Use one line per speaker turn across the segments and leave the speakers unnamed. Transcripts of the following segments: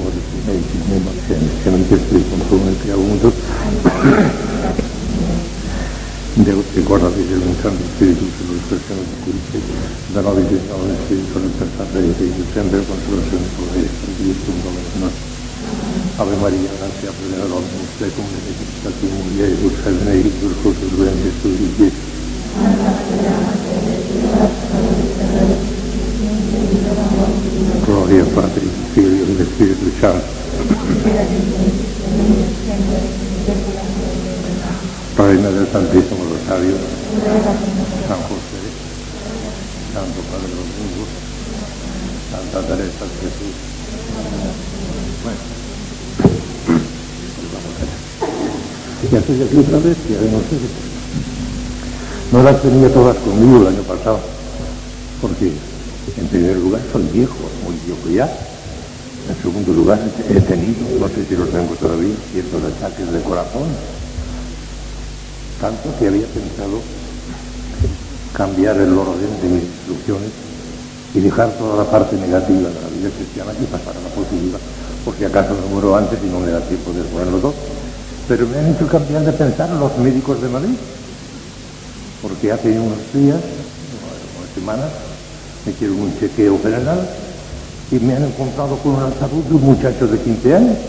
medicinamente con el que hago mucho. Devo ricordare che l'entrante spirito sull'espressione di cui da noi diciamo il spirito nel pensare che sempre consolazione con il spirito no. Ave Maria, grazie per la donna, sei come benedicta tu mulher, tu sei benedetto il frutto del ventre tuo di Gesù. Gloria al Padre, al Figlio e al Spirito Santo. Reina del Santísimo Rosario, San José, Santo Padre de los Mundos, Santa Teresa de Jesús. Bueno, pues vamos allá. Ya estoy aquí otra vez, ya ven ustedes. No las tenía todas conmigo el año pasado, porque en primer lugar soy viejo, muy viejo ya. En segundo lugar he tenido, no sé si los tengo todavía, ciertos ataques de corazón. Tanto que había pensado cambiar el orden de mis instrucciones y dejar toda la parte negativa de la vida cristiana y pasar a la positiva, por si acaso me muero antes y no me da tiempo de poner los dos. Pero me han hecho cambiar de pensar los médicos de Madrid, porque hace unos días, unas semanas, me hicieron un chequeo general y me han encontrado con una salud de un muchacho de 15 años.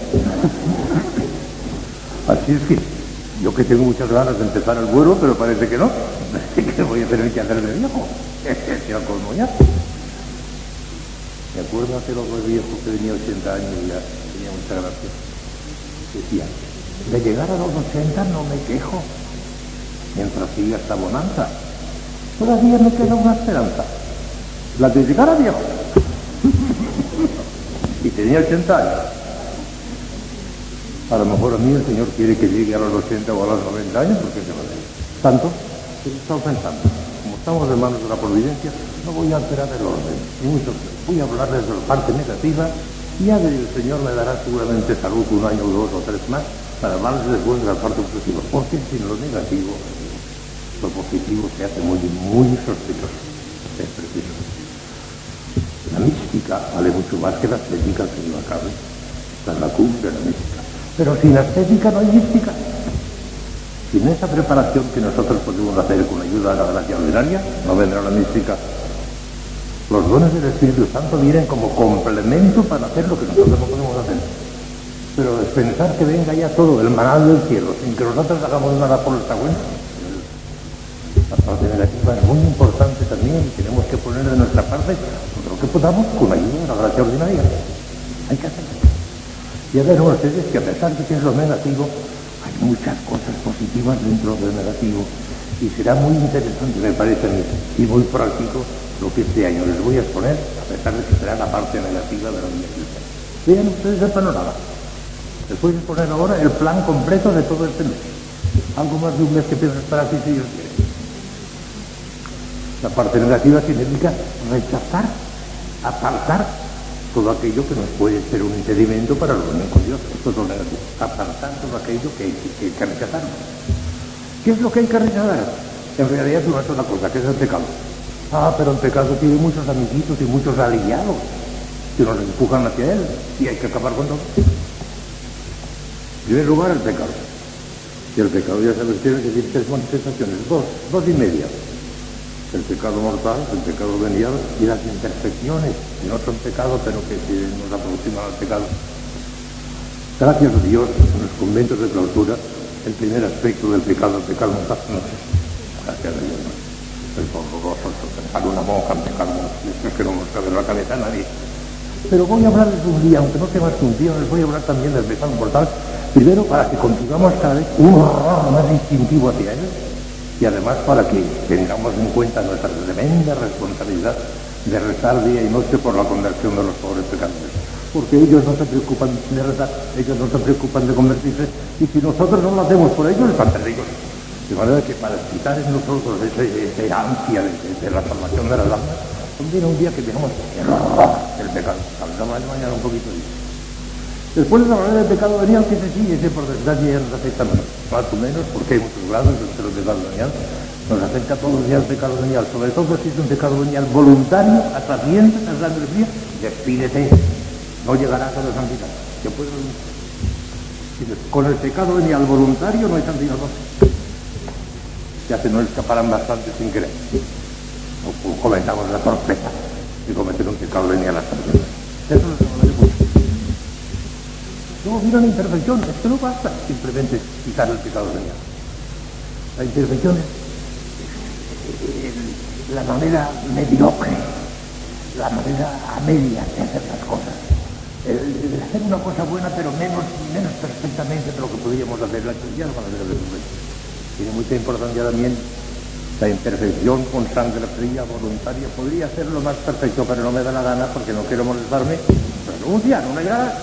Así es que yo que tengo muchas ganas de empezar el vuelo, pero parece que no. Que voy a tener que hacer de viejo. Se ha colmo ya. Me acuerdo hace los viejo que tenía 80 años y ya tenía mucha gracia. Decía, de llegar a los 80 no me quejo, mientras siga esta bonanza. Todavía me queda una esperanza, la de llegar a viejo. Y tenía 80 años. A lo mejor a mí el Señor quiere que llegue a los 80 o a los 90 años, porque se va a ver. Tanto que he estado pensando, como estamos en manos de la providencia, no voy a alterar el orden, ni mucho menos. Voy a hablarles de la parte negativa y ya el Señor me dará seguramente salud un año, 2 o 3 más, para hablarles después de la parte positiva. Porque sin lo negativo, lo positivo se hace muy, muy sospechoso. Es preciso. La mística vale mucho más que la estética, que no acabe. Esta es la cumbre de la mística. Pero sin estética no hay mística. Sin esa preparación que nosotros podemos hacer con ayuda de la gracia ordinaria, no vendrá la mística. Los dones del Espíritu Santo vienen como complemento para hacer lo que nosotros no podemos hacer. Pero es pensar que venga ya todo el maná del cielo, sin que nosotros hagamos nada por nuestra cuenta. La parte negativa es muy importante también y tenemos que poner de nuestra parte todo lo que podamos con ayuda de la gracia ordinaria. Hay que hacerlo. Ya verán ustedes que a pesar de que es lo negativo, hay muchas cosas positivas dentro del negativo y será muy interesante, me parece a mí, y muy práctico lo que este año les voy a exponer, a pesar de que será la parte negativa de la vida cristiana. Vean ustedes el panorama. Les voy a exponer ahora el plan completo de todo este mes. Algo más de un mes que pienso esperar aquí si Dios quiere. La parte negativa significa rechazar, apartar todo aquello que nos puede ser un impedimento para la unión con Dios. Esto es lo negativo. Apartar todo aquello que hay que rechazar. ¿Qué es lo que hay que rechazar? En realidad es una sola cosa, que es el pecado. Ah, pero el pecado tiene muchos amiguitos y muchos aliados que nos empujan hacia él y hay que acabar con todo. En primer lugar, el pecado. Y el pecado, ya sabes, tiene que decir 3 manifestaciones, dos y media. El pecado mortal, el pecado venial y las imperfecciones, que no son pecados, pero que nos aproximan al pecado. Gracias a Dios, en los conventos de clausura, el primer aspecto del pecado, el pecado mortal, no sé. Gracias a Dios, no. Es horroroso, pensar una monja, un pecado, es que no nos cabe en la cabeza a nadie. Pero voy a hablarles un día, aunque no sea más que un día, les voy a hablar también del pecado mortal, primero para que continuemos cada vez un horror más distintivo hacia él, y además para que tengamos en cuenta nuestra tremenda responsabilidad de rezar día y noche por la conversión de los pobres pecadores. Porque ellos no se preocupan de rezar, ellos no se preocupan de convertirse, y si nosotros no lo hacemos por ellos, están perdidos. De manera que para quitar en nosotros ese ansia de la salvación de las almas, viene un día que digamos el pecado. Hablamos mañana un poquito de eso. Después de la manera del pecado venial, que ese por desgracia ya nos afecta menos, más o menos, porque hay muchos grados entre el pecado venial. Nos afecta todos los días el pecado venial, sobre todo si es un pecado venial voluntario, a sabiendas, a sangre fría, despídete. no llegarás a la santidad. Yo puedo... Con el pecado venial voluntario no hay santidad. Ya se nos escaparán bastante sin querer. O comentamos la torpeza de cometer un pecado venial a la santidad. Eso no se vale mucho. Luego viene la imperfección. Es que no basta simplemente quitar el pecado venial. La imperfección es la manera mediocre, la manera a media de hacer las cosas. El hacer una cosa buena, pero menos perfectamente de lo que podríamos hacer. La cristiana para hacer el hombre. Tiene mucha importancia también la imperfección con sangre fría, voluntaria. Podría hacerlo más perfecto, pero no me da la gana porque no quiero molestarme. Renuncia, no me agrada.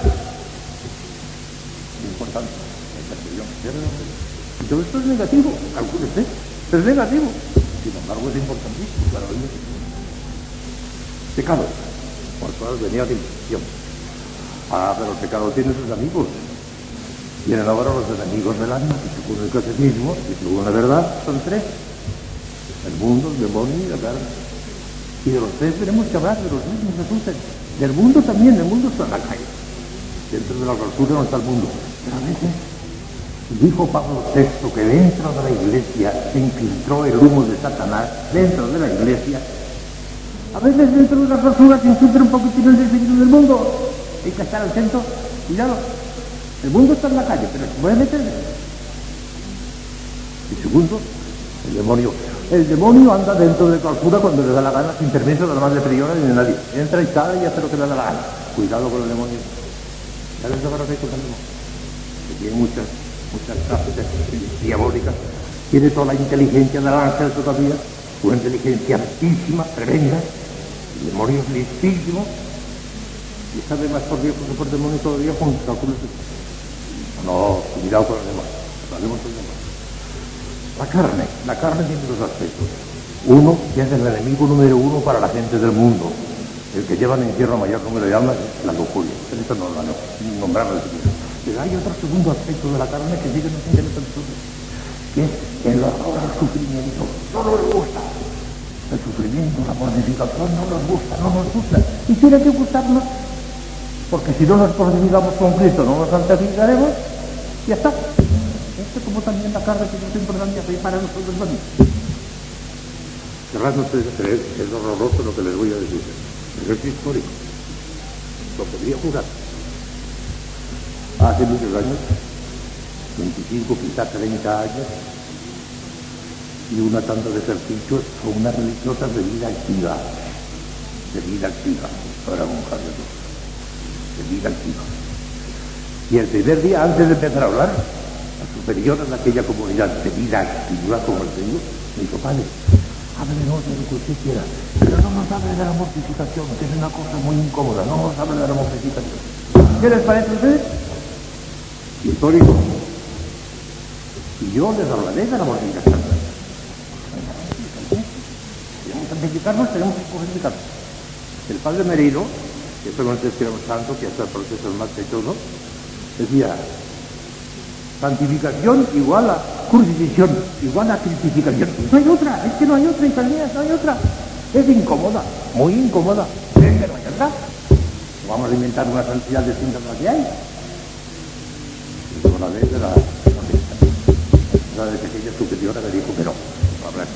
Es importante la imperfección. Y todo esto es negativo, calcule usted. Es negativo. Sin embargo, es importantísimo para hoy. Pecado. Por todas venía de imperfección. Pero el pecado tiene sus amigos. Tienen ahora los enemigos del alma, que según el catecismo, y según la verdad, son tres. El mundo, el demonio y la carne. Y de los tres tenemos que hablar, de los mismos resultan. Del mundo también, el mundo está en la calle. Dentro de la clausura no está el mundo. Pero a veces, dijo Pablo VI que dentro de la iglesia se infiltró el humo de Satanás, dentro de la iglesia. A veces dentro de la clausura se infiltra un poquitín el espíritu del mundo. Hay que estar atento, cuidado. El mundo está en la calle, pero se puede meter. Y segundo, el demonio. El demonio anda dentro de clausura cuando le da la gana, sin permiso de la madre priora ni de nadie. Entra y sale y hace lo que le da la gana. Cuidado con el demonio. Ya les doy respeto al demonio. Que tiene muchas prácticas diabólicas. Tiene toda la inteligencia del ángel todavía. Una inteligencia altísima, tremenda. El demonio es listísimo. Y sabe más por Dios que por demonio todavía con cálculos. No, cuidado con el demonio. Hablemos del demonio. La carne tiene dos aspectos. Uno, que es el enemigo número uno para la gente del mundo. El que lleva en encierro mayor número de almas es la lujuria. Esto no lo van a nombrar al siguiente. Pero hay otro segundo aspecto de la carne que sí que nos interesa a nosotros, que es el horror al sufrimiento. No nos gusta. El sufrimiento, la mortificación no nos gusta. Y tiene que gustarnos, porque si no nos mortificamos con Cristo, no nos santificaremos, y ya está. Como también la carne tiene su importancia para nosotros mismos. Querrán ustedes creer que es horroroso lo que les voy a decir, pero es histórico. Lo podría jurar. Hace muchos años, 25, quizás 30 años, y una tanda de ejercicios con unas religiosas de vida activa, no era monjas de vida activa. Y el primer día, antes de empezar a hablar, la superiora de aquella comunidad de vida activa, como el digo, me dijo: padre, háblenos de lo que usted quiera, pero no nos hable de la mortificación, que es una cosa muy incómoda, no nos hable de la mortificación. ¿Qué les parece a ustedes? Histórico. Y yo les hablaré de la mortificación. Tenemos que santificarnos, tenemos que purificarnos. El padre Merino, que fue un cristiano santo, que hasta el proceso más que todo, decía: santificación igual a crucifixión, igual a critificación. No hay otra, es que no hay otra, Isaías, no hay otra. Es incómoda, muy incómoda. Es que no hay otra. Vamos a inventar una santidad distinta de la que hay. Y yo la vez de la de aquella superiora me dijo que no hablar.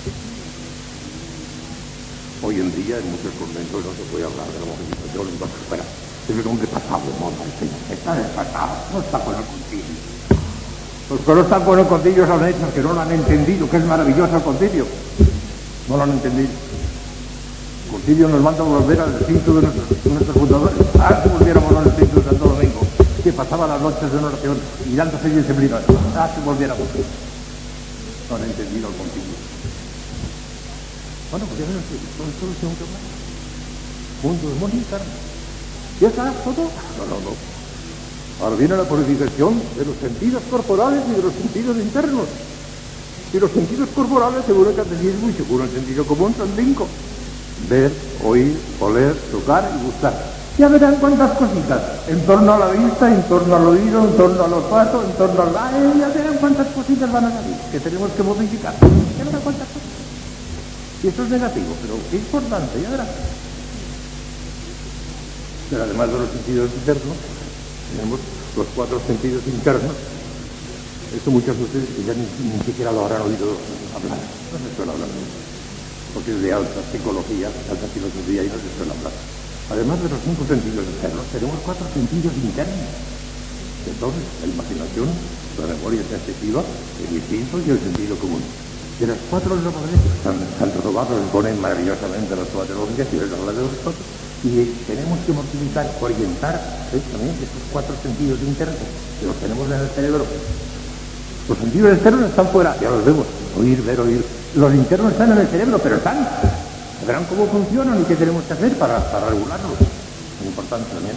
Hoy en día en muchos conventos no se puede hablar de la mortificación, es un hombre pasado de moda, está desfasado, no está con el concilio. Los que no están con el concilio son hechos que no lo han entendido, que es maravilloso el concilio. No lo han entendido. El concilio nos manda a volver al espíritu de nuestros fundadores. Si volviéramos al espíritu de Santo Domingo, que pasaba las noches de oración y dándose y disciplina. Si volviéramos. No han entendido el concilio. Bueno, pues ya ven ustedes, todo esto lo tengo que hablar. Mundo, demonio y carne. ¿Ya está todo? No. Ahora viene la purificación de los sentidos corporales y de los sentidos internos. Y los sentidos corporales, según el catecismo y según el sentido común, son 5. Ver, oír, oler, tocar y gustar. Ya verán cuántas cositas. En torno a la vista, en torno al oído, en torno al olfato, en torno al aire. Ya verán cuántas cositas van a salir, que tenemos que modificar. Ya verán cuántas cosas. Y esto es negativo, pero es importante, ya verán. Pero además de los sentidos internos, tenemos los 4 sentidos internos. Esto muchas veces ya ni siquiera lo habrán oído hablar, no se suele hablar, porque es de alta psicología, alta filosofía y no se suele hablar. Además de los 5 sentidos externos, tenemos 4 sentidos internos. Entonces, la imaginación, la memoria sensitiva, el instinto y el sentido común. De las 4 de los poderes, Santo Tomás los pone maravillosamente las 4 teológicas y las de Aristóteles, y tenemos que multiplicar, orientar también esos 4 sentidos internos que los tenemos en el cerebro. Los sentidos externos están fuera, ya los vemos, oír, ver, oír. Los internos están en el cerebro, pero están. Verán cómo funcionan y qué tenemos que hacer para regularlos. Muy importante también.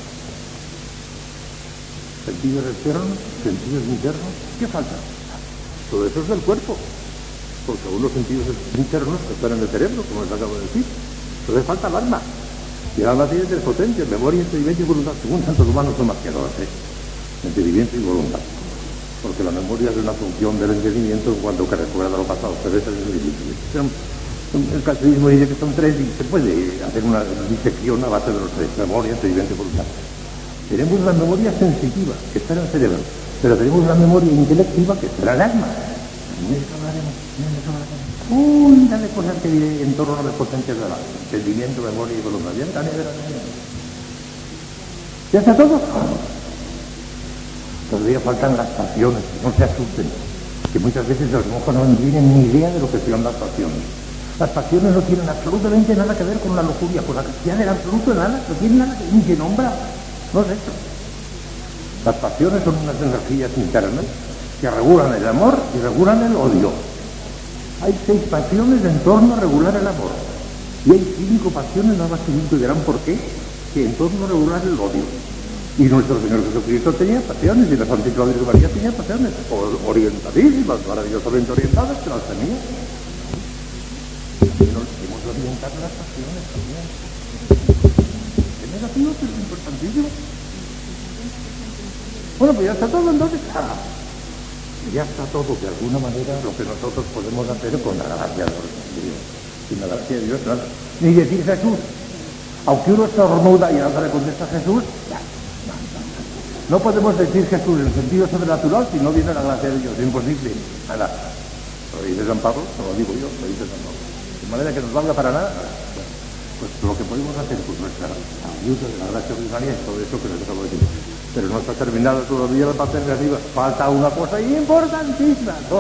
Sentidos externos, sentidos internos, ¿qué falta? Todo eso es del cuerpo, porque algunos sentidos internos están en el cerebro, como les acabo de decir. Entonces falta el alma. Y el alma tiene 3 potencias, memoria, entendimiento y voluntad. Según Santo Tomás no son más que 2, entendimiento y voluntad. Porque la memoria es una función del entendimiento en cuanto que recuerda lo pasado, pero eso es muy difícil. El catecismo dice que son 3 y se puede hacer una disección a base de los 3, memoria, entendimiento y voluntad. Tenemos la memoria sensitiva, que está en el cerebro, pero tenemos la memoria intelectiva, que está en el alma. Y de eso hablaremos. Una de cosas que diré en torno a las potencias del alma: entendimiento, memoria y voluntad. ¿Ya está todo? Todavía faltan las pasiones, no se asusten, que muchas veces los monjes no tienen ni idea de lo que son las pasiones. Las pasiones no tienen absolutamente nada que ver con la lujuria, con la cristiana en absoluto nada, no tienen nada que ni se nombra, no es eso. Las pasiones son unas energías internas que regulan el amor y regulan el odio. Hay 6 pasiones en torno a regular el amor, y hay 5 pasiones, nada más que 5, y verán por qué, que en torno a regular el odio. Y nuestro Señor Jesucristo tenía pasiones, y la Santísima Virgen María tenía pasiones, orientadísimas, maravillosamente orientadas, que las tenía. También nos hemos de orientar las pasiones también. Es negativo, pero es importantísimo. Bueno, pues ya está todo, entonces. Ya está todo, de alguna manera, lo que nosotros podemos hacer con la gracia de Dios. Sin la gracia de Dios, nada. Ni decir Jesús. Aunque uno estornuda y ahora le contesta Jesús, ya. No podemos decir Jesús en sentido sobrenatural si no viene la gracia de Dios, es imposible. Nada. Lo dice San Pablo, no lo digo yo, lo dice San Pablo. De manera que nos valga para nada. Pues lo que podemos hacer con nuestra ayuda de la gracia ordinaria es todo eso que les acabo de decir. Pero no está terminado todavía la parte negativa. Falta una cosa importantísima, 2.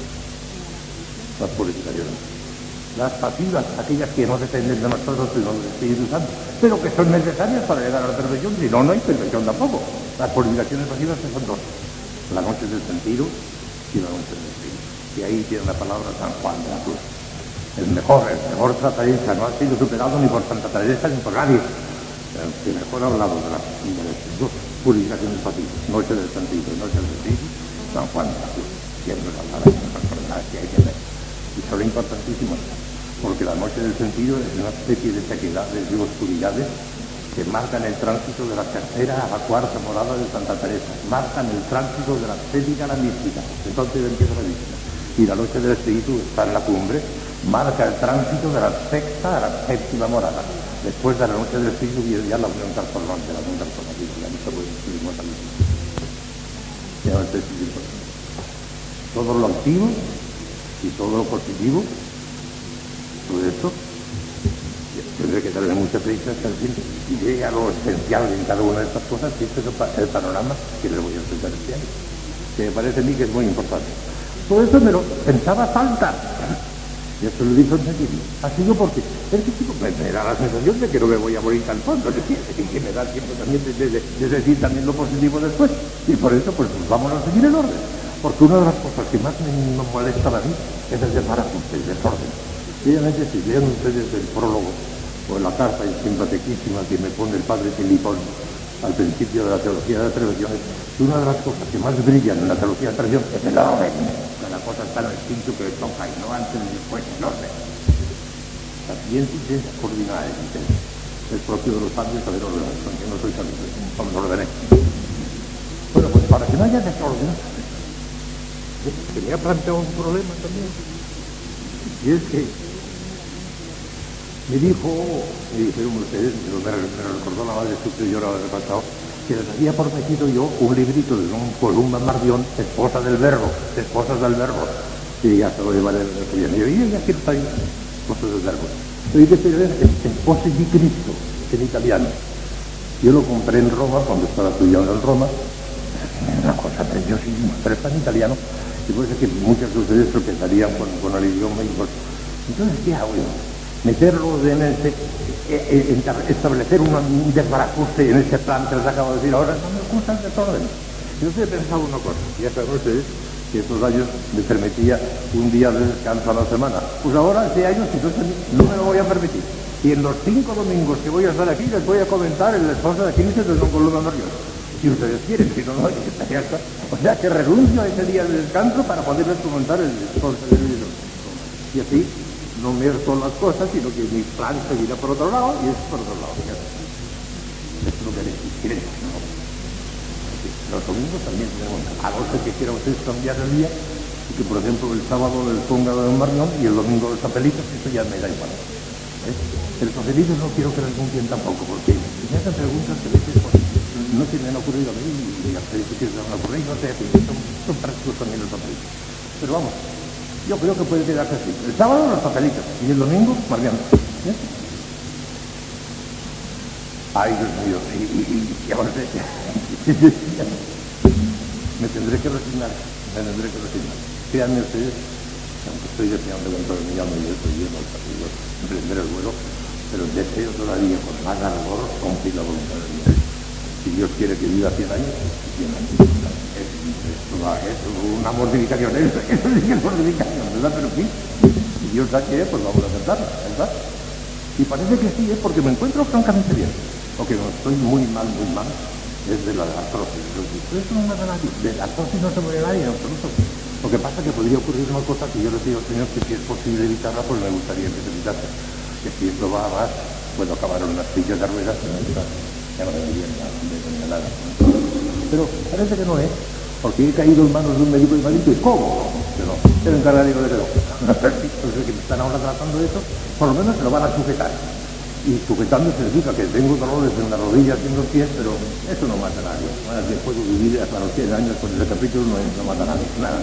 Las purificaciones. Las pasivas, aquellas que no dependen de nosotros, sino del Espíritu Santo, pero que son necesarias para llegar a la perfección, si no, no hay perfección tampoco. Las purificaciones pasivas son 2, la noche del sentido y la noche del Espíritu. Y ahí tiene la palabra San Juan de la Cruz. El mejor tratadista, no ha sido superado ni por Santa Teresa ni por nadie. El que mejor ha hablado de las 2 purificaciones pasivas, noche del sentido y noche del Espíritu, San Juan de la Cruz. Siempre hablar de las enfermedades que hay que ver. Y son importantísimas, porque la noche del sentido es una especie de sequedades y oscuridades que marcan el tránsito de la 3ª a la 4ª morada de Santa Teresa, marcan el tránsito de la ascética a la mística, entonces empieza la mística. Y la noche del Espíritu está en la cumbre, marca el tránsito de la 6ª a la 7ª morada. Después de la noche del Espíritu viene ya la unión transformante, la unión transformativa, ya no se puede escribir más a mí. Ya no estoy escribiendo. Todo lo activo y todo lo positivo, todo esto, tendré que darle mucha prisa hasta el fin y llegue a lo esencial en cada una de estas cosas, y este es el panorama que les voy a explicar este año, que me parece a mí que es muy importante. Todo esto me lo pensaba falta, y esto lo dijo enseguida, ha sido porque es que me da la sensación de que no me voy a morir tan pronto, es decir, que me da tiempo también de decir también lo positivo después, y por eso pues vamos a seguir el orden. Porque una de las cosas que más me molesta a mí es el desbarajuste, el desorden. Obviamente, si leen ustedes el prólogo o la carta simpaticísima que me pone el padre Filipón al principio de la teología de las revelaciones, una de las cosas que más brillan en la teología de la revelación es el orden. Que la cosa está en el espíritu que le toca y no antes ni después, el orden. La ciencia es coordinar el intento. Es propio de los padres saber ordenar, aunque no soy sabio, vamos a ordenar. Bueno, pues para que no haya desorden, se me ha planteado un problema también, y es que me dijeron ustedes, me recordó la madre suya, yo ahora he pasado, que les había prometido yo un librito de don Columba Mardión, esposas del verbo. Y ya se lo llevaré el que viene. Y yo ya quiero estar esposas del verbo. Pero dice, pero es Esposi di Cristo, en italiano. Yo lo compré en Roma, cuando estaba estudiando en Roma. Una cosa preciosísima, pero está en italiano. Y puede ser que muchos de ustedes tropezarían con el idioma. Entonces, ¿qué hago yo? Meterlo establecer un desbarajuste en ese plan que les acabo de decir ahora, no me gusta el desorden. Entonces he pensado una cosa, ya saben ustedes que estos años me permitía un día de descanso a la semana. Pues ahora, este año, entonces no me lo voy a permitir. Y en los 5 domingos que voy a estar aquí les voy a comentar el esposo de 15 de don Columba Mardión. Si ustedes quieren, si no, ya está. O sea que renuncio a ese día de descanso para poderles comentar el esposo de Dios. Y así no me son las cosas, sino que mi plan seguirá por otro lado y es por otro lado. Esto es lo que quieren. ¿No? Los domingos también tenemos, a no ser que quieran ustedes cambiar el día, y que por ejemplo el sábado les ponga de Mardión y el domingo los papelitos, eso ya me da igual. El papelitos no quiero que les cumplen tampoco, porque me hacen preguntas que les no se me han ocurrido a mí y a ustedes que se me han ocurrido, no sé, son prácticos también los papelitos. Pero vamos, yo creo que puede quedarse así. El sábado los papelitos y el domingo Mardión. Ay, Dios mío, y ahora me tendré que resignar. Créanme ustedes, aunque estoy deseando dentro de mi alma y estoy viendo al partido emprender el vuelo, pero deseo todavía con más ardor cumplir la voluntad de Dios. Si Dios quiere que viva 100 años, 100 años. Es una mortificación, eso sí que es mortificación, ¿verdad? Pero sí, si Dios da que, pues vamos a aceptarla, ¿verdad? Y parece que sí, porque me encuentro francamente bien. Porque no estoy muy mal, es de la artrosis. Eso no me da nadie. De la artrosis no se muere nadie en absoluto. Lo que pasa es que podría ocurrir una cosa que yo le digo al Señor que si es posible evitarla, pues me gustaría que se evitase. Que si esto va más, puedo acabar en unas sillas de ruedas, ya no me vendría nada. Pero parece que no es, porque he caído en manos de un médico inválido y ¿cómo? Que no, el encargado de que no. Entonces que me están ahora tratando de eso, por lo menos se lo van a sujetar. Y sujetando significa que tengo dolores en las rodillas y en los pies, pero eso no mata a nadie. Ahora que puedo vivir hasta los 100 años con ese capítulo no mata a nadie. Nada.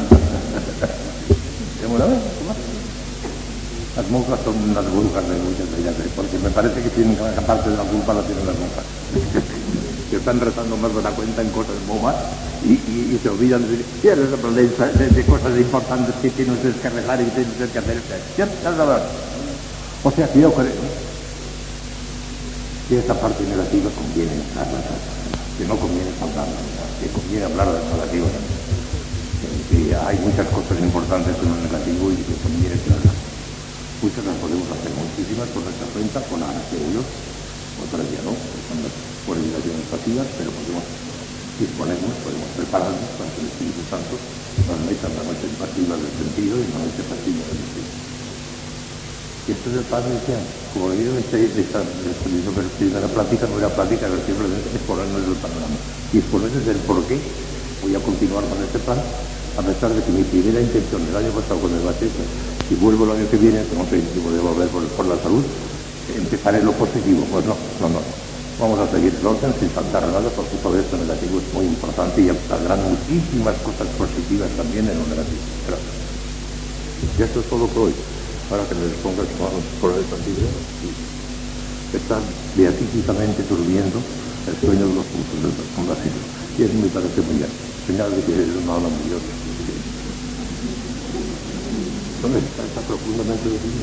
¿Una vez? Las monjas son unas brujas de muchas de ellas, porque me parece que tienen gran parte de la culpa la tienen las monjas. Que están rezando más de la cuenta en cosas bobas y se olvidan de cosas importantes que tienen ustedes que arreglar y que tienen ustedes que hacer. O sea que yo creo que esta parte negativa conviene hablarla, que no conviene hablarla, que conviene hablar de lo negativo, que hay muchas cosas importantes en lo negativo y que conviene que hablar. Muchas las podemos hacer, muchísimas por nuestra cuenta, con la gracia de Dios, otras ya no, son las obligaciones pasivas, pero podemos disponernos, podemos prepararnos para que el Espíritu Santo nos meta en la noche pasiva del sentido y en la noche pasiva del Espíritu. Y esto es el padre de año. Como le digo, esta primera plática no era plática, pero simplemente exponernos el panorama. Y exponerles el por qué voy a continuar con este plan, a pesar de que mi primera intención del año pasado con el bautismo, si vuelvo el año que viene, que no sé si voy a volver por la salud, empezaré lo positivo. Pues no. Vamos a seguir el orden sin saltar nada, porque todo esto negativo es muy importante y saldrán muchísimas cosas positivas también en lo negativo. Gracias. Y esto es todo por hoy. Para que les ponga las manos por el partido y están beatíficamente durmiendo el sueño de los puntos del vacío. Y eso me parece muy bien. Señal de que es una ola muy Dios. ¿Dónde está profundamente dormido?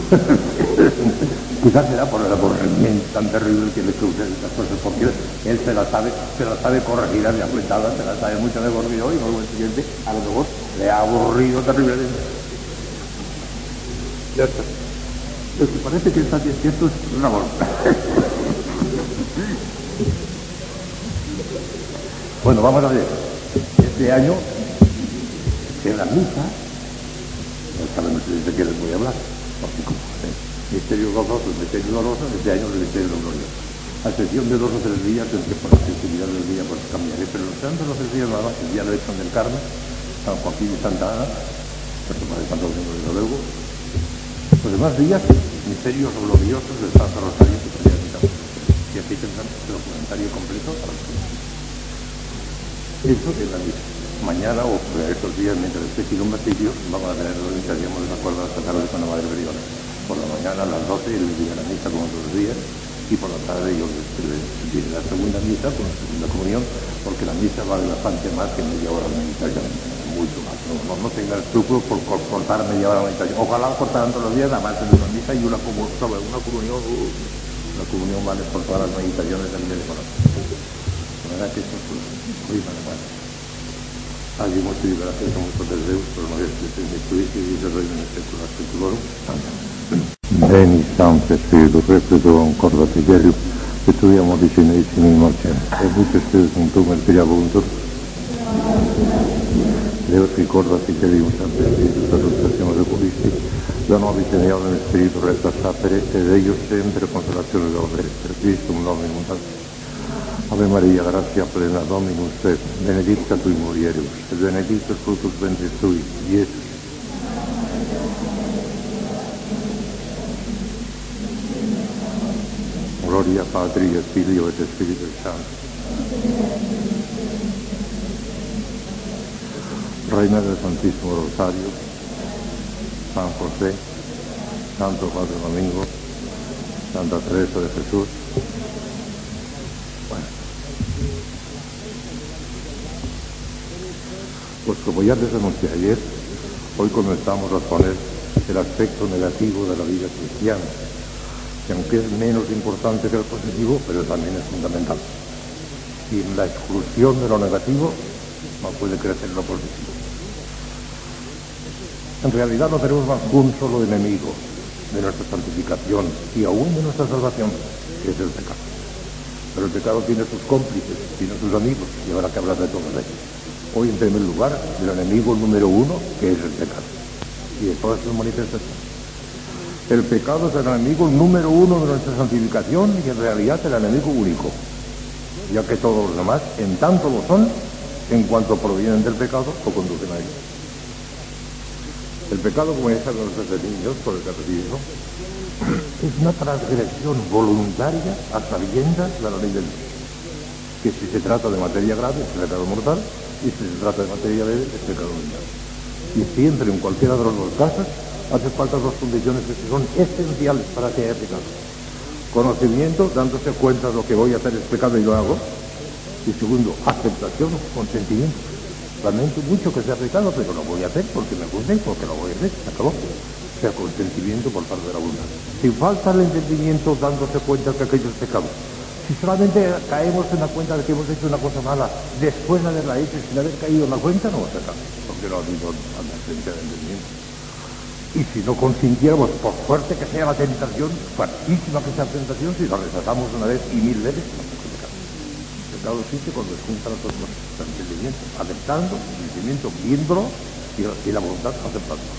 Quizás será por el aborrecimiento tan terrible que le causan estas cosas, porque él se la sabe corregida, ya cuentada, se la sabe mucho mejor que yo, y luego el siguiente, a lo mejor, le ha aburrido terriblemente. Ya está. Es que parece que esto es una bolsa. Bueno, vamos a ver. Este año, en la misa, no saben ustedes de qué les voy a hablar, porque como misterio gozoso, misterio doloroso, este año es el misterio glorioso. A excepción de 2 o 3 días, en que por la festividad del día pues cambiaré, pero los santos los 3 días nada más, el día de la Virgen del Carmen, San Joaquín y Santa Ana, pues tomar el Santo Domingo de luego. Los demás días Misterios gloriosos del Santo Rosario que sería mitad. Y así tendrán el documentario completo a los días. Eso es la misa. Mañana o por estos días, mientras esté aquí un batillo, vamos a tener lo que estaríamos de acuerdo a sacarlo con la Madre Briones. Por la mañana a las 12 el día de la misa como todos los días, y por la tarde yo diré la segunda misa con la segunda comunión, porque la misa vale bastante más que media hora de meditación, mucho más. No tenga escrúpulos por cortar media hora de meditación. Ojalá cortaran todos los días, además de una misa y una comunión. La comunión vale por todas las meditaciones del día de corazón. La verdad que esto es muy mal. Allí mucho y gracias a muchos de Deus, por no desde mi juicio y de reino en el século seculorum. Amén. Veni Sancte Spiritus Recluso Concorda Tigerium, et tu amo dicinissimi in mortem, et bucce Spiritus Sanctum et Filia Voluntur. Deus ricorda Tigerium Sancte Spiritus Salutazione Reculisti, da nobis teniamo nel Spiritu Recta Sapere, ed eius sempre consolazione d'opere, per Cristo un nome immutato. Ave Maria, gratia plena, Dominus tecum, benedicta tui mulieribus, et benedictus fructus ventris tui, Iesus. Gloria Patri et Filio et Spiritus Sancto. Reina del Santísimo Rosario, San José, Santo Padre Domingo, Santa Teresa de Jesús. Pues como ya les anuncié ayer, hoy comenzamos a exponer el aspecto negativo de la vida cristiana, que aunque es menos importante que el positivo, pero también es fundamental. Sin la exclusión de lo negativo, no puede crecer lo positivo. En realidad no tenemos más que un solo enemigo de nuestra santificación y aún de nuestra salvación, que es el pecado. Pero el pecado tiene sus cómplices, tiene sus amigos, y habrá que hablar de todos ellos. Hoy, en primer lugar, el enemigo número uno, que es el pecado. Y de todas sus manifestaciones. El pecado es el enemigo número uno de nuestra santificación y en realidad el enemigo único, ya que todos los demás, en tanto lo son, en cuanto provienen del pecado o conducen a él. El pecado, como ya saben los niños por el catecismo, es una transgresión voluntaria a sabiendas de la ley de Dios. Que si se trata de materia grave es pecado mortal, y si se trata de materia leve es pecado venial. Y siempre, en cualquiera de los dos casos, hace falta dos condiciones que son esenciales para que haya pecado. Conocimiento, dándose cuenta de lo que voy a hacer es pecado y lo hago. Y segundo, aceptación, consentimiento. Lamento mucho que sea pecado, pero lo voy a hacer porque me gusta y porque lo voy a hacer, se acabó. O sea, consentimiento por parte de la voluntad. Si falta el entendimiento, dándose cuenta que aquello es pecado. Si solamente caemos en la cuenta de que hemos hecho una cosa mala después de haberla hecho y sin haber caído en la cuenta, no va a ser nada, porque no ha habido la esencia del entendimiento. Y si no consintiéramos, por fuerte que sea la tentación, fuertísima que sea la tentación, si la rechazamos una vez y 1000 veces, no es pecado. El pecado existe cuando se juntan las dos cosas, el entendimiento, aceptando, el entendimiento, viéndolo y la voluntad aceptando.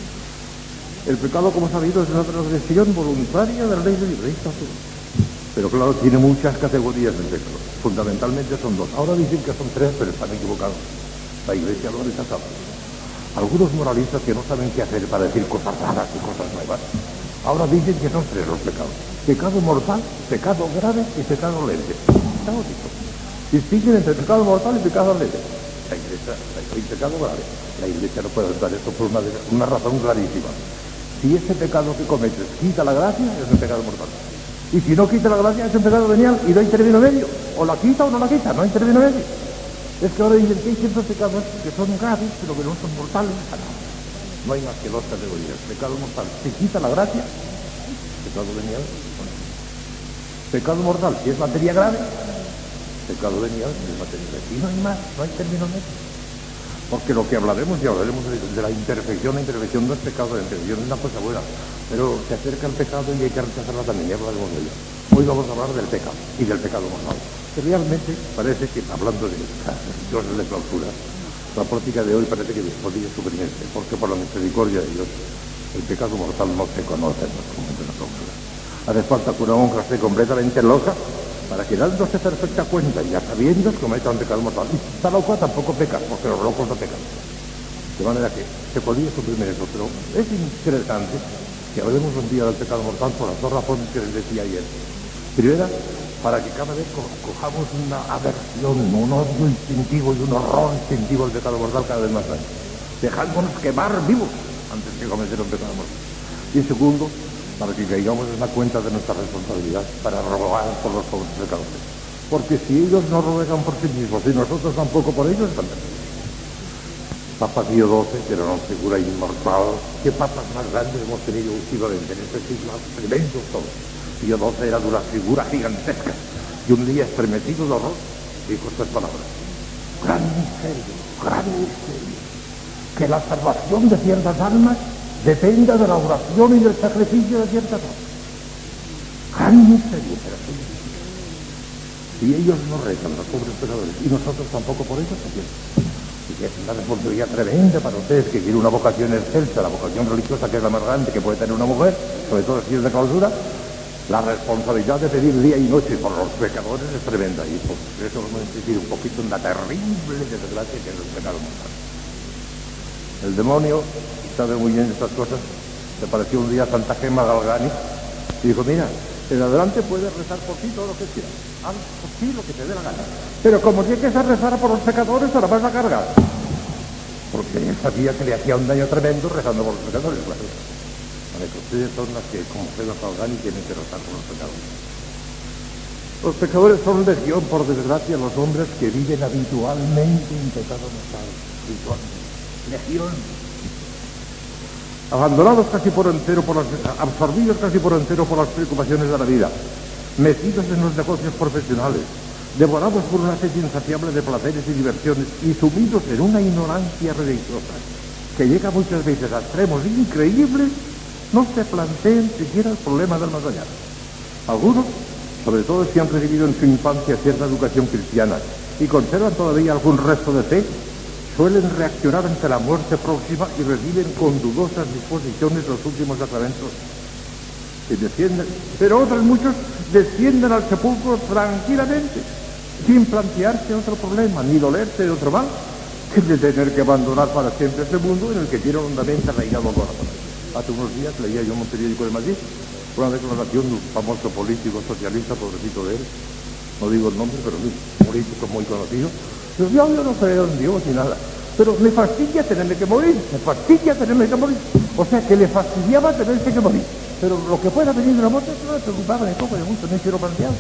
El pecado, como sabido, es una transgresión voluntaria de la ley de Dios. Pero claro, tiene muchas categorías de pecado. Fundamentalmente son dos. Ahora dicen que son tres, pero están equivocados. La Iglesia lo ha rechazado. Algunos moralistas que no saben qué hacer para decir cosas raras y cosas nuevas, ahora dicen que son tres los pecados. Pecado mortal, pecado grave y pecado leve. Está bonito. Distinguen entre pecado mortal y pecado leve. La Iglesia, hay pecado grave. La Iglesia no puede aceptar esto por una razón clarísima. Si ese pecado que cometes quita la gracia, es un pecado mortal. Y si no quita la gracia, es un pecado venial y no hay término medio. O la quita o no la quita, no hay término medio. Es que ahora dicen que hay ciertos pecados que son graves, pero que no son mortales. No hay más que dos categorías. Pecado mortal, si quita la gracia, pecado venial. Bueno. Pecado mortal, si es materia grave, pecado venial, si es materia grave. Y no hay más, no hay término medio. Porque lo que hablaremos, y hablaremos de la imperfección no es pecado, la imperfección es una cosa buena, pero se acerca el pecado y hay que rechazarla también, y hablaremos de ello. Hoy vamos a hablar del pecado, y del pecado mortal. Que realmente parece que, hablando de cosas de clausura, la práctica de hoy parece que podría suprimirse, porque por la misericordia de Dios, el pecado mortal no se conoce en los momentos de la clausura. Hace falta que una monja esté completamente loca, para que dándose perfecta cuenta y ya sabiendo cometa un pecado mortal. Y si está loco tampoco peca, porque los locos no pecan. De manera que se podría suprimir eso, pero es interesante que hablemos un día del pecado mortal por las dos razones que les decía ayer. Primera, para que cada vez cojamos una aversión, un odio instintivo y un horror instintivo al pecado mortal cada vez más grande, dejándonos quemar vivos antes que cometer un pecado mortal. Y segundo, para que caigamos en la cuenta de nuestra responsabilidad para rogar por los pobres pecadores. Porque si ellos no ruegan por sí mismos y nosotros tampoco por ellos, están perdidos. Papa Pío XII, que era una figura inmortal, ¿qué papas más grandes hemos tenido últimamente en este siglo? Tremendos todos. Pío XII era de una figura gigantesca y un día estremecido de horror dijo estas palabras: gran misterio, que la salvación de ciertas almas dependa de la oración y del sacrificio de ciertas almas. Gran misterio, pero sí. Si ellos no rezan, los pobres pecadores, y nosotros tampoco por ellos, también. Y es una responsabilidad tremenda para ustedes que quieren una vocación excelsa, la vocación religiosa, que es la más grande que puede tener una mujer, sobre todo si es de clausura. La responsabilidad de pedir día y noche por los pecadores es tremenda, y por eso vamos a insistir un poquito en la terrible desgracia que es el pecado mortal. El demonio sabe muy bien estas cosas. Se pareció un día a Santa Gemma Galgani y dijo: mira, en adelante puedes rezar por ti todo lo que quieras, haz por ti lo que te dé la gana, pero como tienes que rezar por los pecadores, te la vas a cargar, porque él sabía que le hacía un daño tremendo rezando por los pecadores. Claro, para que ustedes son las que, como Pedro Galgani, tienen que rezar por los pecadores. Los pecadores son legión, por desgracia, los hombres que viven habitualmente en pecado mortal, habitualmente. Legión. Abandonados casi por entero, absorbidos casi por entero por las preocupaciones de la vida, metidos en los negocios profesionales, devorados por una sed insaciable de placeres y diversiones y sumidos en una ignorancia religiosa que llega muchas veces a extremos increíbles, no se planteen siquiera el problema del más allá. Algunos, sobre todo si han recibido en su infancia cierta educación cristiana y conservan todavía algún resto de fe, suelen reaccionar ante la muerte próxima y reciben con dudosas disposiciones los últimos sacramentos y descienden, pero otros muchos descienden al sepulcro tranquilamente, sin plantearse otro problema, ni dolerse de otro mal, que de tener que abandonar para siempre este mundo en el que tienen hondamente arraigado el corazón. Hace unos días leía yo en un periódico de Madrid una declaración de un famoso político socialista, pobrecito de él, no digo el nombre, pero es un político muy conocido. Yo no creo en Dios ni nada, pero me fastidia tenerme que morir, O sea, que le fastidiaba tenerse que morir, pero lo que fuera venir de la muerte no me preocupaba ni poco ni mucho, ni quiero plantear.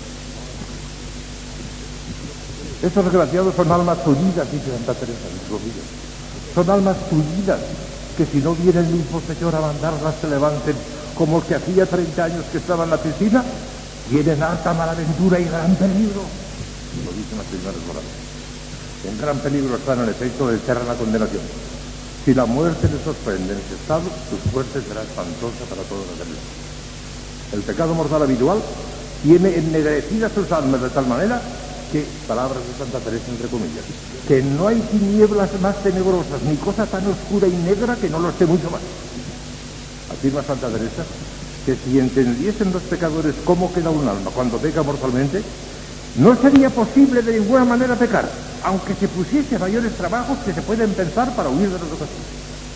Estos desgraciados son almas tullidas, dice Santa Teresa, son almas tullidas, que si no viene el mismo Señor a mandarlas se levanten, como el que hacía 30 años que estaba en la piscina, tienen alta malaventura y gran peligro. Lo dicen las primeras morales. En gran peligro están en efecto de eterna condenación. Si la muerte les sorprende en ese estado, su suerte será espantosa para toda la eternidad. El pecado mortal habitual tiene ennegrecidas sus almas de tal manera que, palabras de Santa Teresa entre comillas, que no hay tinieblas más tenebrosas ni cosa tan oscura y negra que no lo esté mucho más. Afirma Santa Teresa que si entendiesen los pecadores cómo queda un alma cuando peca mortalmente, no sería posible de ninguna manera pecar, aunque se pusiese mayores trabajos que se pueden pensar para huir de las ocasiones.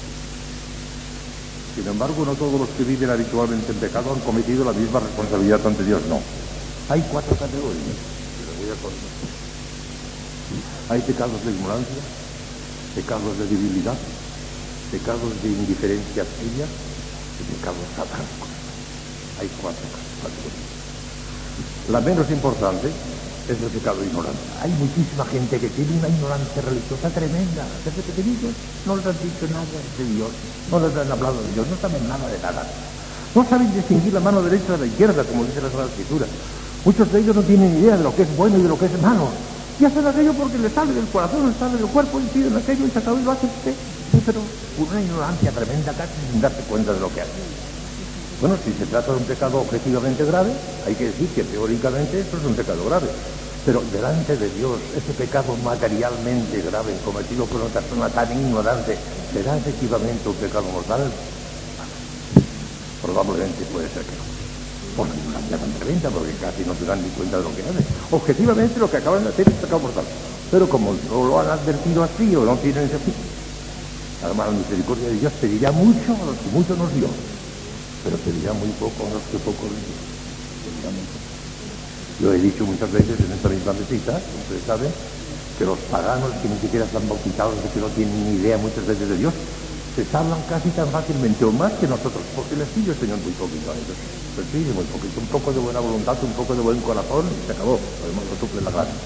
Sin embargo, no todos los que viven habitualmente en pecado han cometido la misma responsabilidad ante Dios, no. Hay 4 categorías, pero voy a contar. Hay pecados de ignorancia, pecados de debilidad, pecados de indiferencia activa y pecados satánicos. Hay 4 categorías. La menos importante es el pecado de ignorancia. Hay muchísima gente que tiene una ignorancia religiosa tremenda. Desde pequeñitos no les han dicho nada de Dios, no les han hablado de Dios, no saben nada de nada. No saben distinguir la mano derecha de la izquierda, como dice la Sagrada Escritura. Muchos de ellos no tienen idea de lo que es bueno y de lo que es malo. Y hacen aquello porque les sale del corazón, les sale del cuerpo, y piden aquello y se acabó y lo hacen usted. Sí, pero con una ignorancia tremenda casi sin darse cuenta de lo que hacen. Bueno, si se trata de un pecado objetivamente grave, hay que decir que teóricamente esto es un pecado grave. Pero delante de Dios, ese pecado materialmente grave cometido por una persona tan ignorante, ¿será efectivamente un pecado mortal? Probablemente puede ser que no. Por la ignorancia tan tremenda, porque casi no se dan ni cuenta de lo que hacen. Objetivamente lo que acaban de hacer es pecado mortal. Pero como no lo han advertido así o no tienen ese fin, además la misericordia de Dios pedirá mucho a los que mucho nos dio. pero sería muy poco, no es que poco religioso. Sería muy poco. Yo he dicho muchas veces en esta misma mesita, ustedes saben, que los paganos que ni siquiera están bautizados, que no tienen ni idea muchas veces de Dios, se salvan casi tan fácilmente o más que nosotros, porque les pide el Señor muy poquito a ellos. Les pide muy poquito, un poco de buena voluntad, un poco de buen corazón y se acabó. Además lo suple la gracia.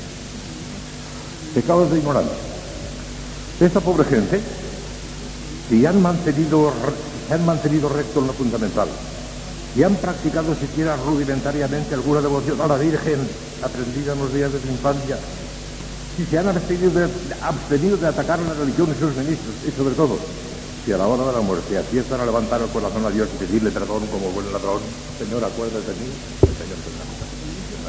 Pecados de ignorancia. Esta pobre gente, si han mantenido recto en lo fundamental, y han practicado siquiera rudimentariamente alguna devoción a la Virgen aprendida en los días de su infancia, si se han abstenido de atacar a la religión y sus ministros, y sobre todo, si a la hora de la muerte aciertan a levantar el corazón a Dios y pedirle perdón como buen ladrón, Señor, acuérdate de mí, el Señor tendrá compasión.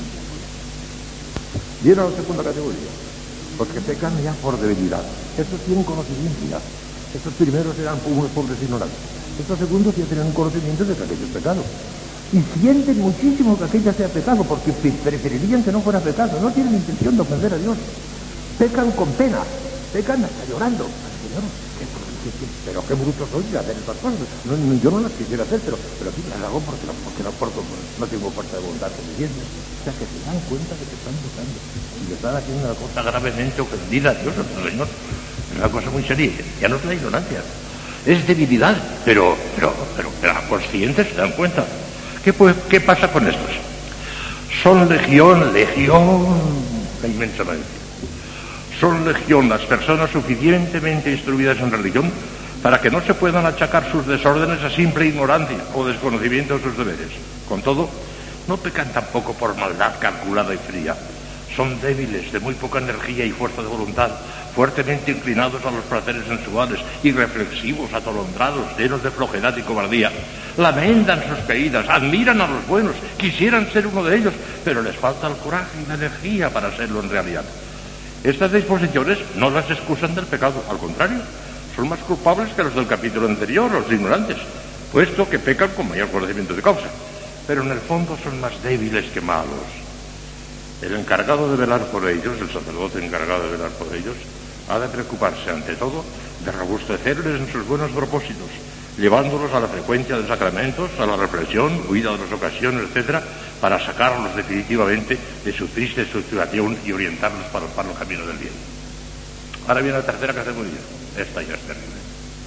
Viene a la segunda categoría, los que pecan ya por debilidad. Estos tienen conocimiento ya. Estos primeros eran unos pobres ignorantes. Estos segundos ya tienen un conocimiento de que aquello es pecado. Y sienten muchísimo que aquello sea pecado, porque preferirían que no fuera pecado. No tienen intención de ofender a Dios. Pecan con pena, pecan hasta llorando. Señor, pero qué bruto soy de hacer estas cosas. Yo no las quisiera hacer, pero aquí las hago porque no tengo fuerza de voluntad suficiente. O sea, que se dan cuenta de que están pecando y que están haciendo una cosa gravemente ofendida a Dios, nuestro Señor. Es una cosa muy seria. Ya no es la ignorancia, es debilidad, pero conscientes se dan cuenta. ¿Qué pasa con estos? Son legión, inmensamente. Son legión las personas suficientemente instruidas en religión para que no se puedan achacar sus desórdenes a simple ignorancia o desconocimiento de sus deberes. Con todo, no pecan tampoco por maldad calculada y fría. Son débiles, de muy poca energía y fuerza de voluntad, fuertemente inclinados a los placeres sensuales, irreflexivos, atolondrados, llenos de flojedad y cobardía. Lamentan sus caídas, admiran a los buenos, quisieran ser uno de ellos, pero les falta el coraje y la energía para serlo en realidad. Estas disposiciones no las excusan del pecado, al contrario, son más culpables que los del capítulo anterior, los ignorantes, puesto que pecan con mayor conocimiento de causa, pero en el fondo son más débiles que malos. El encargado de velar por ellos, el sacerdote encargado de velar por ellos, ha de preocuparse ante todo de robustecerles en sus buenos propósitos, llevándolos a la frecuencia de sacramentos, a la reflexión, huida de las ocasiones, etc., para sacarlos definitivamente de su triste situación y orientarlos para el camino del bien. Ahora viene la tercera categoría. Esta ya es terrible.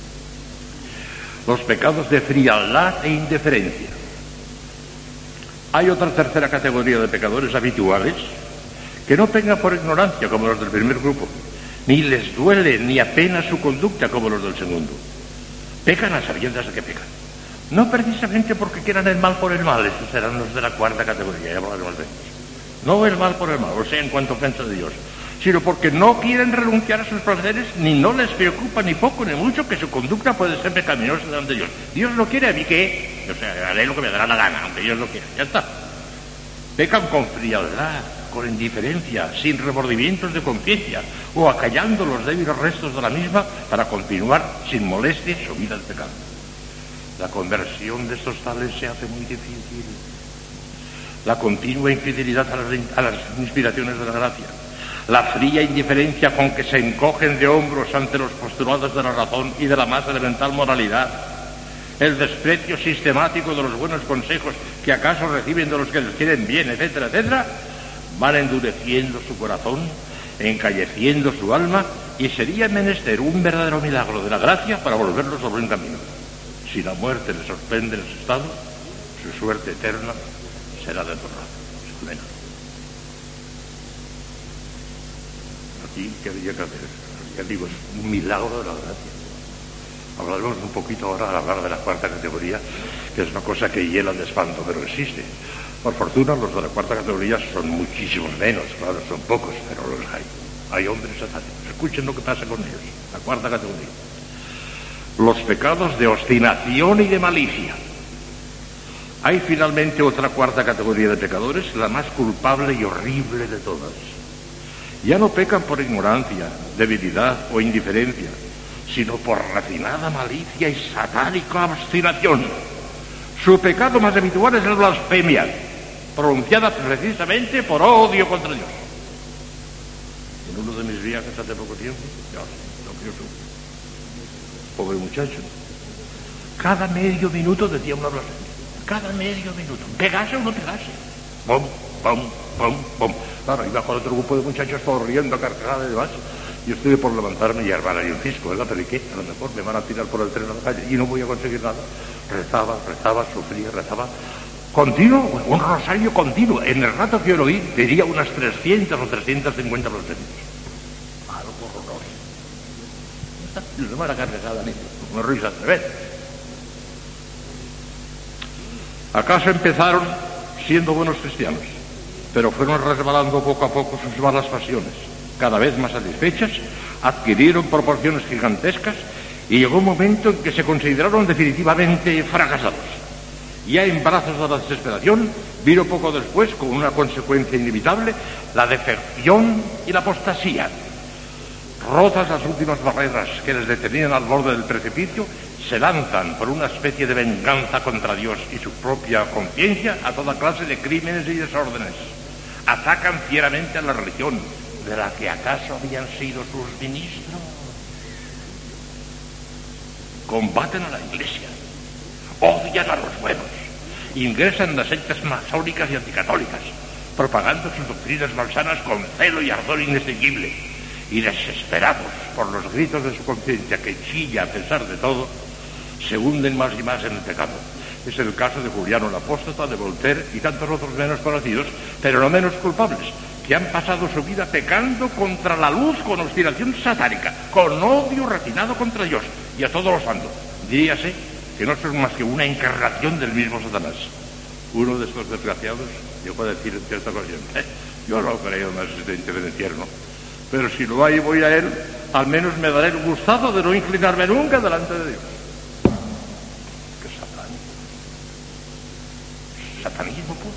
Los pecados de frialdad e indiferencia. Hay otra tercera categoría de pecadores habituales que no pecan por ignorancia como los del primer grupo, ni les duele ni apena su conducta como los del segundo. Pecan a sabiendas de que pecan. No precisamente porque quieran el mal por el mal, esos serán los de la cuarta categoría, ya hablaremos de ellos. No el mal por el mal, o sea, en cuanto ofensa de Dios, sino porque no quieren renunciar a sus placeres, ni no les preocupa ni poco ni mucho que su conducta puede ser pecaminosa delante de Dios. Dios lo quiere, a mí qué, o sea, haré lo que me dará la gana, aunque Dios lo quiera, ya está. Pecan con frialdad, con indiferencia, sin remordimientos de conciencia, o acallando los débiles restos de la misma para continuar sin molestia su vida de pecado. La conversión de estos tales se hace muy difícil. La continua infidelidad a las inspiraciones de la gracia, la fría indiferencia con que se encogen de hombros ante los postulados de la razón y de la más elemental moralidad, el desprecio sistemático de los buenos consejos que acaso reciben de los que les quieren bien, etcétera, etcétera, van endureciendo su corazón, encalleciendo su alma, y sería menester un verdadero milagro de la gracia para volverlos sobre un camino. Si la muerte les sorprende en ese estado, su suerte eterna será de tornado. Amén. Aquí, ¿qué habría que hacer? Ya digo, es un milagro de la gracia. Hablaremos un poquito ahora al hablar de la cuarta categoría, que es una cosa que hiela de espanto, pero existe. Por fortuna, los de la cuarta categoría son muchísimos menos, claro, son pocos, pero los hay. Hay hombres satánicos. Escuchen lo que pasa con ellos. La cuarta categoría. Los pecados de obstinación y de malicia. Hay finalmente otra cuarta categoría de pecadores, la más culpable y horrible de todas. Ya no pecan por ignorancia, debilidad o indiferencia, sino por refinada malicia y satánica obstinación. Su pecado más habitual es la blasfemia, pronunciada precisamente por odio contra Dios. En uno de mis viajes hace poco tiempo, lo que yo supe, pobre muchacho, Cada medio minuto decía una blasfemia. Cada medio minuto. Pegase o no pegase. Pum, pum, pum, pum. Claro, iba con otro grupo de muchachos todos riendo a carcajadas y demás. Yo estoy por levantarme y armar ahí un fisco, ¿verdad? Pero ¿y qué? A lo mejor me van a tirar por el tren a la calle y no voy a conseguir nada. Rezaba, sufría, rezaba. Continuo, un rosario continuo. En el rato que yo lo oí, diría unas 300 o 350 blasfemias. Algo horroroso. Y no me la cargada ni una risa de vez. ¿Acaso empezaron siendo buenos cristianos? Pero fueron resbalando poco a poco sus malas pasiones. Cada vez más satisfechas, adquirieron proporciones gigantescas y llegó un momento en que se consideraron definitivamente fracasados. Ya en brazos de la desesperación, vino poco después, con una consecuencia inevitable, la defección y la apostasía. Rotas las últimas barreras que les detenían al borde del precipicio, se lanzan por una especie de venganza contra Dios y su propia conciencia a toda clase de crímenes y desórdenes. Atacan fieramente a la religión, de la que acaso habían sido sus ministros. Combaten a la Iglesia, odian a los buenos, ingresan en las sectas masónicas y anticatólicas, propagando sus doctrinas malsanas con celo y ardor inextinguible, y desesperados por los gritos de su conciencia que chilla a pesar de todo, se hunden más y más en el pecado. Es el caso de Juliano el Apóstata, de Voltaire y tantos otros menos conocidos, pero no menos culpables, que han pasado su vida pecando contra la luz con obstinación satánica, con odio refinado contra Dios y a todos los santos. Diríase que no son más que una encarnación del mismo Satanás. Uno de estos desgraciados llegó a decir en cierta ocasión: yo no creo en la existencia del infierno, pero si lo hay y voy a él, al menos me daré el gustado de no inclinarme nunca delante de Dios. ¡Qué satánico! Satanismo puro.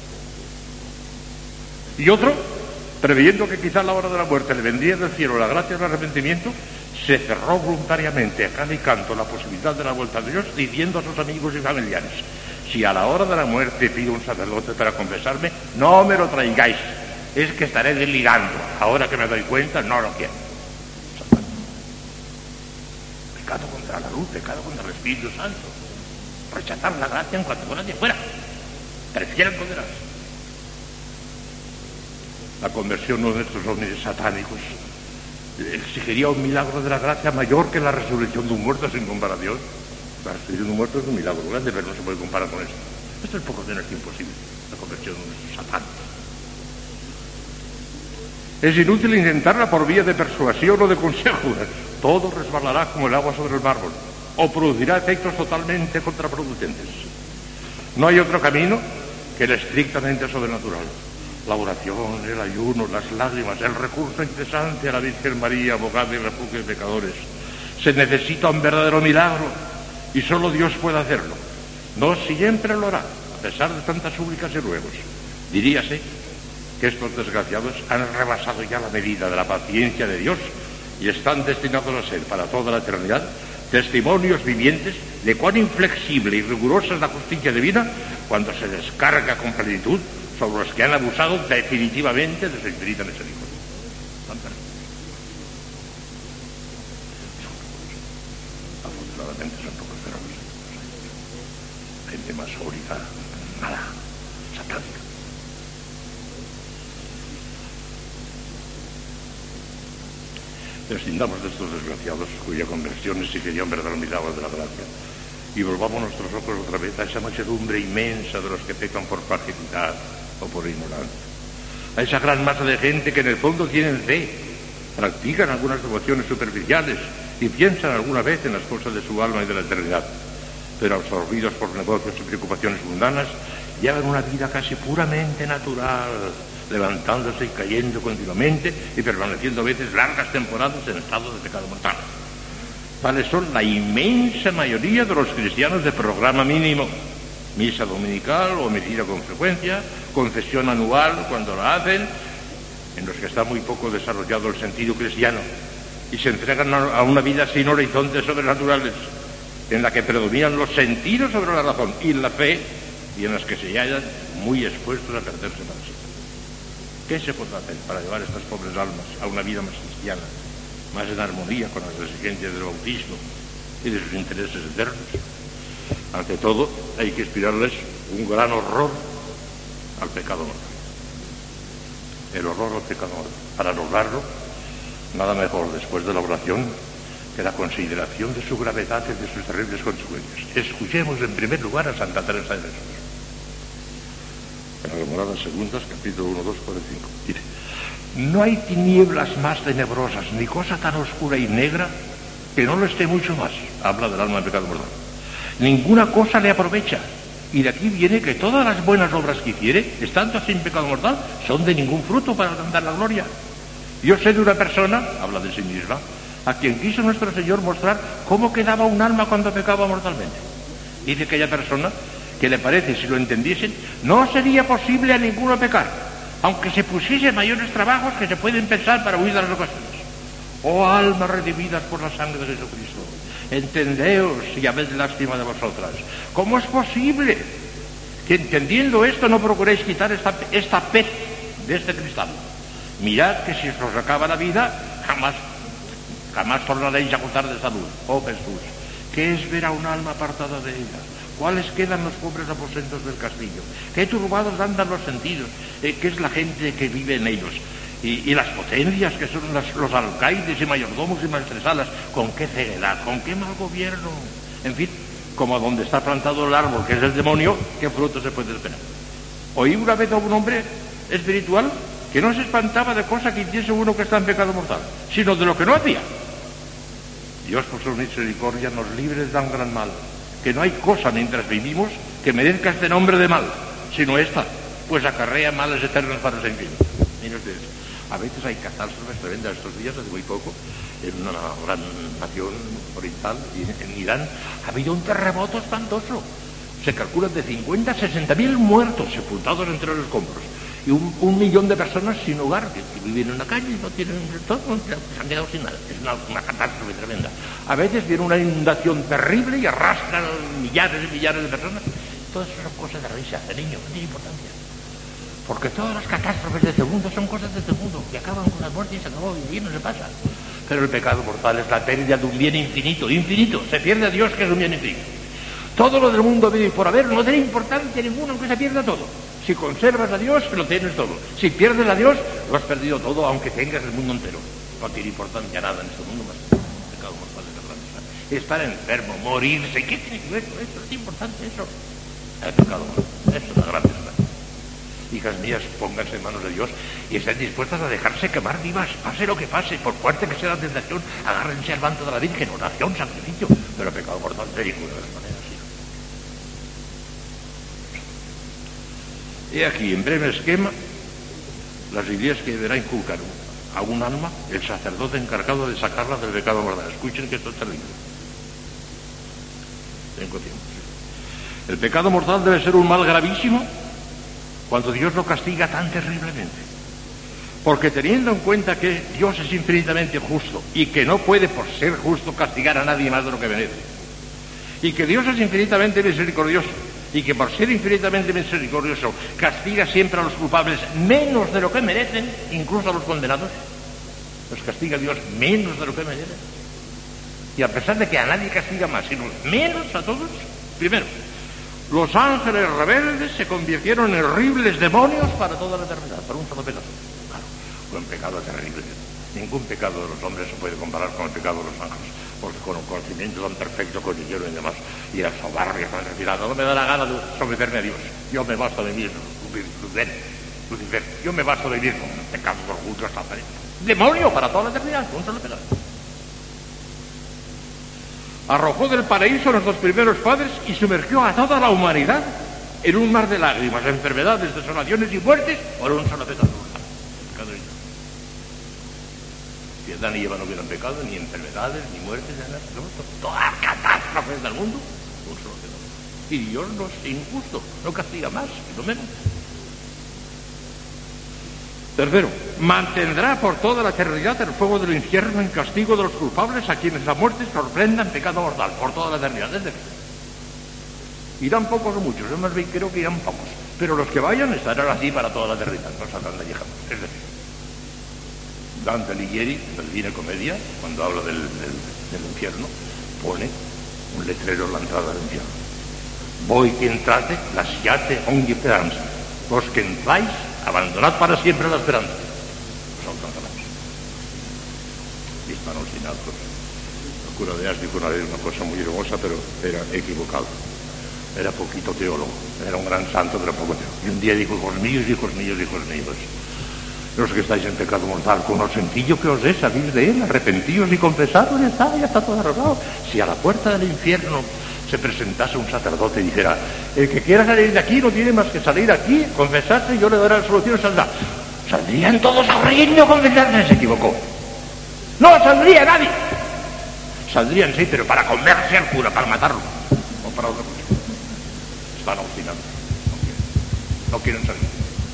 Y otro, previendo que quizá a la hora de la muerte le vendría del cielo la gracia del arrepentimiento, se cerró voluntariamente a cal y canto la posibilidad de la vuelta de Dios, diciendo a sus amigos y familiares: si a la hora de la muerte pido un sacerdote para confesarme, no me lo traigáis, es que estaré delirando. Ahora que me doy cuenta, no lo quiero. Pecado contra la luz, pecado contra el Espíritu Santo. Rechazar la gracia en cuanto nadie fuera. Prefieren condenarse. La conversión de estos hombres satánicos exigiría un milagro de la gracia mayor que la resurrección de un muerto, sin comparación. La resurrección de un muerto es un milagro grande, pero no se puede comparar con esto. Esto es poco menos que imposible, la conversión de un satánico. Es inútil intentarla por vía de persuasión o de consejo. Todo resbalará como el agua sobre el mármol, o producirá efectos totalmente contraproducentes. No hay otro camino que el estrictamente sobrenatural. La oración, el ayuno, las lágrimas, el recurso incesante a la Virgen María, abogada y refugio de pecadores. Se necesita un verdadero milagro, y solo Dios puede hacerlo. No siempre lo hará, a pesar de tantas súplicas y ruegos. Diríase que estos desgraciados han rebasado ya la medida de la paciencia de Dios y están destinados a ser, para toda la eternidad, testimonios vivientes de cuán inflexible y rigurosa es la justicia divina cuando se descarga con plenitud sobre los que han abusado definitivamente de su infinita misericordia. Afortunadamente son pocos feroces. Gente masónica, nada, satánica. Prescindamos de estos desgraciados cuya conversión exigiría un verdadero milagro de la gracia y volvamos nuestros ojos otra vez a esa muchedumbre inmensa de los que pecan por fragilidad o por ignorancia, a esa gran masa de gente que en el fondo tienen fe, practican algunas devociones superficiales y piensan alguna vez en las cosas de su alma y de la eternidad, pero absorbidos por negocios y preocupaciones mundanas, llevan una vida casi puramente natural, levantándose y cayendo continuamente y permaneciendo a veces largas temporadas en estado de pecado mortal. Tales son la inmensa mayoría de los cristianos de programa mínimo: misa dominical o homicidio con frecuencia, confesión anual cuando la hacen, en los que está muy poco desarrollado el sentido cristiano y se entregan a una vida sin horizontes sobrenaturales, en la que predominan los sentidos sobre la razón y la fe, y en las que se hallan muy expuestos a perderse para siempre. ¿Qué se puede hacer para llevar a estas pobres almas a una vida más cristiana, más en armonía con las exigencias del bautismo y de sus intereses eternos? Ante todo, hay que inspirarles un gran horror al pecado mortal. El horror al pecado mortal. Para lograrlo, nada mejor después de la oración que la consideración de su gravedad y de sus terribles consecuencias. Escuchemos en primer lugar a Santa Teresa de Jesús. En las Moradas Segundas, capítulo 1, 2, 45. Dice: no hay tinieblas más tenebrosas, ni cosa tan oscura y negra que no lo esté mucho más. Habla del alma de pecado mortal. Ninguna cosa le aprovecha. Y de aquí viene que todas las buenas obras que hiciere, estando sin pecado mortal, son de ningún fruto para alcanzar la gloria. Yo sé de una persona, habla de sí misma, a quien quiso nuestro Señor mostrar cómo quedaba un alma cuando pecaba mortalmente. Dice aquella persona que le parece, si lo entendiesen, no sería posible a ninguno pecar, aunque se pusiese mayores trabajos que se pueden pensar para huir de las ocasiones. Oh almas redimidas por la sangre de Jesucristo, entendeos y habed lástima de vosotras. ¿Cómo es posible que entendiendo esto no procuréis quitar esta pez de este cristal? Mirad que si os acaba la vida, jamás tornaréis a gozar de salud. Oh Jesús, ¿qué es ver a un alma apartada de ella? ¿Cuáles quedan los pobres aposentos del castillo? ¿Qué turbados andan los sentidos? ¿Qué es la gente que vive en ellos? Y las potencias que son los alcaides y mayordomos y maestresalas, ¿con qué ceguedad? ¿Con qué mal gobierno? En fin, como donde está plantado el árbol, que es el demonio, ¿qué fruto se puede esperar? Oí una vez a un hombre espiritual que no se espantaba de cosa que hiciese uno que está en pecado mortal, sino de lo que no hacía. Dios, por su misericordia, nos libre de tan gran mal, que no hay cosa mientras vivimos que merezca este nombre de mal, sino esta, pues acarrea males eternos para el infierno. Miren ustedes, a veces hay catástrofes tremendas. Estos días, hace muy poco, en una gran nación oriental, en Irán, ha habido un terremoto espantoso. Se calculan de 50 a 60.000 muertos sepultados entre los escombros y 1 millón de personas sin hogar, que viven en la calle y no tienen todo, se han quedado sin nada. Es una catástrofe tremenda. A veces viene una inundación terrible y arrastran millares y millares de personas. Todas esas son cosas de risa, de niños, no tiene importancia. Porque todas las catástrofes de este mundo son cosas de este mundo, que acaban con la muerte y se acabó, y bien no se pasa. Pero el pecado mortal es la pérdida de un bien infinito, se pierde a Dios, que es un bien infinito. Todo lo del mundo vive por haber no tiene importancia ninguna, aunque se pierda todo. Si conservas a Dios, lo tienes todo. Si pierdes a Dios, lo has perdido todo, aunque tengas el mundo entero. No tiene importancia nada en este mundo más que el pecado mortal de la grandeza. Estar enfermo, morirse, ¿qué tiene que ver con eso? Es importante eso. El pecado mortal, eso es la gran desgracia. Hijas mías, pónganse en manos de Dios y estén dispuestas a dejarse quemar vivas, pase lo que pase, por fuerte que sea la tentación, agárrense al manto de la Virgen, oración, sacrificio, pero el pecado mortal de ninguna de las maneras. He aquí, en breve esquema, las ideas que deberá inculcar a un alma el sacerdote encargado de sacarla del pecado mortal. Escuchen que esto es terrible. Tengo tiempo. El pecado mortal debe ser un mal gravísimo cuando Dios lo castiga tan terriblemente. Porque teniendo en cuenta que Dios es infinitamente justo y que no puede, por ser justo, castigar a nadie más de lo que merece, y que Dios es infinitamente misericordioso y que por ser infinitamente misericordioso castiga siempre a los culpables menos de lo que merecen, incluso a los condenados, los castiga Dios menos de lo que merecen. Y a pesar de que a nadie castiga más, sino menos a todos, primero, los ángeles rebeldes se convirtieron en horribles demonios para toda la eternidad, por un solo pecado. Claro, fue un pecado terrible. Ningún pecado de los hombres se puede comparar con el pecado de los ángeles, porque con un conocimiento tan perfecto que consiguieron y demás, y la soberbia tan retirada, no me da la gana de someterme a Dios. Yo me basto de vivir, Lucifer, yo me basto de vivir con pecados de orgullo hasta la demonio para toda la eternidad, con un solo pecado. Arrojó del paraíso a nuestros primeros padres y sumergió a toda la humanidad en un mar de lágrimas, enfermedades, desolaciones y muertes por un solo pecado. Si Adán y Eva no hubieran pecado, ni enfermedades, ni muertes, ni nada, todas las catástrofes del mundo, un solo pecado. Y Dios no es injusto, no castiga más, lo menos. Tercero, mantendrá por toda la eternidad el fuego del infierno en castigo de los culpables a quienes la muerte sorprenda en pecado mortal, por toda la eternidad. Es decir, irán pocos o muchos, yo más bien creo que irán pocos, pero los que vayan estarán así para toda la eternidad, no saldrán de allí jamás. Es decir, Dante Alighieri, en la Divina Comedia, cuando habla del infierno, pone un letrero en la entrada del infierno. Voi que entrate, lasciate ogni speranza. Los que entráis, abandonad para siempre la esperanza. Son Satanás. Hispanos inaptos. El cura de As dijo una vez una cosa muy hermosa, pero era equivocado. Era poquito teólogo. Era un gran santo, pero poco teólogo. Y un día dijo, hijos míos, hijos míos, hijos míos. Los que estáis en pecado mortal, con lo sencillo que os es, salís de él, arrepentíos y confesados, ya está todo arreglado. Si a la puerta del infierno se presentase un sacerdote y dijera, el que quiera salir de aquí no tiene más que salir aquí, confesarse y yo le daré la solución y saldrá. Saldrían todos corriendo a confesarse, se equivocó. No saldría nadie. Saldrían, sí, pero para comerse al cura, para matarlo, o para otra cosa. Están obstinados, no quieren salir.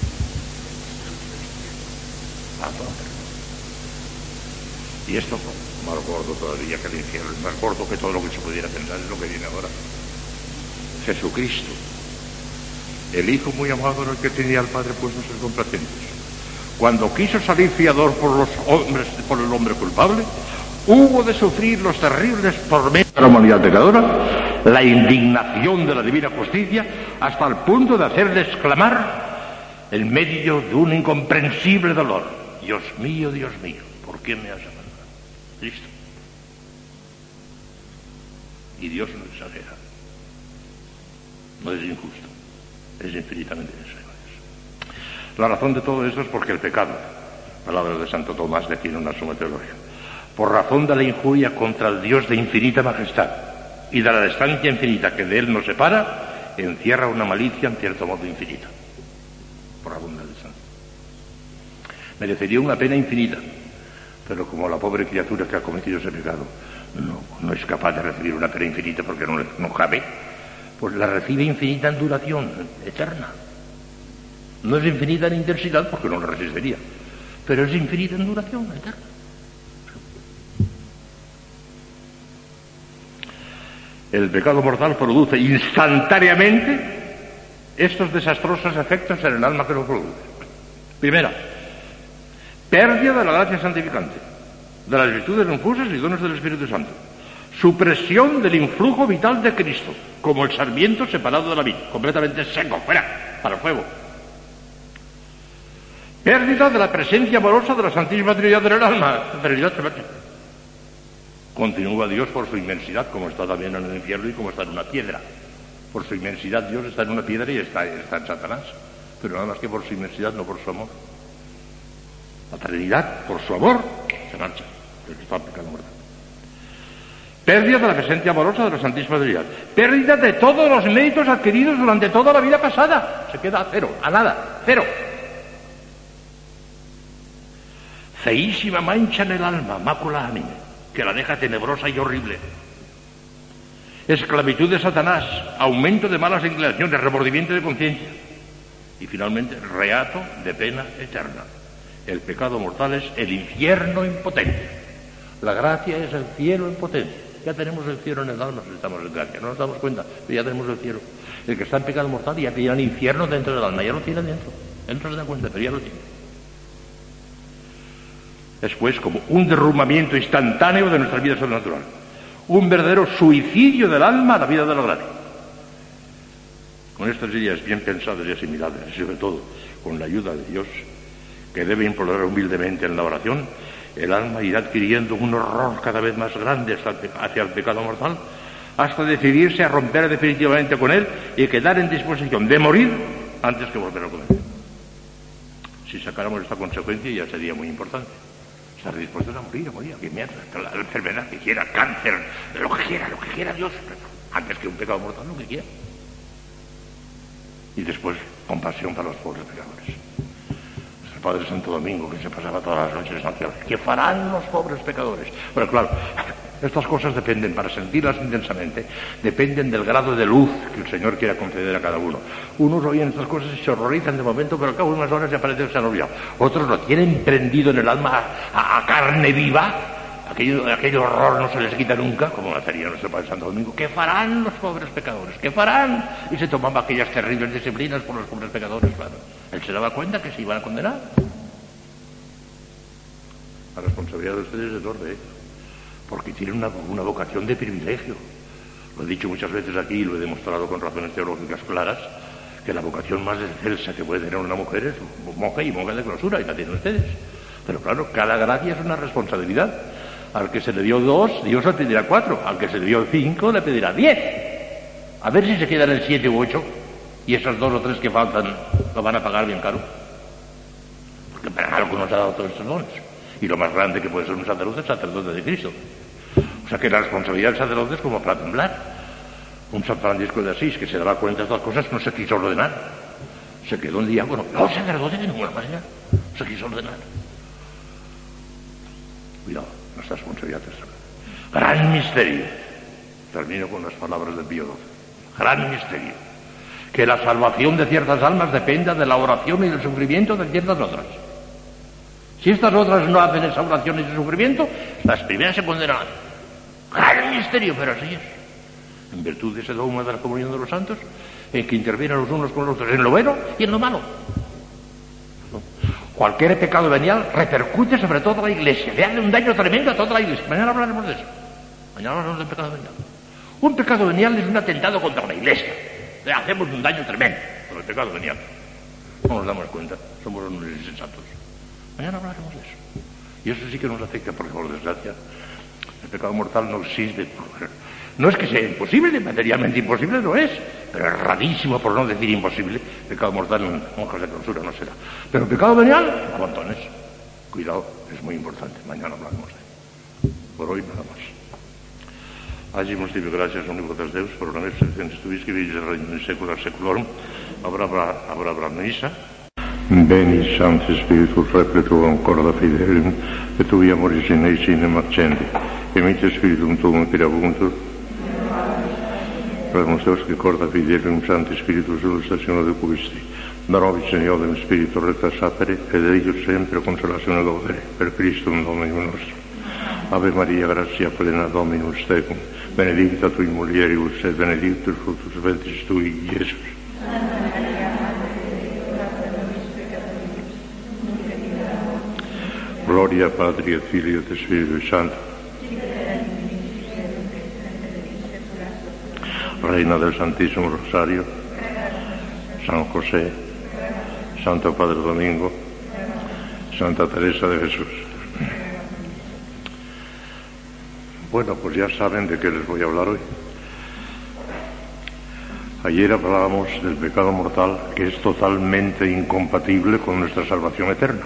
Y esto, más gordo todavía que el infierno, más gordo que todo lo que se pudiera pensar, es lo que viene ahora. Jesucristo, el Hijo muy amado en el que tenía al Padre puestos en complacencias. Cuando quiso salir fiador por los hombres, por el hombre culpable, hubo de sufrir los terribles tormentos de la humanidad pecadora, la indignación de la divina justicia, hasta el punto de hacerle exclamar en medio de un incomprensible dolor: Dios mío, ¿por qué me has abandonado? Listo. Y Dios no exagera, no es injusto, es infinitamente necesario. La razón de todo esto es porque el pecado, palabras de Santo Tomás define una suma teología, por razón de la injuria contra el Dios de infinita majestad y de la distancia infinita que de él nos separa, encierra una malicia en cierto modo infinita. Por razón del santo. Merecería una pena infinita, pero como la pobre criatura que ha cometido ese pecado no es capaz de recibir una pena infinita porque no cabe, pues la recibe infinita en duración, eterna. No es infinita en intensidad porque no la resistiría, pero es infinita en duración, eterna. El pecado mortal produce instantáneamente estos desastrosos efectos en el alma que lo produce. Primera, pérdida de la gracia santificante, de las virtudes infusas y dones del Espíritu Santo. Supresión del influjo vital de Cristo, como el sarmiento separado de la vid, completamente seco, fuera, para el fuego. Pérdida de la presencia amorosa de la Santísima Trinidad en el alma, Trinidad tremenda. Continúa Dios por su inmensidad, como está también en el infierno y como está en una piedra. Por su inmensidad Dios está en una piedra y está en Satanás, pero nada más que por su inmensidad, no por su amor. La Trinidad, por su amor, se marcha, el que está en pecado mortal. Pérdida de la presencia amorosa de la Santísima Trinidad. Pérdida de todos los méritos adquiridos durante toda la vida pasada. Se queda a cero, a nada, cero. Feísima mancha en el alma, mácula anime, que la deja tenebrosa y horrible. Esclavitud de Satanás, aumento de malas inclinaciones, remordimiento de conciencia. Y finalmente, reato de pena eterna. El pecado mortal es el infierno impotente. La gracia es el cielo impotente. Ya tenemos el cielo en el alma si estamos en gracia. No nos damos cuenta, pero ya tenemos el cielo. El que está en pecado mortal ya tiene el infierno dentro del alma. Ya lo tiene dentro. Él no se da cuenta, pero ya lo tiene. Después, como un derrumbamiento instantáneo de nuestra vida sobrenatural. Un verdadero suicidio del alma a la vida de la gracia. Con estas ideas bien pensadas y asimiladas, y sobre todo con la ayuda de Dios, que debe implorar humildemente en la oración, el alma irá adquiriendo un horror cada vez más grande hacia el pecado mortal, hasta decidirse a romper definitivamente con él y quedar en disposición de morir antes que volver a con él. Si sacáramos esta consecuencia ya sería muy importante. Estar dispuestos a morir, que mierda, la enfermedad que quiera, cáncer, lo que quiera Dios, antes que un pecado mortal, lo que quiera. Y después, compasión para los pobres pecadores. El Padre Santo Domingo, que se pasaba todas las noches en el cielo. ¿Qué farán los pobres pecadores? Pero claro, estas cosas dependen, para sentirlas intensamente, dependen del grado de luz que el Señor quiera conceder a cada uno. Unos oyen estas cosas y se horrorizan de momento, pero al cabo de unas horas ya parece que se han olvidado. Otros lo tienen prendido en el alma a carne viva. Aquel horror no se les quita nunca, como hacería nuestro Padre Santo Domingo. ¿Qué farán los pobres pecadores? ¿Qué farán? Y se tomaban aquellas terribles disciplinas por los pobres pecadores, claro. Él se daba cuenta que se iban a condenar. La responsabilidad de ustedes es enorme, porque tienen una vocación de privilegio. Lo he dicho muchas veces aquí y lo he demostrado con razones teológicas claras, que la vocación más excelsa que puede tener una mujer es monja y monja de clausura, y la tienen ustedes. Pero claro, cada gracia es una responsabilidad. Al que se le dio 2, Dios le pedirá 4. Al que se le dio 5, le pedirá 10. A ver si se quedan en 7 u 8, y esos 2 o 3 que faltan lo van a pagar bien caro. Porque para algo nos ha dado todos estos dones. Y lo más grande que puede ser un sacerdote es el sacerdote de Cristo. O sea que la responsabilidad del sacerdote es como para temblar. Un San Francisco de Asís que se daba cuenta de estas cosas no se quiso ordenar. Se quedó un diácono. No, sacerdote de ninguna manera. Se quiso ordenar. Cuidado, nuestra responsabilidad es gran misterio. Termino con las palabras de Pío XII. Gran misterio. Que la salvación de ciertas almas dependa de la oración y del sufrimiento de ciertas otras. Si estas otras no hacen esa oración y ese sufrimiento, las primeras se condenarán. Gran misterio, pero así es. En virtud de ese dogma de la comunión de los santos, en que intervienen los unos con los otros en lo bueno y en lo malo. Cualquier pecado venial repercute sobre toda la Iglesia, le hace un daño tremendo a toda la Iglesia. Mañana hablaremos de eso. Mañana hablaremos del pecado venial. Un pecado venial es un atentado contra la Iglesia. Le hacemos un daño tremendo por el pecado venial. No nos damos cuenta, somos unos insensatos. Mañana hablaremos de eso. Y eso sí que nos afecta, porque por desgracia el pecado mortal no existe. No es que sea imposible, materialmente imposible no es, pero es rarísimo, por no decir imposible. Pecado mortal en monjas de clausura no será. Pero pecado venial, a montones. Cuidado, es muy importante. Mañana hablaremos de él. Por hoy nada más. Hagimos tibi gracias omnipotes Deus, por una vez en estuvis que vivis reino in secula seculorum, abra misa. Beni Sancti Spiritus Repletuum corda fidelum, et tui amoris in eis in accendi, emite Spiritum tuum pirabunctur, Premus Deus que corda fidelum Sancti Spiritus illustratione de cuisti, darovis in iodem Spiritu recta sapere, ed eius sempre consolazione gaudere, per Christum Dominum nostrum. Ave Maria, gratia plena Dominus tecum, benedicta tui mulieribus, et benedictus fructus ventris tui, Iesus. Gloria Patri et Filio et Spiritus Sancto. Reina del Santísimo Rosario, San José, Santo Padre Domingo, Santa Teresa de Jesús. Bueno, pues ya saben de qué les voy a hablar hoy. Ayer hablábamos del pecado mortal, que es totalmente incompatible con nuestra salvación eterna.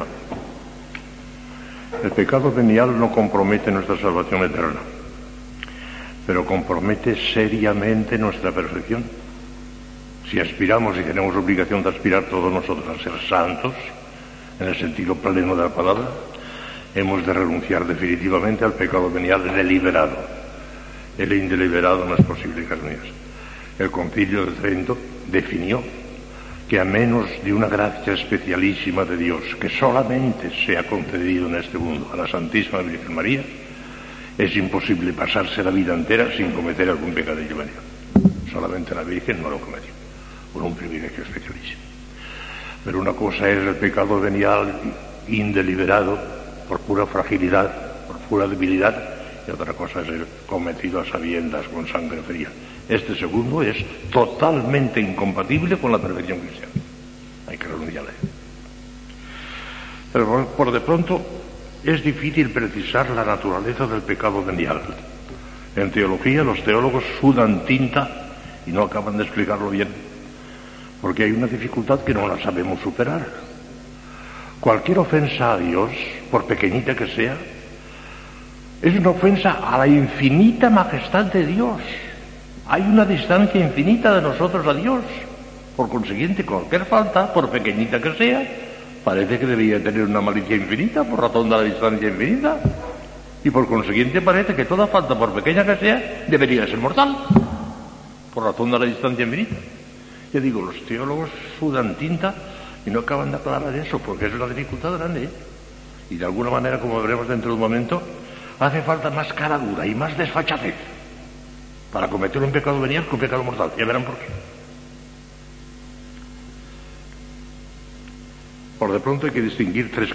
El pecado venial no compromete nuestra salvación eterna, pero compromete seriamente nuestra perfección. Si aspiramos y tenemos obligación de aspirar todos nosotros a ser santos, en el sentido pleno de la palabra, hemos de renunciar definitivamente al pecado venial deliberado. El indeliberado no es posible, hijas mías. El Concilio de Trento definió que a menos de una gracia especialísima de Dios, que solamente se ha concedido en este mundo a la Santísima Virgen María, es imposible pasarse la vida entera sin cometer algún pecadillo venial. Solamente la Virgen no lo cometió, por un privilegio especialísimo. Pero una cosa es el pecado venial indeliberado, por pura fragilidad, por pura debilidad, y otra cosa es el cometido a sabiendas con sangre fría. Este segundo es totalmente incompatible con la perfección cristiana. Hay que renunciarle. Pero por de pronto es difícil precisar la naturaleza del pecado venial. En teología los teólogos sudan tinta y no acaban de explicarlo bien, porque hay una dificultad que no la sabemos superar. Cualquier ofensa a Dios, por pequeñita que sea, es una ofensa a la infinita majestad de Dios. Hay una distancia infinita de nosotros a Dios. Por consiguiente, cualquier falta, por pequeñita que sea, parece que debería tener una malicia infinita por razón de la distancia infinita. Y por consiguiente parece que toda falta, por pequeña que sea, debería ser mortal, por razón de la distancia infinita. Yo digo, los teólogos sudan tinta y no acaban de aclarar eso, porque es una dificultad grande, ¿eh? Y de alguna manera, como veremos dentro de un momento, hace falta más cara dura y más desfachatez para cometer un pecado venial que un pecado mortal. Ya verán por qué. Por de pronto hay que distinguir tres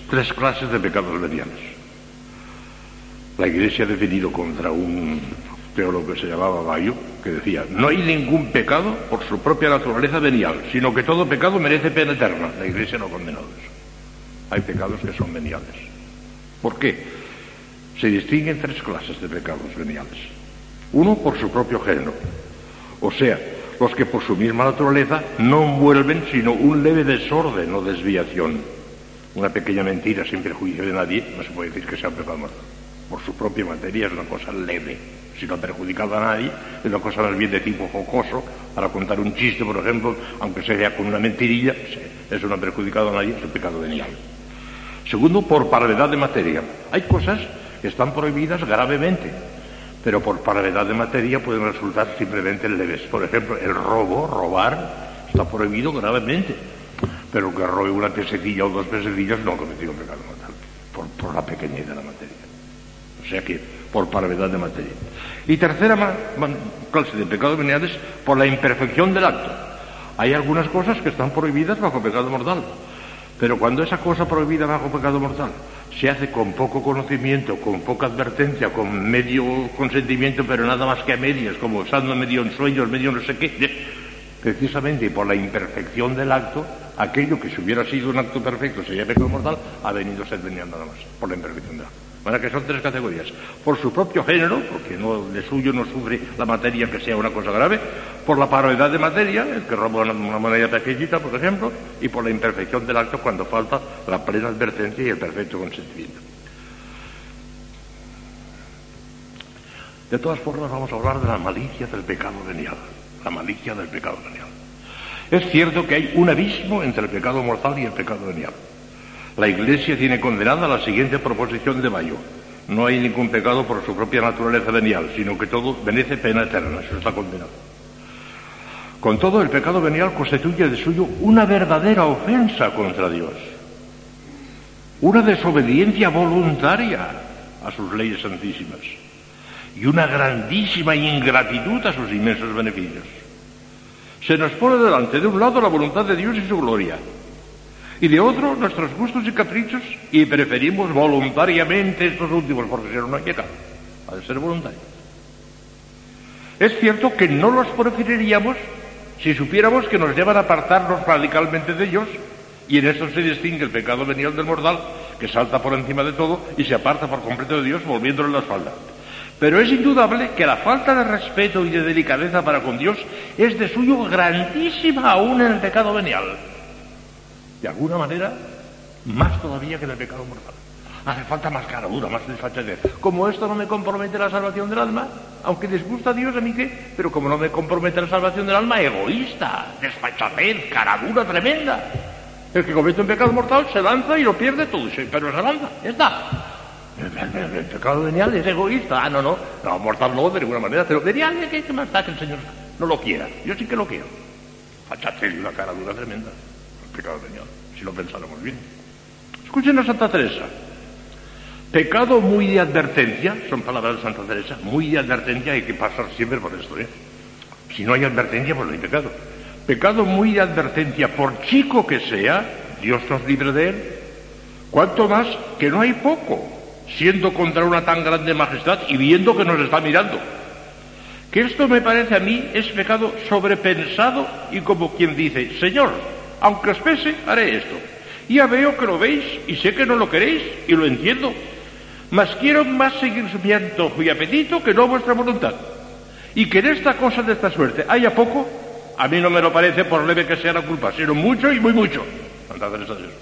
clases de pecados veniales. La Iglesia ha definido contra un teólogo que se llamaba Bayo, que decía: no hay ningún pecado por su propia naturaleza venial, sino que todo pecado merece pena eterna. La Iglesia no ha condenado eso. Hay pecados que son veniales. ¿Por qué? Se distinguen tres clases de pecados veniales. Uno, por su propio género, o sea, los que por su misma naturaleza no envuelven sino un leve desorden o desviación. Una pequeña mentira sin perjuicio de nadie no se puede decir que sea un pecado mortal. Por su propia materia es una cosa leve. Si no ha perjudicado a nadie, es una cosa más bien de tipo jocoso, para contar un chiste, por ejemplo, aunque sea con una mentirilla, eso no ha perjudicado a nadie, es un pecado venial. Segundo, por parvedad de materia. Hay cosas que están prohibidas gravemente, pero por parvedad de materia pueden resultar simplemente leves. Por ejemplo, el robo, robar, está prohibido gravemente, pero que robe una pesetilla o dos pesetillas no ha cometido un pecado mortal, por la pequeñez de la materia. O sea que, por parvedad de materia. Y tercera clase de pecados veniales, por la imperfección del acto. Hay algunas cosas que están prohibidas bajo pecado mortal, pero cuando esa cosa prohibida bajo pecado mortal se hace con poco conocimiento, con poca advertencia, con medio consentimiento, pero nada más que a medias, como usando medio en sueños, medio no sé qué, precisamente por la imperfección del acto, aquello que si hubiera sido un acto perfecto sería pecado mortal, ha venido a ser venial nada más, por la imperfección del acto. Bueno, que son tres categorías: por su propio género, porque no, de suyo no sufre la materia que sea una cosa grave; por la parvedad de materia, el que roba una moneda pequeñita, por ejemplo; y por la imperfección del acto, cuando falta la plena advertencia y el perfecto consentimiento. De todas formas, vamos a hablar de la malicia del pecado venial. La malicia del pecado venial. Es cierto que hay un abismo entre el pecado mortal y el pecado venial. La Iglesia tiene condenada la siguiente proposición de Bayo: no hay ningún pecado por su propia naturaleza venial, sino que todo merece pena eterna. Eso está condenado. Con todo, el pecado venial constituye de suyo una verdadera ofensa contra Dios, una desobediencia voluntaria a sus leyes santísimas y una grandísima ingratitud a sus inmensos beneficios. Se nos pone delante, de un lado, la voluntad de Dios y su gloria, y de otro, nuestros gustos y caprichos, y preferimos voluntariamente estos últimos, porque si no, no hay pecado. Ha de ser voluntario. Es cierto que no los preferiríamos si supiéramos que nos llevan a apartarnos radicalmente de Dios, y en eso se distingue el pecado venial del mortal, que salta por encima de todo y se aparta por completo de Dios, volviéndole la espalda. Pero es indudable que la falta de respeto y de delicadeza para con Dios es de suyo grandísima aún en el pecado venial. De alguna manera, más todavía que en el pecado mortal. Hace falta más cara dura, más desfachatez. Como esto no me compromete la salvación del alma, aunque les gusta a Dios, a mí qué, pero como no me compromete la salvación del alma, egoísta, desfachatez, cara dura tremenda. El que comete un pecado mortal se lanza y lo pierde todo, pero se lanza, ya está. El pecado venial es egoísta. No, mortal no, de ninguna manera, pero venial, ¿qué más da que el Señor no lo quiera? Yo sí que lo quiero. Fachatez y una cara dura tremenda. Pecado venial, si lo pensáramos bien. Escuchen a Santa Teresa. Pecado muy de advertencia, son palabras de Santa Teresa, muy de advertencia, hay que pasar siempre por esto, Si no hay advertencia, pues no hay pecado. Pecado muy de advertencia, por chico que sea, Dios nos libre de él. Cuanto más que no hay poco, siendo contra una tan grande majestad y viendo que nos está mirando. Que esto me parece a mí es pecado sobrepensado y como quien dice: Señor, aunque os pese, haré esto. Ya veo que lo veis y sé que no lo queréis y lo entiendo. Mas quiero más seguir mi antojo y apetito que no vuestra voluntad. Y que en esta cosa de esta suerte haya poco, a mí no me lo parece por leve que sea la culpa, sino mucho y muy mucho. Santa Teresa de Jesús.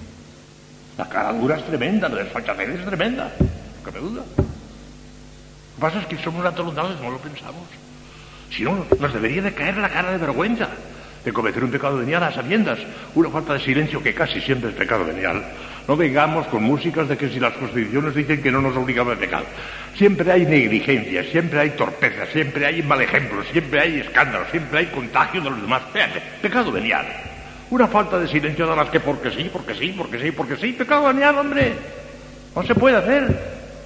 La cara dura es tremenda, la desfachatez es tremenda. No cabe duda. Lo que pasa es que somos atolondrados, no lo pensamos. Si no, nos debería de caer la cara de vergüenza de cometer un pecado venial a sabiendas, una falta de silencio que casi siempre es pecado venial. No vengamos con músicas de que si las constituciones dicen que no nos obligamos a pecar. Siempre hay negligencia, siempre hay torpeza, siempre hay mal ejemplo, siempre hay escándalo, siempre hay contagio de los demás. Fíjate, pecado venial. Una falta de silencio nada más que porque sí, pecado venial, hombre. No se puede hacer.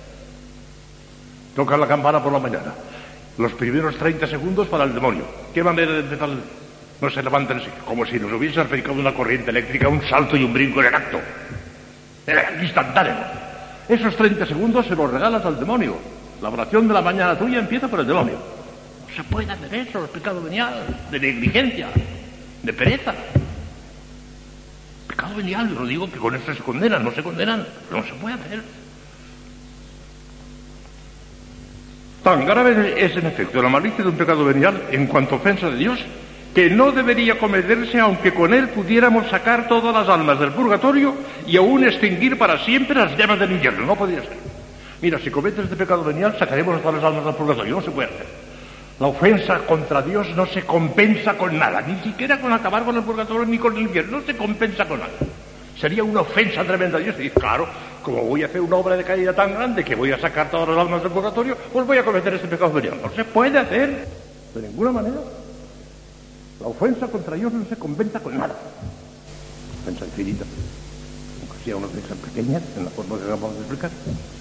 Toca la campana por la mañana. Los primeros 30 segundos para el demonio. ¿Qué manera de empezar? No se levantan como si nos hubiese aplicado una corriente eléctrica, un salto y un brinco en el acto. Instantáneo. Esos 30 segundos se los regalas al demonio. La oración de la mañana tuya empieza por el demonio. No se puede hacer eso, es pecado venial, de negligencia, de pereza. Pecado venial, yo no digo que con eso se condenan, no se condenan, pero no se puede hacer. Tan grave es en efecto la malicia de un pecado venial en cuanto ofensa de Dios, que no debería cometerse aunque con él pudiéramos sacar todas las almas del purgatorio y aún extinguir para siempre las llamas del infierno. No podría ser. Mira, si cometes este pecado venial, sacaremos todas las almas del purgatorio. No se puede hacer. La ofensa contra Dios no se compensa con nada, ni siquiera con acabar con el purgatorio ni con el infierno. No se compensa con nada. Sería una ofensa tremenda a Dios. Y dice, claro, como voy a hacer una obra de caridad tan grande que voy a sacar todas las almas del purgatorio, pues voy a cometer este pecado venial. No se puede hacer de ninguna manera. La ofensa contra Dios no se compensa con nada. Ofensa infinita. Aunque sea una ofensa pequeña, en la forma que acabamos de explicar.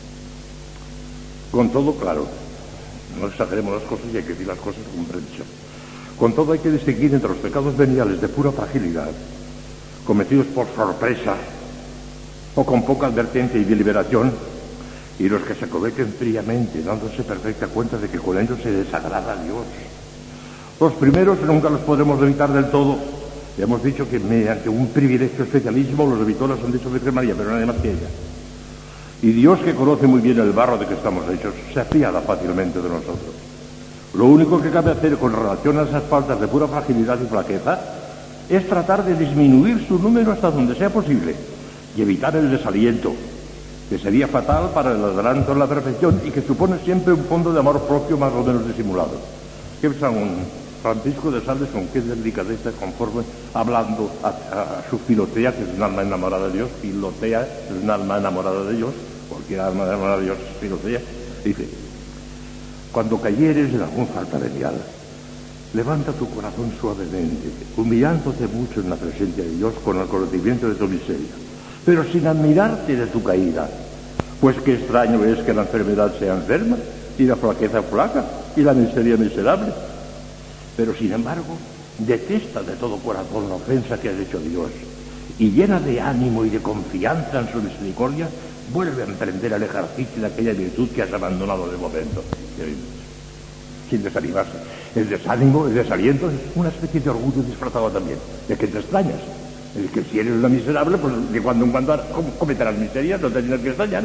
Con todo, claro, no exageremos las cosas y hay que decir las cosas con precisión. Con todo hay que distinguir entre los pecados veniales de pura fragilidad, cometidos por sorpresa o con poca advertencia y deliberación, y los que se cometen fríamente, dándose perfecta cuenta de que con ellos se desagrada a Dios. Los primeros nunca los podremos evitar del todo. Ya hemos dicho que mediante un privilegio especialismo los evitó la Santísima Virgen María, pero nadie más que ella. Y Dios, que conoce muy bien el barro de que estamos hechos, se apiada fácilmente de nosotros. Lo único que cabe hacer con relación a esas faltas de pura fragilidad y flaqueza es tratar de disminuir su número hasta donde sea posible y evitar el desaliento, que sería fatal para el adelanto en la perfección y que supone siempre un fondo de amor propio más o menos disimulado. Que San Francisco de Sales, con qué delicadeza, conforme hablando a su Filotea, que es un alma enamorada de Dios. Filotea es un alma enamorada de Dios, cualquier alma enamorada de Dios es Filotea. Dice, cuando cayeres en algún falta venial, levanta tu corazón suavemente, humillándote mucho en la presencia de Dios con el conocimiento de tu miseria, pero sin admirarte de tu caída, pues qué extraño es que la enfermedad sea enferma y la flaqueza flaca y la miseria miserable. Pero sin embargo, detesta de todo corazón la ofensa que has hecho a Dios y llena de ánimo y de confianza en su misericordia, vuelve a emprender el ejercicio de aquella virtud que has abandonado de momento, sin desanimarse. El desánimo, el desaliento es una especie de orgullo disfrazado también, de que te extrañas. El que si eres una miserable, pues de cuando en cuando cometerás miserias, no tendrás que extrañar.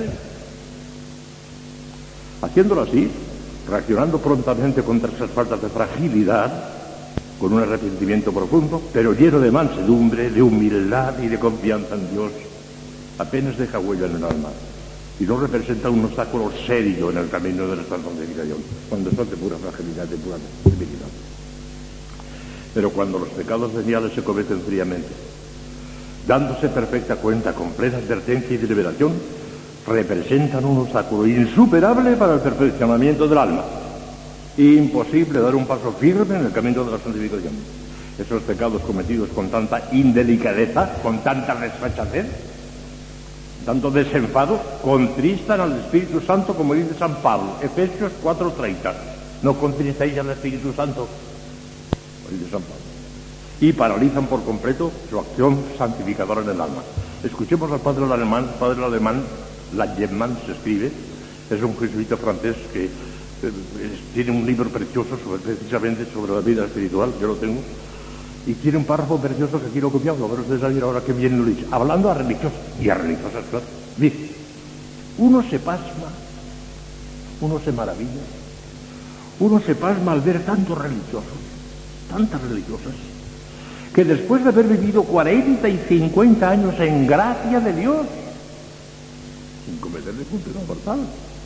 Haciéndolo así, reaccionando prontamente contra esas faltas de fragilidad, con un arrepentimiento profundo, pero lleno de mansedumbre, de humildad y de confianza en Dios, apenas deja huella en el alma y no representa un obstáculo serio en el camino de nuestra santificación, cuando son de pura fragilidad y pura debilidad. Pero cuando los pecados veniales se cometen fríamente, dándose perfecta cuenta, con plena advertencia y deliberación, representan un obstáculo insuperable para el perfeccionamiento del alma. Imposible dar un paso firme en el camino de la santificación. Esos pecados cometidos con tanta indelicadeza, con tanta desfachatez, tanto desenfado, contristan al Espíritu Santo, como dice San Pablo, Efesios 4:30. No contristéis al Espíritu Santo, dice San Pablo, y paralizan por completo su acción santificadora en el alma. Escuchemos al padre alemán, Langemann se escribe, es un jesuita francés que tiene un libro precioso precisamente sobre la vida espiritual, yo lo tengo, y tiene un párrafo precioso que quiero copiarlo, a ver ustedes saben ahora que bien lo dice, hablando a religiosos, y a religiosas, claro. Dice, uno se pasma, uno se maravilla, uno se pasma al ver tantos religiosos, tantas religiosas, que después de haber vivido 40 y 50 años en gracia de Dios, sin cometerle pecado mortal,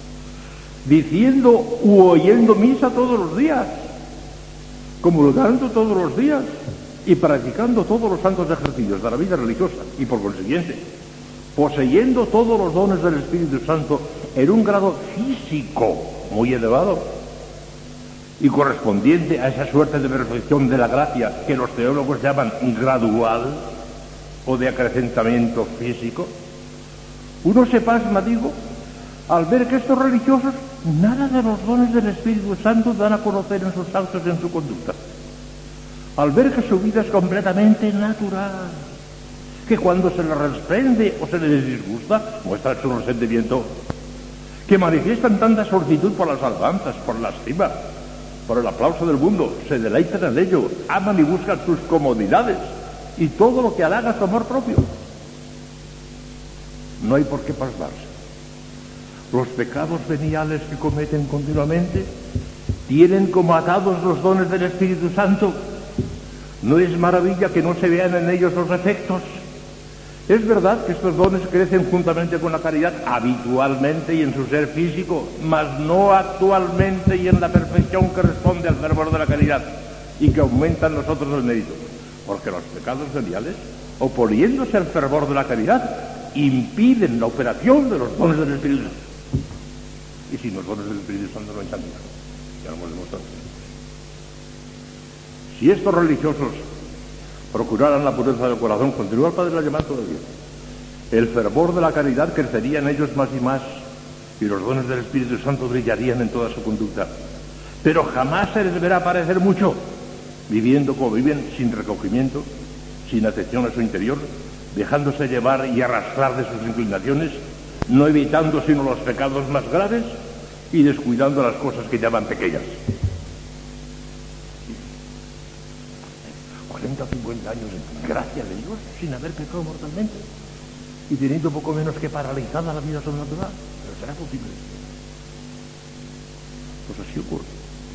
diciendo u oyendo misa todos los días, comulgando todos los días y practicando todos los santos ejercicios de la vida religiosa y por consiguiente poseyendo todos los dones del Espíritu Santo en un grado físico muy elevado y correspondiente a esa suerte de perfección de la gracia que los teólogos llaman gradual o de acrecentamiento físico, uno se pasma, digo, al ver que estos religiosos nada de los dones del Espíritu Santo dan a conocer en sus actos y en su conducta. Al ver que su vida es completamente natural, que cuando se le reprende o se le disgusta, muestra su resentimiento, que manifiestan tanta solicitud por las alabanzas, por la estima, por el aplauso del mundo, se deleitan en ello, aman y buscan sus comodidades y todo lo que halaga su amor propio. No hay por qué pasmarse. Los pecados veniales que cometen continuamente tienen como atados los dones del Espíritu Santo. No es maravilla que no se vean en ellos los efectos. Es verdad que estos dones crecen juntamente con la caridad habitualmente y en su ser físico, mas no actualmente y en la perfección que responde al fervor de la caridad y que aumentan nosotros el mérito. Porque los pecados veniales, oponiéndose al fervor de la caridad, impiden la operación de los dones del Espíritu Santo. Y sin los dones del Espíritu Santo no hay santidad. Ya lo hemos demostrado. Si estos religiosos procuraran la pureza del corazón, continúa el Padre la llamada todavía, el fervor de la caridad crecería en ellos más y más, y los dones del Espíritu Santo brillarían en toda su conducta. Pero jamás se les verá parecer mucho, viviendo como viven, sin recogimiento, sin atención a su interior, dejándose llevar y arrastrar de sus inclinaciones, no evitando sino los pecados más graves y descuidando las cosas que llaman pequeñas. 40 o 50 años en gracia de Dios sin haber pecado mortalmente y teniendo poco menos que paralizada la vida sobrenatural. Pero será posible. Pues así ocurre.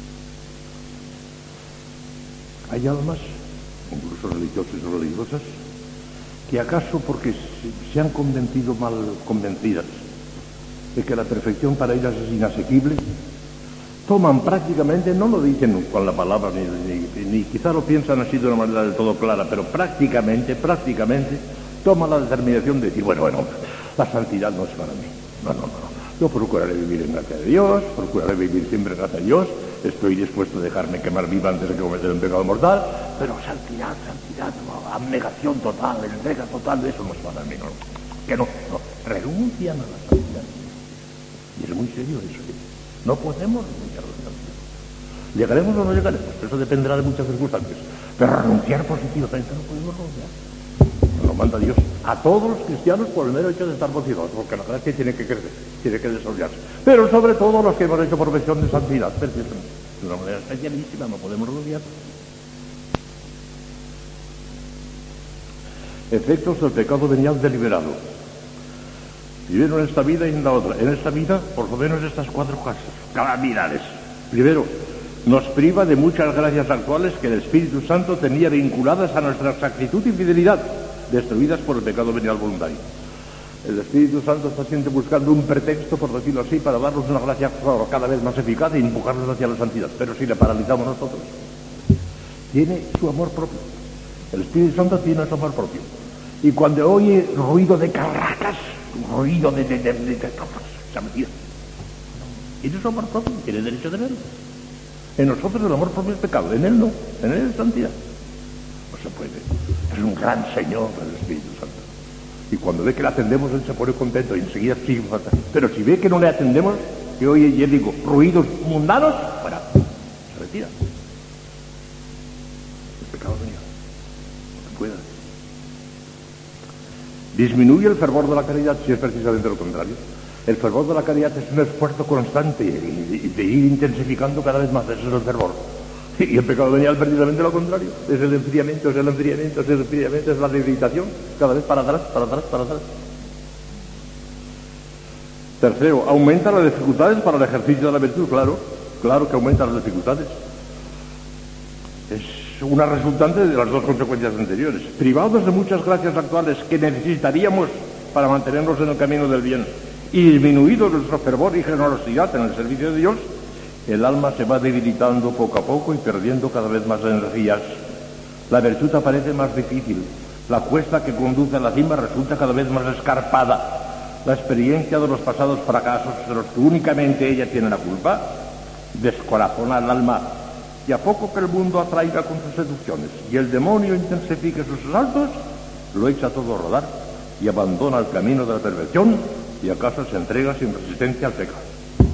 Hay almas, incluso religiosos y religiosas, que acaso porque se han convencido mal convencidas de que la perfección para ellas es inasequible, toman prácticamente, no lo dicen con la palabra, ni quizá lo piensan así de una manera del todo clara, pero prácticamente, toman la determinación de decir, bueno, la santidad no es para mí. No. Yo procuraré vivir en gracia de Dios, procuraré vivir siempre en gracia de Dios, estoy dispuesto a dejarme quemar viva antes de cometer un pecado mortal, pero santidad, no, abnegación total, entrega total, eso no es para mí, no. Que no, renuncian a la santidad. Y es muy serio eso, ¿eh? No podemos renunciar a la santidad. ¿Llegaremos o no llegaremos? Eso dependerá de muchas circunstancias. Pero renunciar positivamente no podemos renunciar. Nos lo manda Dios a todos los cristianos por el mero hecho de estar bautizados, porque la gracia tiene que crecer, tiene que desarrollarse. Pero sobre todo los que hemos hecho profesión de santidad, precisamente, de una manera especialísima, no podemos renunciar. Efectos del pecado venial deliberado. Vivieron en esta vida y en la otra. En esta vida, por lo menos estas 4 calamidades. Primero, nos priva de muchas gracias actuales que el Espíritu Santo tenía vinculadas a nuestra exactitud y fidelidad, destruidas por el pecado venial voluntario. El Espíritu Santo está siempre buscando un pretexto, por decirlo así, para darnos una gracia cada vez más eficaz e empujarnos hacia la santidad. Pero si le paralizamos nosotros, tiene su amor propio. El Espíritu Santo tiene su amor propio. Y cuando oye ruido de carracas, ruido de esa mentira, tiene su amor propio, tiene derecho de verlo. En nosotros el amor propio es pecado, en él no, en él es santidad. No se puede. Es un gran Señor el Espíritu Santo. Y cuando ve que le atendemos, él se pone contento y enseguida sigue faltando. Pero si ve que no le atendemos, que oye, y él digo, ruidos mundanos, fuera, se retira. Es pecado venial. No se puede. Disminuye el fervor de la caridad si es precisamente lo contrario. El fervor de la caridad es un esfuerzo constante y de ir intensificando cada vez más, ese es el fervor. Y el pecado venial precisamente lo contrario, es el enfriamiento, es la debilitación, cada vez para atrás. Tercero, aumenta las dificultades para el ejercicio de la virtud, claro que aumenta las dificultades. Es una resultante de las 2 consecuencias anteriores. Privados de muchas gracias actuales que necesitaríamos para mantenernos en el camino del bien y disminuido nuestro fervor y generosidad en el servicio de Dios, el alma se va debilitando poco a poco y perdiendo cada vez más energías. La virtud aparece más difícil. La cuesta que conduce a la cima resulta cada vez más escarpada. La experiencia de los pasados fracasos, de los que únicamente ella tiene la culpa, descorazona al alma. Y a poco que el mundo atraiga con sus seducciones y el demonio intensifique sus asaltos, lo echa todo a rodar y abandona el camino de la perversión y acaso se entrega sin resistencia al pecado.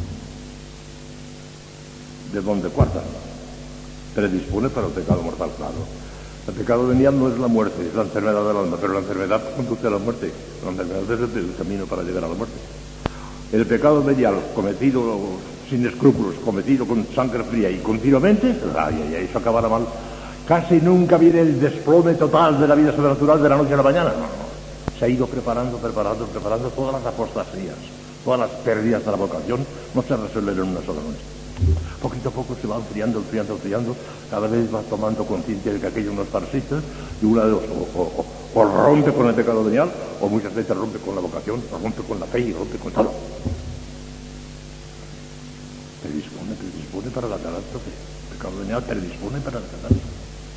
De donde cuarta, predispone para el pecado mortal, claro. El pecado venial no es la muerte, es la enfermedad del alma, pero la enfermedad conduce a la muerte. La enfermedad es el camino para llegar a la muerte. el pecado venial cometido sin escrúpulos, cometido con sangre fría y continuamente, eso acabará mal. Casi nunca viene el desplome total de la vida sobrenatural de la noche a la mañana. No. Se ha ido preparando todas las apostasías, todas las pérdidas de la vocación, no se resuelven en una sola noche. Poquito a poco se va enfriando, cada vez va tomando conciencia de que aquello no es farsista, y una de dos, o rompe con el pecado venial, o muchas veces rompe con la vocación, o rompe con la fe y rompe con todo. Predispone para la catástrofe. El pecado venial predispone para la catástrofe.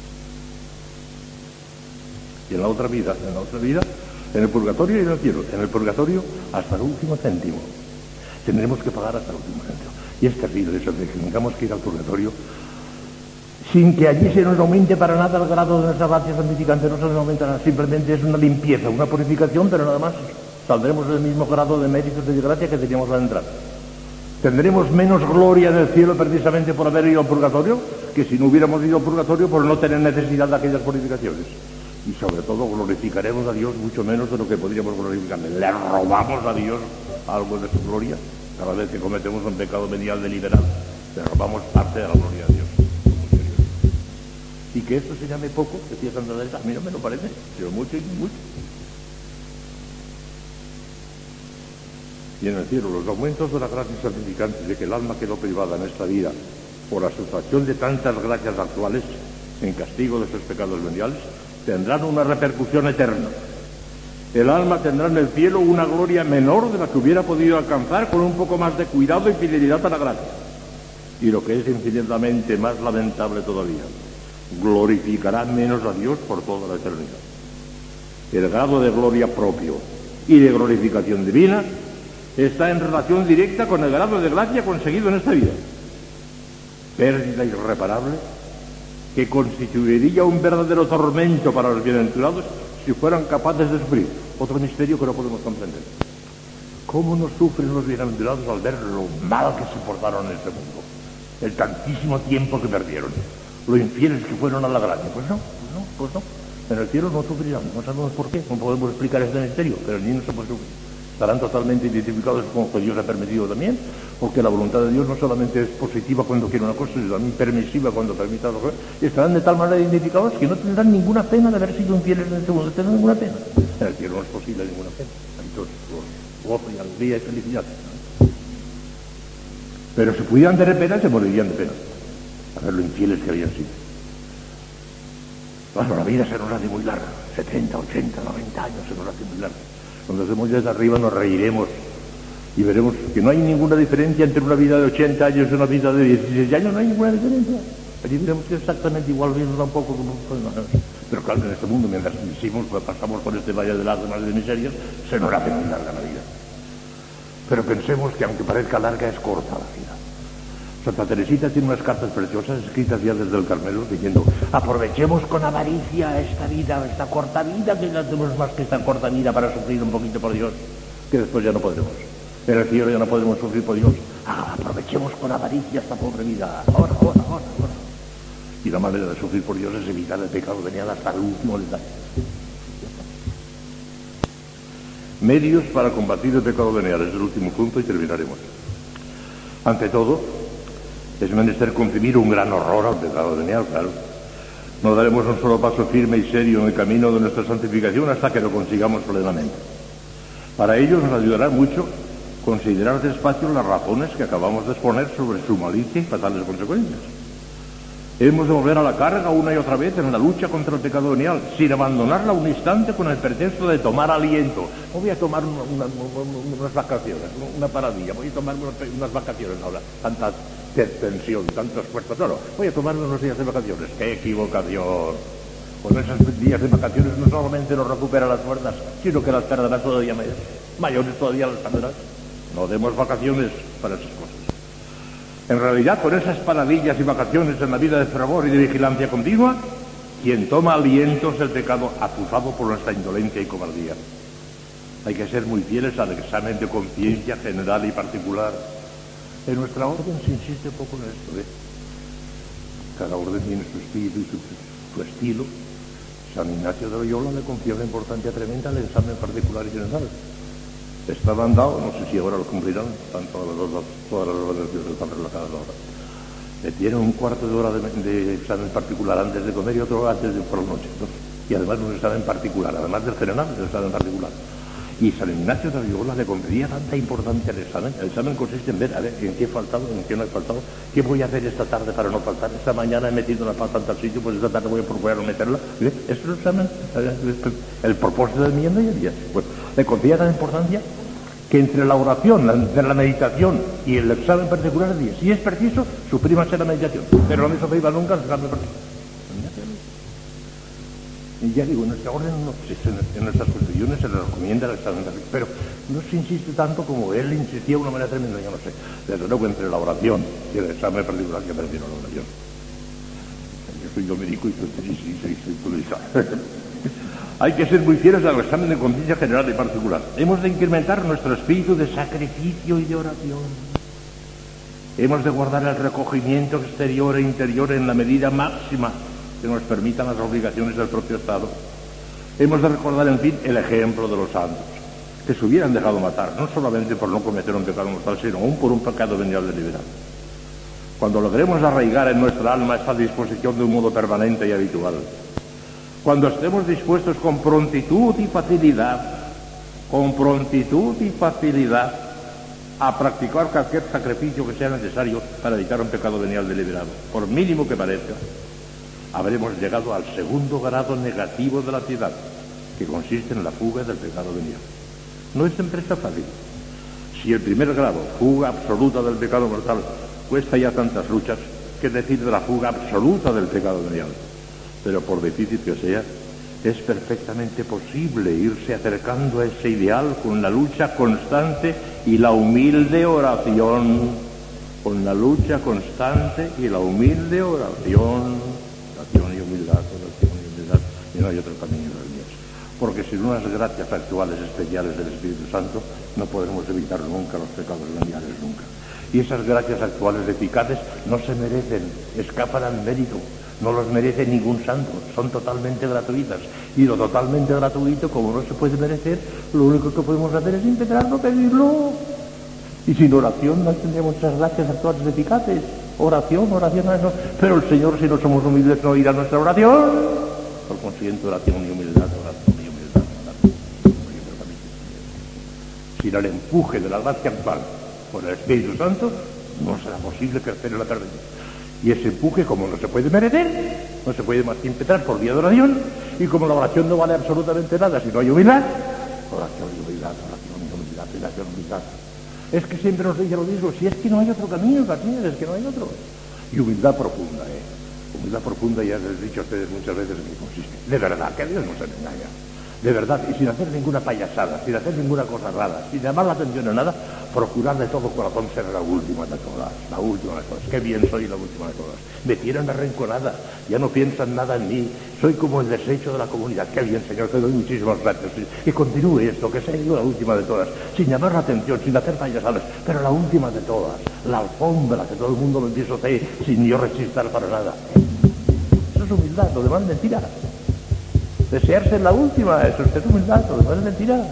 Y en la otra vida, en el purgatorio y en el cielo. En el purgatorio hasta el último céntimo. Tendremos que pagar hasta el último céntimo. Y es terrible eso de que tengamos que ir al purgatorio sin que allí se nos aumente para nada el grado de nuestra gracia santificante, no se nos aumentará, simplemente es una limpieza, una purificación, pero nada más saldremos del mismo grado de méritos de gracia que teníamos al entrar. Tendremos menos gloria en el cielo precisamente por haber ido al purgatorio que si no hubiéramos ido al purgatorio por no tener necesidad de aquellas purificaciones. Y sobre todo glorificaremos a Dios mucho menos de lo que podríamos glorificarle. Le robamos a Dios algo de su gloria. Cada vez que cometemos un pecado venial deliberado, le robamos parte de la gloria de Dios. Y que esto se llame poco, decía Santa Teresa, a mí no me lo parece, pero mucho y mucho. Y en el cielo, los aumentos de la gracia santificante de que el alma quedó privada en esta vida por la sustracción de tantas gracias actuales en castigo de sus pecados veniales, tendrán una repercusión eterna. El alma tendrá en el cielo una gloria menor de la que hubiera podido alcanzar con un poco más de cuidado y fidelidad a la gracia. Y lo que es infinitamente más lamentable todavía, glorificará menos a Dios por toda la eternidad. El grado de gloria propio y de glorificación divina está en relación directa con el grado de gracia conseguido en esta vida. Pérdida irreparable que constituiría un verdadero tormento para los bienaventurados si fueran capaces de sufrir. Otro misterio que no podemos comprender. ¿Cómo no sufren los bienaventurados al ver lo mal que soportaron en este mundo? El tantísimo tiempo que perdieron. Lo infieles que fueron a la gracia. Pues no. En el cielo no sufrirán. No sabemos por qué. No podemos explicar este misterio, pero ni no se puede sufrir. Estarán totalmente identificados con lo que Dios ha permitido también, porque la voluntad de Dios no solamente es positiva cuando quiere una cosa, sino también permisiva cuando permite otra cosa. Y estarán de tal manera identificados que no tendrán ninguna pena de haber sido infieles en este mundo. No tendrán ninguna pena. En el cielo no es posible ninguna pena. Hay todos gozo y alegría y felicidad. Pero si pudieran tener pena, se morirían de pena. A ver lo infieles que habían sido. Bueno, la vida se nos hace muy larga. 70, 80, 90 años se nos hace muy larga. Cuando estemos desde arriba nos reiremos y veremos que no hay ninguna diferencia entre una vida de 80 años y una vida de 16 años, no hay ninguna diferencia. Allí veremos que es exactamente igual, mismo tampoco como... Pero claro, en este mundo, mientras pasamos por este valle de lágrimas y de miserias, se nos hace muy larga la vida. Pero pensemos que aunque parezca larga, es corta la vida. Santa Teresita tiene unas cartas preciosas escritas ya desde el Carmelo diciendo: aprovechemos con avaricia esta vida, esta corta vida, que no tenemos más que esta corta vida para sufrir un poquito por Dios, que después ya no podremos. En el cielo ya no podemos sufrir por Dios. Aprovechemos con avaricia esta pobre vida. Ahora. Y la manera de sufrir por Dios es evitar el pecado venial hasta el último detalle. Medios para combatir el pecado venial es el último punto y terminaremos. Ante todo, es menester comprimir un gran horror al pecado venial, claro. No daremos un solo paso firme y serio en el camino de nuestra santificación hasta que lo consigamos plenamente. Para ello nos ayudará mucho considerar despacio las razones que acabamos de exponer sobre su malicia y fatales consecuencias. Hemos de volver a la carga una y otra vez en la lucha contra el pecado venial, sin abandonarla un instante con el pretexto de tomar aliento. No voy a tomar unas vacaciones, una paradilla, voy a tomar unas vacaciones ahora, tanta tensión, tanto esfuerzo. No, voy a tomar unos días de vacaciones. ¡Qué equivocación! Con esos días de vacaciones no solamente nos recupera las fuerzas, sino que las perderás todavía mayores todavía las perderás. No demos vacaciones para esas cosas. En realidad, con esas paradillas y vacaciones en la vida de fervor y de vigilancia continua, quien toma aliento es el pecado acusado por nuestra indolencia y cobardía. Hay que ser muy fieles al examen de conciencia general y particular. En nuestra orden se insiste poco en esto, Cada orden tiene su espíritu y su estilo. San Ignacio de Loyola le confió una importancia tremenda al examen particular y general. Estaban dados, no sé si ahora lo cumplirán, están todas las organizaciones están relajadas ahora. Le dieron un cuarto de hora de examen particular antes de comer y otro antes de por la noche. Y además un examen particular, además del general, un examen particular. Y San Ignacio de Loyola le confería tanta importancia al examen. El examen consiste en ver, a ver, en qué he faltado, en qué no he faltado, qué voy a hacer esta tarde para no faltar. Esta mañana he metido una pata en tal sitio, pues esta tarde voy a procurar no meterla. ¿Eso es el examen? El propósito del millón de días. Pues le confería tanta importancia que entre la oración, entre la meditación y el examen particular de día, si es preciso, suprímase la meditación. Pero no se iba nunca al examen particular. Y ya digo, en nuestra orden no existe, en nuestras constituciones se le recomienda el examen particular, pero no se insiste tanto como él insistía de una manera tremenda, yo no sé. Desde luego entre la oración y el examen particular, que prefiero la oración. Yo soy dominico y soy turista. Hay que ser muy fieles al examen de conciencia general y particular. Hemos de incrementar nuestro espíritu de sacrificio y de oración. Hemos de guardar el recogimiento exterior e interior en la medida máxima que nos permitan las obligaciones del propio Estado. Hemos de recordar, en fin, el ejemplo de los santos, que se hubieran dejado matar, no solamente por no cometer un pecado mortal, sino aún por un pecado venial deliberado. Cuando logremos arraigar en nuestra alma esta disposición de un modo permanente y habitual, cuando estemos dispuestos con prontitud y facilidad, a practicar cualquier sacrificio que sea necesario para evitar un pecado venial deliberado, por mínimo que parezca, habremos llegado al segundo grado negativo de la piedad, que consiste en la fuga del pecado venial. No es empresa fácil. Si el primer grado, fuga absoluta del pecado mortal, cuesta ya tantas luchas, ¿qué decir de la fuga absoluta del pecado venial? Pero por difícil que sea, es perfectamente posible irse acercando a ese ideal con la lucha constante y la humilde oración. Con la lucha constante y la humilde oración. Oración y humildad, y no hay otro camino del Dios. Porque sin unas gracias actuales especiales del Espíritu Santo no podremos evitar nunca los pecados veniales, nunca. Y esas gracias actuales eficaces no se merecen, escapan al mérito. No los merece ningún santo, son totalmente gratuitas. Y lo totalmente gratuito, como no se puede merecer, lo único que podemos hacer es intentar pedirlo. Y sin oración no tendríamos esas gracias actuales eficaces. Oración, no. Pero el Señor, si no somos humildes, no oirá nuestra oración. Por consiguiente, oración y humildad. Sin el empuje de la gracia actual por el Espíritu Santo, no será posible crecer en la perfección. Y ese empuje, como no se puede merecer, no se puede más que empezar por vía de oración, y como la oración no vale absolutamente nada si no hay humildad, oración y humildad. Es que siempre nos dice lo mismo, si es que no hay otro camino, García, es que no hay otro. Y humildad profunda, Humildad profunda, ya les he dicho a ustedes muchas veces en qué consiste. De verdad, que Dios no se me engaña. De verdad, y sin hacer ninguna payasada, sin hacer ninguna cosa rara, sin llamar la atención a nada, procurar de todo corazón ser la última de todas, la última de todas. Qué bien soy la última de todas. Me tienen arrinconada, ya no piensan nada en mí, soy como el desecho de la comunidad. Qué bien, Señor, te doy muchísimas gracias. Que continúe esto, que sea yo la última de todas, sin llamar la atención, sin hacer payasadas, pero la última de todas, la alfombra que todo el mundo me empieza a hacer sin yo resistir para nada. Eso es humildad, lo demás es mentira. Desearse la última, eso es humildad, lo demás es mentira.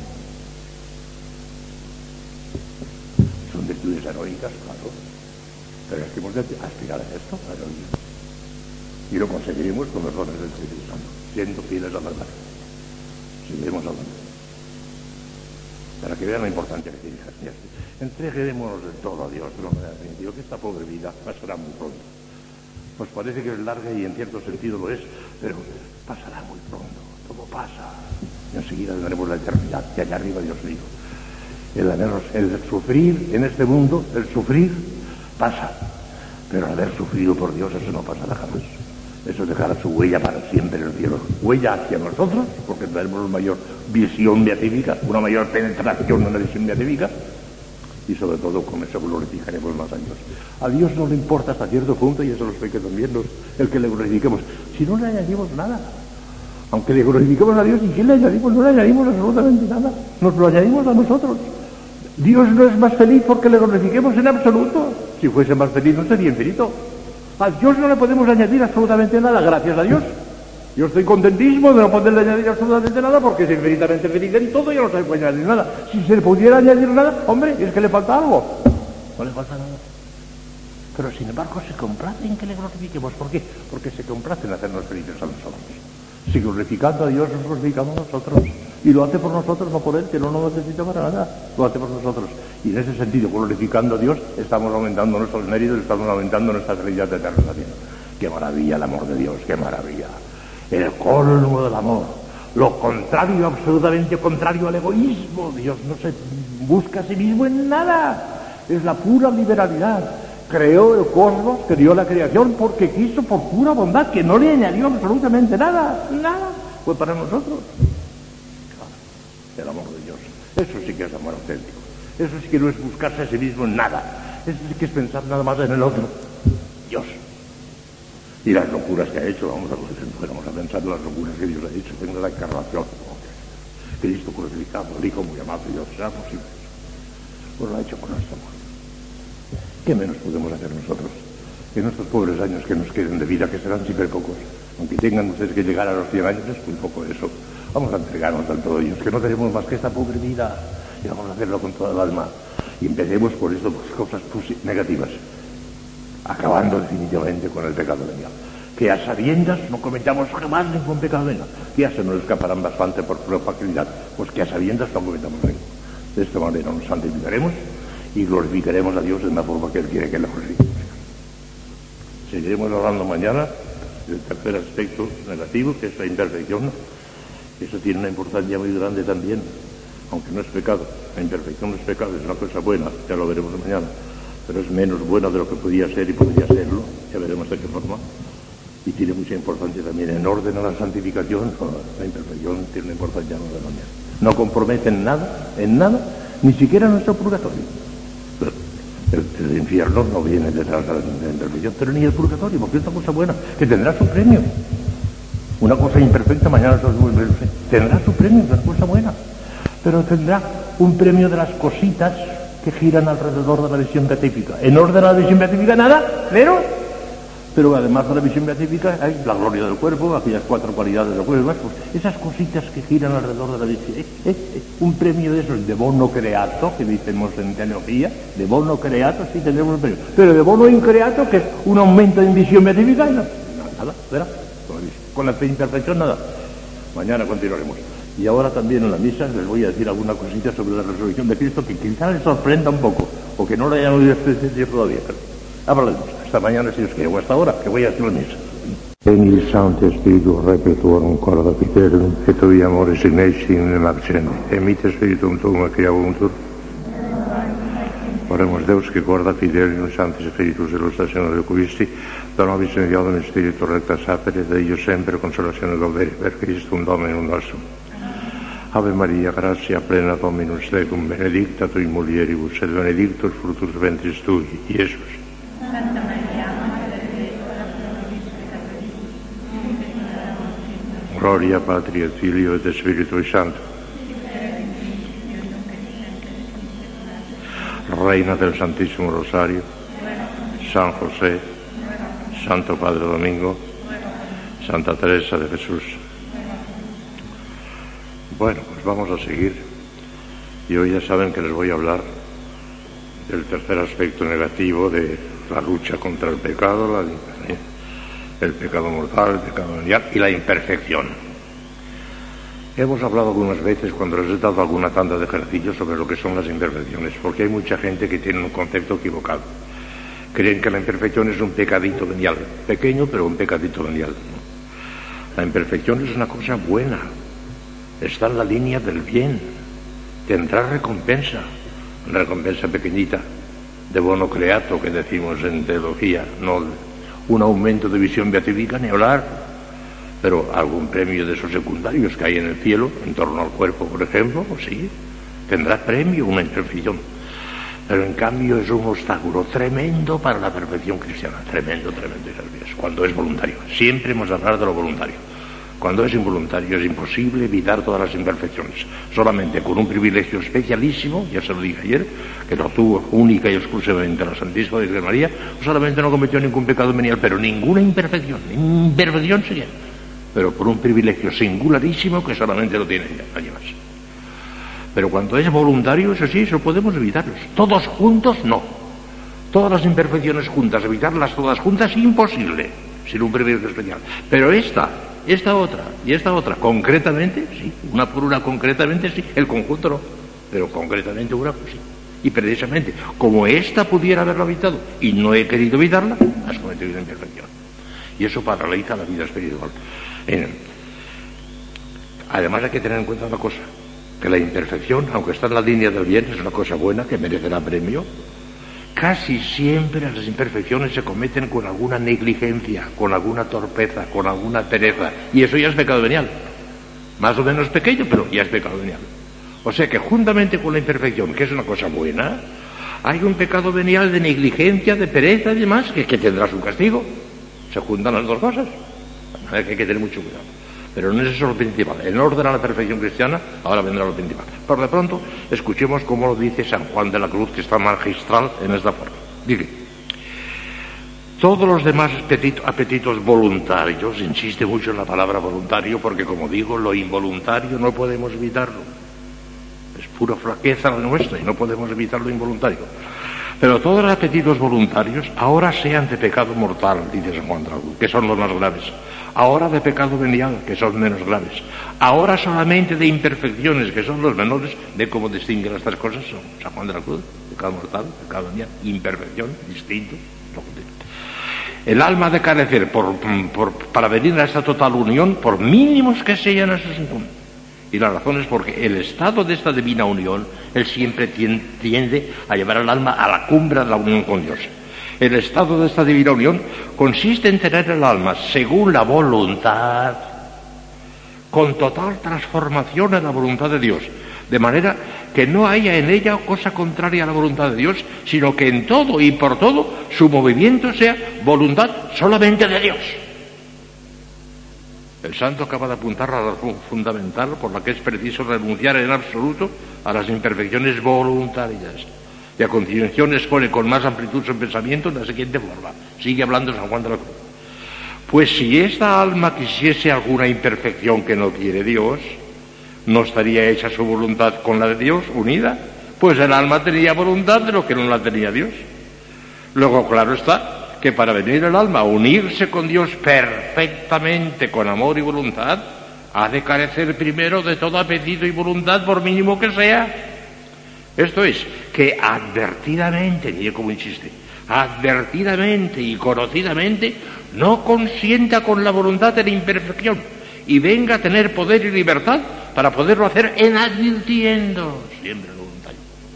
Son virtudes heroicas, claro. Pero es que hemos de aspirar a esto, a heroísmo. Y lo conseguiremos con los dones del Espíritu Santo, siendo fieles a la verdad. Seguiremos hablando. Para que vean la importancia que tiene Jesús. Entreguémonos del todo a Dios de una manera definitiva, que esta pobre vida pasará muy pronto. Nos parece que es larga y en cierto sentido lo es, pero pasará muy pronto, todo pasa. Y enseguida veremos la eternidad, que allá arriba Dios mío. El sufrir en este mundo, el sufrir pasa, pero al haber sufrido por Dios eso no pasará jamás. Eso dejará su huella para siempre en el cielo. Huella hacia nosotros, porque tenemos una mayor visión beatífica, una mayor penetración en la visión beatífica, y sobre todo con eso glorificaremos más a Dios. A Dios no le importa hasta cierto punto, y eso lo expliqué también, el que le glorifiquemos. Si no le añadimos nada, aunque le glorifiquemos a Dios, ¿y qué le añadimos? No le añadimos absolutamente nada, nos lo añadimos a nosotros. Dios no es más feliz porque le glorifiquemos en absoluto. Si fuese más feliz no sería infinito. A Dios no le podemos añadir absolutamente nada, gracias a Dios. Yo estoy contentísimo de no poderle añadir absolutamente nada porque es infinitamente feliz en todo y ya no se le puede añadir nada. Si se le pudiera añadir nada, hombre, es que le falta algo. No le falta nada. Pero sin embargo se complace en que le glorifiquemos. ¿Por qué? Porque se complace en hacernos felices a nosotros. Si glorificando a Dios nos glorificamos nosotros. Y lo hace por nosotros, no por Él, que no nos necesita para nada. Lo hace por nosotros. Y en ese sentido, glorificando a Dios, estamos aumentando nuestros méritos, estamos aumentando nuestra felicidad eterna también. ¡Qué maravilla el amor de Dios! ¡Qué maravilla! El colmo del amor. Lo contrario, absolutamente contrario al egoísmo. Dios no se busca a sí mismo en nada. Es la pura liberalidad. Creó el cosmos, creó la creación porque quiso por pura bondad, que no le añadió absolutamente nada. Nada. Fue para nosotros. El amor de Dios. Eso sí que es amor auténtico. Eso sí que no es buscarse a sí mismo en nada. Eso sí que es pensar nada más en el otro. Dios. Y las locuras que ha hecho, vamos a pensar en las locuras que Dios ha hecho en la encarnación. Cristo crucificado, el Hijo muy amado de Dios, será posible. Pues lo ha hecho con nuestro amor. ¿Qué menos podemos hacer nosotros en estos pobres años que nos queden de vida, que serán siempre pocos? Aunque tengan ustedes que llegar a los 100 años, es muy poco eso. Vamos a entregarnos al todo ellos, que no tenemos más que esta pobre vida, y vamos a hacerlo con toda el alma. Y empecemos por esto, por cosas negativas, acabando definitivamente con el pecado venial. Que a sabiendas no cometamos jamás ningún pecado venial, que ya se nos escaparán bastante por facilidad, pues que a sabiendas no cometamos ninguno. De esta manera nos santificaremos y glorificaremos a Dios de la forma que Él quiere que lo glorifiquemos. Seguiremos hablando mañana del tercer aspecto negativo, que es la imperfección. Eso tiene una importancia muy grande también, aunque no es pecado. La imperfección no es pecado, es una cosa buena, ya lo veremos mañana, pero es menos buena de lo que podía ser y podría serlo, ya veremos de qué forma. Y tiene mucha importancia también en orden a la santificación. La imperfección tiene una importancia muy grande. No compromete en nada, ni siquiera nuestro purgatorio. El infierno no viene detrás de la imperfección, pero ni el purgatorio, porque es una cosa buena, que tendrá su premio. Una cosa imperfecta mañana tendrá su premio, es una cosa buena, pero tendrá un premio de las cositas que giran alrededor de la visión beatífica. En orden a la visión beatífica nada, pero además de la visión beatífica hay la gloria del cuerpo, aquellas 4 cualidades del cuerpo, pues esas cositas que giran alrededor de la visión. Un premio de esos, de bono creato, que decimos en teología, de bono creato sí tendremos un premio, pero de bono increato, que es un aumento en visión beatífica, nada, ¿verdad? Con la imperfección nada. Mañana continuaremos. Y ahora también en la misa les voy a decir alguna cosita sobre la resurrección de Cristo que quizá les sorprenda un poco, o que no lo hayan oído decir todavía. Pero hablaremos. Hasta mañana, si os quiero, o hasta ahora, que voy a hacer la misa. Veni Sancte Spiritus Repetuorum Corda Fidelium, et tui amoris ignesti in accende, emite Spiritum tuum creavuntur. Oremos Deus que corda Fidelium Sancte Spiritus illustratione requisti, da nobis in Deum Spiritus recta sapere, de Dio sempre consolazione gaudere, per Christum Dominum nostrum. Ave Maria, gratia plena Dominus tecum, benedicta tui mulieribus, et benedictus fructus ventris tui, Iesus.
Santa Maria, Madre de Dio, ora pro nobis peccatoribus, nunc et in hora mortis.
Gloria Patri et Filio et Spiritui Sancto. Reina del Santísimo Rosario, San José, Santo Padre Domingo, Santa Teresa de Jesús. Bueno, pues vamos a seguir. Y hoy ya saben que les voy a hablar del tercer aspecto negativo de la lucha contra el pecado, el pecado mortal, el pecado venial y la imperfección. Hemos hablado algunas veces, cuando les he dado alguna tanda de ejercicios, sobre lo que son las imperfecciones, porque hay mucha gente que tiene un concepto equivocado. Creen que la imperfección es un pecadito venial, pequeño, pero un pecadito venial. La imperfección es una cosa buena, está en la línea del bien, tendrá recompensa, una recompensa pequeñita, de bono creato, que decimos en teología, no un aumento de visión beatífica ni hablar, pero algún premio de esos secundarios que hay en el cielo, en torno al cuerpo, por ejemplo, sí, tendrá premio una imperfección. Pero en cambio es un obstáculo tremendo para la perfección cristiana, tremendo, cuando es voluntario. Siempre hemos de hablar de lo voluntario. Cuando es involuntario es imposible evitar todas las imperfecciones. Solamente con un privilegio especialísimo, ya se lo dije ayer, que lo tuvo única y exclusivamente la Santísima Virgen María, solamente no cometió ningún pecado venial, pero ninguna imperfección, imperfección sería. pero por un privilegio singularísimo que solamente lo tienen nadie más. Pero cuando es voluntario, eso sí, eso podemos evitarlos. Todos juntos, no. Todas las imperfecciones juntas, evitarlas todas juntas, imposible, sin un privilegio especial. Pero esta otra y esta otra, concretamente, sí, una por una concretamente, sí, el conjunto no, pero concretamente una, pues sí. Y precisamente, como esta pudiera haberla evitado y no he querido evitarla, has cometido una imperfección. Y eso paraliza la vida espiritual. Además hay que tener en cuenta una cosa, que la imperfección, aunque está en la línea del bien, es una cosa buena que merecerá premio. Casi siempre las imperfecciones se cometen con alguna negligencia, con alguna torpeza, con alguna pereza, y eso ya es pecado venial. Más o menos pequeño, pero ya es pecado venial. O sea que juntamente con la imperfección, que es una cosa buena, hay un pecado venial de negligencia, de pereza y demás, que tendrá su castigo. Se juntan las dos cosas. Hay que tener mucho cuidado. Pero no es eso lo principal. En orden a la perfección cristiana, ahora vendrá lo principal. Por de pronto, escuchemos cómo lo dice San Juan de la Cruz, que está magistral en esta forma. Dice: todos los demás apetitos voluntarios, insiste mucho en la palabra voluntario, porque como digo, lo involuntario no podemos evitarlo. Es pura flaqueza la nuestra y no podemos evitar lo involuntario. Pero todos los apetitos voluntarios ahora sean de pecado mortal, dice San Juan de la Cruz, que son los más graves. Ahora de pecado venial, que son menos graves. Ahora solamente de imperfecciones, que son los menores. ¿Ve cómo distinguen estas cosas? Son San Juan de la Cruz, pecado mortal, pecado venial, imperfección, distinto. El alma ha de carecer para venir a esta total unión, por mínimos que sean esos encuentros. Y la razón es porque el estado de esta divina unión, él siempre tiende a llevar al alma a la cumbre de la unión con Dios. El estado de esta divina unión consiste en tener el alma según la voluntad, con total transformación en la voluntad de Dios, de manera que no haya en ella cosa contraria a la voluntad de Dios, sino que en todo y por todo su movimiento sea voluntad solamente de Dios. El santo acaba de apuntar a la razón fundamental por la que es preciso renunciar en absoluto a las imperfecciones voluntarias. Y a continuación expone con más amplitud su pensamiento en la siguiente forma. Sigue hablando San Juan de la Cruz. Pues si esta alma quisiese alguna imperfección que no quiere Dios, ¿no estaría hecha su voluntad con la de Dios, unida? Pues el alma tenía voluntad de lo que no la tenía Dios. Luego, claro está, que para venir el alma a unirse con Dios perfectamente, con amor y voluntad, ha de carecer primero de todo apetito y voluntad, por mínimo que sea. Esto es, que advertidamente, mire cómo insiste, advertidamente y conocidamente no consienta con la voluntad de la imperfección y venga a tener poder y libertad para poderlo hacer en advirtiendo siempre lo voluntario.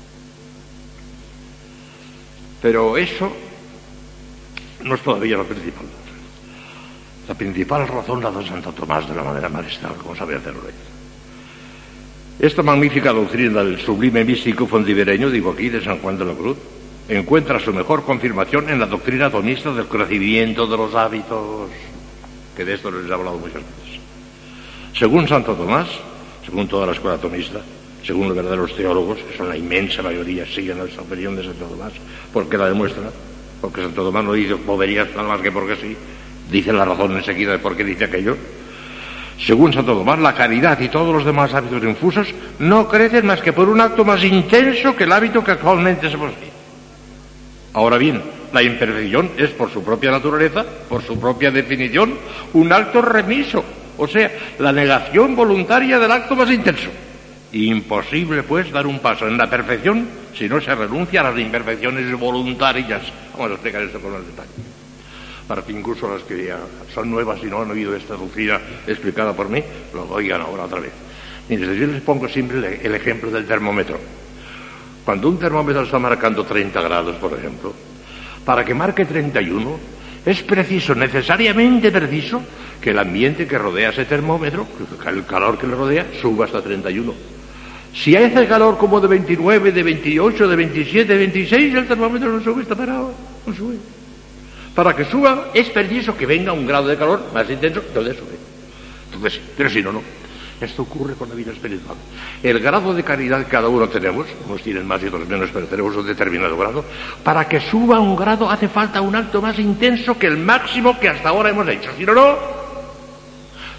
Pero eso no es todavía lo principal. La principal razón la da Santo Tomás de la manera magistral, como sabe hacerlo él. Esta magnífica doctrina del sublime místico fondivereño, digo aquí, de San Juan de la Cruz, encuentra su mejor confirmación en la doctrina tomista del crecimiento de los hábitos, que de esto les he hablado muchas veces. Según Santo Tomás, según toda la escuela tomista, según los verdaderos teólogos, que son la inmensa mayoría, siguen esta opinión de Santo Tomás, porque la demuestra, porque Santo Tomás no dice boberías nada más que porque sí, dice la razón enseguida de por qué dice aquello. Según Santo Tomás, la caridad y todos los demás hábitos infusos no crecen más que por un acto más intenso que el hábito que actualmente se posee. Ahora bien, la imperfección es por su propia naturaleza, por su propia definición, un acto remiso, o sea, la negación voluntaria del acto más intenso. Imposible, pues, dar un paso en la perfección si no se renuncia a las imperfecciones voluntarias. Vamos a explicar esto con más detalle, para que incluso las que ya son nuevas y no han oído esta doctrina explicada por mí, lo oigan ahora otra vez. Miren, yo les pongo siempre el ejemplo del termómetro. Cuando un termómetro está marcando 30 grados, por ejemplo, para que marque 31, es preciso, necesariamente preciso, que el ambiente que rodea ese termómetro, el calor que le rodea, suba hasta 31. Si hay ese calor como de 29, de 28, de 27, de 26, el termómetro no sube, está parado, no sube. Para que suba es preciso que venga un grado de calor más intenso, entonces sube. Entonces, pero si no, no. Esto ocurre con la vida espiritual. El grado de caridad que cada uno tenemos, unos tienen más y otros menos, pero tenemos un determinado grado. Para que suba un grado hace falta un acto más intenso que el máximo que hasta ahora hemos hecho. Si no, no.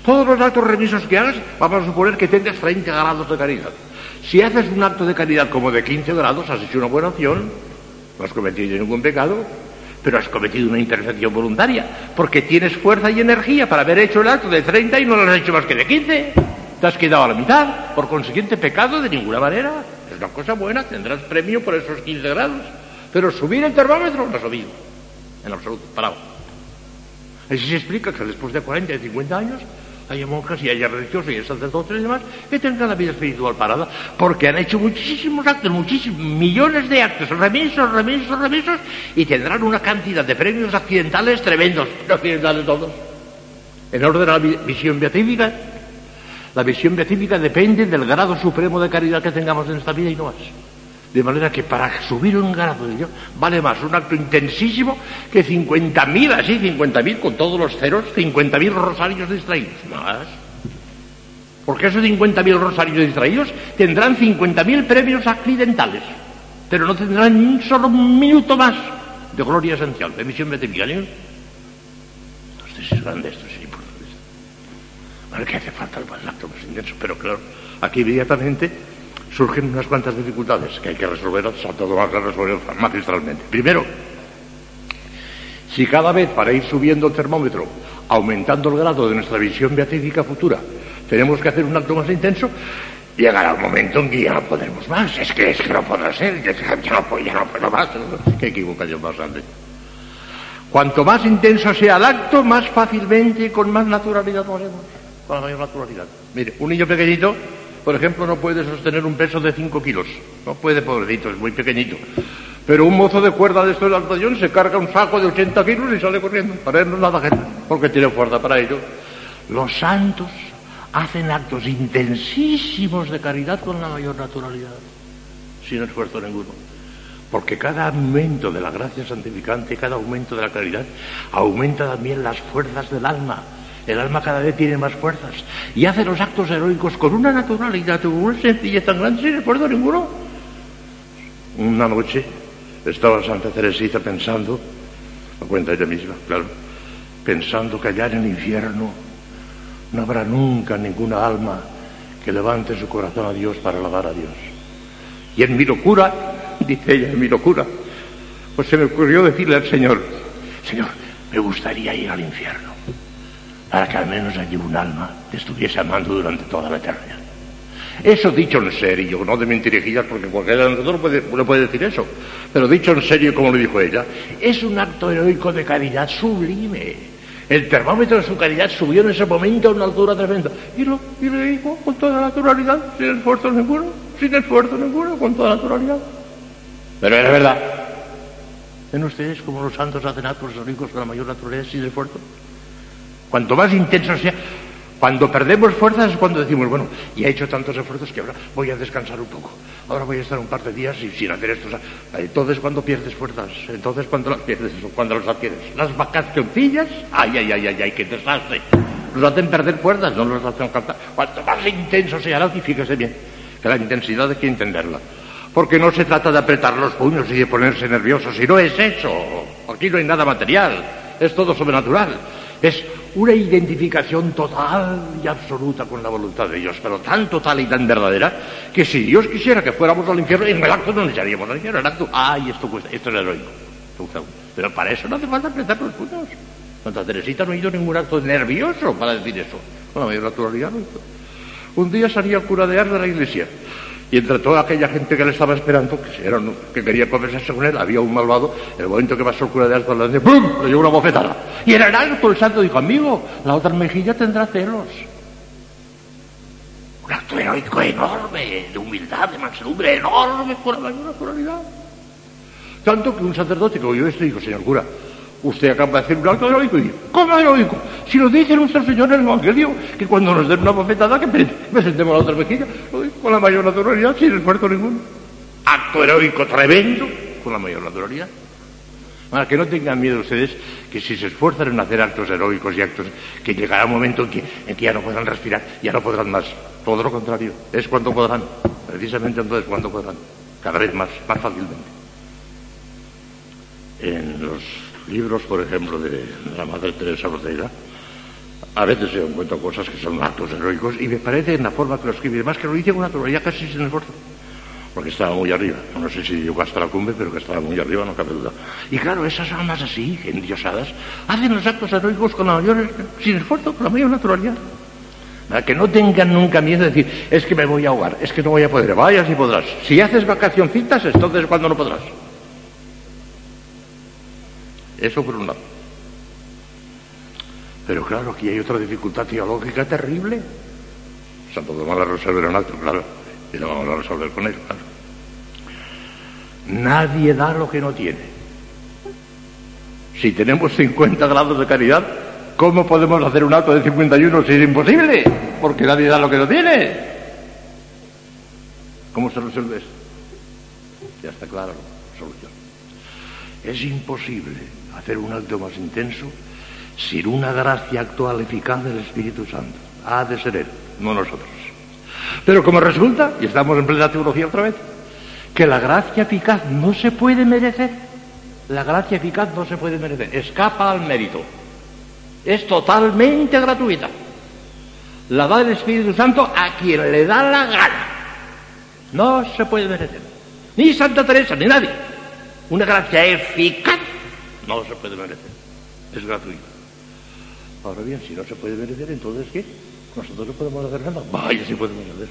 Todos los actos remisos que hagas, vamos a suponer que tengas 30 grados de caridad. Si haces un acto de caridad como de 15 grados, has hecho una buena acción, no has cometido ningún pecado, pero has cometido una intervención voluntaria, porque tienes fuerza y energía para haber hecho el acto de 30 y no lo has hecho más que de 15. Te has quedado a la mitad, por consiguiente, pecado de ninguna manera. Es una cosa buena, tendrás premio por esos 15 grados. Pero subir el termómetro no has subido, en absoluto, parado. Así se explica que después de 40 y 50 años haya monjas y haya religiosos y haya sacerdotes y demás que tengan la vida espiritual parada, porque han hecho muchísimos actos, muchísimos, millones de actos, remisos, y tendrán una cantidad de premios accidentales tremendos, accidentales todos. En orden a la visión beatífica, la visión beatífica depende del grado supremo de caridad que tengamos en esta vida y no más. De manera que para subir un grado de Dios vale más un acto intensísimo que 50.000, así, 50.000 con todos los ceros, 50.000 rosarios distraídos. Más. Porque esos 50.000 rosarios distraídos tendrán 50.000 premios accidentales, pero no tendrán ni un solo minuto más de gloria esencial, de misión beatífica. Esto es grande, esto es importante. Vale, que hace falta el acto más intenso, pero claro, aquí inmediatamente surgen unas cuantas dificultades que hay que resolver, todo más que resolver magistralmente. Primero, si cada vez para ir subiendo el termómetro, aumentando el grado de nuestra visión beatífica futura, tenemos que hacer un acto más intenso, llegará un momento en que ya no podremos más. Es que no podrá ser, ya no puedo más. Qué equivocación más grande. Cuanto más intenso sea el acto, más fácilmente y con más naturalidad lo haremos, con la mayor naturalidad. Mire, un niño pequeñito, por ejemplo, no puede sostener un peso de 5 kilos. No puede, pobrecito, es muy pequeñito. Pero un mozo de cuerda de esto de actuación se carga un saco de 80 kilos y sale corriendo. Para él no es nada gente, porque tiene fuerza para ello. Los santos hacen actos intensísimos de caridad con la mayor naturalidad, sin esfuerzo ninguno. Porque cada aumento de la gracia santificante, cada aumento de la caridad, aumenta también las fuerzas del alma. El alma cada vez tiene más fuerzas y hace los actos heroicos con una naturalidad, con una sencillez tan grande, sin esfuerzo ninguno. Una noche estaba Santa Teresita pensando, lo cuenta ella misma, claro, pensando que allá en el infierno no habrá nunca ninguna alma que levante su corazón a Dios para alabar a Dios. Y en mi locura, dice ella, en mi locura, pues se me ocurrió decirle al Señor, Señor, me gustaría ir al infierno, para que al menos allí un alma te estuviese amando durante toda la eternidad. Eso dicho en serio, no de mentirijillas, porque cualquiera de nosotros le puede decir eso, pero dicho en serio, como le dijo ella, es un acto heroico de caridad sublime. El termómetro de su caridad subió en ese momento a una altura tremenda. Y le dijo con toda naturalidad, sin esfuerzo ninguno, con toda naturalidad. Pero era verdad. ¿Ven ustedes cómo los santos hacen actos heroicos con la mayor naturalidad sin esfuerzo? Cuanto más intenso sea, cuando perdemos fuerzas es cuando decimos, bueno, ya he hecho tantos esfuerzos que ahora voy a descansar un poco. Ahora voy a estar un par de días sin hacer esto. Entonces, cuando pierdes fuerzas, entonces cuando las pierdes o cuando las adquieres. Las vacacioncillas, ay, qué desastre. Nos hacen perder fuerzas, no nos hacen cantar. Cuanto más intenso sea el acto, y fíjese bien, que la intensidad hay que entenderla. Porque no se trata de apretar los puños y de ponerse nerviosos, y no es eso. Aquí no hay nada material, es todo sobrenatural. Es una identificación total y absoluta con la voluntad de Dios, pero tan total y tan verdadera que si Dios quisiera que fuéramos al infierno, en el acto no necesitaríamos al infierno. El acto, esto cuesta, esto es heroico. Pero para eso no hace falta apretar los puños. Santa Teresita no hizo ningún acto nervioso para decir eso. Con la mayor naturalidad lo hizo. Un día salía el cura de Ars de la iglesia y entre toda aquella gente que le estaba esperando, que quería conversarse con él, había un malvado. En el momento que pasó el cura de Ars por delante, ¡pum!, le dio una bofetada. Y en el acto el santo dijo, amigo, la otra mejilla tendrá celos. Un acto heroico enorme, de humildad, de mansedumbre enorme, con la mayor naturalidad. Tanto que un sacerdote que oyó esto dijo, señor cura, usted acaba de hacer un acto heroico. Y ¿cómo heroico? Si nos dice nuestro Señor en el Evangelio que cuando nos den una bofetada que presentemos la otra mejilla, con la mayor naturalidad, sin esfuerzo ninguno. Acto heroico tremendo, con la mayor naturalidad. Para que no tengan miedo ustedes, que si se esfuerzan en hacer actos heroicos y actos, que llegará un momento en que ya no podrán respirar, ya no podrán más. Todo lo contrario, es cuando podrán. Precisamente entonces cuando podrán. Cada vez más fácilmente. En los libros, por ejemplo, de la Madre Teresa Ortega, A veces se encuentro cosas que son actos heroicos y me parece en la forma que lo escribe, además que lo dice con naturalidad casi sin esfuerzo, porque estaba muy arriba. No sé si llegó hasta la cumbre, pero que estaba muy arriba, no cabe duda. Y claro, esas almas así, endiosadas, hacen los actos heroicos con la mayor, sin esfuerzo, con la mayor naturalidad. Para que no tengan nunca miedo de decir, es que me voy a ahogar, es que no voy a poder. Vaya si podrás. Si haces vacacioncitas, entonces es cuando no podrás. Eso por un lado. Pero claro, aquí hay otra dificultad teológica terrible. Santo Tomás la resolverá en alto, claro, y lo vamos a resolver con él, claro. Nadie da lo que no tiene. Si tenemos 50 grados de caridad, ¿cómo podemos hacer un acto de 51 si es imposible? Porque nadie da lo que no tiene. ¿Cómo se resuelve eso? Ya está clara la solución. Es imposible hacer un acto más intenso sin una gracia actual eficaz del Espíritu Santo. Ha de ser Él, no nosotros. Pero como resulta, y estamos en plena teología otra vez, que la gracia eficaz no se puede merecer. La gracia eficaz no se puede merecer. Escapa al mérito. Es totalmente gratuita. La da el Espíritu Santo a quien le da la gana. No se puede merecer. Ni Santa Teresa, ni nadie. Una gracia eficaz no se puede merecer. Es gratuita. Ahora bien, si no se puede merecer, entonces ¿qué? Nosotros no podemos hacer nada. Vaya, si podemos hacer.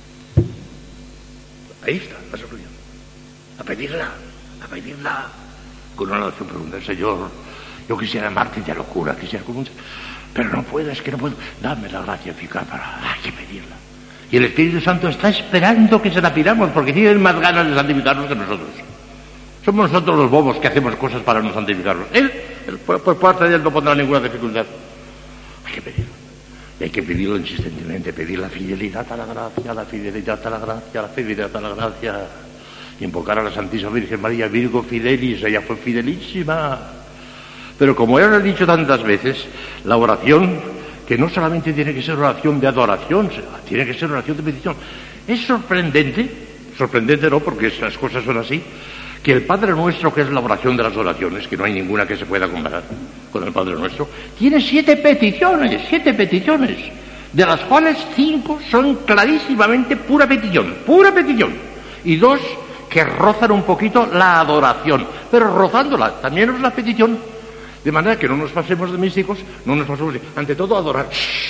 Ahí está la solución. A pedirla. Con una oración profunda, Señor, yo quisiera amarte de locura, quisiera como un... Pero no puedo, es que no puedo. Dame la gracia eficaz hay que pedirla. Y el Espíritu Santo está esperando que se la pidamos, porque tienen más ganas de santificarnos que nosotros. Somos nosotros los bobos que hacemos cosas para no santificarnos. Él por parte de él no pondrá ninguna dificultad. Hay que pedirlo. Y hay que pedirlo insistentemente, pedir la fidelidad a la gracia, la fidelidad a la gracia, la fidelidad a la gracia. Y invocar a la Santísima Virgen María, Virgo Fidelis, ella fue fidelísima. Pero como ya lo he dicho tantas veces, la oración, que no solamente tiene que ser oración de adoración, tiene que ser oración de petición. Es sorprendente no, porque las cosas son así, que el Padre Nuestro, que es la oración de las oraciones, que no hay ninguna que se pueda comparar con el Padre Nuestro, tiene 7 peticiones, de las cuales 5 son clarísimamente pura petición, y 2 que rozan un poquito la adoración, pero rozándola, también es la petición, de manera que no nos pasemos de místicos, ante todo adorar,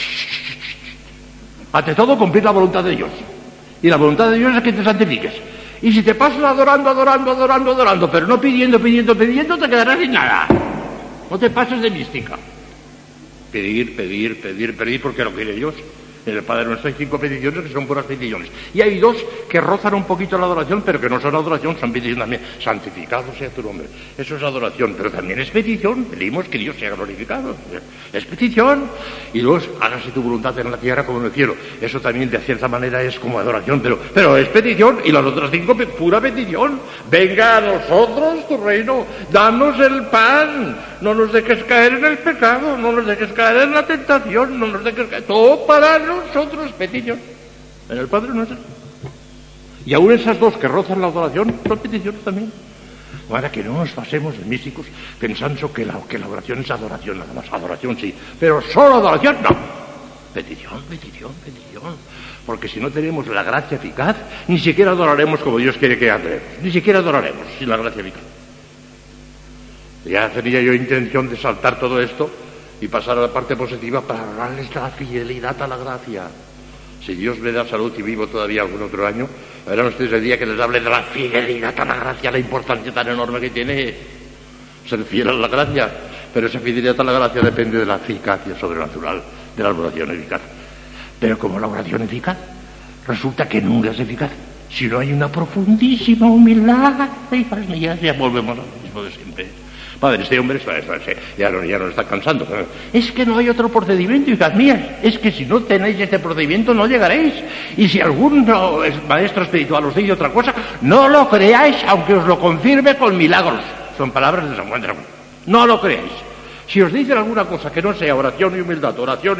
ante todo cumplir la voluntad de Dios, y la voluntad de Dios es que te santifiques. Y si te pasas adorando, pero no pidiendo, te quedarás sin nada. No te pases de mística. Pedir, porque lo quiere Dios. En el Padre Nuestro hay 5 peticiones que son puras peticiones. Y hay 2 que rozan un poquito la adoración, pero que no son adoración, son petición también. Santificado sea tu nombre. Eso es adoración, pero también es petición. Pedimos que Dios sea glorificado. Es petición. Y 2, hágase tu voluntad en la tierra como en el cielo. Eso también de cierta manera es como adoración, pero es petición. Y las otras 5, pura petición. Venga a nosotros tu reino. Danos el pan. No nos dejes caer en el pecado. No nos dejes caer en la tentación. No nos dejes caer. Todo para nosotros, petición. En el Padre Nuestro. Y aún esas 2 que rozan la adoración son peticiones también. Para que no nos pasemos de místicos pensando que la oración es adoración, nada más. Adoración sí, pero solo adoración no. Petición. Porque si no tenemos la gracia eficaz, ni siquiera adoraremos como Dios quiere que adoremos. Ni siquiera adoraremos sin la gracia eficaz. Ya tenía yo intención de saltar todo esto y pasar a la parte positiva para hablarles la fidelidad a la gracia. Si Dios me da salud y vivo todavía algún otro año, verán ustedes el día que les hable de la fidelidad a la gracia, la importancia tan enorme que tiene ser fiel a la gracia. Pero esa fidelidad a la gracia depende de la eficacia sobrenatural de la oración eficaz. Pero como la oración eficaz, resulta que nunca es eficaz si no hay una profundísima humildad. Hijas mías, ya volvemos a lo mismo de siempre. Padre, este hombre ya no está cansando. Es que no hay otro procedimiento, hijas mías. Es que si no tenéis este procedimiento no llegaréis. Y si algún maestro espiritual os dice otra cosa, no lo creáis, aunque os lo confirme con milagros. Son palabras de San Juan de la Cruz. No lo creáis. Si os dicen alguna cosa que no sea oración y humildad,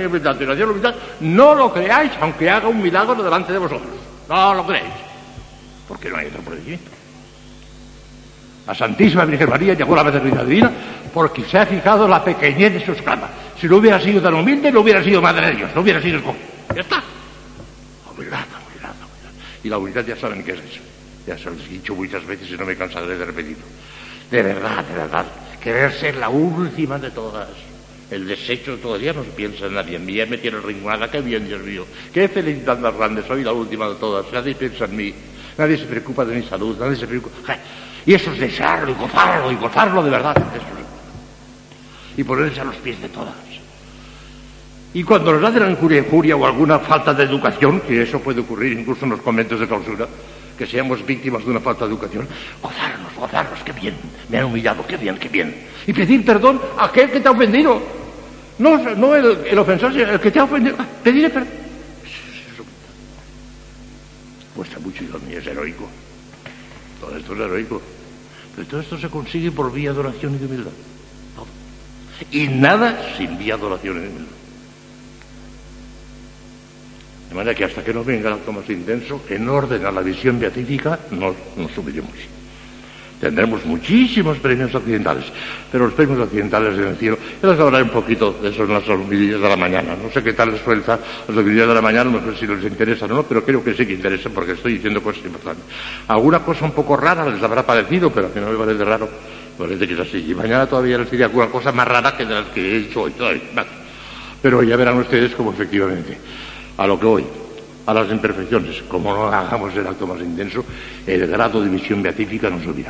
no lo creáis, aunque haga un milagro delante de vosotros. No lo creáis. Porque no hay otro procedimiento. La Santísima Virgen María llegó a la maternidad divina porque se ha fijado la pequeñez de su esclava. Si no hubiera sido tan humilde, no hubiera sido madre de Dios, no hubiera sido escogido. Ya está. Humildad. Y la humildad ya saben qué es eso. Ya se lo he dicho muchas veces y no me cansaré de repetirlo. De verdad, querer ser la última de todas. El desecho todavía no se piensa en nadie. En mí ya me tiene rinconada. Qué bien, Dios mío. Qué felicidad más grande. Soy la última de todas. Nadie piensa en mí. Nadie se preocupa de mi salud. Nadie se preocupa. Y eso es desearlo y gozarlo de verdad. Y ponerse a los pies de todas. Y cuando nos hacen injuria o alguna falta de educación, que eso puede ocurrir incluso en los conventos de clausura, que seamos víctimas de una falta de educación, gozarnos, qué bien, me han humillado, qué bien. Y pedir perdón a aquel que te ha ofendido. No el ofensor, sino el que te ha ofendido. Pedirle perdón. Cuesta mucho, hijo mío, es heroico. Todo esto es heroico. Pero todo esto se consigue por vía de oración y de humildad. Todo. Y nada sin vía de oración y de humildad. De manera que hasta que no venga el acto más intenso, en orden a la visión beatífica, nos subiremos. Tendremos muchísimos premios occidentales, pero los premios occidentales en el cielo, yo les hablaré un poquito de eso en las homilías de la mañana. No sé qué tal les suelta las homilías de la mañana, no sé si les interesa o no, pero creo que sí que interesa porque estoy diciendo cosas importantes. Alguna cosa un poco rara les habrá parecido, pero a mí no me parece raro, parece que es así. Y mañana todavía les diré alguna cosa más rara que de las que he dicho hoy todavía. Pero ya verán ustedes cómo efectivamente, a lo que hoy, a las imperfecciones, como no hagamos el acto más intenso, el grado de visión beatífica nos subirá.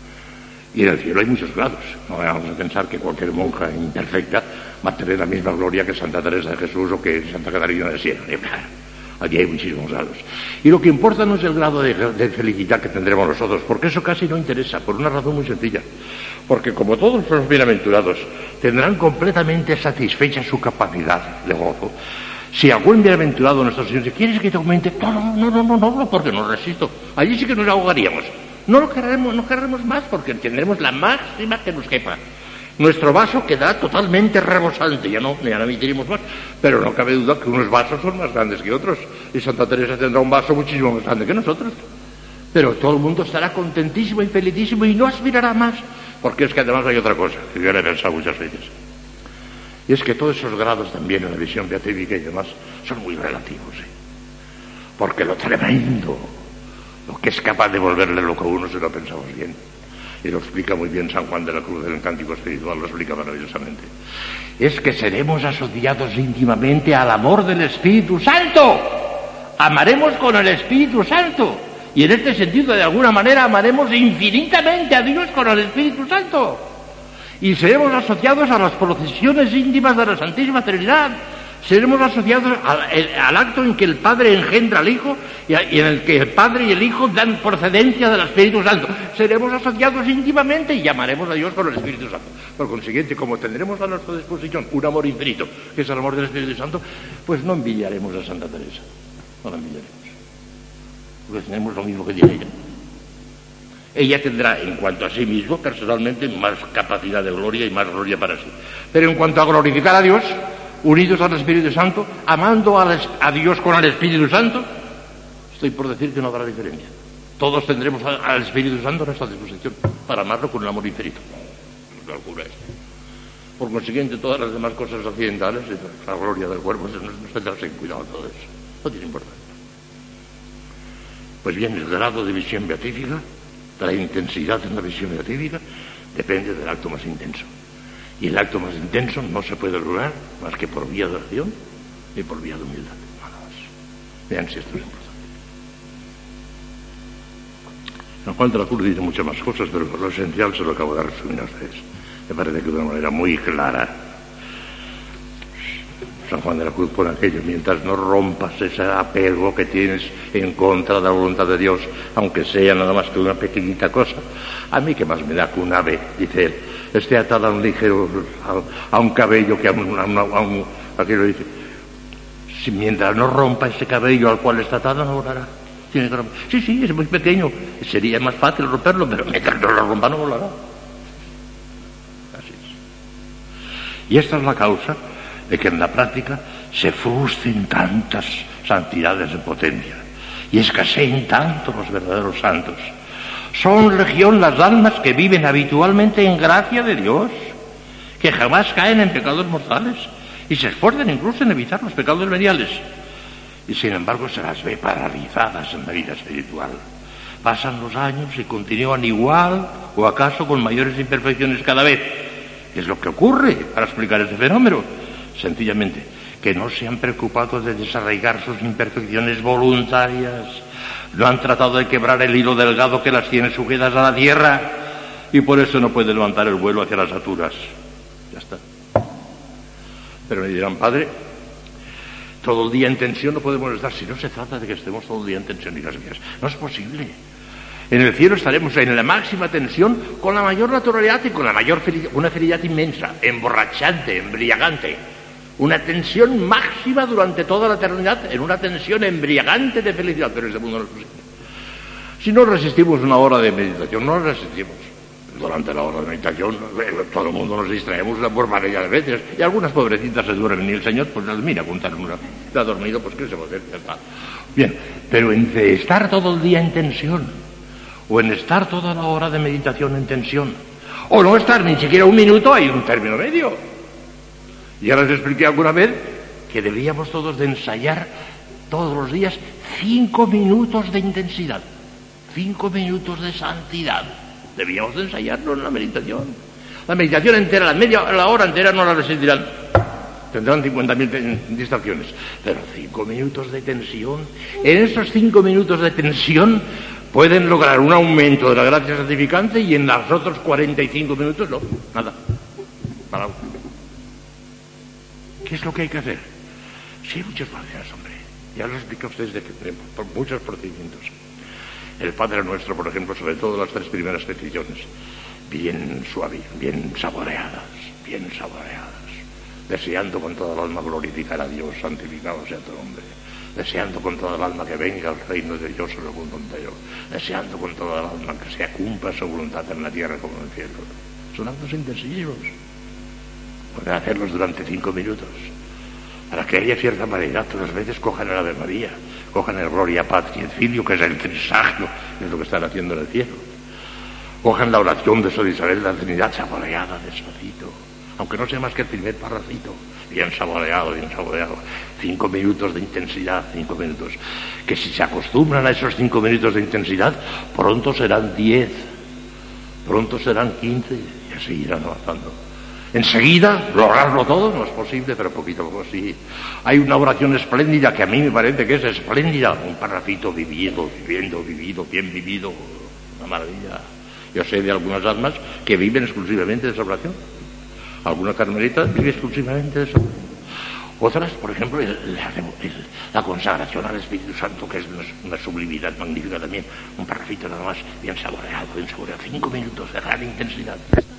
Y en el cielo hay muchos grados. No vamos a pensar que cualquier monja imperfecta va a tener la misma gloria que Santa Teresa de Jesús o que Santa Catarina de Siena. Allí hay muchísimos grados. Y lo que importa no es el grado de felicidad que tendremos nosotros, porque eso casi no interesa, por una razón muy sencilla. Porque como todos los bienaventurados tendrán completamente satisfecha su capacidad de gozo, si algún bienaventurado nuestro Señor dice, ¿quieres que te aumente? No, porque no resisto. Allí sí que nos ahogaríamos. No querremos más porque tendremos la máxima que nos quepa. Nuestro vaso quedará totalmente rebosante, ya no emitiremos más. Pero no cabe duda que unos vasos son más grandes que otros. Y Santa Teresa tendrá un vaso muchísimo más grande que nosotros. Pero todo el mundo estará contentísimo y felicísimo y no aspirará más. Porque es que además hay otra cosa, que yo le he pensado muchas veces. Y es que todos esos grados también en la visión beatífica y demás son muy relativos. Porque lo tremendo, lo que es capaz de volverle loco a uno si lo pensamos bien. Y lo explica muy bien San Juan de la Cruz en el Cántico Espiritual, lo explica maravillosamente. Es que seremos asociados íntimamente al amor del Espíritu Santo. Amaremos con el Espíritu Santo. Y en este sentido, de alguna manera, amaremos infinitamente a Dios con el Espíritu Santo. Y seremos asociados a las procesiones íntimas de la Santísima Trinidad. Seremos asociados al acto en que el Padre engendra al Hijo y en el que el Padre y el Hijo dan procedencia del Espíritu Santo. Seremos asociados íntimamente y llamaremos a Dios por el Espíritu Santo. Por consiguiente, como tendremos a nuestra disposición un amor infinito, que es el amor del Espíritu Santo, pues no envidiaremos a Santa Teresa. No la envidiaremos. Porque tenemos lo mismo que tiene ella. Ella tendrá, en cuanto a sí mismo, personalmente, más capacidad de gloria y más gloria para sí. Pero en cuanto a glorificar a Dios, unidos al Espíritu Santo, amando a Dios con el Espíritu Santo, estoy por decir que no habrá diferencia. Todos tendremos al Espíritu Santo a nuestra disposición para amarlo con un amor infinito. Calcula esto. Por consiguiente, todas las demás cosas occidentales, la gloria del cuerpo, nos tendrá sin cuidado todo eso. No tiene importancia. Pues bien, el grado de visión beatífica, de la intensidad en la visión beatífica, depende del acto más intenso. Y el acto más intenso no se puede lograr más que por vía de oración y por vía de humildad. Nada más. Vean si esto es importante. San Juan de la Cruz dice muchas más cosas, pero lo esencial se lo acabo de resumir a ustedes. Me parece que de una manera muy clara. San Juan de la Cruz pone aquello: mientras no rompas ese apego que tienes en contra de la voluntad de Dios, aunque sea nada más que una pequeñita cosa, a mí que más me da que un ave, dice él, esté atada a un ligero, a un cabello que aquello dice, si mientras no rompa ese cabello al cual está atada, no volará. Tiene que romper. Sí, es muy pequeño, sería más fácil romperlo, pero mientras no lo rompa no volará. Así es. Y esta es la causa de que en la práctica se frustren tantas santidades de potencia y escaseen tanto los verdaderos santos. Son legión las almas que viven habitualmente en gracia de Dios, que jamás caen en pecados mortales, y se esfuerzan incluso en evitar los pecados veniales. Y sin embargo se las ve paralizadas en la vida espiritual. Pasan los años y continúan igual o acaso con mayores imperfecciones cada vez. ¿Qué es lo que ocurre para explicar este fenómeno? Sencillamente, que no se han preocupado de desarraigar sus imperfecciones voluntarias, no han tratado de quebrar el hilo delgado que las tiene sujetas a la tierra y por eso no puede levantar el vuelo hacia las alturas. Ya está. Pero me dirán, padre, todo el día en tensión no podemos estar. Si no se trata de que estemos todo el día en tensión, hijas mías, no es posible. En el cielo estaremos en la máxima tensión con la mayor naturalidad y con la mayor felicidad, una felicidad inmensa, emborrachante, embriagante. Una tensión máxima durante toda la eternidad, en una tensión embriagante de felicidad, pero este mundo no es posible. Si no resistimos una hora de meditación, no resistimos. Durante la hora de meditación, todo el mundo nos distraemos por varias de veces, y algunas pobrecitas se duermen, y el Señor pues las mira contar una. Está dormido, pues ¿qué se va a hacer? Ya está. Bien, pero entre estar todo el día en tensión, o en estar toda la hora de meditación en tensión, o no estar ni siquiera un minuto, hay un término medio. Ya les expliqué alguna vez que deberíamos todos de ensayar todos los días 5 minutos de intensidad, 5 minutos de santidad. Debíamos de ensayarlo en la meditación. La meditación entera, la hora entera no la resistirán. Tendrán 50.000 distracciones. Pero 5 minutos de tensión, en esos 5 minutos de tensión pueden lograr un aumento de la gracia santificante y en los otros 45 minutos no, nada. Parado. ¿Qué es lo que hay que hacer? Sí, hay muchas maneras, hombre. Ya lo explico a ustedes por muchos procedimientos. El Padre Nuestro, por ejemplo, sobre todo las 3 primeras peticiones, bien suaves, bien saboreadas, deseando con toda el alma glorificar a Dios, santificado sea tu nombre, deseando con toda el alma que venga el reino de Dios sobre el mundo entero, deseando con toda el alma que se cumpla su voluntad en la tierra como en el cielo. Son actos intensivos. Pueden hacerlos durante 5 minutos. Para que haya cierta manera, otras veces cojan el Ave María, cojan el Gloria Patri et Filio, que es el trisagio, que es lo que están haciendo en el cielo. Cojan la oración de Sor Isabel de la Trinidad, saboreada despacito, aunque no sea más que el primer parrafito, bien saboreado, bien saboreado. 5 minutos de intensidad, 5 minutos. Que si se acostumbran a esos 5 minutos de intensidad, pronto serán 10, pronto serán 15, y así irán avanzando. Enseguida, lograrlo todo no es posible, pero poquito a poco sí. Hay una oración espléndida que a mí me parece que es espléndida. Un parrafito vivido, bien vivido. Una maravilla. Yo sé de algunas almas que viven exclusivamente de esa oración. Alguna carmelita vive exclusivamente de esa oración. Otras, por ejemplo, la consagración al Espíritu Santo, que es una sublimidad magnífica también. Un parrafito nada más, bien saboreado. 5 minutos de gran intensidad.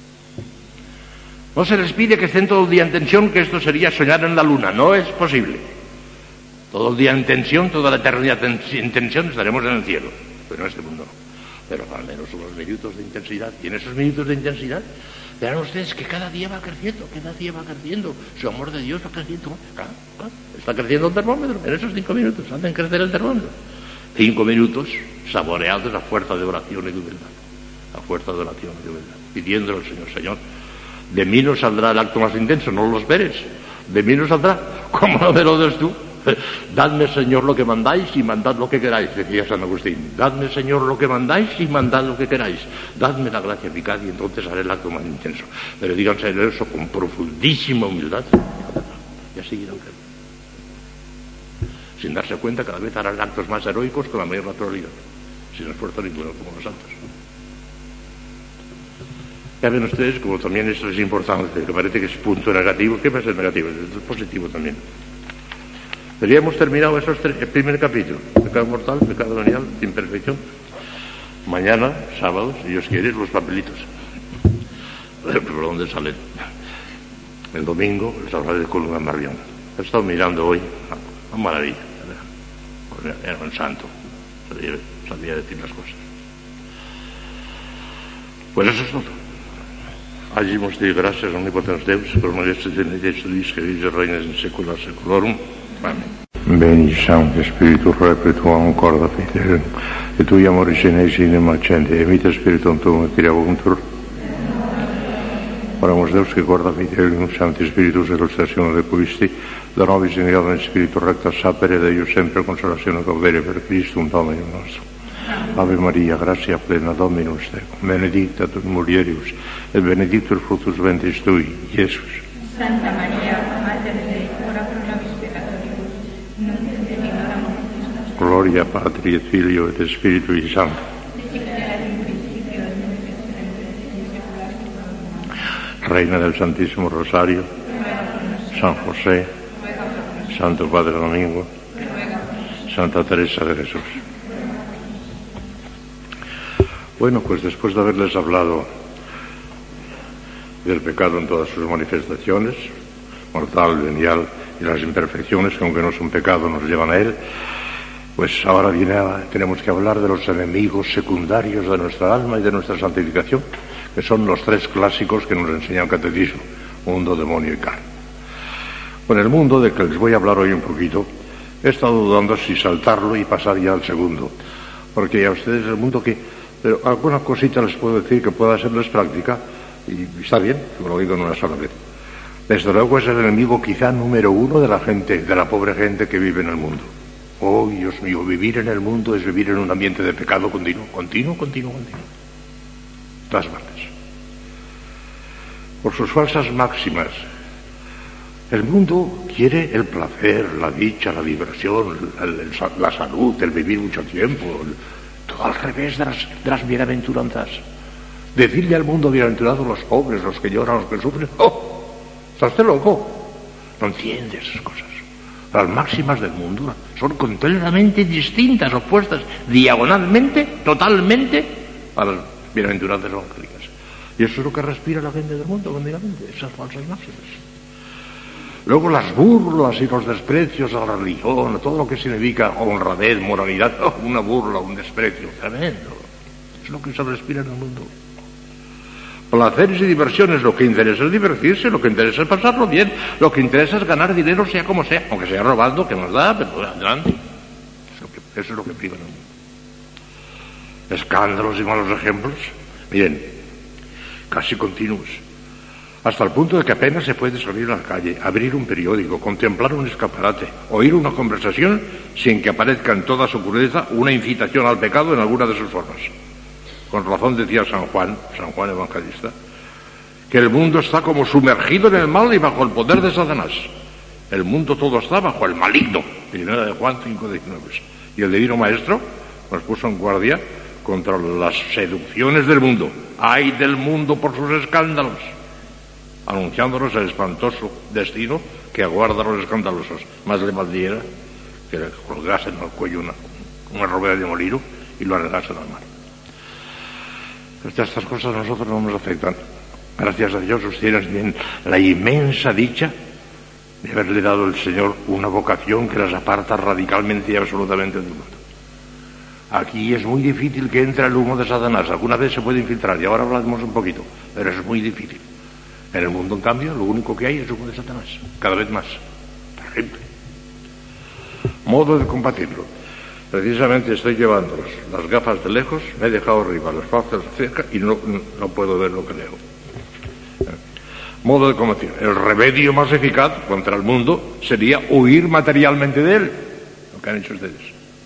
No se les pide que estén todo el día en tensión, que esto sería soñar en la luna. No es posible. Todo el día en tensión, toda la eternidad en tensión, estaremos en el cielo. Pero en este mundo no. Pero al menos unos minutos de intensidad. Y en esos minutos de intensidad, verán ustedes que cada día va creciendo. Su amor de Dios va creciendo. Está creciendo el termómetro. En esos 5 minutos hacen crecer el termómetro. 5 minutos saboreados a fuerza de oración y de humildad. A fuerza de oración y de humildad. Pidiéndole al Señor, Señor, de mí no saldrá el acto más intenso, no lo esperes. De mí no saldrá. ¿Cómo no me lo des tú? Dadme, Señor, lo que mandáis y mandad lo que queráis, decía San Agustín. Dadme, Señor, lo que mandáis y mandad lo que queráis. Dadme la gracia eficaz y entonces haré el acto más intenso. Pero díganse eso con profundísima humildad. Y así irán creciendo. Sin darse cuenta, cada vez harán actos más heroicos con la mayor naturalidad. Sin esfuerzo ninguno, como los santos. Ya ven ustedes, como también esto es importante, que parece que es punto negativo. ¿Qué pasa es negativo? Es positivo también. Pero ya hemos terminado el primer capítulo. Pecado mortal, pecado venial, imperfección. Mañana, sábado, si Dios quiere, los papelitos. ¿Por dónde salen? El domingo les hablaré de Columna Marlión. He estado mirando hoy, una maravilla. Era un santo, sabía decir las cosas. Pues eso es todo. Hagimos dir gràcies a omnipotens Deus, per Maria Trinità Jesuís, que vive reina in secula seculorum. Amén. Benedicam Spiritus Perpetuum Corda Fide, et tui amoris in macente, et vita Spiritum tuum et creavuntur. Oramos Deus que guarda Fidelum Sancti Spiritus et Illustrazione Requisti, da nobis in in Spiritu recta sapere Deus sempre consolazione caudere per Christum Dominum nostro. Ave Maria, gratia plena Dominus tecum, benedicta tu in mulieribus, et benedictus fructus ventris tui, Iesus.
Santa Maria, Mater Dei, ora pro nobis peccatoribus, nunc et in hora mortis nostre.
Gloria Patri et Filio et Spiritui Sancto. Reina del Santísimo Rosario, San José, Santo Padre Domingo, Santa Teresa de Jesús. Bueno, pues después de haberles hablado del pecado en todas sus manifestaciones, mortal, venial, y las imperfecciones que aunque no son pecado nos llevan a él, pues ahora tenemos que hablar de los enemigos secundarios de nuestra alma y de nuestra santificación, que son los tres clásicos que nos enseña el catecismo: mundo, demonio y carne. Con el mundo, de que les voy a hablar hoy un poquito, he estado dudando si saltarlo y pasar ya al segundo, porque a ustedes el mundo pero alguna cosita les puedo decir que pueda serles práctica, y está bien, lo digo en una sola vez. Desde luego es el enemigo quizá número uno de la gente, de la pobre gente que vive en el mundo. Oh, Dios mío, vivir en el mundo es vivir en un ambiente de pecado continuo. Todas partes. Por sus falsas máximas, el mundo quiere el placer, la dicha, la diversión, la salud, el vivir mucho tiempo, todo al revés de las bienaventuranzas. Decirle al mundo bienaventurado los pobres, los que lloran, los que sufren. ¡Oh! ¿Está usted loco? No entiende esas cosas. Las máximas del mundo son completamente distintas, opuestas, diagonalmente, totalmente a las bienaventuranzas evangélicas. Y eso es lo que respira la gente del mundo continuamente, esas falsas máximas. Luego las burlas y los desprecios a la religión, todo lo que significa honradez, moralidad, una burla, un desprecio tremendo. Es lo que se respira en el mundo. Placeres y diversiones, lo que interesa es divertirse, lo que interesa es pasarlo bien, lo que interesa es ganar dinero sea como sea, aunque sea robando, que nos da, pero adelante. Eso es lo que priva en el mundo. Escándalos y malos ejemplos, miren, casi continuos, hasta el punto de que apenas se puede salir a la calle, abrir un periódico, contemplar un escaparate, oír una conversación sin que aparezca en toda su crudeza una incitación al pecado en alguna de sus formas. Con razón decía San Juan Evangelista, que el mundo está como sumergido en el mal y bajo el poder de Satanás. El mundo todo está bajo el maligno. Primera de Juan 5:19. Y el Divino Maestro nos puso en guardia contra las seducciones del mundo. ¡Ay del mundo por sus escándalos! Anunciándonos el espantoso destino que aguarda a los escandalosos. Más le valdría que le colgasen al cuello una robera de molino y lo arregasen al mar. Estas cosas a nosotros no nos afectan. Gracias a Dios ustedes tienen la inmensa dicha de haberle dado al Señor una vocación que las aparta radicalmente y absolutamente del mundo. Aquí es muy difícil que entre el humo de Satanás. Alguna vez se puede infiltrar, y ahora hablaremos un poquito, pero es muy difícil. En el mundo, en cambio, lo único que hay es humo de Satanás, cada vez más. Terrible. Modo de combatirlo. Precisamente estoy llevando las gafas de lejos, me he dejado arriba las gafas cerca y no puedo ver lo que leo. Modo de combatir. El remedio más eficaz contra el mundo sería huir materialmente de él, lo que han hecho ustedes.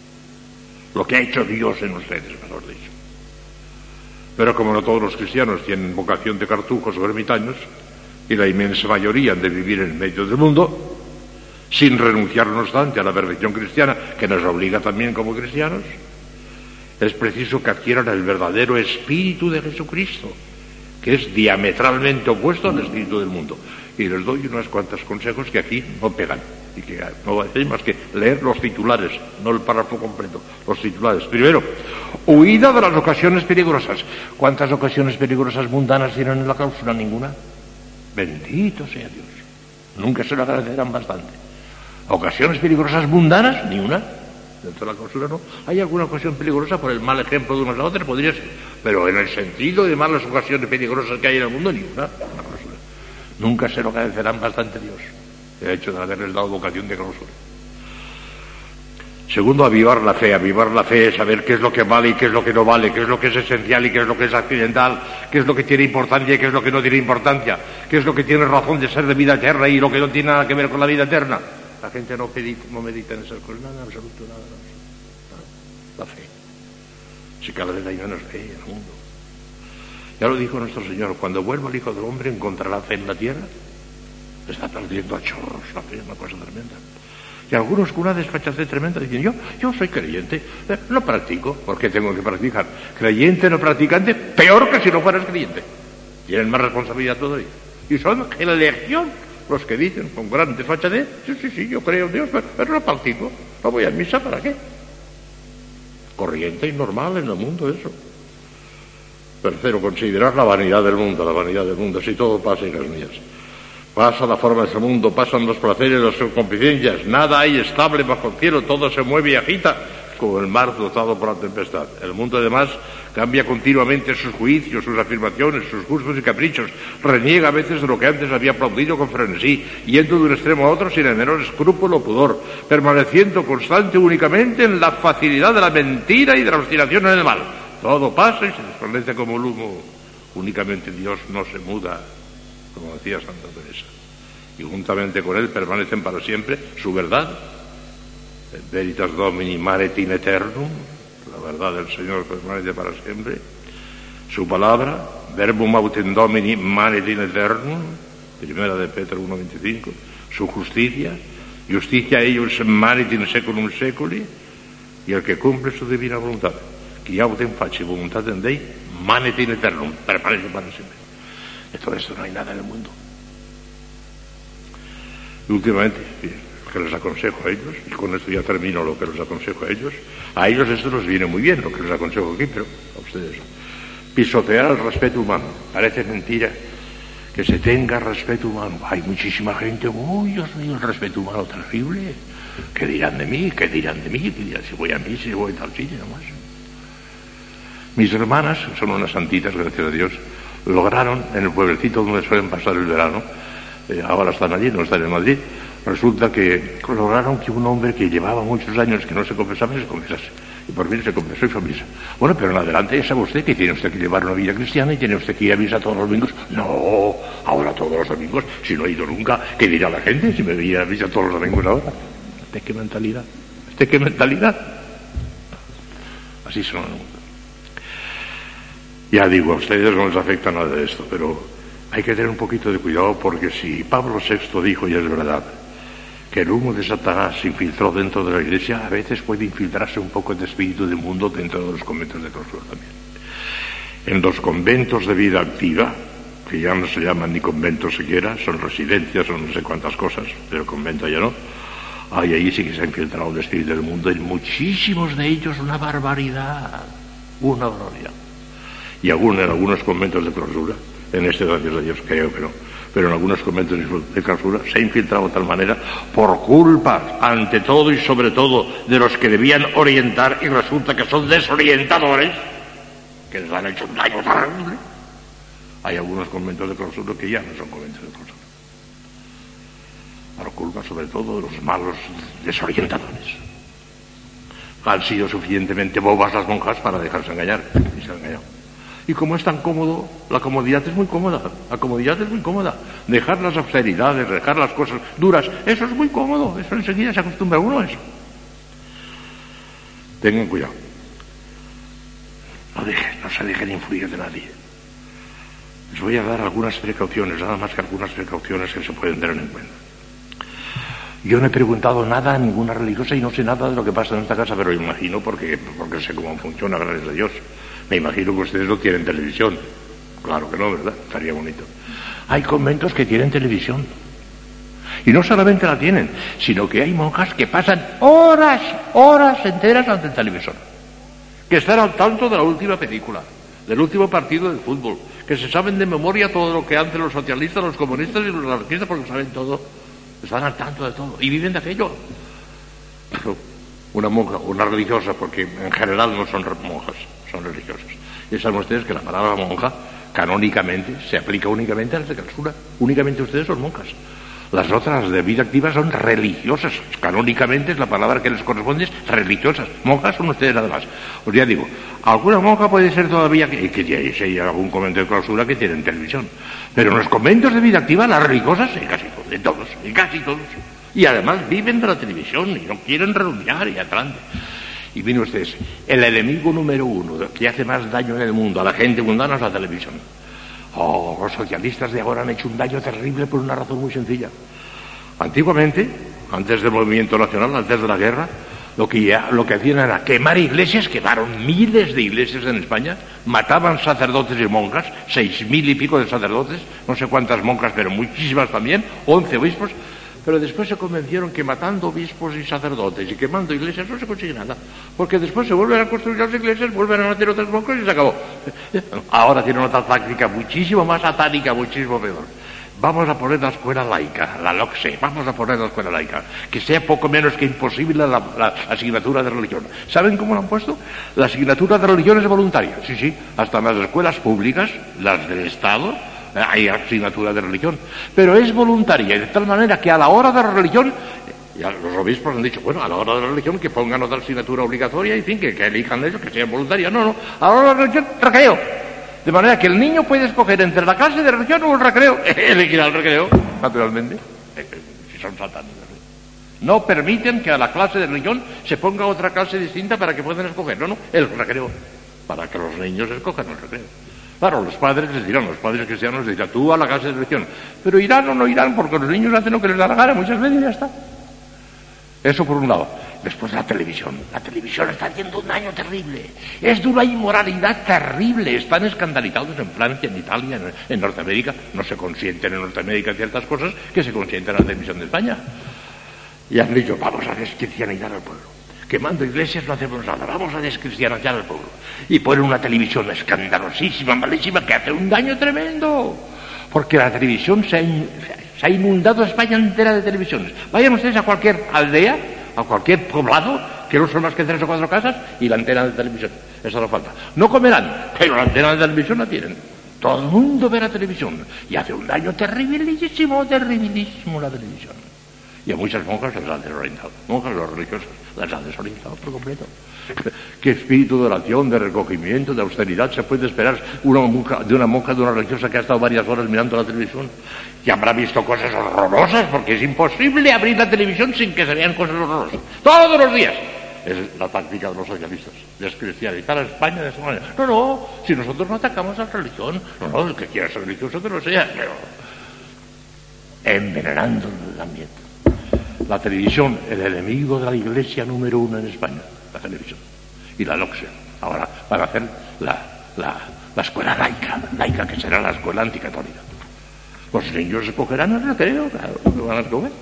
Lo que ha hecho Dios en ustedes, mejor dicho. Pero como no todos los cristianos tienen vocación de cartujos o ermitaños, y la inmensa mayoría han de vivir en medio del mundo, sin renunciar, no obstante, a la perfección cristiana, que nos obliga también como cristianos, es preciso que adquieran el verdadero espíritu de Jesucristo, que es diametralmente opuesto al espíritu del mundo. Y les doy unos cuantos consejos que aquí no pegan, y que no voy a decir más que leer los titulares, no el párrafo completo, los titulares. Primero, huida de las ocasiones peligrosas. ¿Cuántas ocasiones peligrosas mundanas tienen en la clausura? Ninguna. Bendito sea Dios. Nunca se lo agradecerán bastante. Ocasiones peligrosas mundanas, ni una. Dentro de la clausura no. Hay alguna ocasión peligrosa por el mal ejemplo de unos a otros, podría ser. Pero en el sentido de malas ocasiones peligrosas que hay en el mundo, ni una. La clausura. Nunca se lo agradecerán bastante a Dios el hecho de haberles dado vocación de clausura. Segundo, avivar la fe. Avivar la fe es saber qué es lo que vale y qué es lo que no vale, qué es lo que es esencial y qué es lo que es accidental, qué es lo que tiene importancia y qué es lo que no tiene importancia, qué es lo que tiene razón de ser de vida eterna y lo que no tiene nada que ver con la vida eterna. La gente no medita en esas cosas, nada, absoluto, nada. La fe. Si cada vez hay menos fe en el mundo. Ya lo dijo nuestro Señor, cuando vuelva el Hijo del Hombre encontrará fe en la tierra. Está perdiendo a chorros la fe, es una cosa tremenda. Y algunos con una desfachatez tremenda dicen, yo soy creyente, no practico, ¿por qué tengo que practicar? Creyente, no practicante, peor que si no fueras creyente. Tienen más responsabilidad todavía. Y son en legión los que dicen con gran desfachatez, sí, yo creo en Dios, pero no practico, no voy a misa, ¿para qué? Corriente y normal en el mundo eso. Tercero, considerar la vanidad del mundo, si todo pasa en las mías. Pasa la forma de ese mundo, pasan los placeres, las concupiscencias, nada hay estable bajo el cielo, todo se mueve y agita como el mar dotado por la tempestad. El mundo además cambia continuamente sus juicios, sus afirmaciones, sus gustos y caprichos, reniega a veces de lo que antes había aplaudido con frenesí, yendo de un extremo a otro sin el menor escrúpulo o pudor, permaneciendo constante únicamente en la facilidad de la mentira y de la obstinación en el mal. Todo pasa y se desvanece como el humo. Únicamente Dios no se muda, como decía Santa Teresa, y juntamente con él permanecen para siempre su verdad, el veritas Domini manet in aeternum, la verdad del Señor permanece para siempre, su palabra, verbum autem Domini manet in aeternum, primera de Pedro 1:25, su justicia eius manet in seculum seculi, y el que cumple su divina voluntad, qui autem faci voluntatem Dei manet in aeternum, permanece para siempre. De todo esto no hay nada en el mundo. Y últimamente, lo que les aconsejo a ellos, y con esto ya termino lo que les aconsejo a ellos esto les viene muy bien, lo que les aconsejo aquí, pero a ustedes pisotear el respeto humano. Parece mentira que se tenga respeto humano. Hay muchísima gente, Dios mío, el respeto humano terrible. ¿Qué dirán de mí? ¿Qué dirán si voy a mí, si voy a tal sitio nomás? Mis hermanas, son unas santitas, gracias a Dios, lograron en el pueblecito donde suelen pasar el verano, ahora están allí, no están en Madrid, resulta que lograron que un hombre que llevaba muchos años que no se confesaba se confesase, y por fin se confesó y fue a misa. Bueno, pero en adelante ya sabe usted que tiene usted que llevar una vida cristiana y tiene usted que ir a misa todos los domingos. No, ahora todos los domingos, si no he ido nunca, ¿qué dirá la gente si me voy a ir a misa todos los domingos ahora? ¿Usted qué mentalidad? Así son el mundo. Ya digo, a ustedes no les afecta nada de esto, pero hay que tener un poquito de cuidado porque si Pablo VI dijo, y es verdad, que el humo de Satanás se infiltró dentro de la Iglesia, a veces puede infiltrarse un poco de espíritu del mundo dentro de los conventos de clausura también. En los conventos de vida activa, que ya no se llaman ni conventos siquiera, son residencias, son no sé cuántas cosas, pero convento ya no, ahí sí que se ha infiltrado el espíritu del mundo, en muchísimos de ellos una barbaridad. Y en algunos conventos de clausura, en este gracias a Dios creo que no, pero en algunos conventos de clausura se ha infiltrado de tal manera por culpa, ante todo y sobre todo, de los que debían orientar y resulta que son desorientadores, que les han hecho un daño terrible. Hay algunos conventos de clausura que ya no son conventos de clausura, por culpa sobre todo de los malos desorientadores. Han sido suficientemente bobas las monjas para dejarse engañar y se han engañado. Y como es tan cómodo, la comodidad es muy cómoda. Dejar las austeridades, dejar las cosas duras, eso es muy cómodo. Eso enseguida se acostumbra uno a eso. Tengan cuidado. No se dejen influir de nadie. Les voy a dar algunas precauciones, nada más que algunas precauciones que se pueden tener en cuenta. Yo no he preguntado nada a ninguna religiosa y no sé nada de lo que pasa en esta casa, pero imagino porque sé cómo funciona, gracias a Dios. Me imagino que ustedes no tienen televisión. Claro que no, ¿verdad? Estaría bonito. Hay conventos que tienen televisión. Y no solamente la tienen, sino que hay monjas que pasan horas enteras ante el televisor. Que están al tanto de la última película, del último partido de fútbol, que se saben de memoria todo lo que hacen los socialistas, los comunistas y los anarquistas, porque saben todo. Están al tanto de todo. Y viven de aquello. Una monja, una religiosa, porque en general no son monjas, son religiosas. Y saben ustedes que la palabra monja, canónicamente, se aplica únicamente a las de clausura. Únicamente ustedes son monjas. Las otras de vida activa son religiosas. Canónicamente es la palabra que les corresponde, es religiosas. Monjas son ustedes nada más. Pues ya digo, alguna monja puede ser todavía, que si hay algún convento de clausura que tienen televisión. Pero en los conventos de vida activa, las religiosas, en casi todos. Y además viven de la televisión y no quieren renunciar y adelante. Y miren ustedes, el enemigo número uno que hace más daño en el mundo a la gente mundana es la televisión. Los socialistas de ahora han hecho un daño terrible por una razón muy sencilla. Antiguamente, antes del movimiento nacional, antes de la guerra, lo que hacían era quemar iglesias, quemaron miles de iglesias en España, mataban sacerdotes y monjas, 6.000 y pico de sacerdotes, no sé cuántas monjas, pero muchísimas también, 11 obispos. Pero después se convencieron que matando obispos y sacerdotes y quemando iglesias no se consigue nada, porque después se vuelven a construir las iglesias, vuelven a meter otras monjas y se acabó. Ahora tiene otra táctica muchísimo más satánica, muchísimo peor. Vamos a poner la escuela laica, la LOCSE, vamos a poner la escuela laica, que sea poco menos que imposible la asignatura de religión. ¿Saben cómo lo han puesto? La asignatura de religión es voluntaria, sí, hasta en las escuelas públicas, las del Estado, hay asignatura de religión, pero es voluntaria, de tal manera que a la hora de la religión, ya los obispos han dicho, bueno, a la hora de la religión que pongan otra asignatura obligatoria y en fin, que elijan ellos, que sea voluntaria. No, a la hora de la religión, recreo. De manera que el niño puede escoger entre la clase de religión o el recreo. Elegirá el recreo, naturalmente, si son satánicos. No permiten que a la clase de religión se ponga otra clase distinta para que puedan escoger. No, el recreo, para que los niños escojan el recreo. Claro, los padres les dirán, los padres cristianos les dirán, tú a la clase de religión. Pero irán o no irán, porque los niños hacen lo que les da la gana muchas veces y ya está. Eso por un lado. Después la televisión. La televisión está haciendo un daño terrible. Es de una inmoralidad terrible. Están escandalizados en Francia, en Italia, en Norteamérica. No se consienten en Norteamérica ciertas cosas que se consienten en la televisión de España. Y han dicho, vamos a descristianizar al pueblo. Quemando iglesias no hacemos nada, vamos a descristianizar al pueblo. Y ponen una televisión escandalosísima, malísima, que hace un daño tremendo. Porque la televisión se ha inundado España entera de televisiones. Vayan ustedes a cualquier aldea, a cualquier poblado, que no son más que 3 o 4 casas, y la antena de televisión. Eso no falta. No comerán, pero la antena de televisión la tienen. Todo el mundo ve la televisión. Y hace un daño terribilísimo la televisión. Y a muchas monjas las han desorientado. Monjas, los religiosos, las han desorientado por completo. ¿Qué espíritu de oración, de recogimiento, de austeridad se puede esperar de una monja, de una religiosa que ha estado varias horas mirando la televisión? Y habrá visto cosas horrorosas, porque es imposible abrir la televisión sin que se vean cosas horrorosas. Todos los días. Es la táctica de los socialistas, descristianizar a España de esa manera. No, si nosotros no atacamos a la religión, no, el que quiera ser religioso que lo sea, pero envenenando el ambiente. La televisión, el enemigo de la iglesia número 1 en España, la televisión. Y la LOCSE. Ahora van a hacer la escuela laica, que será la escuela anticatólica. Los niños escogerán el recreo, claro, lo van a escoger.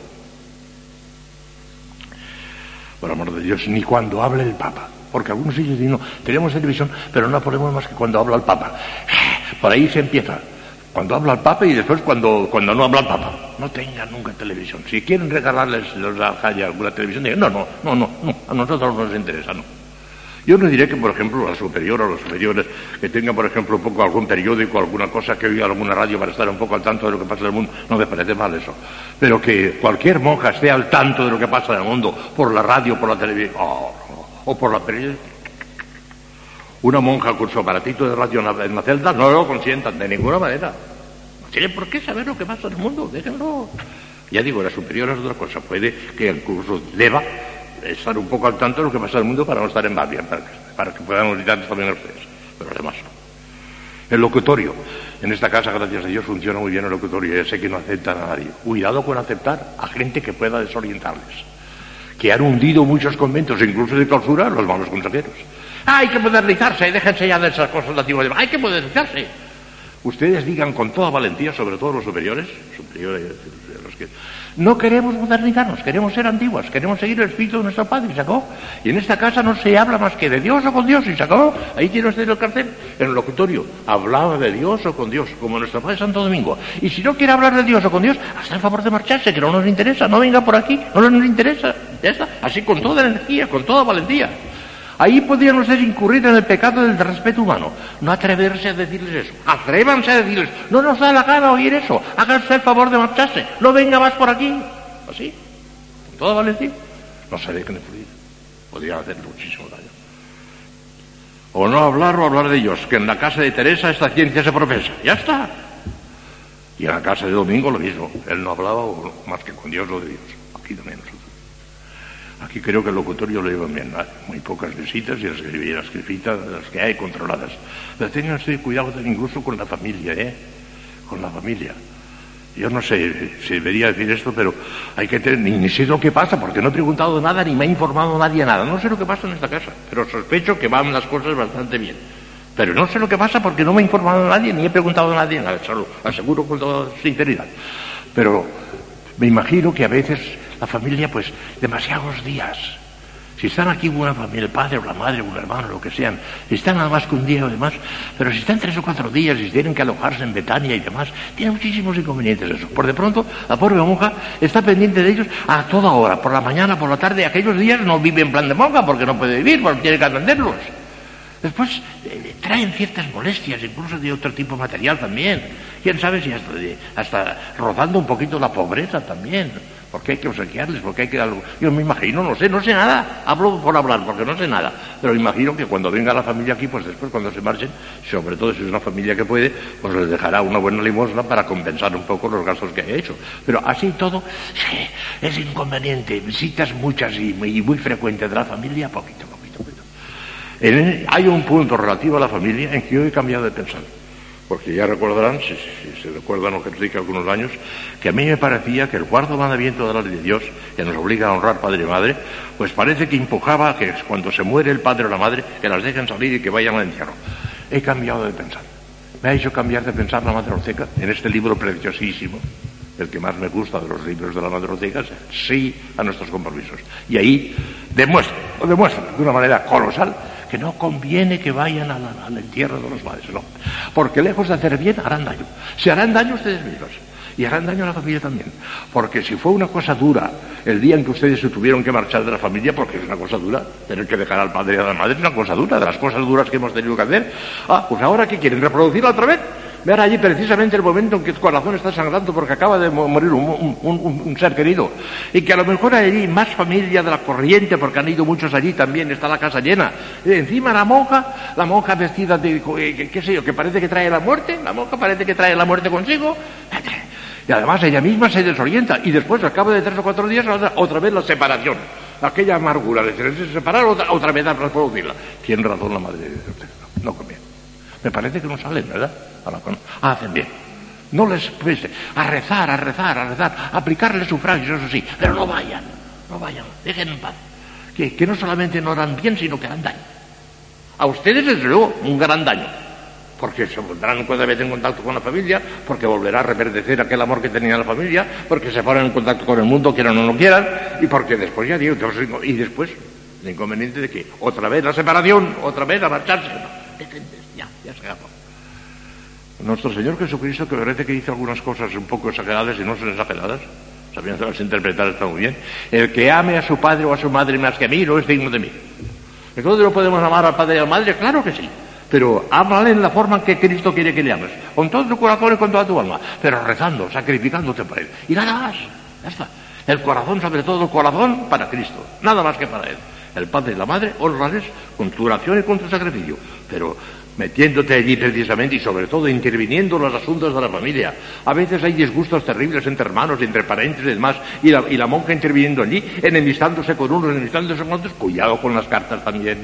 Por amor de Dios, ni cuando hable el Papa. Porque algunos ellos dicen, no, tenemos televisión, pero no ponemos más que cuando habla el Papa. Por ahí se empieza. Cuando habla el Papa y después cuando no habla el Papa. No tengan nunca televisión. Si quieren regalarles los Aljaya alguna televisión, digan, no, a nosotros no nos interesa, no. Yo no diré que, por ejemplo, a los superiores, que tengan, por ejemplo, un poco algún periódico, alguna cosa, que oiga alguna radio para estar un poco al tanto de lo que pasa en el mundo, no me parece mal eso. Pero que cualquier monja esté al tanto de lo que pasa en el mundo, por la radio, por la televisión, o por la periódica. Una monja con su aparatito de radio en la celda no lo consientan de ninguna manera. No tienen por qué saber lo que pasa en el mundo, déjenlo. Ya digo, la superior es otra cosa. Puede que incluso deba estar un poco al tanto de lo que pasa en el mundo para no estar en Babia, para que puedan gritar también a ustedes. Pero además no. El locutorio. En esta casa, gracias a Dios, funciona muy bien el locutorio. Ya sé que no aceptan a nadie. Cuidado con aceptar a gente que pueda desorientarles. Que han hundido muchos conventos, incluso de clausura, los malos consejeros. Hay que modernizarse, déjense ya de esas cosas antiguas. Hay que modernizarse. Ustedes digan con toda valentía, sobre todo los superiores, los que no queremos modernizarnos, queremos ser antiguas, queremos seguir el espíritu de nuestro Padre, y se acabó. Y en esta casa no se habla más que de Dios o con Dios, y se acabó. Ahí tiene usted el cartel, en el locutorio. Hablaba de Dios o con Dios, como nuestro Padre Santo Domingo. Y si no quiere hablar de Dios o con Dios, hasta el favor de marcharse, que no nos interesa, no venga por aquí, no nos interesa. Ya está, así con toda energía, con toda valentía. Ahí podrían ustedes incurrir en el pecado del respeto humano. No atreverse a decirles eso. Atrévanse a decirles, no nos da la gana oír eso. Háganse el favor de marcharse. No venga más por aquí. Así, con toda valentía. No se dejen de fluir. Podrían hacer muchísimo daño. O no hablar o hablar de ellos, que en la casa de Teresa esta ciencia se profesa. Ya está. Y en la casa de Domingo lo mismo. Él no hablaba más que con Dios lo de Dios. Aquí también nosotros. Aquí creo que el locutorio lo llevan bien. Hay muy pocas visitas y las escritas, las que hay controladas. Pero tengan ustedes cuidado incluso con la familia, con la familia. Yo no sé si debería decir esto, pero hay que tener, ni sé lo que pasa, porque no he preguntado nada, ni me ha informado nadie nada. No sé lo que pasa en esta casa, pero sospecho que van las cosas bastante bien. Pero no sé lo que pasa porque no me ha informado nadie, ni he preguntado a nadie nada, eso lo aseguro con toda sinceridad. Pero me imagino que a veces la familia, pues, demasiados días. Si están aquí una familia, el padre o la madre o un hermano, lo que sean, si están nada más que un día o demás, pero si están 3 o 4 días y si tienen que alojarse en Betania y demás, tiene muchísimos inconvenientes eso. Por de pronto, la pobre monja está pendiente de ellos a toda hora, por la mañana, por la tarde. Aquellos días no vive en plan de monja porque no puede vivir, porque tiene que atenderlos. Después traen ciertas molestias, incluso de otro tipo material también. Quién sabe si hasta rozando un poquito la pobreza también. Porque hay que obsequiarles, porque hay que algo. Yo me imagino, no sé nada. Hablo por hablar, porque no sé nada. Pero me imagino que cuando venga la familia aquí, pues después cuando se marchen, sobre todo si es una familia que puede, pues les dejará una buena limosna para compensar un poco los gastos que haya hecho. Pero así todo, es inconveniente. Visitas muchas y muy frecuentes de la familia, poquito. Hay un punto relativo a la familia en que yo he cambiado de pensar. Porque ya recordarán, si se recuerdan lo que expliqué algunos años, que a mí me parecía que el cuarto mandamiento de la ley de Dios, que nos obliga a honrar padre y madre, pues parece que empujaba que cuando se muere el padre o la madre, que las dejen salir y que vayan al entierro. He cambiado de pensar. Me ha hecho cambiar de pensar la Madre Ortega en este libro preciosísimo, el que más me gusta de los libros de la Madre Ortega, es Sí a nuestros compromisos. Y ahí demuestra de una manera colosal que no conviene que vayan al entierro de los padres, no. Porque lejos de hacer bien, harán daño. Se harán daño ustedes mismos. Y harán daño a la familia también. Porque si fue una cosa dura el día en que ustedes se tuvieron que marchar de la familia, porque es una cosa dura, tener que dejar al padre y a la madre es una cosa dura, de las cosas duras que hemos tenido que hacer. Pues ahora, ¿qué quieren? ¿Reproducirla otra vez? Ver allí precisamente el momento en que el corazón está sangrando porque acaba de morir un ser querido. Y que a lo mejor hay allí más familia de la corriente, porque han ido muchos allí también, está la casa llena. Y encima la monja vestida de, qué sé yo, que parece que trae la muerte, la monja parece que trae la muerte consigo. Y además ella misma se desorienta. Y después, al cabo de 3 o 4 días, otra vez la separación. Aquella amargura de tenerse separar, otra vez a reproducirla. Tiene razón la madre de Dios. No conviene. Me parece que no salen, ¿verdad? Hacen bien. No les pese. A rezar, a aplicarles sufragios, eso sí. Pero no vayan, dejen en paz. Que no solamente no harán bien, sino que harán daño. A ustedes, desde luego, un gran daño. Porque se pondrán otra vez en contacto con la familia, porque volverá a reverdecer aquel amor que tenía la familia, porque se ponen en contacto con el mundo, quieran o no quieran, y porque después ya digo, y después, el inconveniente de que otra vez la separación, otra vez a marcharse. Ya se acabó. Nuestro Señor Jesucristo, que parece que hizo algunas cosas un poco exageradas y no son exageradas, sabiéndolas interpretar está muy bien. El que ame a su padre o a su madre más que a mí no es digno de mí. ¿Entonces no podemos amar al padre y a la madre? Claro que sí. Pero ámale en la forma en que Cristo quiere que le ames, con todo tu corazón y con toda tu alma, pero rezando, sacrificándote por él. Y nada más, ya está. El corazón, sobre todo el corazón, para Cristo, nada más que para él. El padre y la madre, honrarles con tu oración y con tu sacrificio, pero metiéndote allí precisamente y sobre todo interviniendo en los asuntos de la familia. A veces hay disgustos terribles entre hermanos, entre parientes y demás, y la monja interviniendo allí, enemistándose con unos, enemistándose con otros. Cuidado con las cartas también.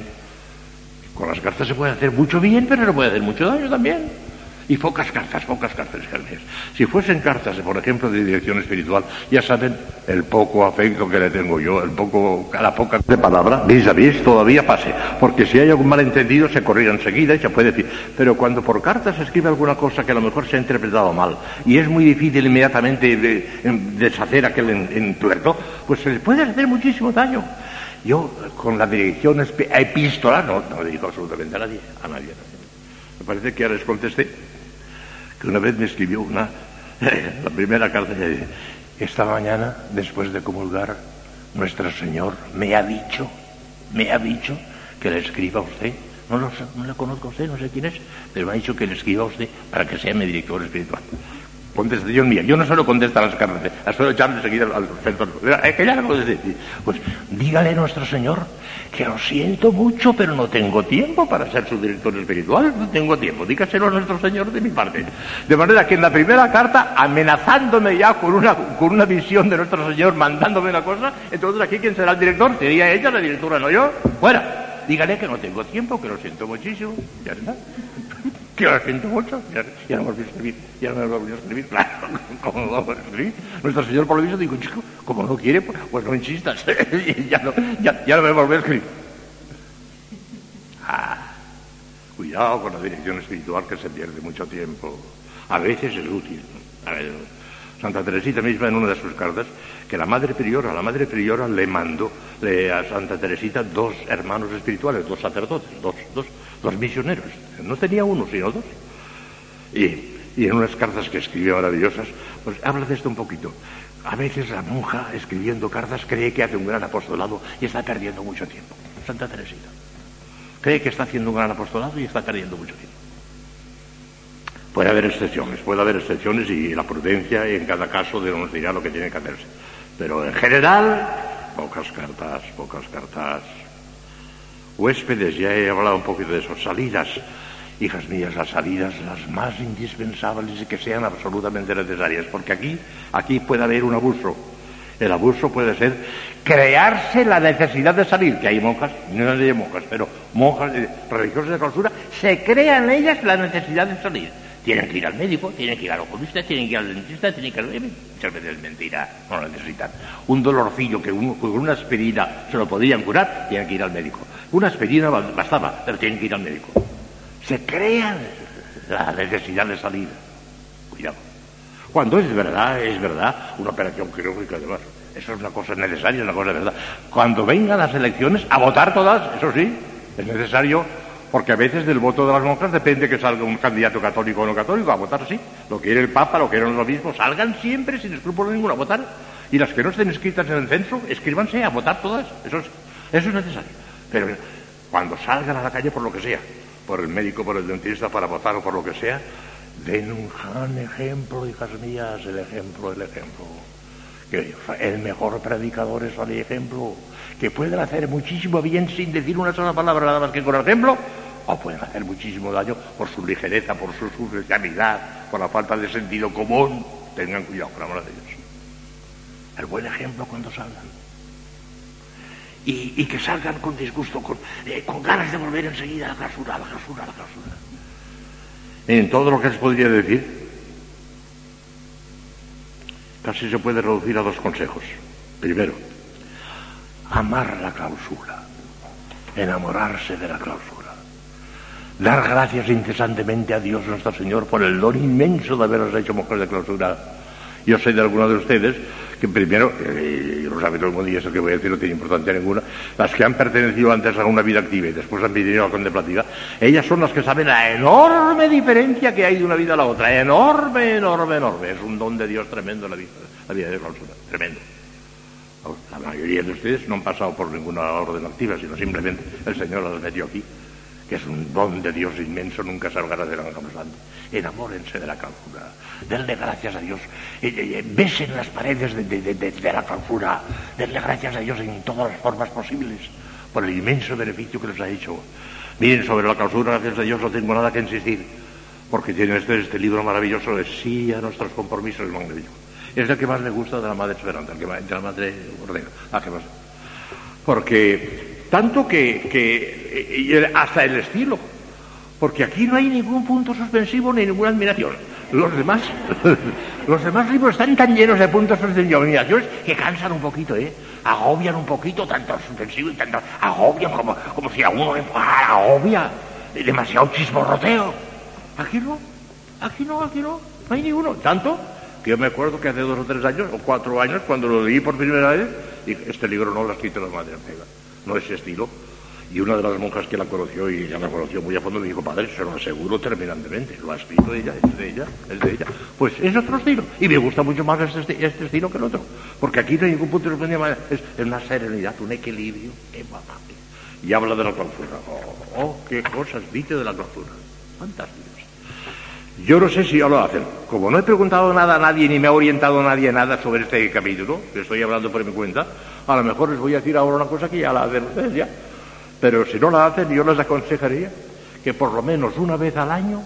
Con las cartas se puede hacer mucho bien, pero se puede hacer mucho daño también. Y pocas cartas, Jeremías. Si fuesen cartas, por ejemplo, de dirección espiritual, ya saben el poco afecto que le tengo yo, la poca de palabra, vis a vis, todavía pase. Porque si hay algún malentendido, se corrige enseguida y se puede decir. Pero cuando por cartas se escribe alguna cosa que a lo mejor se ha interpretado mal, y es muy difícil inmediatamente deshacer aquel entuerto, pues se le puede hacer muchísimo daño. Yo, con la dirección epistolar, no digo absolutamente a nadie. Me parece que ahora les contesté que una vez me escribió la primera carta que dice: esta mañana, después de comulgar, nuestro Señor me ha dicho que le escriba a usted. No le conozco a usted, no sé quién es, pero me ha dicho que le escriba a usted para que sea mi director espiritual. Contestación mía. Yo no solo contesto a las cartas, las suelo echar enseguida al centro. Que ya lo contesté. Pues dígale a nuestro Señor que lo siento mucho, pero no tengo tiempo para ser su director espiritual. No tengo tiempo. Dígaselo a nuestro Señor de mi parte. De manera que en la primera carta, amenazándome ya con una visión de nuestro Señor, mandándome una cosa, entonces aquí ¿quién será el director? Sería ella la directora, no yo. Fuera. Dígale que no tengo tiempo, que lo siento muchísimo. Ya está. Que lo siento mucho, ya no me volví a escribir, claro, ¿cómo no vamos a escribir? Nuestro Señor por lo visto dijo, chico, como no quiere, pues no insistas, ya no me volví a escribir. Cuidado con la dirección espiritual, que se pierde mucho tiempo. A veces es útil. A ver, Santa Teresita misma en una de sus cartas, que la Madre Priora le mandó a Santa Teresita 2 hermanos espirituales, 2 sacerdotes, dos misioneros. No tenía uno, sino 2. Y en unas cartas que escribió maravillosas, pues habla de esto un poquito. A veces la monja, escribiendo cartas, cree que hace un gran apostolado y está perdiendo mucho tiempo. Santa Teresita cree que está haciendo un gran apostolado y está perdiendo mucho tiempo. Puede haber excepciones y la prudencia en cada caso nos dirá lo que tiene que hacerse. Pero en general, pocas cartas. Huéspedes, ya he hablado un poquito de eso. Salidas, hijas mías, las salidas las más indispensables y que sean absolutamente necesarias, porque aquí puede haber un abuso. El abuso puede ser crearse la necesidad de salir, que hay monjas, no hay monjas, pero monjas religiosas de clausura, se crean ellas la necesidad de salir. Tienen que ir al médico, tienen que ir al oculista, tienen que ir al dentista, tienen que ir... Muchas veces es mentira, no lo necesitan. Un dolorcillo que con una aspirina se lo podrían curar, tienen que ir al médico. Una aspirina bastaba, pero tienen que ir al médico. Se crean la necesidad de salir. Cuidado. Cuando es verdad, una operación quirúrgica además. Eso es una cosa necesaria, una cosa de verdad. Cuando vengan las elecciones, a votar todas, eso sí, es necesario, porque a veces del voto de las monjas depende que salga un candidato católico o no católico, a votar sí. Lo quiere el Papa, lo quieren los obispos, salgan siempre sin escrúpulo ninguno a votar. Y las que no estén inscritas en el censo, escríbanse a votar todas, eso es necesario. Pero cuando salgan a la calle por lo que sea, por el médico, por el dentista, para votar o por lo que sea, den un gran ejemplo, hijas mías, el ejemplo. Que el mejor predicador es el ejemplo, que pueden hacer muchísimo bien sin decir una sola palabra, nada más que con el ejemplo, o pueden hacer muchísimo daño por su ligereza, por su superficialidad, por la falta de sentido común. Tengan cuidado, por amor de Dios. El buen ejemplo cuando salgan. Y que salgan con disgusto, con ganas de volver enseguida a la clausura. En todo lo que les podría decir, casi se puede reducir a 2 consejos. Primero, amar la clausura, enamorarse de la clausura, dar gracias incesantemente a Dios nuestro Señor por el don inmenso de haberos hecho mujer de clausura. Yo sé de algunos de ustedes que primero, y lo sabe todo el mundo y eso que voy a decir no tiene importancia ninguna, las que han pertenecido antes a una vida activa y después han vivido a la contemplativa, ellas son las que saben la enorme diferencia que hay de una vida a la otra, enorme. Es un don de Dios tremendo la vida de clausura, tremendo. La mayoría de ustedes no han pasado por ninguna orden activa, sino simplemente el Señor las metió aquí, que es un don de Dios inmenso, nunca salgará de la bastante. Enamórense de la clausura, denle gracias a Dios, besen las paredes de la clausura, denle gracias a Dios en todas las formas posibles, por el inmenso beneficio que les ha hecho. Miren, sobre la clausura, gracias a Dios, no tengo nada que insistir, porque tiene este libro maravilloso de sí a nuestros compromisos, magnífico. Es el que más me gusta de la Madre Esperanza, de la Madre Ortega, la que más. Porque tanto que hasta el estilo, porque aquí no hay ningún punto suspensivo ni ninguna admiración. Los demás libros están tan llenos de puntos suspensivos y admiraciones que cansan un poquito, agobian un poquito, tanto suspensivo y tanto agobian como si a uno le agobia demasiado chismorroteo. Aquí no hay ninguno. Tanto que yo me acuerdo que hace 2 o 3 años o 4 años, cuando lo leí por primera vez, dije, este libro no lo ha escrito la Madre Ortega, no es ese estilo. Y una de las monjas que la conoció, y ya la conoció muy a fondo, me dijo, padre, se lo aseguro terminantemente, lo ha escrito ella, es de ella. Pues es otro estilo, y me gusta mucho más este estilo que el otro, porque aquí no hay ningún punto de sorprendimiento, es una serenidad, un equilibrio, y habla de la clausura. Oh, qué cosas dice de la clausura. Fantásticas. Yo no sé si ya lo hacen. Como no he preguntado nada a nadie ni me ha orientado nadie nada sobre este capítulo, que estoy hablando por mi cuenta, a lo mejor les voy a decir ahora una cosa que ya la hacen ustedes ya. Pero si no la hacen, yo les aconsejaría que por lo menos una vez al año,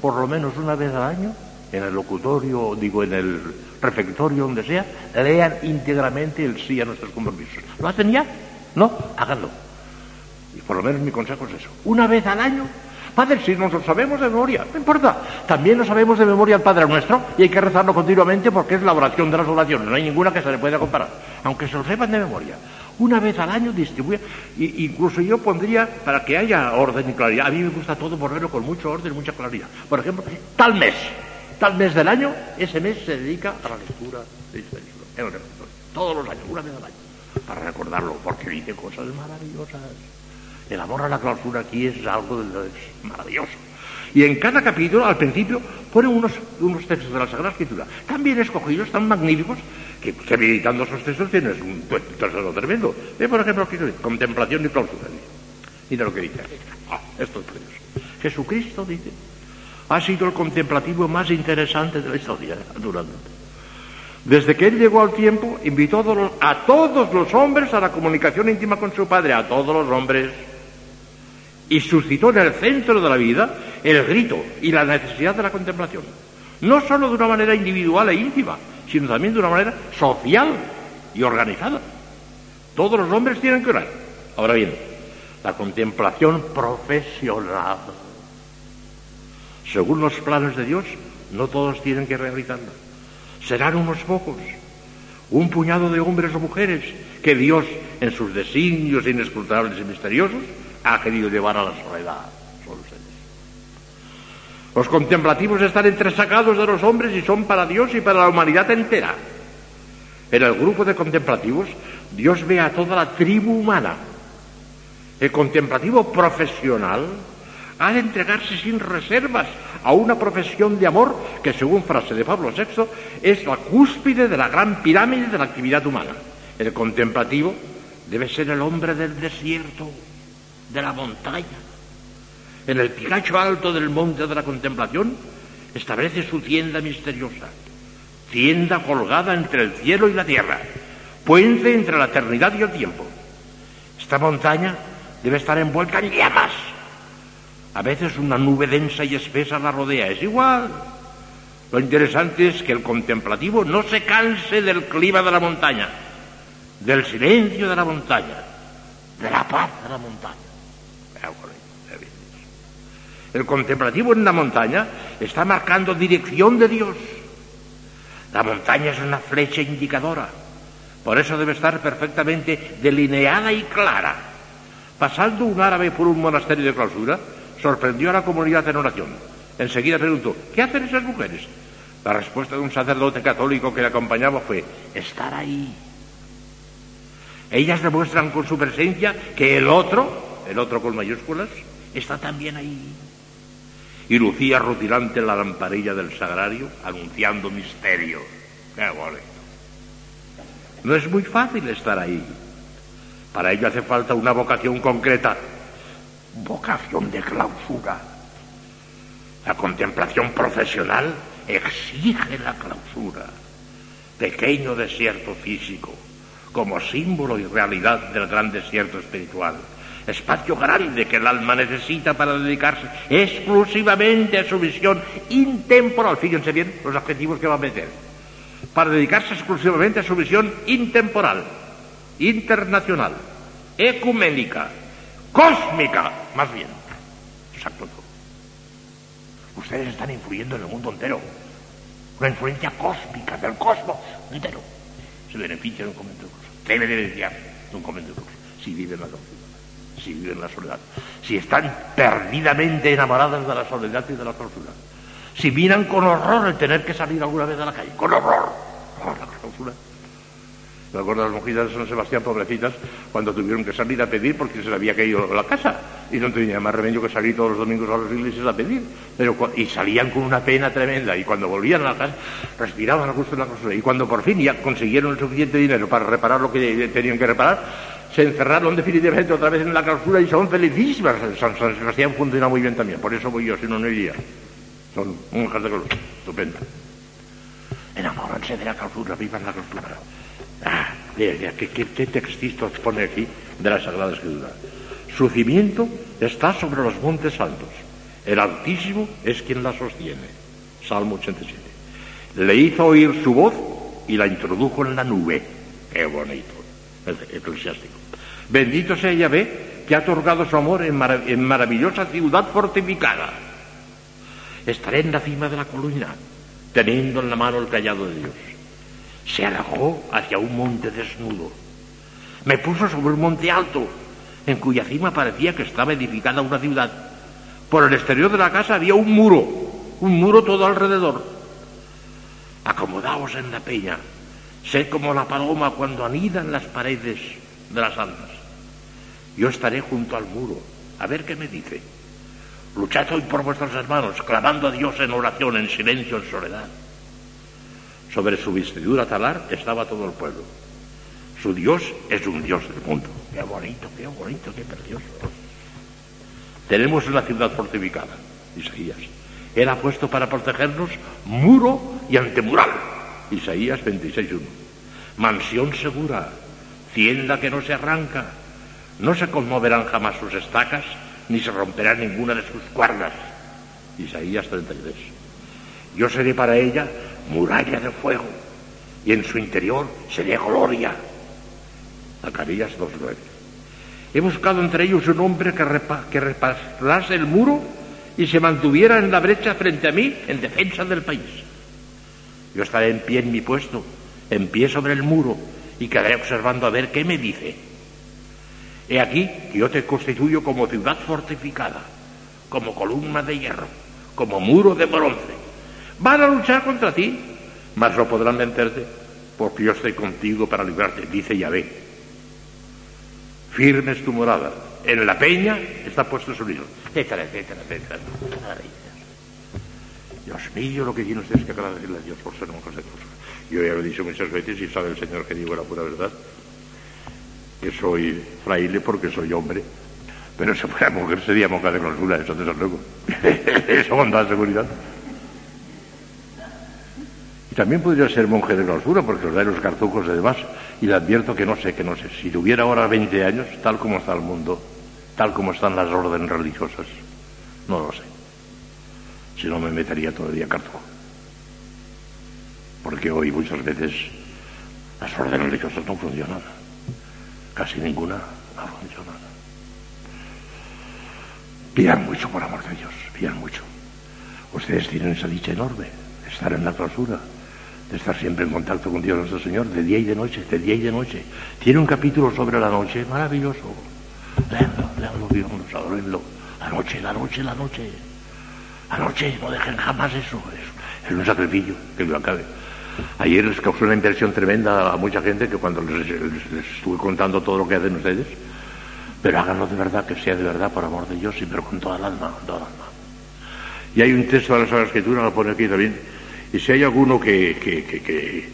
en el locutorio, en el refectorio, donde sea, lean íntegramente el sí a nuestros compromisos. ¿Lo hacen ya? No, háganlo. Y por lo menos mi consejo es eso. Una vez al año. Padre, si nos lo sabemos de memoria, no importa. También lo sabemos de memoria el Padre Nuestro y hay que rezarlo continuamente porque es la oración de las oraciones. No hay ninguna que se le pueda comparar. Aunque se lo sepan de memoria. Una vez al año distribuye. Incluso yo pondría, para que haya orden y claridad, a mí me gusta todo ponerlo con mucho orden y mucha claridad. Por ejemplo, tal mes del año, ese mes se dedica a la lectura de este libro. En el refectorio. Todos los años, una vez al año. Para recordarlo, porque dice cosas maravillosas. El amor a la clausura aquí es algo maravilloso. Y en cada capítulo, al principio, pone unos textos de la Sagrada Escritura tan bien escogidos, tan magníficos, que meditando esos textos tienes un tesoro tremendo. Por ejemplo, contemplación y clausura. Mira lo que dice aquí. Esto es precioso. Jesucristo, dice, ha sido el contemplativo más interesante de la historia, naturalmente. Desde que él llegó al tiempo, invitó a todos los hombres a la comunicación íntima con su Padre, a todos los hombres, y suscitó en el centro de la vida el grito y la necesidad de la contemplación, no solo de una manera individual e íntima, sino también de una manera social y organizada. Todos los hombres tienen que orar. Ahora bien, la contemplación profesional, según los planes de Dios, no todos tienen que realizarla. Serán unos pocos, un puñado de hombres o mujeres que Dios, en sus designios inescrutables y misteriosos, ha querido llevar a la soledad. Son ustedes. Los contemplativos están entresacados de los hombres y son para Dios y para la humanidad entera. En el grupo de contemplativos, Dios ve a toda la tribu humana. El contemplativo profesional ha de entregarse sin reservas a una profesión de amor que, según frase de Pablo VI, es la cúspide de la gran pirámide de la actividad humana. El contemplativo debe ser el hombre del desierto, de la montaña. En el picacho alto del monte de la contemplación establece su tienda misteriosa, tienda colgada entre el cielo y la tierra, puente entre la eternidad y el tiempo. Esta montaña debe estar envuelta en llamas. A veces una nube densa y espesa la rodea. Es igual. Lo interesante es que el contemplativo no se canse del clima de la montaña, del silencio de la montaña, de la paz de la montaña. El contemplativo en la montaña está marcando dirección de Dios. La montaña es una flecha indicadora. Por eso debe estar perfectamente delineada y clara. Pasando un árabe por un monasterio de clausura, sorprendió a la comunidad en oración. Enseguida preguntó: ¿qué hacen esas mujeres? La respuesta de un sacerdote católico que le acompañaba fue: estar ahí. Ellas demuestran con su presencia que el otro con mayúsculas, está también ahí. Y lucía rutilante la lamparilla del sagrario, anunciando misterios. ¡Qué bonito! No es muy fácil estar ahí. Para ello hace falta una vocación concreta. Vocación de clausura. La contemplación profesional exige la clausura. Pequeño desierto físico, como símbolo y realidad del gran desierto espiritual. Espacio grande que el alma necesita para dedicarse exclusivamente a su visión intemporal. Fíjense bien los adjetivos que va a meter. Para dedicarse exclusivamente a su visión intemporal, internacional, ecuménica, cósmica, más bien. Exacto. Ustedes están influyendo en el mundo entero. Una influencia cósmica del cosmos entero. Se beneficia de un convento de clausura. Debe beneficiar de un convento de clausura. Si viven la clausura, si viven la soledad, si están perdidamente enamoradas de la soledad y de la clausura, si miran con horror el tener que salir alguna vez a la calle, con horror, la clausura. Me acuerdo de las monjitas de San Sebastián, pobrecitas, cuando tuvieron que salir a pedir porque se les había caído la casa y no tenían más remedio que salir todos los domingos a las iglesias a pedir, y salían con una pena tremenda, y cuando volvían a la casa respiraban a gusto de la clausura, y cuando por fin ya consiguieron el suficiente dinero para reparar lo que tenían que reparar, se encerraron definitivamente otra vez en la clausura y son felicísimas. San Sebastián funciona muy bien también, por eso voy yo, si no, no iría. Son monjas de clausura, estupendo. Enamóranse de la clausura, vivan la clausura. ¿Qué textito pone aquí de la Sagrada Escritura? Su cimiento está sobre los montes altos. El Altísimo es quien la sostiene. Salmo 87. Le hizo oír su voz y la introdujo en la nube. Qué bonito. Eclesiástico. Bendito sea Yahvé, que ha otorgado su amor en maravillosa ciudad fortificada. Estaré en la cima de la colina, teniendo en la mano el cayado de Dios. Se alejó hacia un monte desnudo. Me puso sobre un monte alto, en cuya cima parecía que estaba edificada una ciudad. Por el exterior de la casa había un muro todo alrededor. Acomodaos en la peña, sé como la paloma cuando anida en las paredes de las almas. Yo estaré junto al muro, a ver qué me dice. Luchad hoy por vuestros hermanos, clamando a Dios en oración, en silencio, en soledad. Sobre su vestidura talar estaba todo el pueblo. Su Dios es un Dios del mundo. Qué bonito, qué precioso. Tenemos una ciudad fortificada, Isaías. Él ha puesto para protegernos muro y antemural. Isaías 26:1. Mansión segura, tienda que no se arranca. No se conmoverán jamás sus estacas, ni se romperá ninguna de sus cuerdas. Isaías 33. Yo seré para ella muralla de fuego, y en su interior seré gloria. Zacarías 2:9. He buscado entre ellos un hombre que repasase el muro y se mantuviera en la brecha frente a mí en defensa del país. Yo estaré en pie en mi puesto, en pie sobre el muro, y quedaré observando a ver qué me dice. He aquí que yo te constituyo como ciudad fortificada, como columna de hierro, como muro de bronce. Van a luchar contra ti, mas no podrán vencerte, porque yo estoy contigo para librarte, dice Yahvé. Firme es tu morada, en la peña está puesto su libro, etcétera. Dios mío, lo que tiene usted es que agradecerle a Dios por ser monjas de clausura. Yo ya lo he dicho muchas veces y sabe el Señor que digo la pura verdad, que soy fraile porque soy hombre, pero si fuera mujer sería monja de clausura, eso desde luego. Eso con toda seguridad. Y también podría ser monje de clausura porque os da los cartucos y demás, y le advierto que no sé, si tuviera ahora 20 años, tal como está el mundo, tal como están las órdenes religiosas, no lo sé. Si no me metería todo el día cartujo. Porque hoy muchas veces las órdenes religiosas no funcionan. Casi ninguna no funciona. Pidan mucho por amor de Dios, pidan mucho. Ustedes tienen esa dicha enorme de estar en la clausura, de estar siempre en contacto con Dios nuestro Señor, de día y de noche, de día y de noche. Tiene un capítulo sobre la noche maravilloso. Léanlo, vívanlo, adórenlo. La noche. Anoche, no dejen jamás eso. Es un sacrificio que lo acabe. Ayer les causó una impresión tremenda a mucha gente que cuando les estuve contando todo lo que hacen ustedes, pero háganlo de verdad, que sea de verdad, por amor de Dios, y pero con toda el alma, Y hay un texto de la Sagrada Escritura, lo pone aquí también, y si hay alguno que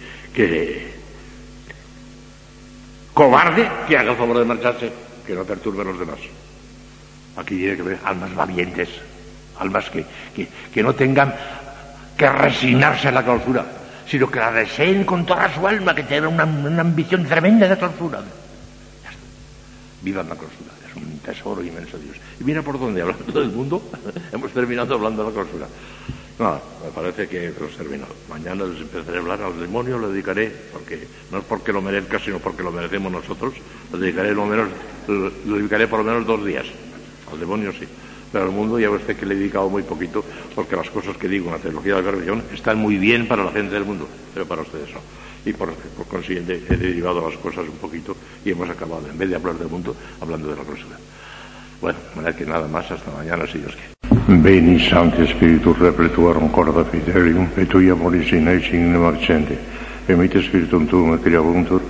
cobarde, que haga el favor de marcharse, que no perturbe a los demás. Aquí tiene que ver almas valientes, almas que no tengan que resignarse a la clausura, sino que la deseen con toda su alma, que tengan una ambición tremenda de clausura. Ya está. Vivan la clausura, es un tesoro inmenso de Dios. Y mira por dónde, hablando del mundo, hemos terminado hablando de la clausura. Nada, me parece que hemos terminado. Mañana les empezaré a hablar al demonio, le dedicaré, porque no es porque lo merezca, sino porque lo merecemos nosotros, le dedicaré por lo menos 2 días. Al demonio sí. Pero al mundo ya usted que le he dedicado muy poquito, porque las cosas que digo en la teología de la religión están muy bien para la gente del mundo, pero para ustedes no. Y por consiguiente he derivado las cosas un poquito y hemos acabado, en vez de hablar del mundo, hablando de la clausura. Bueno, de manera que nada más, hasta mañana si Dios quiere.
Veni Sancti Spiritus repletuarum corda fidelium, et tui amoris in ecce in marcente, emite Spiritum tuum et creavuntur.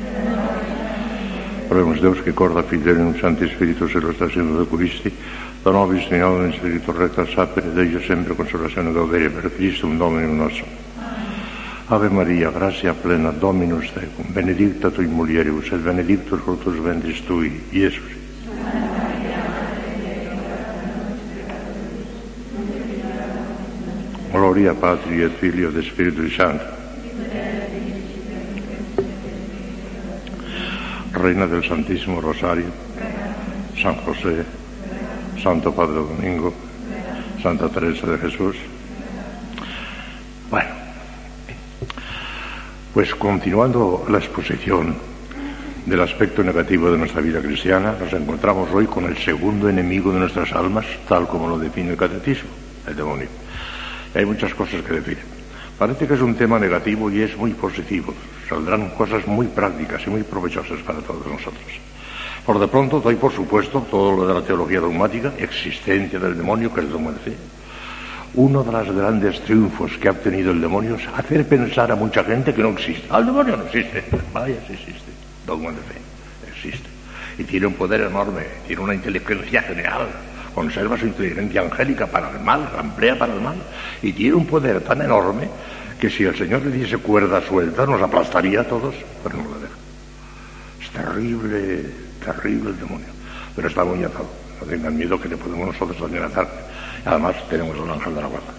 Oremus Deus que corda fidelium Sancti Spiritus illustrationem de Christi, da nobis in Spiritus recta sapere, Deo sempre consolazione gaudere per Christum Dominum nostrum. Ave Maria, gratia plena, Dominus tecum, benedicta tui mulieribus, et benedictus fructus ventris tui, Iesus. Gloria Patri et Filio et Spiritui Sancto. Reina del Santísimo Rosario, San José, Santo Padre Domingo, Santa Teresa de Jesús. Bueno, pues continuando la exposición del aspecto negativo de nuestra vida cristiana, nos encontramos hoy con el segundo enemigo de nuestras almas, tal como lo define el Catecismo, el demonio. Hay muchas cosas que decir. Parece que es un tema negativo y es muy positivo. Saldrán cosas muy prácticas y muy provechosas para todos nosotros. Por de pronto doy por supuesto todo lo de la teología dogmática, existencia del demonio, que es el dogma de fe. Uno de los grandes triunfos que ha obtenido el demonio es hacer pensar a mucha gente que no existe. El demonio no existe. Vaya, sí existe. Dogma de fe. Existe. Y tiene un poder enorme. Tiene una inteligencia general. Conserva su inteligencia angélica para el mal, la emplea para el mal. Y tiene un poder tan enorme que si el Señor le diese cuerda suelta nos aplastaría a todos, pero no lo deja. Es terrible, terrible el demonio. Pero está muy atado. No tengan miedo que le podemos nosotros también atar. Además tenemos el ángel de la guarda.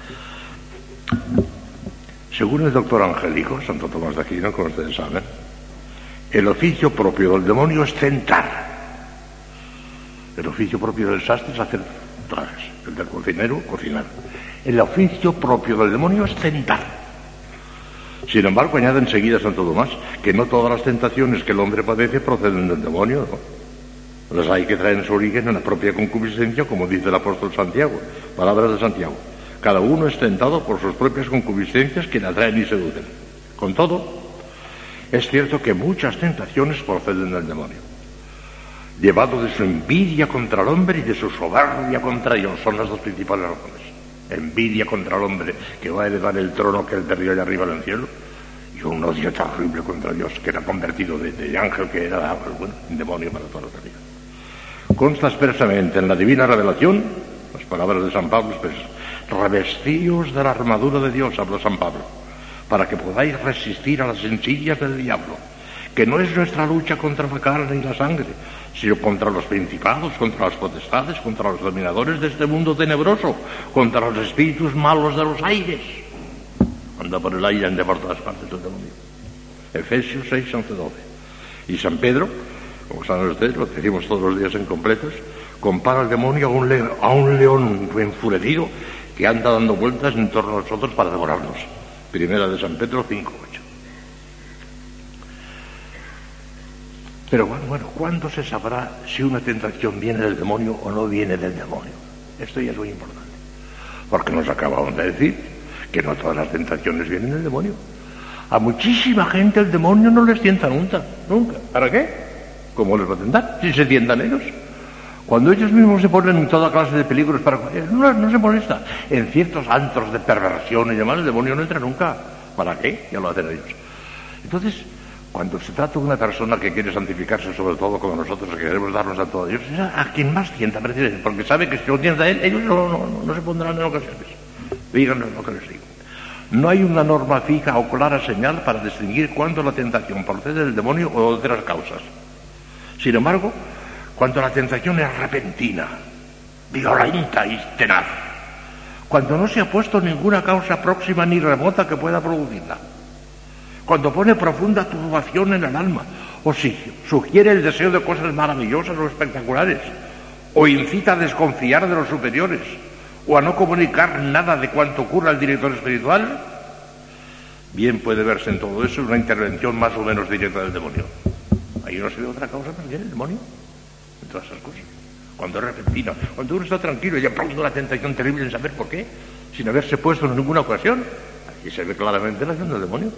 Según el doctor angélico, Santo Tomás de Aquino, como ustedes saben, el oficio propio del demonio es tentar. El oficio propio del sastre es hacer trajes, el del cocinero, cocinar. El oficio propio del demonio es tentar. Sin embargo, añade enseguida Santo Tomás que no todas las tentaciones que el hombre padece proceden del demonio, ¿no? Las hay que traen su origen en la propia concupiscencia, como dice el apóstol Santiago, palabras de Santiago. Cada uno es tentado por sus propias concupiscencias que le atraen y seducen. Con todo, es cierto que muchas tentaciones proceden del demonio. Llevado de su envidia contra el hombre y de su soberbia contra Dios. Son las dos principales razones. Envidia contra el hombre, que va a heredar el trono que él perdió allá arriba en el cielo, y un odio terrible contra Dios, que era convertido de ángel que era, bueno, un demonio para toda la eternidad. Consta expresamente en la divina revelación, las palabras de San Pablo expresas: revestíos de la armadura de Dios, habló San Pablo, para que podáis resistir a las ensillas del diablo, que no es nuestra lucha contra la carne y la sangre, sino contra los principados, contra las potestades, contra los dominadores de este mundo tenebroso, contra los espíritus malos de los aires. Anda por el aire, anda por todas partes el demonio. Efesios 6, 11, 12. Y San Pedro, como saben ustedes, lo decimos todos los días en completos, compara al demonio a un león enfurecido que anda dando vueltas en torno a nosotros para devorarnos. Primera de San Pedro 5, 8. Pero bueno, ¿cuándo se sabrá si una tentación viene del demonio o no viene del demonio? Esto ya es muy importante. Porque nos acabamos de decir que no todas las tentaciones vienen del demonio. A muchísima gente el demonio no les tienta nunca. ¿Para qué? ¿Cómo les va a tentar? Si se tientan ellos. Cuando ellos mismos se ponen en toda clase de peligros para... No se molesta. En ciertos antros de perversión y demás, el demonio no entra nunca. ¿Para qué? Ya lo hacen ellos. Entonces, cuando se trata de una persona que quiere santificarse, sobre todo como nosotros que queremos darnos a todos ellos, es a quien más tienta, porque sabe que si lo tienta a él, ellos no se pondrán en ocasiones. Díganlo lo que les digo. No hay una norma fija o clara señal para distinguir cuándo la tentación procede del demonio o de otras causas. Sin embargo, cuando la tentación es repentina, violenta y tenaz, cuando no se ha puesto ninguna causa próxima ni remota que pueda producirla, cuando pone profunda turbación en el alma, o si sugiere el deseo de cosas maravillosas o espectaculares, o incita a desconfiar de los superiores, o a no comunicar nada de cuanto ocurra al director espiritual, bien puede verse en todo eso una intervención más o menos directa del demonio. Ahí no se ve otra causa más bien el demonio, en todas esas cosas. Cuando es repentino, cuando uno está tranquilo y de pronto una tentación terrible en saber por qué, sin haberse puesto en ninguna ocasión, aquí se ve claramente la acción del demonio.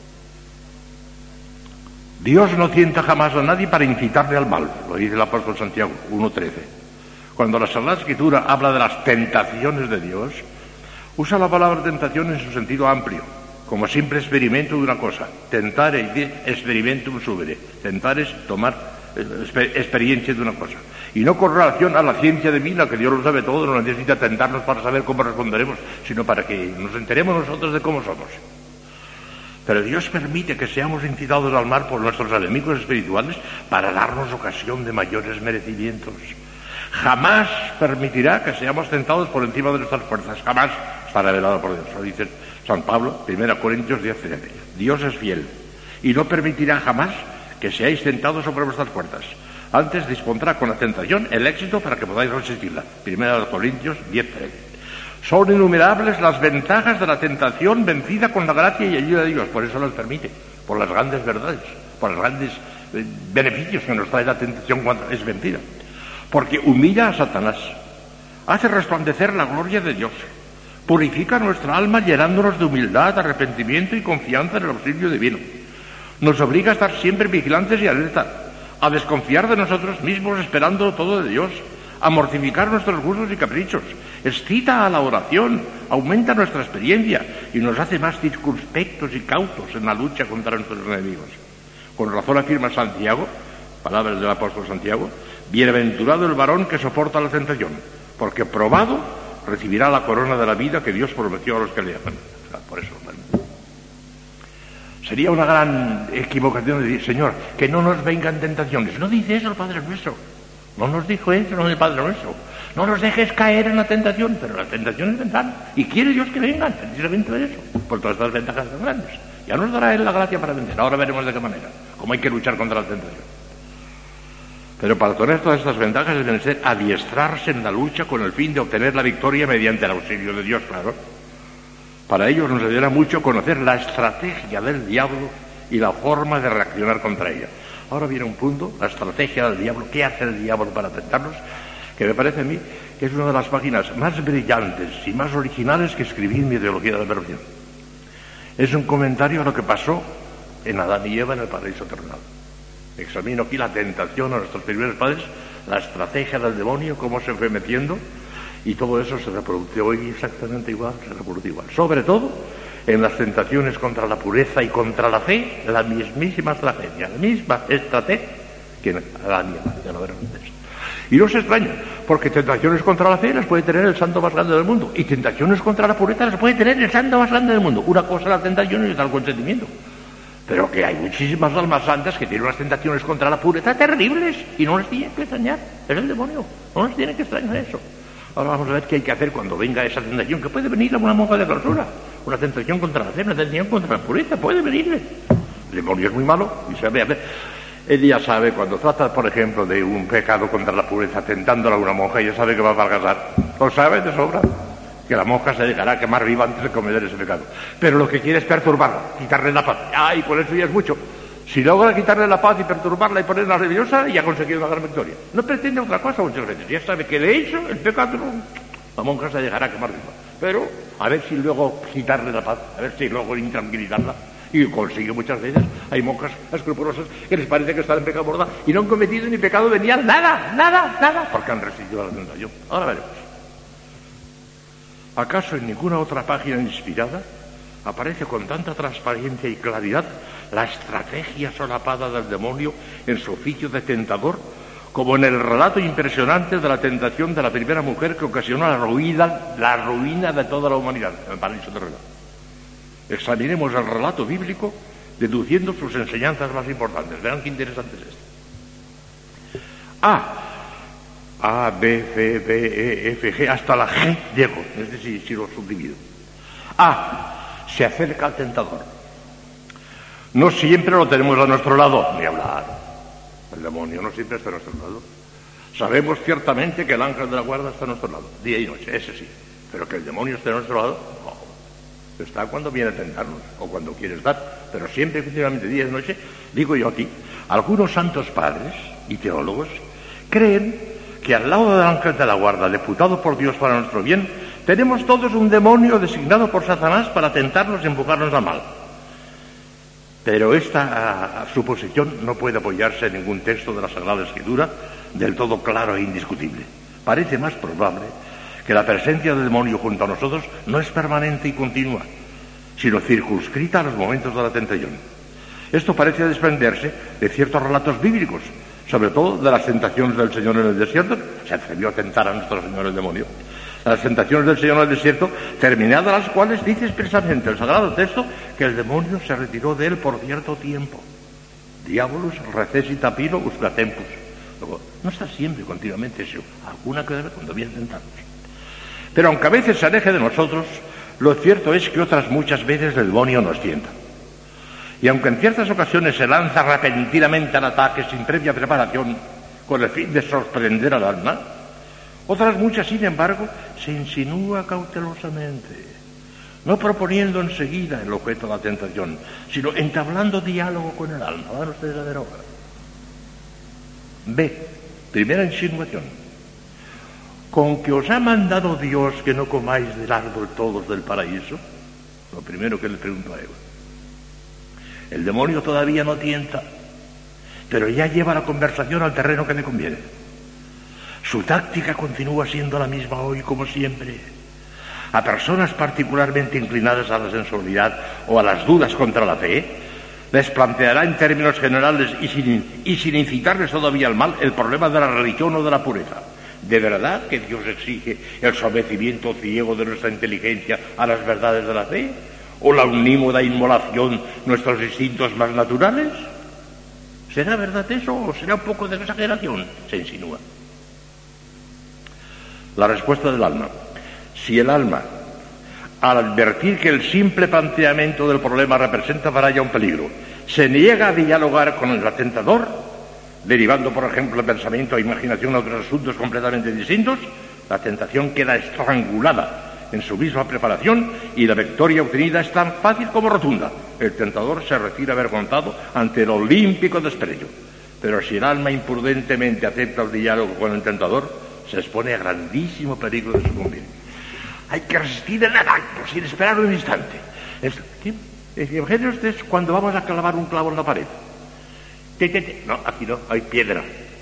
Dios no tienta jamás a nadie para incitarle al mal, lo dice el apóstol Santiago 1:13. Cuando la Sagrada Escritura habla de las tentaciones de Dios, usa la palabra tentación en su sentido amplio, como simple experimento de una cosa. Tentar es decir experimentum subere. Tentar es tomar experiencia de una cosa. Y no con relación a la ciencia divina, que Dios lo sabe todo, no necesita tentarnos para saber cómo responderemos, sino para que nos enteremos nosotros de cómo somos. Pero Dios permite que seamos incitados al mal por nuestros enemigos espirituales para darnos ocasión de mayores merecimientos. Jamás permitirá que seamos tentados por encima de nuestras fuerzas. Jamás está revelado por Dios. Lo dice San Pablo, 1 Corintios 10:13. Dios es fiel y no permitirá jamás que seáis tentados sobre vuestras fuerzas. Antes dispondrá con la tentación el éxito para que podáis resistirla. 1 Corintios 10:13. Son innumerables las ventajas de la tentación vencida con la gracia y ayuda de Dios. Por eso las permite, por las grandes verdades, por los grandes beneficios que nos trae la tentación cuando es vencida. Porque humilla a Satanás, hace resplandecer la gloria de Dios, purifica nuestra alma llenándonos de humildad, arrepentimiento y confianza en el auxilio divino. Nos obliga a estar siempre vigilantes y alerta, a desconfiar de nosotros mismos esperando todo de Dios, a mortificar nuestros gustos y caprichos, excita a la oración, aumenta nuestra experiencia y nos hace más circunspectos y cautos en la lucha contra nuestros enemigos. Con razón afirma Santiago, palabras del apóstol Santiago, bienaventurado el varón que soporta la tentación, porque probado recibirá la corona de la vida que Dios prometió a los que le aman. Por eso, sería una gran equivocación decir, Señor, que no nos vengan tentaciones. No dice eso el Padre Nuestro. No nos dijo eso en el Padre Nuestro. No nos dejes caer en la tentación, pero las tentaciones vendrán. Y quiere Dios que vengan, precisamente de eso, por todas estas ventajas tan grandes. Ya nos dará Él la gracia para vencer. Ahora veremos de qué manera, cómo hay que luchar contra la tentación. Pero para tener todas estas ventajas deben ser adiestrarse en la lucha con el fin de obtener la victoria mediante el auxilio de Dios, claro. Para ello nos ayudará mucho conocer la estrategia del diablo y la forma de reaccionar contra ella. Ahora viene un punto, la estrategia del diablo. ¿Qué hace el diablo para tentarnos? Que me parece a mí que es una de las páginas más brillantes y más originales que escribí en mi teología de la perfección. Es un comentario a lo que pasó en Adán y Eva en el paraíso terrenal. Examino aquí la tentación a nuestros primeros padres, la estrategia del demonio, cómo se fue metiendo, y todo eso se reproduce hoy exactamente igual, se reproduce igual. Sobre todo en las tentaciones contra la pureza y contra la fe, la mismísima estrategia, la misma estrategia que Adán y Eva, ya lo verán ustedes. Y no se extraña, porque tentaciones contra la fe las puede tener el santo más grande del mundo, y tentaciones contra la pureza las puede tener el santo más grande del mundo. Una cosa es la tentación y otra el consentimiento. Pero que hay muchísimas almas santas que tienen unas tentaciones contra la pureza terribles, y no les tiene que extrañar, es el demonio, no les tiene que extrañar eso. Ahora vamos a ver qué hay que hacer cuando venga esa tentación, que puede venir a una monja de clausura, una tentación contra la fe, una tentación contra la pureza, puede venirle. El demonio es muy malo y sabe hacer. Él ya sabe, cuando trata, por ejemplo, de un pecado contra la pureza, tentándola a una monja, ya sabe que va a fracasar. Lo sabe de sobra, que la monja se dejará quemar viva antes de cometer ese pecado. Pero lo que quiere es perturbarla, quitarle la paz. ¡Ay, por eso ya es mucho! Si logra quitarle la paz y perturbarla y ponerla nerviosa, ya ha conseguido una gran victoria. No pretende otra cosa muchas veces. Ya sabe que de hecho el pecado la monja se dejará quemar viva. Pero a ver si luego quitarle la paz, a ver si luego intranquilizarla. Y consigue muchas veces. Hay monjas escrupulosas que les parece que están en pecado mortal y no han cometido ni pecado venial, nada, porque han resistido a la tentación. Ahora veremos. ¿Acaso en ninguna otra página inspirada aparece con tanta transparencia y claridad la estrategia solapada del demonio en su oficio de tentador, como en el relato impresionante de la tentación de la primera mujer que ocasionó la ruina de toda la humanidad en el paraíso terrenal? Examinemos el relato bíblico deduciendo sus enseñanzas más importantes. Vean qué interesante es esto. A, B, C, D, E, F, G, hasta la G llego, es decir, si lo subdivido. Se acerca al tentador. No siempre lo tenemos a nuestro lado, ni hablar. El demonio no siempre está a nuestro lado. Sabemos ciertamente que el ángel de la guarda está a nuestro lado, día y noche, ese sí. Pero que el demonio esté a nuestro lado, no. Está cuando viene a tentarnos, o cuando quiere estar, pero siempre, efectivamente, día y noche. Digo yo aquí, algunos santos padres y teólogos creen que al lado del ángel de la guarda, deputado por Dios para nuestro bien, tenemos todos un demonio designado por Satanás para tentarnos y empujarnos al mal. Pero esta suposición no puede apoyarse en ningún texto de la Sagrada Escritura del todo claro e indiscutible. Parece más probable que la presencia del demonio junto a nosotros no es permanente y continua, sino circunscrita a los momentos de la tentación. Esto parece desprenderse de ciertos relatos bíblicos, sobre todo de las tentaciones del Señor en el desierto. Se atrevió a tentar a nuestro Señor el demonio. las tentaciones del Señor en el desierto, terminadas las cuales dice expresamente el Sagrado Texto que el demonio se retiró de él por cierto tiempo. Diabolus recessit apilo usque tempus. Luego, no está siempre, continuamente, eso. Alguna que debe cuando viene a tentarnos. Pero aunque a veces se aleje de nosotros, lo cierto es que otras muchas veces el demonio nos tienta. Y aunque en ciertas ocasiones se lanza repentinamente al ataque sin previa preparación, con el fin de sorprender al alma, otras muchas, sin embargo, se insinúa cautelosamente, no proponiendo enseguida el objeto de la tentación, sino entablando diálogo con el alma. Van ustedes a ver ahora. B. Primera insinuación. Con que os ha mandado Dios que no comáis del árbol todos del paraíso. Lo primero que le pregunto a Eva. El demonio todavía no tienta, pero ya lleva la conversación al terreno que le conviene. Su táctica continúa siendo la misma hoy como siempre. A personas particularmente inclinadas a la sensualidad o a las dudas contra la fe, les planteará en términos generales y sin incitarles todavía al mal el problema de la religión o de la pureza. ¿De verdad que Dios exige el sometimiento ciego de nuestra inteligencia a las verdades de la fe? ¿O la unímoda inmolación nuestros instintos más naturales? ¿Será verdad eso o será un poco de exageración? Se insinúa. La respuesta del alma. Si el alma, al advertir que el simple planteamiento del problema representa para ella un peligro, se niega a dialogar con el tentador, derivando, por ejemplo, el pensamiento e imaginación a otros asuntos completamente distintos, la tentación queda estrangulada en su misma preparación y la victoria obtenida es tan fácil como rotunda. El tentador se retira avergonzado ante el olímpico desprecio. Pero si el alma imprudentemente acepta el diálogo con el tentador, se expone a grandísimo peligro de sucumbir. Hay que resistir en el acto, sin esperar un instante. Imaginen ustedes cuando vamos a clavar un clavo en la pared. No, aquí no, hay piedra.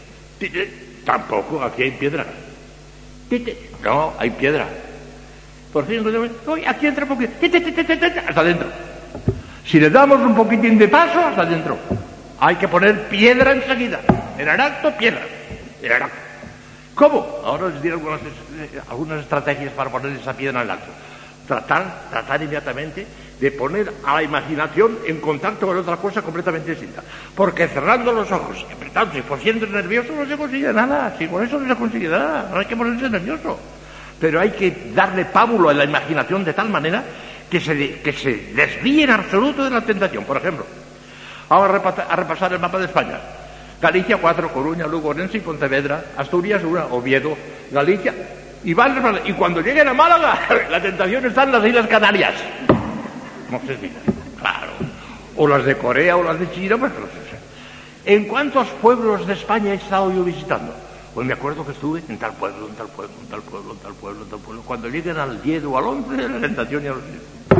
Tampoco, aquí hay piedra. No, hay piedra. Por fin, aquí entra un poquito, hasta adentro. Si le damos un poquitín de paso, hasta adentro. Hay que poner piedra enseguida. En el acto, piedra. En el acto. ¿Cómo? Ahora les diré algunas estrategias para poner esa piedra en el acto. Tratar inmediatamente de poner a la imaginación en contacto con otra cosa completamente distinta. Porque cerrando los ojos, apretándose y poniéndose nervioso, no se consigue nada. Si con eso no se consigue nada, no hay que ponerse nervioso. Pero hay que darle pábulo a la imaginación de tal manera que se desvíe en absoluto de la tentación. Por ejemplo, vamos a repasar el mapa de España. Galicia 4, Coruña, Lugo, Orense y Pontevedra, Asturias 1, Oviedo, Galicia, y cuando lleguen a Málaga, la tentación está en las Islas Canarias. No se olvida, claro. O las de Corea o las de China, pues no sé. ¿En cuántos pueblos de España he estado yo visitando? Pues me acuerdo que estuve en tal pueblo, en tal pueblo, en tal pueblo, en tal pueblo, en tal pueblo. Cuando lleguen al 10 o al 11, la tentación ya lo tiene.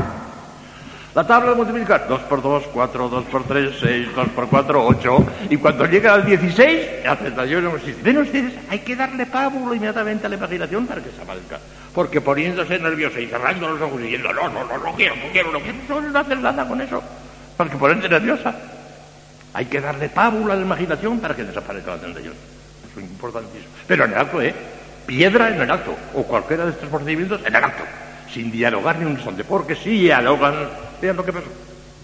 La tabla de multiplicar, 2 por 2, 4, 2 por 3, 6, 2 por 4, 8. Y cuando llega al 16, la tentación no existe. Ven ustedes, hay que darle pábulo inmediatamente a la imaginación para que se amalca. Porque poniéndose nerviosa y cerrando los ojos y diciendo, no quiero, no hacer nada con eso. Porque ponerse nerviosa. Hay que darle pábulo a la imaginación para que desaparezca la tentación. Eso es importantísimo. Pero en el acto, piedra en el acto. O cualquiera de estos procedimientos en el acto. Sin dialogar ni un instante, porque si dialogan, vean lo que pasó.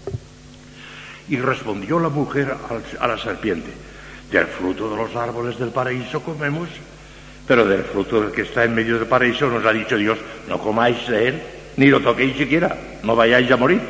Y respondió la mujer a la serpiente, del fruto de los árboles del paraíso comemos, pero del fruto del que está en medio del paraíso nos ha dicho Dios, no comáis de él, ni lo toquéis siquiera, no vayáis a morir.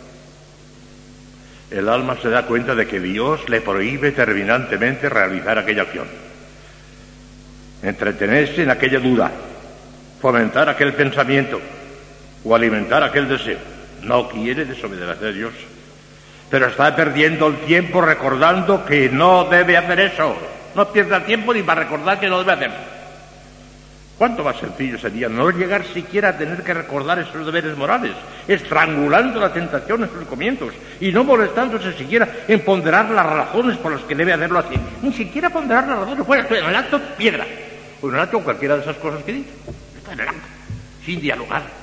El alma se da cuenta de que Dios le prohíbe terminantemente realizar aquella acción. Entretenerse en aquella duda, fomentar aquel pensamiento, o alimentar aquel deseo. No quiere desobedecer a Dios, pero está perdiendo el tiempo recordando que no debe hacer eso. No pierda tiempo ni para recordar que no debe hacerlo. ¿Cuánto más sencillo sería no llegar siquiera a tener que recordar esos deberes morales, estrangulando la tentación en sus comienzos y no molestándose siquiera en ponderar las razones por las que debe hacerlo así? Ni siquiera ponderar las razones. Bueno, estoy en el acto, piedra. O en el acto, cualquiera de esas cosas que he dicho. Está en el acto, sin dialogar.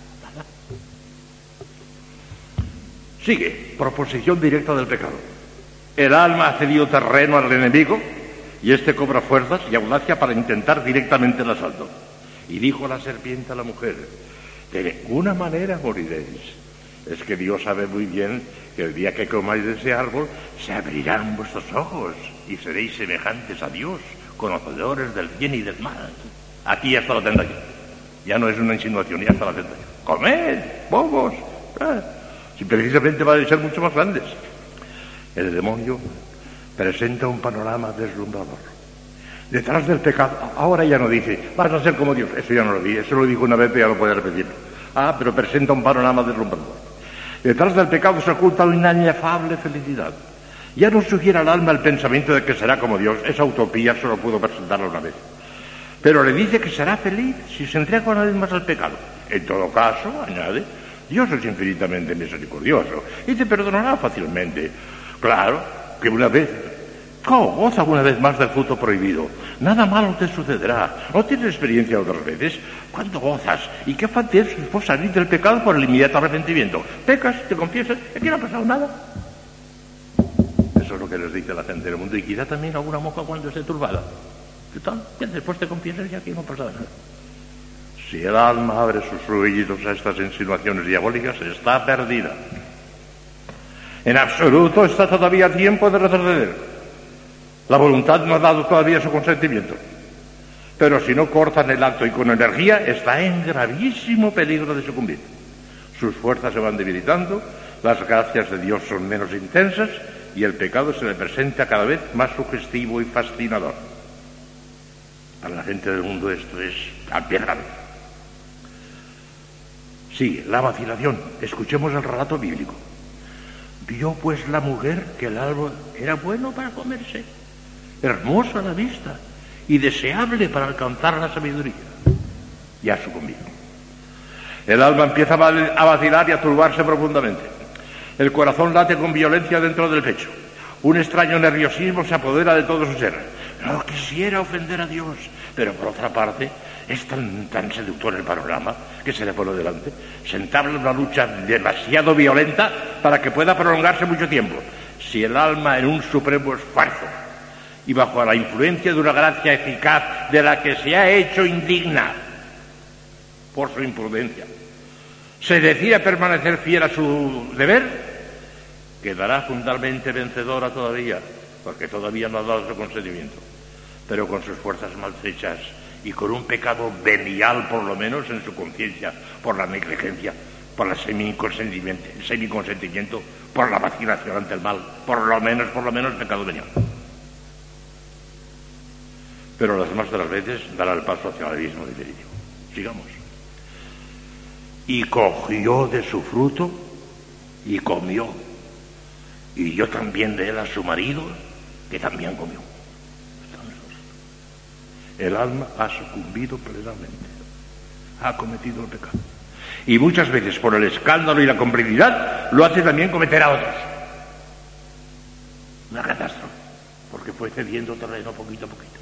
Sigue, proposición directa del pecado. El alma ha cedido terreno al enemigo y éste cobra fuerzas y audacia para intentar directamente el asalto. Y dijo la serpiente a la mujer: de ninguna manera moriréis. Es que Dios sabe muy bien que el día que comáis de ese árbol se abrirán vuestros ojos y seréis semejantes a Dios, conocedores del bien y del mal. Aquí ya está la tentación. Ya no es una insinuación, ya está la tentación. ¡Comed, bobos! Si precisamente van a ser mucho más grandes. El demonio presenta un panorama deslumbrador. Detrás del pecado, ahora ya no dice, vas a ser como Dios. Eso ya no lo di, eso lo dijo una vez y ya lo puede repetir. Pero presenta un panorama deslumbrador. Detrás del pecado se oculta una inefable felicidad. Ya no sugiere al alma el pensamiento de que será como Dios. Esa utopía solo pudo presentarla una vez. Pero le dice que será feliz si se entrega una vez más al pecado. En todo caso, añade, Dios es infinitamente misericordioso y te perdonará fácilmente. Claro que una vez, goza una vez más del fruto prohibido. Nada malo te sucederá. ¿No tienes experiencia otras veces? ¿Cuándo gozas? ¿Y qué fácil es después salir del pecado por el inmediato arrepentimiento? Pecas, te confiesas, y aquí no ha pasado nada. Eso es lo que les dice la gente del mundo, y quizá también alguna moja cuando esté turbada. ¿Qué tal? Que después te confiesas y aquí no ha pasado nada. Si el alma abre sus oídos a estas insinuaciones diabólicas, está perdida. En absoluto está todavía a tiempo de retroceder. La voluntad no ha dado todavía su consentimiento. Pero si no cortan el acto y con energía, está en gravísimo peligro de sucumbir. Sus fuerzas se van debilitando, las gracias de Dios son menos intensas y el pecado se le presenta cada vez más sugestivo y fascinador. Para la gente del mundo esto es al pie grave. Sigue la vacilación. Escuchemos el relato bíblico. Vio pues la mujer que el árbol era bueno para comerse, hermoso a la vista y deseable para alcanzar la sabiduría. Ya sucumbido. El alma empieza a vacilar y a turbarse profundamente. El corazón late con violencia dentro del pecho. Un extraño nerviosismo se apodera de todo su ser. No quisiera ofender a Dios, pero por otra parte es tan seductor el panorama que se le pone delante. Se entabla una lucha demasiado violenta para que pueda prolongarse mucho tiempo. Si el alma, en un supremo esfuerzo y bajo la influencia de una gracia eficaz de la que se ha hecho indigna por su imprudencia, se decide a permanecer fiel a su deber, quedará fundamentalmente vencedora todavía, porque todavía no ha dado su consentimiento, pero con sus fuerzas maltrechas y con un pecado venial, por lo menos en su conciencia, por la negligencia, por el semiconsentimiento, por la vacilación ante el mal, por lo menos pecado venial. Pero las más de las veces dará el paso hacia el abismo definitivo. Sigamos. Y cogió de su fruto y comió, y dio también de él a su marido, que también comió. El alma ha sucumbido plenamente, ha cometido el pecado. Y muchas veces, por el escándalo y la complicidad, lo hace también cometer a otros. Una catástrofe, porque fue cediendo terreno poquito a poquito.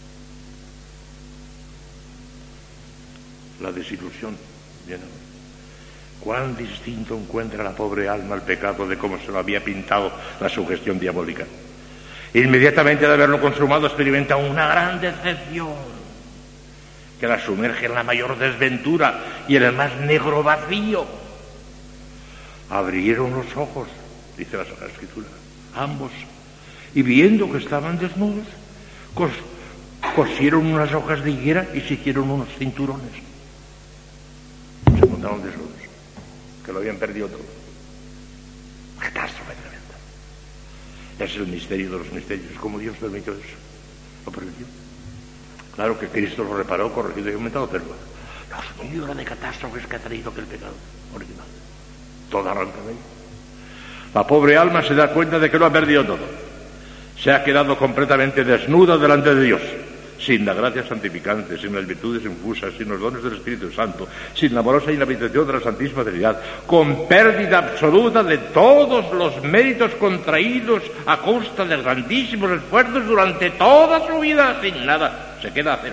La desilusión. Bien, cuán distinto encuentra la pobre alma el pecado de cómo se lo había pintado la sugestión diabólica. Inmediatamente de haberlo consumado experimenta una gran decepción que la sumerge en la mayor desventura y en el más negro vacío. Abrieron los ojos, dice la Sagrada Escritura, ambos, y viendo que estaban desnudos, cosieron unas hojas de higuera y se hicieron unos cinturones. Se encontraron desnudos, que lo habían perdido todo. Catástrofe tremenda. Es el misterio de los misterios. ¿Cómo Dios permitió eso? Lo permitió. Claro que Cristo lo reparó, corregido y aumentado, pero los millones de catástrofes que ha traído aquel pecado original. Todo arranca de ahí. La pobre alma se da cuenta de que lo ha perdido todo. Se ha quedado completamente desnuda delante de Dios, sin la gracia santificante, sin las virtudes infusas, sin los dones del Espíritu Santo, sin la amorosa inhabitación de la Santísima Trinidad, con pérdida absoluta de todos los méritos contraídos a costa de grandísimos esfuerzos durante toda su vida, sin nada. Se queda a cero.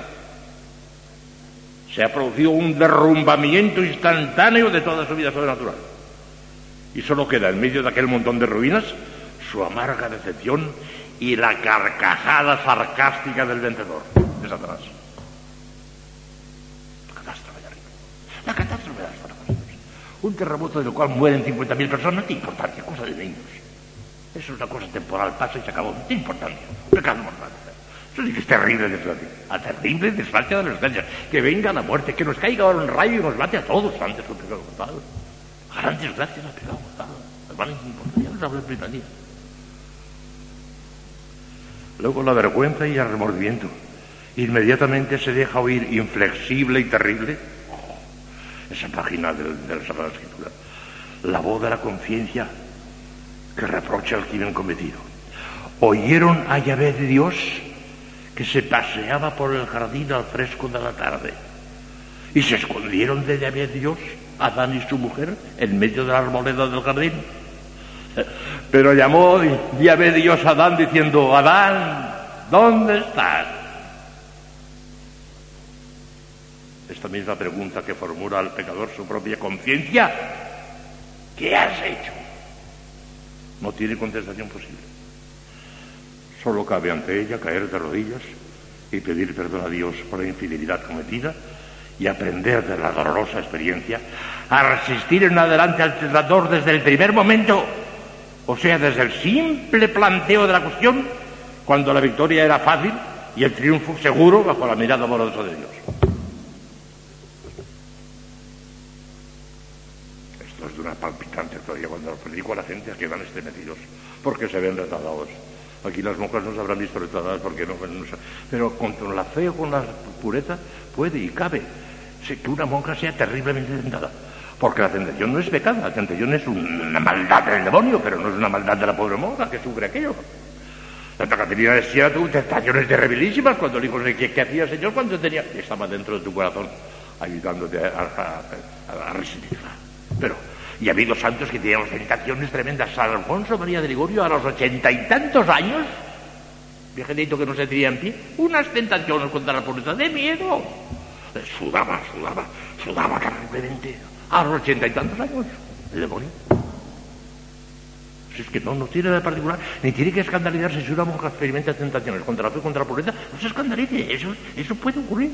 Se ha producido un derrumbamiento instantáneo de toda su vida sobrenatural. Y solo queda en medio de aquel montón de ruinas su amarga decepción y la carcajada sarcástica del vencedor, de Satanás. Un terremoto del cual mueren 50.000 personas, no tiene importancia, cosa de niños. Eso es una cosa temporal, pasa y se acabó, no tiene importancia. Pecado mortal. Eso sí que es terrible desgracia. A terrible desgracia de las desgracias. Que venga la muerte, que nos caiga ahora un rayo y nos mate a todos antes del pecado mortal. Gran desgracia del pecado mortal. Hermano, ya nos habla el primer día. Luego la vergüenza y el remordimiento. Inmediatamente se deja oír inflexible y terrible esa página de la Sagrada Escritura. La voz de la conciencia que reprocha el crimen cometido. Oyeron a Yahvé de Dios que se paseaba por el jardín al fresco de la tarde. Y se escondieron de Yahvé de Dios, Adán y su mujer, en medio de la arboleda del jardín. Pero llamó Yahvé de Dios a Adán diciendo: Adán, ¿dónde estás? Esta misma pregunta que formula al pecador su propia conciencia: ¿qué has hecho? No tiene contestación posible. Solo cabe ante ella caer de rodillas y pedir perdón a Dios por la infidelidad cometida y aprender de la dolorosa experiencia a resistir en adelante al tentador desde el primer momento, o sea, desde el simple planteo de la cuestión, cuando la victoria era fácil y el triunfo seguro bajo la mirada amorosa de Dios. Esto es de una palpitante todavía cuando lo predico a la gente, a que van estremecidos porque se ven retardados. Aquí las monjas no se habrán visto retardadas porque no, pero con la fe o con la pureza puede y cabe que una monja sea terriblemente tentada, porque la tentación no es pecado, la tentación es una maldad del demonio, pero no es una maldad de la pobre monja que sufre aquello. Santa Caterina de Siena tuvo tentaciones terribilísimas cuando le dijo: ¿qué hacía, Señor? Cuando estaba dentro de tu corazón ayudándote a resistirla. Pero y ha habido santos que tenían tentaciones tremendas. San Alfonso María de Ligorio, a los 80 y tantos años, viejito que no se tenía en pie, unas tentaciones contra la pobreza de miedo. Sudaba terriblemente. A los 80 y tantos años, el demonio. Si es que no tiene nada particular, ni tiene que escandalizarse si una monja experimenta tentaciones contra la fe, contra la pobreza. No se escandalice, eso puede ocurrir.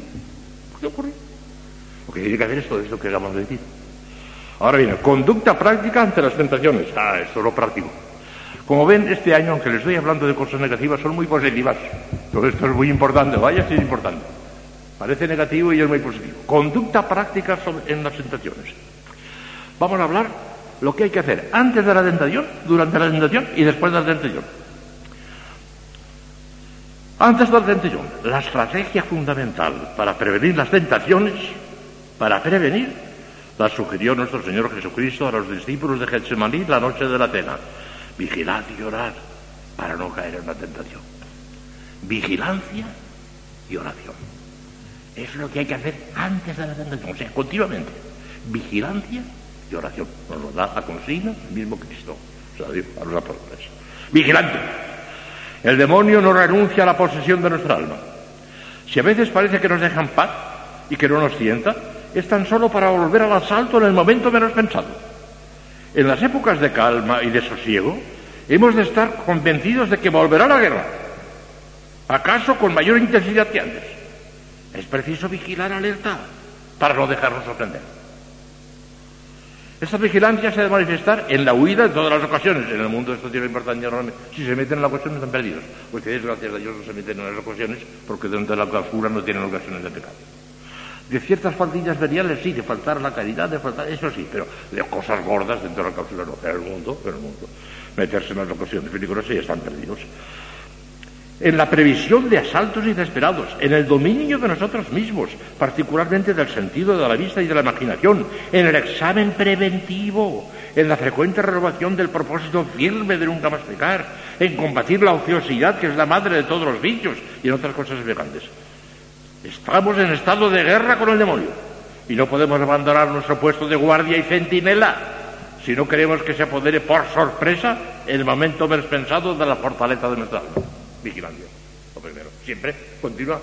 Lo que tiene que hacer es todo esto que acabamos de decir. Ahora viene, conducta práctica ante las tentaciones. Esto es lo práctico. Como ven, este año, aunque les estoy hablando de cosas negativas, son muy positivas. Todo esto es muy importante, vaya, sí es importante. Parece negativo y es muy positivo. Conducta práctica en las tentaciones. Vamos a hablar lo que hay que hacer antes de la tentación, durante la tentación y después de la tentación. Antes de la tentación, la estrategia fundamental para prevenir las tentaciones, la sugirió nuestro Señor Jesucristo a los discípulos de Getsemaní la noche de la cena. Vigilad y orad para no caer en la tentación. Vigilancia y oración. Es lo que hay que hacer antes de la tentación, o sea, continuamente. Vigilancia y oración. Nos lo da a consigna el mismo Cristo, o sea, a los apóstoles. Vigilante. El demonio no renuncia a la posesión de nuestra alma. Si a veces parece que nos deja en paz y que no nos tienta, es tan solo para volver al asalto en el momento menos pensado. En las épocas de calma y de sosiego, hemos de estar convencidos de que volverá la guerra, acaso con mayor intensidad que antes. Es preciso vigilar alerta para no dejarnos sorprender. Esta vigilancia se ha de manifestar en la huida en todas las ocasiones. En el mundo esto tiene importancia enorme. Si se meten en la ocasión están perdidos. Ustedes, gracias a Dios, no se meten en las ocasiones porque dentro de la clausura no tienen ocasiones de pecado. De ciertas faldillas veniales sí, de faltar la caridad, de faltar, eso sí, pero de cosas gordas dentro de la clausura no. En el mundo, meterse en las ocasiones peligrosas y están perdidos. En la previsión de asaltos inesperados, en el dominio de nosotros mismos, particularmente del sentido de la vista y de la imaginación, en el examen preventivo, en la frecuente renovación del propósito firme de nunca más pecar, en combatir la ociosidad que es la madre de todos los vicios y en otras cosas semejantes. Estamos en estado de guerra con el demonio y no podemos abandonar nuestro puesto de guardia y centinela si no queremos que se apodere por sorpresa el momento menos pensado de la fortaleza de nuestra alma. Vigilancia, lo primero. Siempre, continúa.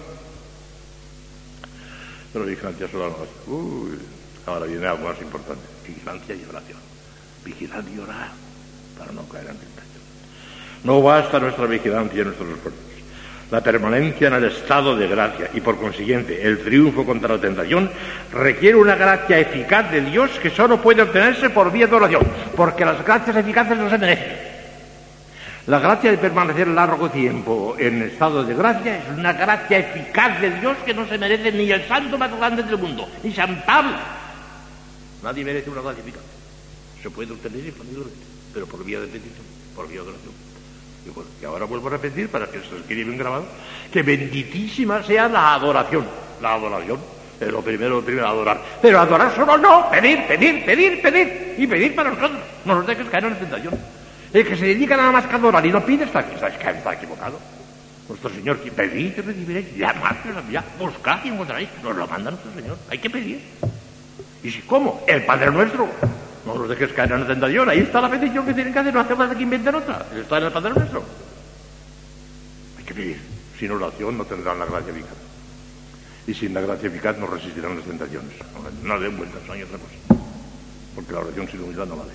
Pero vigilancia solo no. Ahora viene algo más importante. Vigilancia y oración. Vigilar y orar para no caer en tentación. No basta nuestra vigilancia y nuestros esfuerzos. La permanencia en el estado de gracia y, por consiguiente, el triunfo contra la tentación requiere una gracia eficaz de Dios que solo puede obtenerse por vía de oración, porque las gracias eficaces no se merecen. La gracia de permanecer largo tiempo en estado de gracia es una gracia eficaz de Dios que no se merece ni el santo más grande del mundo, ni San Pablo. Nadie merece una gracia eficaz. Se puede obtener infaliblemente, pero por vía de petición, por vía de oración. Y bueno, y ahora vuelvo a repetir para que se quede bien grabado, que benditísima sea la adoración. La adoración es lo primero, adorar. Pero adorar solo no, pedir. Y pedir para nosotros. No nos dejes caer en la tentación. El que se dedica nada más que a adorar y no pide está equivocado. Nuestro Señor, pedid y recibiréis, llamad, buscad y encontraréis. Nos lo manda nuestro Señor, hay que pedir. ¿Y si cómo? El Padre Nuestro. No los dejes caer en la tentación. Ahí está la petición que tienen que hacer. No hace falta que inventen otra. Está en el Padre Nuestro. Hay que pedir. Sin oración no tendrán la gracia eficaz. Y sin la gracia eficaz no resistirán las tentaciones. No den vueltas, no hay otra cosa. Porque la oración sin humildad no vale.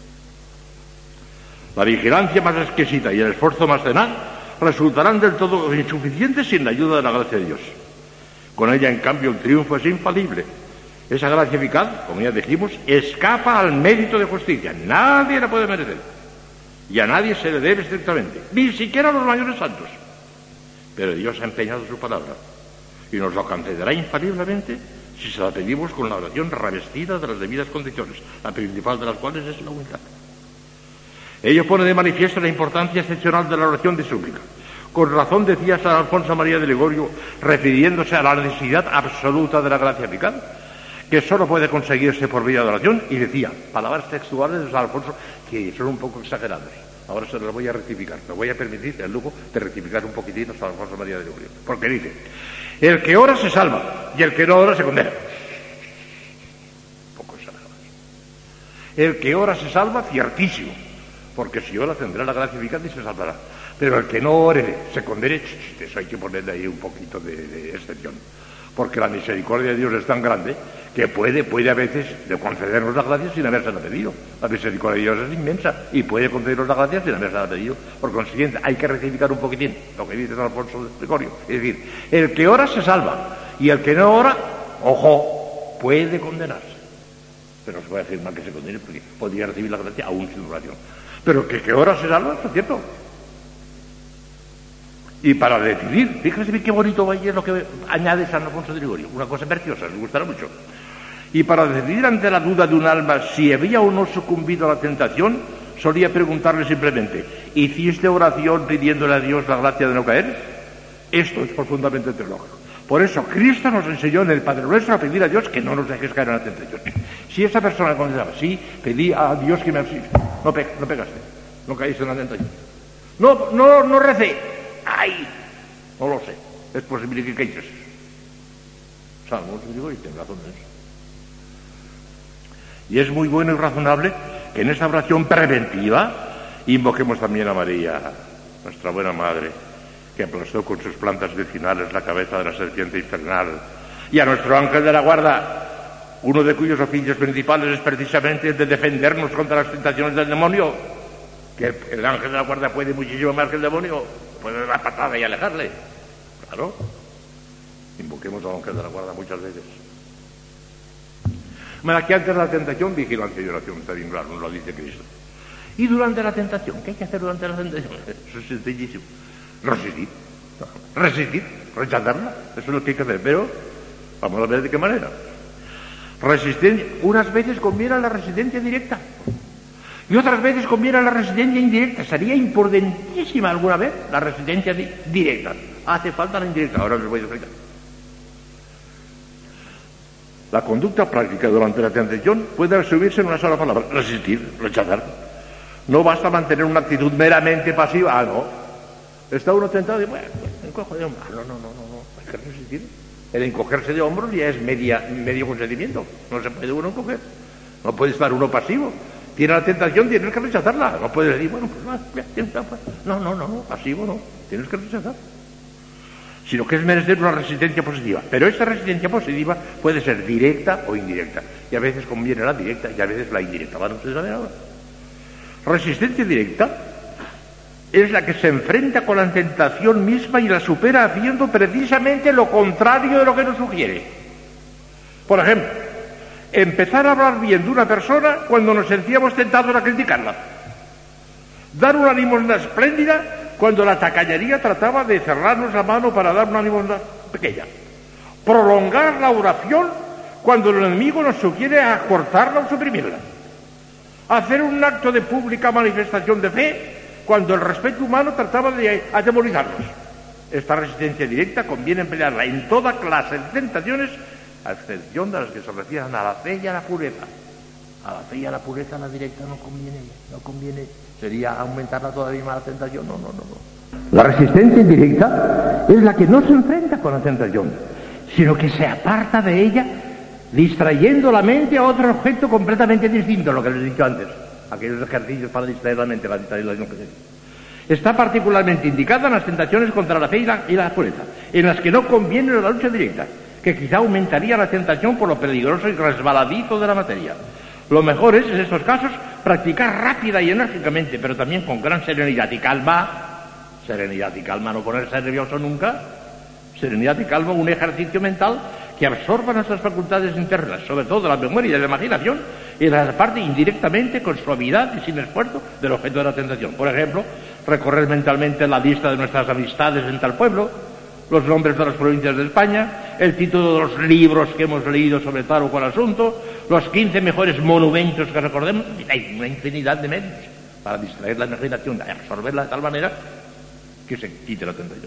La vigilancia más exquisita y el esfuerzo más tenaz resultarán del todo insuficientes sin la ayuda de la gracia de Dios. Con ella, en cambio, el triunfo es infalible. Esa gracia eficaz, como ya dijimos, escapa al mérito de justicia. Nadie la puede merecer. Y a nadie se le debe estrictamente, ni siquiera a los mayores santos. Pero Dios ha empeñado su palabra y nos lo concederá infaliblemente si se la pedimos con la oración revestida de las debidas condiciones, la principal de las cuales es la humildad. Ello pone de manifiesto la importancia excepcional de la oración de súplica. Con razón decía San Alfonso María de Ligorio, refiriéndose a la necesidad absoluta de la gracia eficaz, que solo puede conseguirse por vía de oración, y decía, palabras textuales de San Alfonso que son un poco exageradas. Ahora se las voy a rectificar, me voy a permitir el lujo de rectificar un poquitito a San Alfonso María de Ligorio, porque dice, el que ora se salva, y el que no ora se condena. Un poco exagerado. El que ora se salva, ciertísimo, porque si ora tendrá la gracia eficaz y se salvará. Pero el que no ore se condene, eso hay que ponerle ahí un poquito de excepción. Porque la misericordia de Dios es tan grande que puede a veces de concedernos la gracia sin habérsela pedido. La misericordia de Dios es inmensa y puede concedernos la gracia sin habérsela pedido. Por consiguiente, hay que rectificar un poquitín lo que dice San Alfonso de Ligorio. Es decir, el que ora se salva y el que no ora, ojo, puede condenarse. Pero no se puede decir mal que se condene porque podría recibir la gracia aún sin oración. Pero que ora se salva, eso es cierto. Y para decidir, fíjense bien qué bonito es lo que añade San Alfonso de Ligorio, una cosa preciosa, les gustará mucho. Y para decidir ante la duda de un alma si había o no sucumbido a la tentación, solía preguntarle simplemente, ¿hiciste oración pidiéndole a Dios la gracia de no caer? Esto es profundamente teológico. Por eso Cristo nos enseñó en el Padre Nuestro a pedir a Dios que no nos dejes caer en la tentación. Si esa persona contestaba, sí, pedí a Dios que me auxilie, no pegaste, no caíste en la tentación. No recé. ¡Ay! No lo sé. Es posible que caigas. Salmos, digo, y tiene razón en eso. Y es muy bueno y razonable que en esta oración preventiva invoquemos también a María, nuestra buena madre, que aplastó con sus plantas virginales la cabeza de la serpiente infernal, y a nuestro ángel de la guarda, uno de cuyos oficios principales es precisamente el de defendernos contra las tentaciones del demonio, que el ángel de la guarda puede muchísimo más que el demonio, puede dar la patada y alejarle. Claro. Invoquemos al ángel de la guarda muchas veces. Bueno, que antes de la tentación, vigilancia y oración, está bien claro, nos lo dice Cristo. Y durante la tentación, ¿qué hay que hacer durante la tentación? Eso es sencillísimo. Resistir, rechazarla, eso es lo que hay que hacer, pero vamos a ver de qué manera. Resistencia, unas veces conviene la resistencia directa y otras veces conviene la resistencia indirecta. Sería importantísima alguna vez la resistencia directa. Hace falta la indirecta, ahora les voy a explicar. La conducta práctica durante la tentación puede resumirse en una sola palabra: resistir, rechazar. No basta mantener una actitud meramente pasiva. No. Está uno tentado y bueno, me encojo de hombros. No, hay que resistir. El encogerse de hombros ya es medio consentimiento. No se puede uno encoger. No puede estar uno pasivo. Tiene la tentación, tienes que rechazarla. No puedes decir, bueno, pues no, pasivo no. Tienes que rechazar. Sino que es merecer una resistencia positiva. Pero esa resistencia positiva puede ser directa o indirecta. Y a veces conviene la directa y a veces la indirecta. ¿Van ustedes a ver ahora? Resistencia directa es la que se enfrenta con la tentación misma y la supera haciendo precisamente lo contrario de lo que nos sugiere. Por ejemplo, empezar a hablar bien de una persona cuando nos sentíamos tentados a criticarla. Dar una limosna espléndida cuando la tacañería trataba de cerrarnos la mano para dar una limosna pequeña. Prolongar la oración cuando el enemigo nos sugiere acortarla o suprimirla. Hacer un acto de pública manifestación de fe cuando el respeto humano trataba de atemorizarnos. Esta resistencia directa conviene emplearla en toda clase de tentaciones, a excepción de las que se refieren a la fe y a la pureza. A la fe y a la pureza la directa no conviene. Sería aumentarla todavía más la tentación. No. La resistencia indirecta es la que no se enfrenta con la tentación, sino que se aparta de ella, distrayendo la mente a otro objeto completamente distinto, lo que les he dicho antes. Aquellos ejercicios para distraer la mente, está particularmente indicada en las tentaciones contra la fe y la pureza, en las que no conviene la lucha directa, que quizá aumentaría la tentación por lo peligroso y resbaladizo de la materia. Lo mejor es, en estos casos, practicar rápida y enérgicamente, pero también con gran serenidad y calma, no ponerse nervioso nunca, serenidad y calma, un ejercicio mental que absorba nuestras facultades internas, sobre todo la memoria y la imaginación, y las aparte indirectamente, con suavidad y sin esfuerzo, del objeto de la tentación. Por ejemplo, recorrer mentalmente la lista de nuestras amistades en tal pueblo, los nombres de las provincias de España, el título de los libros que hemos leído sobre tal o cual asunto, los 15 mejores monumentos que recordemos. Hay una infinidad de medios para distraer la imaginación, y absorberla de tal manera que se quite la tentación.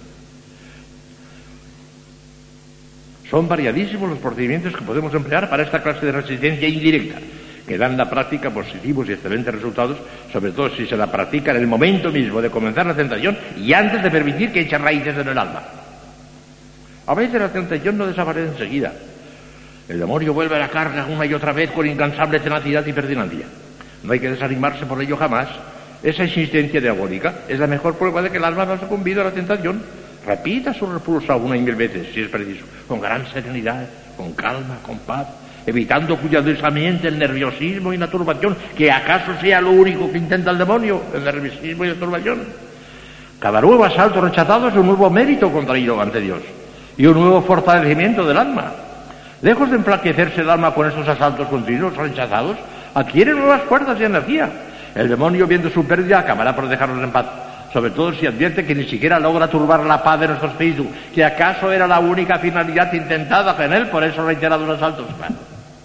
Son variadísimos los procedimientos que podemos emplear para esta clase de resistencia indirecta, que dan en la práctica positivos y excelentes resultados, sobre todo si se la practica en el momento mismo de comenzar la tentación y antes de permitir que eche raíces en el alma. A veces la tentación no desaparece enseguida. El demonio vuelve a la carga una y otra vez con incansable tenacidad y pertinacia. No hay que desanimarse por ello jamás. Esa insistencia diabólica es la mejor prueba de que el alma no ha sucumbido a la tentación. Repita su repulsa una y mil veces, si es preciso, con gran serenidad, con calma, con paz, evitando cuidadosamente el nerviosismo y la turbación, que acaso sea lo único que intenta el demonio, el nerviosismo y la turbación. Cada nuevo asalto rechazado es un nuevo mérito contraído ante Dios y un nuevo fortalecimiento del alma. Lejos de enflaquecerse el alma con estos asaltos continuos rechazados, adquiere nuevas fuerzas y energía. El demonio, viendo su pérdida, acabará por dejarnos en paz, sobre todo si advierte que ni siquiera logra turbar la paz de nuestro espíritu, que acaso era la única finalidad intentada en él por esos reiterados asaltos. Bueno,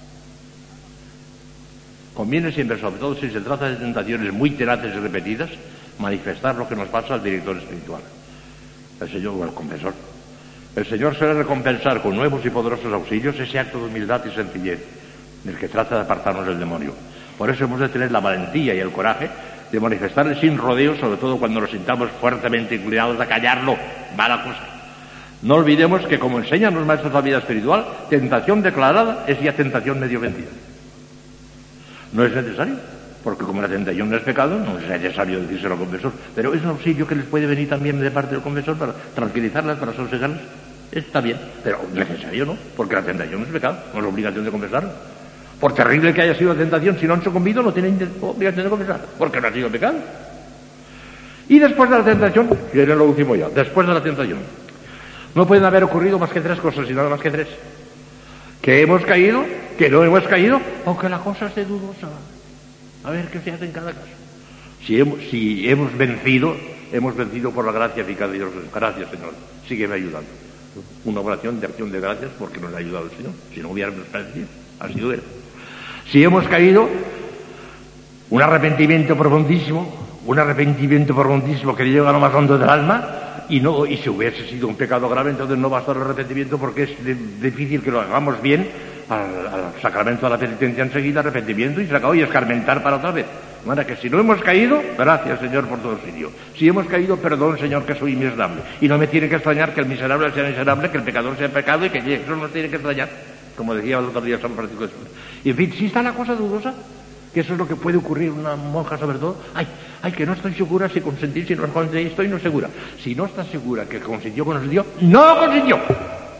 conviene siempre, sobre todo si se trata de tentaciones muy tenaces y repetidas, manifestar lo que nos pasa al director espiritual, el Señor o el confesor. El Señor suele recompensar con nuevos y poderosos auxilios ese acto de humildad y sencillez del que trata de apartarnos del demonio. Por eso hemos de tener la valentía y el coraje de manifestarle sin rodeos, sobre todo cuando nos sintamos fuertemente inclinados a callarlo. Mala cosa. No olvidemos que, como enseñan los maestros de la vida espiritual, tentación declarada es ya tentación medio vencida. No es necesario, porque como la tentación no es pecado, no es necesario decírselo al confesor, pero es un auxilio que les puede venir también de parte del confesor para tranquilizarlas, para sosegarlas. Está bien, pero necesario no, porque la tentación no es pecado, no es obligación de confesarlo. Por terrible que haya sido la tentación, si no han sucumbido, no tienen obligación de confesar, porque no ha sido pecado. Y después de la tentación, viene lo último ya, después de la tentación, no pueden haber ocurrido más que tres cosas, y nada más que tres. Que hemos caído, que no hemos caído, o que la cosa esté dudosa. A ver qué se hace en cada caso. Si hemos vencido por la gracia eficaz de Dios. Gracias, Señor, sígueme ayudando. Una oración de acción de gracias porque nos ha ayudado el Señor. Si no hubiéramos perdido, ha sido Él. Si hemos caído, un arrepentimiento profundísimo que llega a lo más hondo del alma, y si hubiese sido un pecado grave, entonces no basta el arrepentimiento, porque es difícil que lo hagamos bien al sacramento de la penitencia enseguida, arrepentimiento, y se acabó, y escarmentar para otra vez. De manera que si no hemos caído, gracias, Señor, por tu auxilio. Si hemos caído, perdón, Señor, que soy miserable. Y no me tiene que extrañar que el miserable sea miserable, que el pecador sea pecado, y que eso no nos tiene que extrañar, como decía el otro día San Francisco de Sales. Y en fin, si está la cosa dudosa, que eso es lo que puede ocurrir una monja sobre todo, ay, que no estoy segura si consentí, si no consentí, estoy no segura. Si no está segura que consintió con el Dios, no consintió.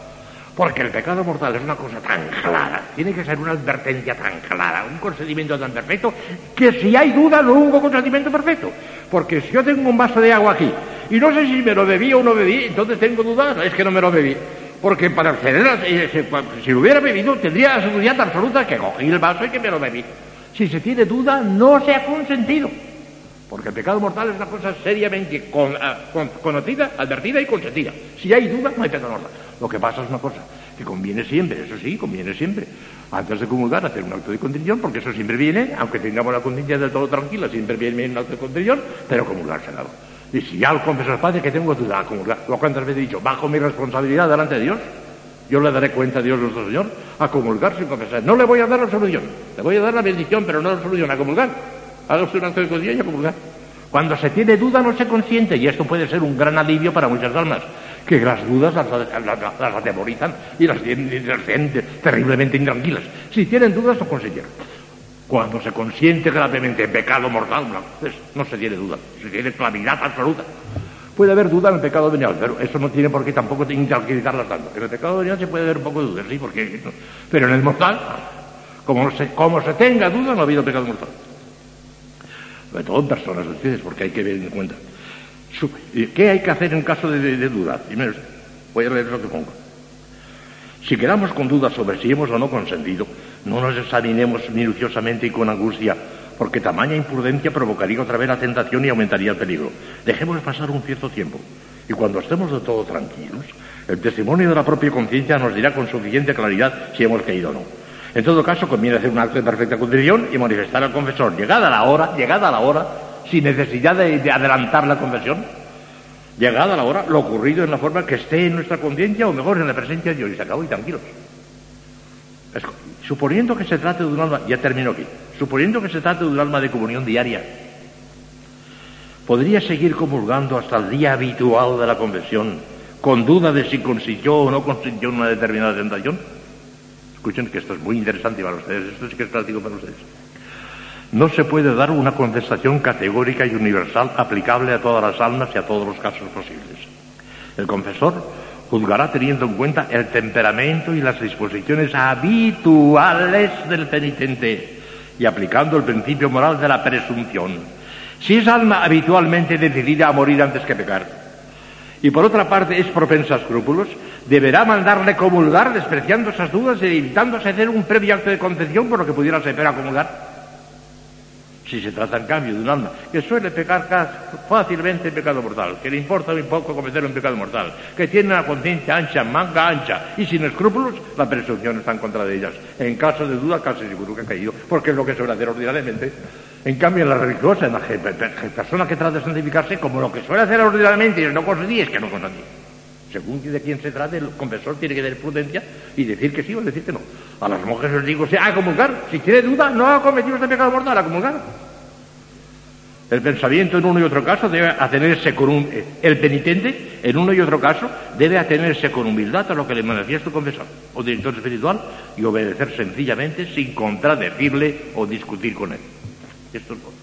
Porque el pecado mortal es una cosa tan clara, tiene que ser una advertencia tan clara, un consentimiento tan perfecto, que si hay duda no hubo consentimiento perfecto. Porque si yo tengo un vaso de agua aquí, y no sé si me lo bebí o no bebí, entonces tengo dudas, es que no me lo bebí. Porque para acceder, si lo hubiera bebido, tendría la seguridad absoluta que cogí el vaso y que me lo bebí. Si se tiene duda, no se ha consentido. Porque el pecado mortal es una cosa seriamente conocida, advertida y consentida. Si hay duda, no hay pecado mortal. Lo que pasa es una cosa, que conviene siempre, eso sí, conviene siempre, antes de comulgar, hacer un acto de contrición, porque eso siempre viene, aunque tengamos la conciencia del todo tranquila, siempre viene un acto de contrición, pero comulgarse nada. Y si ya al confesor, padre, que tengo duda a comulgar, ¿cuántas veces he dicho? Bajo mi responsabilidad delante de Dios, yo le daré cuenta a Dios nuestro Señor, a comulgar sin confesar. No le voy a dar la absolución, le voy a dar la bendición, pero no la absolución, a comulgar. Haga usted un acto de contrición y a comulgar. Cuando se tiene duda no se consiente, y esto puede ser un gran alivio para muchas almas, que las dudas las atemorizan y las hacen terriblemente intranquilas. Si tienen dudas, no consintieron. Cuando se consiente gravemente en pecado mortal, no se tiene duda, se tiene claridad absoluta. Puede haber duda en el pecado venial, pero eso no tiene por qué tampoco intranquilizarlas tanto. En el pecado venial se puede haber un poco de duda, sí, porque no. Pero en el mortal, como se tenga duda, no ha habido pecado mortal. Sobre todo en personas de ustedes, porque hay que ver en cuenta. ¿Qué hay que hacer en caso de duda? Primero, voy a leer lo que pongo. Si quedamos con dudas sobre si hemos o no consentido, no nos examinemos minuciosamente y con angustia, porque tamaña imprudencia provocaría otra vez la tentación y aumentaría el peligro. Dejemos pasar un cierto tiempo, y cuando estemos de todo tranquilos, el testimonio de la propia conciencia nos dirá con suficiente claridad si hemos caído o no. En todo caso, conviene hacer un acto de perfecta contrición y manifestar al confesor, llegada la hora, sin necesidad de adelantar la confesión, llegada la hora, lo ocurrido en la forma que esté en nuestra conciencia, o mejor en la presencia de Dios, y se acabó, y tranquilos. Suponiendo que se trate de un alma, ya termino aquí, suponiendo que se trate de un alma de comunión diaria, ¿podría seguir comulgando hasta el día habitual de la confesión, con duda de si consintió o no consintió en una determinada tentación? Escuchen que esto es muy interesante para ustedes, esto sí que es práctico para ustedes. No se puede dar una contestación categórica y universal aplicable a todas las almas y a todos los casos posibles. El confesor juzgará teniendo en cuenta el temperamento y las disposiciones habituales del penitente y aplicando el principio moral de la presunción. Si es alma habitualmente decidida a morir antes que pecar, y por otra parte es propensa a escrúpulos, deberá mandarle comulgar despreciando esas dudas y evitándose hacer un previo acto de concepción por lo que pudiera ser a comulgar. Si se trata en cambio de un alma que suele pecar fácilmente en pecado mortal, que le importa muy poco cometer un pecado mortal, que tiene una conciencia ancha, manga ancha y sin escrúpulos, la presunción está en contra de ellas. En caso de duda, casi seguro que ha caído, porque es lo que suele hacer ordinariamente. En cambio, en la religiosa, en la persona que trata de santificarse, como lo que suele hacer ordinariamente y no consentí, es que no consentí. Según de quién se trate, el confesor tiene que tener prudencia y decir que sí o decir que no. A las monjas les digo, a comulgar. Si tiene duda, no ha cometido este pecado mortal, a comulgar. El pensamiento en uno y otro caso debe atenerse con el penitente, en uno y otro caso, debe atenerse con humildad a lo que le manifiesta el confesor o director espiritual y obedecer sencillamente sin contradecirle o discutir con él. Esto es todo.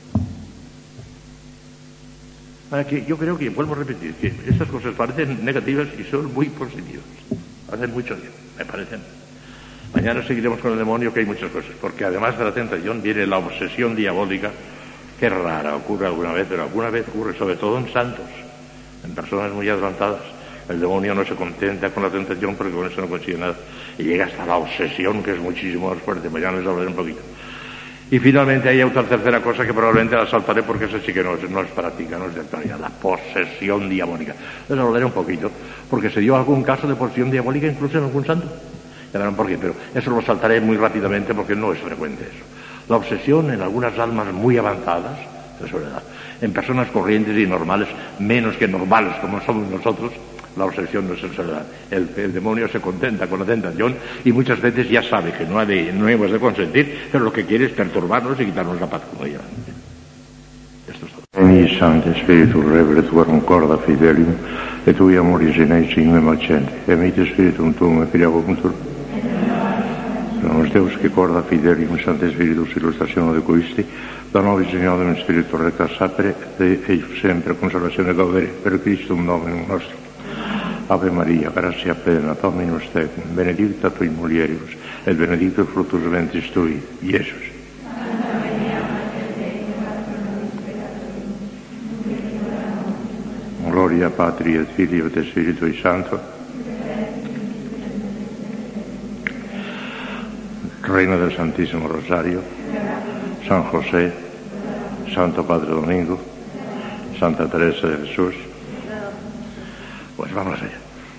Que yo creo que, vuelvo a repetir, que estas cosas parecen negativas y son muy positivas. Hacen mucho bien, me parecen. Mañana seguiremos con el demonio, que hay muchas cosas, porque además de la tentación viene la obsesión diabólica, que rara ocurre alguna vez, pero alguna vez ocurre, sobre todo en santos, en personas muy adelantadas. El demonio no se contenta con la tentación porque con eso no consigue nada. Y llega hasta la obsesión, que es muchísimo más fuerte. Mañana les hablaré un poquito. Y finalmente hay otra tercera cosa que probablemente la saltaré porque esa sí que no es práctica, no es de actualidad, la posesión diabólica. Les hablaré un poquito, porque se dio algún caso de posesión diabólica incluso en algún santo. Ya verán por qué, pero eso lo saltaré muy rápidamente porque no es frecuente eso. La obsesión en algunas almas muy avanzadas se suele dar. En personas corrientes y normales, menos que normales como somos nosotros, la obsesión no se suele dar. El demonio se contenta con la tentación y muchas veces ya sabe que no hemos de consentir, pero lo que quiere es perturbarnos y quitarnos la paz, como ella. Esto es todo.
Veni Sancte Spiritus Rebere Tuarum Corda Fidelium et Tui Amoris Geneis Sigme Macente Emite Spiritum Tuum et Filiacum Tuum Nos Deus che corda Fidelium Sancte Spiritus Illustrazione de Coisti da nobis Signore Spiritu Recta Sapere e sempre consolazione gaudere per Christum Nominum nostrum. Ave Maria, gratia plena, Dominus tecum, benedicta tui mulieribus, et benedictus fructus ventris tui, Iesus. Gloria Patri et Filii et Spiritui Sancto. Reina del Santísimo Rosario, San José, Santo Padre Domingo, Santa Teresa de Jesús. Pues vamos allá.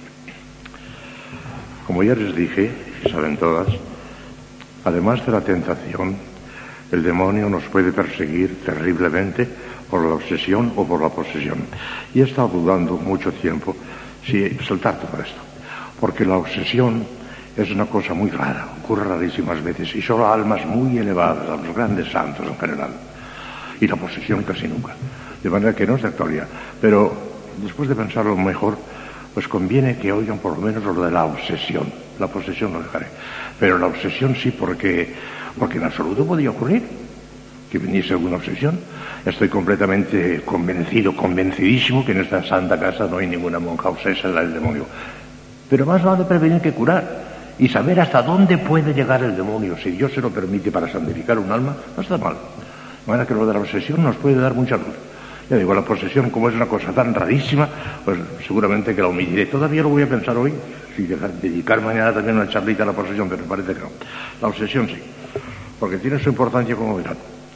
Como ya les dije, saben todas, además de la tentación, el demonio nos puede perseguir terriblemente por la obsesión o por la posesión. Y he estado dudando mucho tiempo si saltar todo esto, porque la obsesión es una cosa muy rara, ocurre rarísimas veces y solo a almas muy elevadas, a los grandes santos en general, y la posesión casi nunca, de manera que no es de actualidad. Pero después de pensarlo mejor, pues conviene que oigan por lo menos lo de la obsesión. La posesión lo dejaré, pero la obsesión sí, porque en absoluto podía ocurrir que viniese alguna obsesión. Estoy completamente convencidísimo que en esta santa casa no hay ninguna monja obsesa del demonio. Pero más vale prevenir que curar, y saber hasta dónde puede llegar el demonio, si Dios se lo permite, para santificar un alma, no está mal. De manera que lo de la obsesión nos puede dar mucha luz. Ya digo, la posesión, como es una cosa tan rarísima, pues seguramente que la omitiré. Todavía lo voy a pensar hoy, si dedicar mañana también una charlita a la posesión, pero me parece que no. La obsesión sí, porque tiene su importancia, como verán.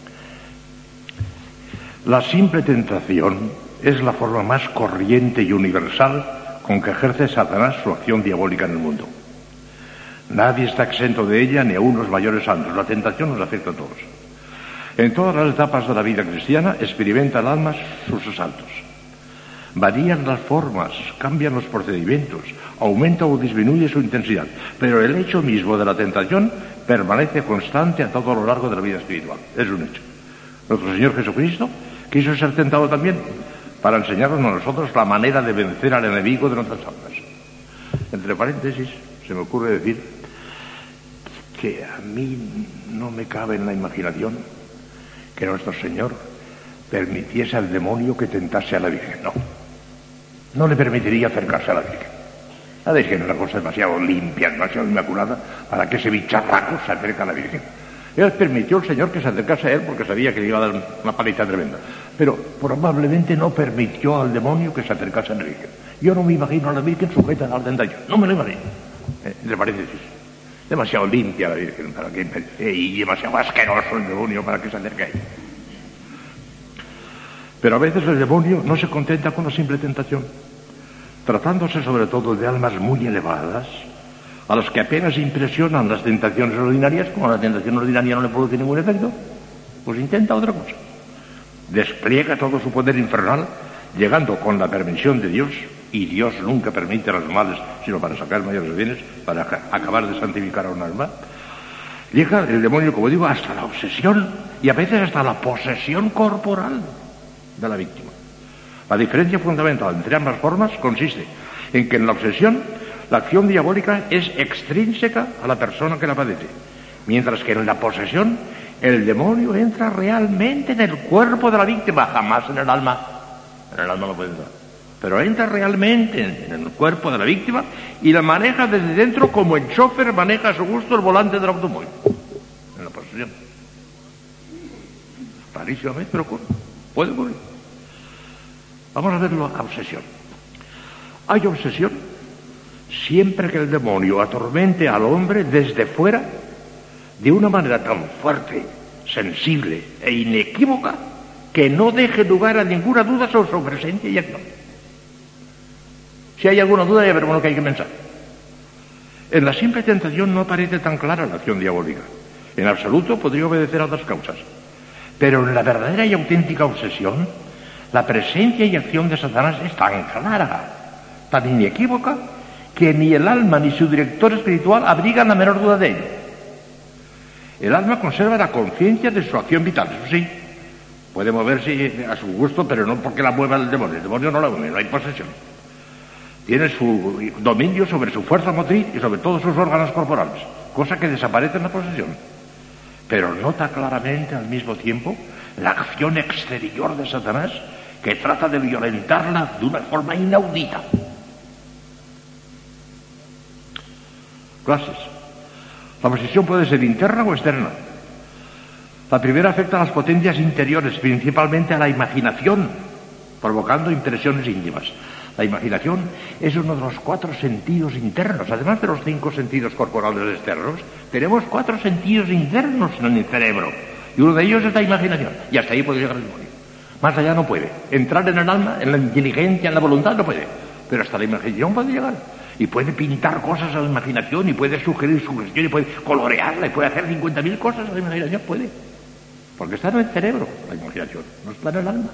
La simple tentación es la forma más corriente y universal con que ejerce Satanás su acción diabólica en el mundo. Nadie está exento de ella, ni aun los mayores santos. La tentación nos afecta a todos. En todas las etapas de la vida cristiana experimenta el alma sus asaltos. Varían las formas, cambian los procedimientos, aumenta o disminuye su intensidad, pero el hecho mismo de la tentación permanece constante a todo lo largo de la vida espiritual. Es un hecho. Nuestro Señor Jesucristo quiso ser tentado también para enseñarnos a nosotros la manera de vencer al enemigo de nuestras almas. Entre paréntesis, se me ocurre decir que a mí no me cabe en la imaginación que nuestro Señor permitiese al demonio que tentase a la Virgen. No le permitiría acercarse a la Virgen. La Virgen es una cosa demasiado limpia, demasiado inmaculada para que ese bicharraco se acerque a la Virgen. Él permitió al Señor que se acercase a él porque sabía que le iba a dar una paliza tremenda, pero probablemente no permitió al demonio que se acercase a la Virgen. Yo no me imagino a la Virgen sujeta a la tentación, no me lo imagino. Entre paréntesis, demasiado limpia la Virgen para que, y demasiado asqueroso el demonio para que se acerque a ella. Pero a veces el demonio no se contenta con la simple tentación, tratándose sobre todo de almas muy elevadas, a los que apenas impresionan las tentaciones ordinarias. Como la tentación ordinaria no le produce ningún efecto, pues intenta otra cosa. Despliega todo su poder infernal, llegando con la permisión de Dios, y Dios nunca permite a los males, sino para sacar mayores bienes, para acabar de santificar a un alma. Llega el demonio, como digo, hasta la obsesión y a veces hasta la posesión corporal de la víctima. La diferencia fundamental entre ambas formas consiste en que en la obsesión la acción diabólica es extrínseca a la persona que la padece, mientras que en la posesión el demonio entra realmente en el cuerpo de la víctima, jamás en el alma. En el alma no puede entrar, pero entra realmente en el cuerpo de la víctima y la maneja desde dentro como el chofer maneja a su gusto el volante del automóvil. En la posesión. Rarísimamente, pero ocurre. Puede ocurrir. Vamos a ver la obsesión. Hay obsesión siempre que el demonio atormente al hombre desde fuera de una manera tan fuerte, sensible e inequívoca que no deje lugar a ninguna duda sobre su presencia y acción. Si hay alguna duda, ya veremos lo que hay que pensar. En la simple tentación no parece tan clara la acción diabólica. En absoluto podría obedecer a otras causas. Pero en la verdadera y auténtica obsesión, la presencia y acción de Satanás es tan clara, tan inequívoca, que ni el alma ni su director espiritual abrigan la menor duda de ello. El alma conserva la conciencia de su acción vital, eso sí, puede moverse a su gusto, pero no porque la mueva el demonio no la mueve, no hay posesión. Tiene su dominio sobre su fuerza motriz y sobre todos sus órganos corporales, cosa que desaparece en la posesión. Pero nota claramente al mismo tiempo la acción exterior de Satanás, que trata de violentarla de una forma inaudita.
clases. La posesión puede ser interna o externa. La primera afecta a las potencias interiores, principalmente a la imaginación, provocando impresiones íntimas. La imaginación es uno de los 4 sentidos internos. Además de los 5 sentidos corporales externos, tenemos 4 sentidos internos en el cerebro. Y uno de ellos es la imaginación. Y hasta ahí puede llegar el demonio. Más allá no puede. Entrar en el alma, en la inteligencia, en la voluntad, no puede. Pero hasta la imaginación puede llegar. Y puede pintar cosas a la imaginación, y puede sugerir sugestión, y puede colorearla, y puede hacer 50.000 cosas a la imaginación. Puede. Porque está en el cerebro, la imaginación. No está en el alma.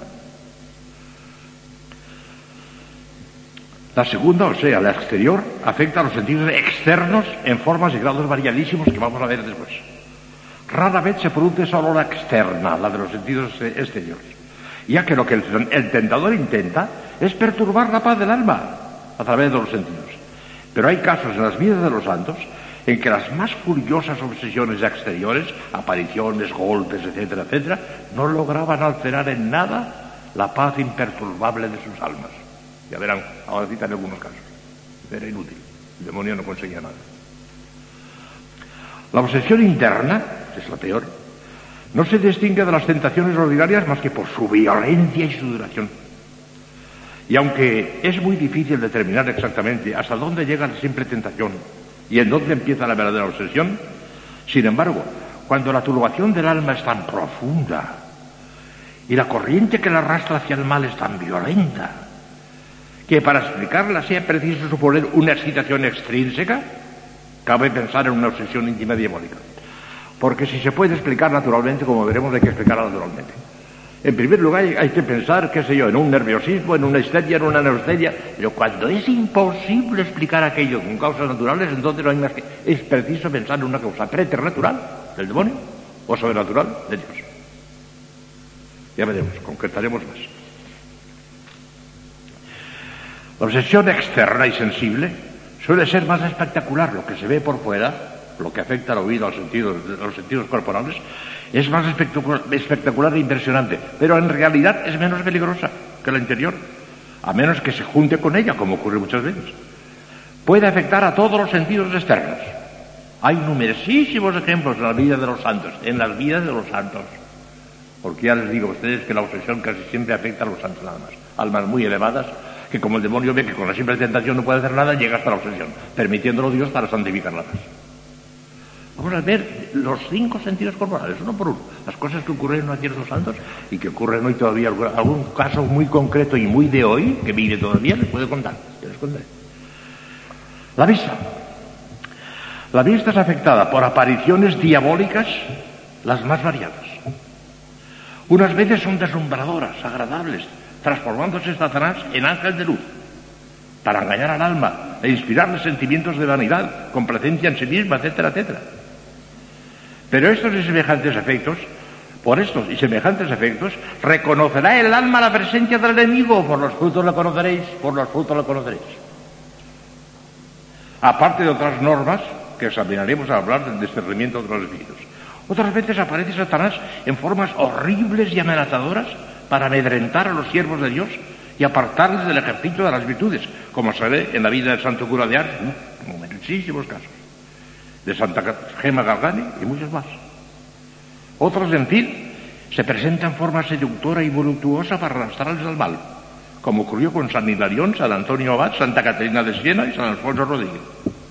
La segunda, o sea, la exterior, afecta a los sentidos externos en formas y grados variadísimos que vamos a ver después. Rara vez se produce solo la externa, la de los sentidos exteriores, ya que lo que el tentador intenta es perturbar la paz del alma a través de los sentidos. Pero hay casos en las vidas de los santos en que las más furiosas obsesiones exteriores, apariciones, golpes, etcétera, etcétera, no lograban alterar en nada la paz imperturbable de sus almas. Ya verán, ahora citan algunos casos. Era inútil. El demonio no conseguía nada. La obsesión interna, que es la peor, no se distingue de las tentaciones ordinarias más que por su violencia y su duración. Y aunque es muy difícil determinar exactamente hasta dónde llega la simple tentación y en dónde empieza la verdadera obsesión, sin embargo, cuando la turbación del alma es tan profunda y la corriente que la arrastra hacia el mal es tan violenta, que para explicarla sea preciso suponer una excitación extrínseca, cabe pensar en una obsesión íntima diabólica. Porque si se puede explicar naturalmente, como veremos, hay que explicarla naturalmente. En primer lugar, hay que pensar, qué sé yo, en un nerviosismo, en una histeria, en una neurastenia. Pero cuando es imposible explicar aquello con causas naturales, entonces no hay más que... Es preciso pensar en una causa preternatural del demonio o sobrenatural de Dios. Ya veremos, concretaremos más. La obsesión externa y sensible suele ser más espectacular. Lo que se ve por fuera, lo que afecta al oído, a los sentidos corporales, es más espectacular e impresionante, pero en realidad es menos peligrosa que la interior, a menos que se junte con ella, como ocurre muchas veces. Puede afectar a todos los sentidos externos. Hay numerosísimos ejemplos en la vida de los santos, porque ya les digo a ustedes que la obsesión casi siempre afecta a los santos nada más, almas muy elevadas, que como el demonio ve que con la simple tentación no puede hacer nada, llega hasta la obsesión, permitiéndolo Dios para santificarla más. Vamos a ver los 5 sentidos corporales, uno por uno, las cosas que ocurrieron a ciertos santos y que ocurren hoy todavía, algún caso muy concreto y muy de hoy, que vive todavía, les puedo contar, les contaré. La vista. La vista es afectada por apariciones diabólicas las más variadas. Unas veces son deslumbradoras, agradables, transformándose Satanás en ángel de luz, para engañar al alma e inspirarle sentimientos de vanidad, complacencia en sí misma, etcétera, etcétera. Pero estos y semejantes efectos, reconocerá el alma la presencia del enemigo. Por los frutos lo conoceréis, Aparte de otras normas que examinaremos al hablar del discernimiento de los espíritus. Otras veces aparece Satanás en formas horribles y amenazadoras para amedrentar a los siervos de Dios y apartarles del ejercicio de las virtudes, como se ve en la vida del santo cura de Ars, en muchísimos casos, de Santa Gema Galgani y muchos más. Otros, en fin, se presentan en forma seductora y voluptuosa para arrastrarles al mal, como ocurrió con San Hilarión, San Antonio Abad, Santa Caterina de Siena y San Alfonso Rodríguez.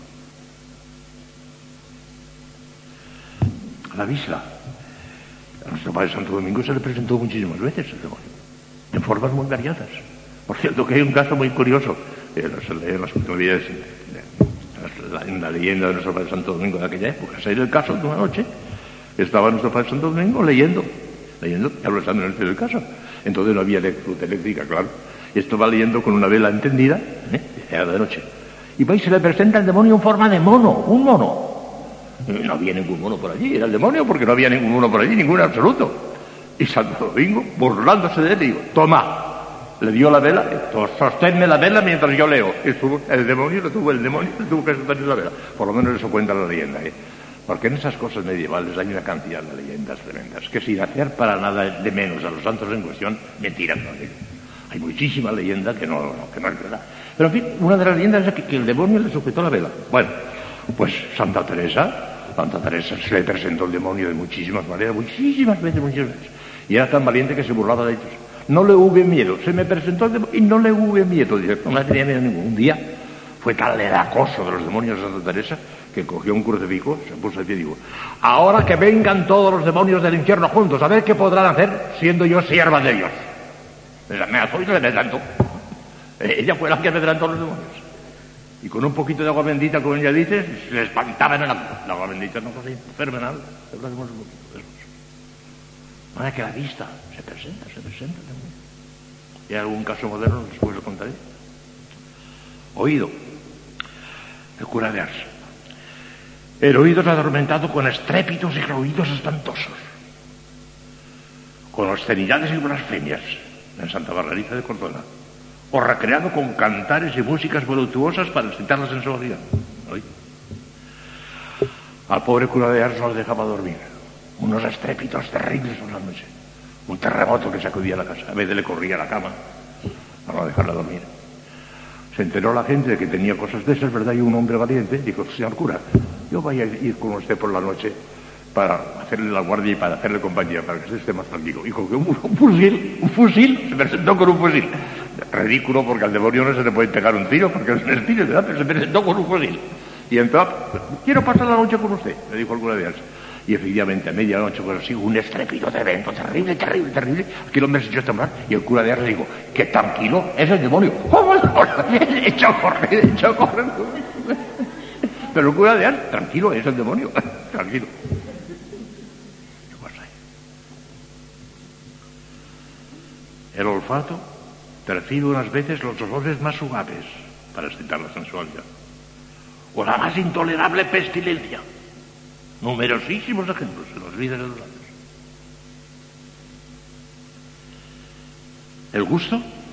La vista. A nuestro Padre Santo Domingo se le presentó muchísimas veces el demonio, en formas muy variadas. Por cierto, que hay un caso muy curioso, en la leyenda de nuestro Padre Santo Domingo de aquella época. Se ha ido el caso de una noche, estaba nuestro Padre Santo Domingo leyendo, hablo estando en el cielo del caso. Entonces no había luz eléctrica, claro. Y estaba leyendo con una vela encendida, era de noche. Y va y se le presenta el demonio en forma de mono, un mono. No había ningún mono por allí, era el demonio, porque no había ningún mono por allí, ningún absoluto. Y Santo Domingo, burlándose de él, digo, toma. Le dio la vela, sosténme la vela mientras yo leo. El demonio le tuvo que sostener la vela. Por lo menos eso cuenta la leyenda, Porque en esas cosas medievales hay una cantidad de leyendas tremendas, que sin hacer para nada de menos a los santos en cuestión, mentiras no hay. Hay muchísima leyenda que no es verdad. Pero en fin, una de las leyendas es que el demonio le sujetó la vela. Bueno, Pues Santa Teresa se le presentó el demonio de muchísimas maneras, muchísimas veces. Y era tan valiente que se burlaba de ellos. No le hubo miedo, se me presentó el demonio y no le hubo miedo. Dice, no le tenía miedo ninguno. Un día fue tal el acoso de los demonios de Santa Teresa que cogió un crucifijo, se puso de pie y dijo, ahora que vengan todos los demonios del infierno juntos, a ver qué podrán hacer siendo yo sierva de Dios. Me azó y se le adelantó. Ella fue la que adelantó a los demonios. Y con un poquito de agua bendita, como ella dice, se le espantaban en la agua bendita, no cosa fenomenal. Ahora que la vista se presenta también. Y hay algún caso moderno, después lo contaré. Oído, el cura de Ars. El oído es atormentado con estrépitos y ruidos espantosos, con obscenidades y blasfemias en Santa Margarita de Córdoba, o recreado con cantares y músicas voluptuosas para excitar la sensualidad. ¿Oí? Al pobre cura de Ars no le dejaba dormir. Unos estrépitos terribles por la noche. Un terremoto que sacudía la casa. A veces le corría a la cama para no dejarla dormir. Se enteró la gente de que tenía cosas de esas, ¿verdad? Y un hombre valiente dijo, señor cura, yo voy a ir con usted por la noche para hacerle la guardia y para hacerle compañía, para que usted esté más tranquilo. Y cogió un fusil, se presentó con un fusil. Ridículo, porque al demonio no se le puede pegar un tiro, porque es un espíritu, ¿verdad? Pero se presentó con un fusil. Y entró, quiero pasar la noche con usted, le dijo el cura de Ars. Y efectivamente, a medianoche, pues así, un estrépito de evento terrible. Aquí el hombre se echó a temblar y el cura de Ars le dijo, que tranquilo, es el demonio. Echó a correr. Pero el cura de Ars, tranquilo, es el demonio. Tranquilo. El olfato percibe unas veces los olores más suaves para excitar la sensualidad. O la más intolerable pestilencia. Numerosísimos ejemplos en las vidas de los labios. El gusto,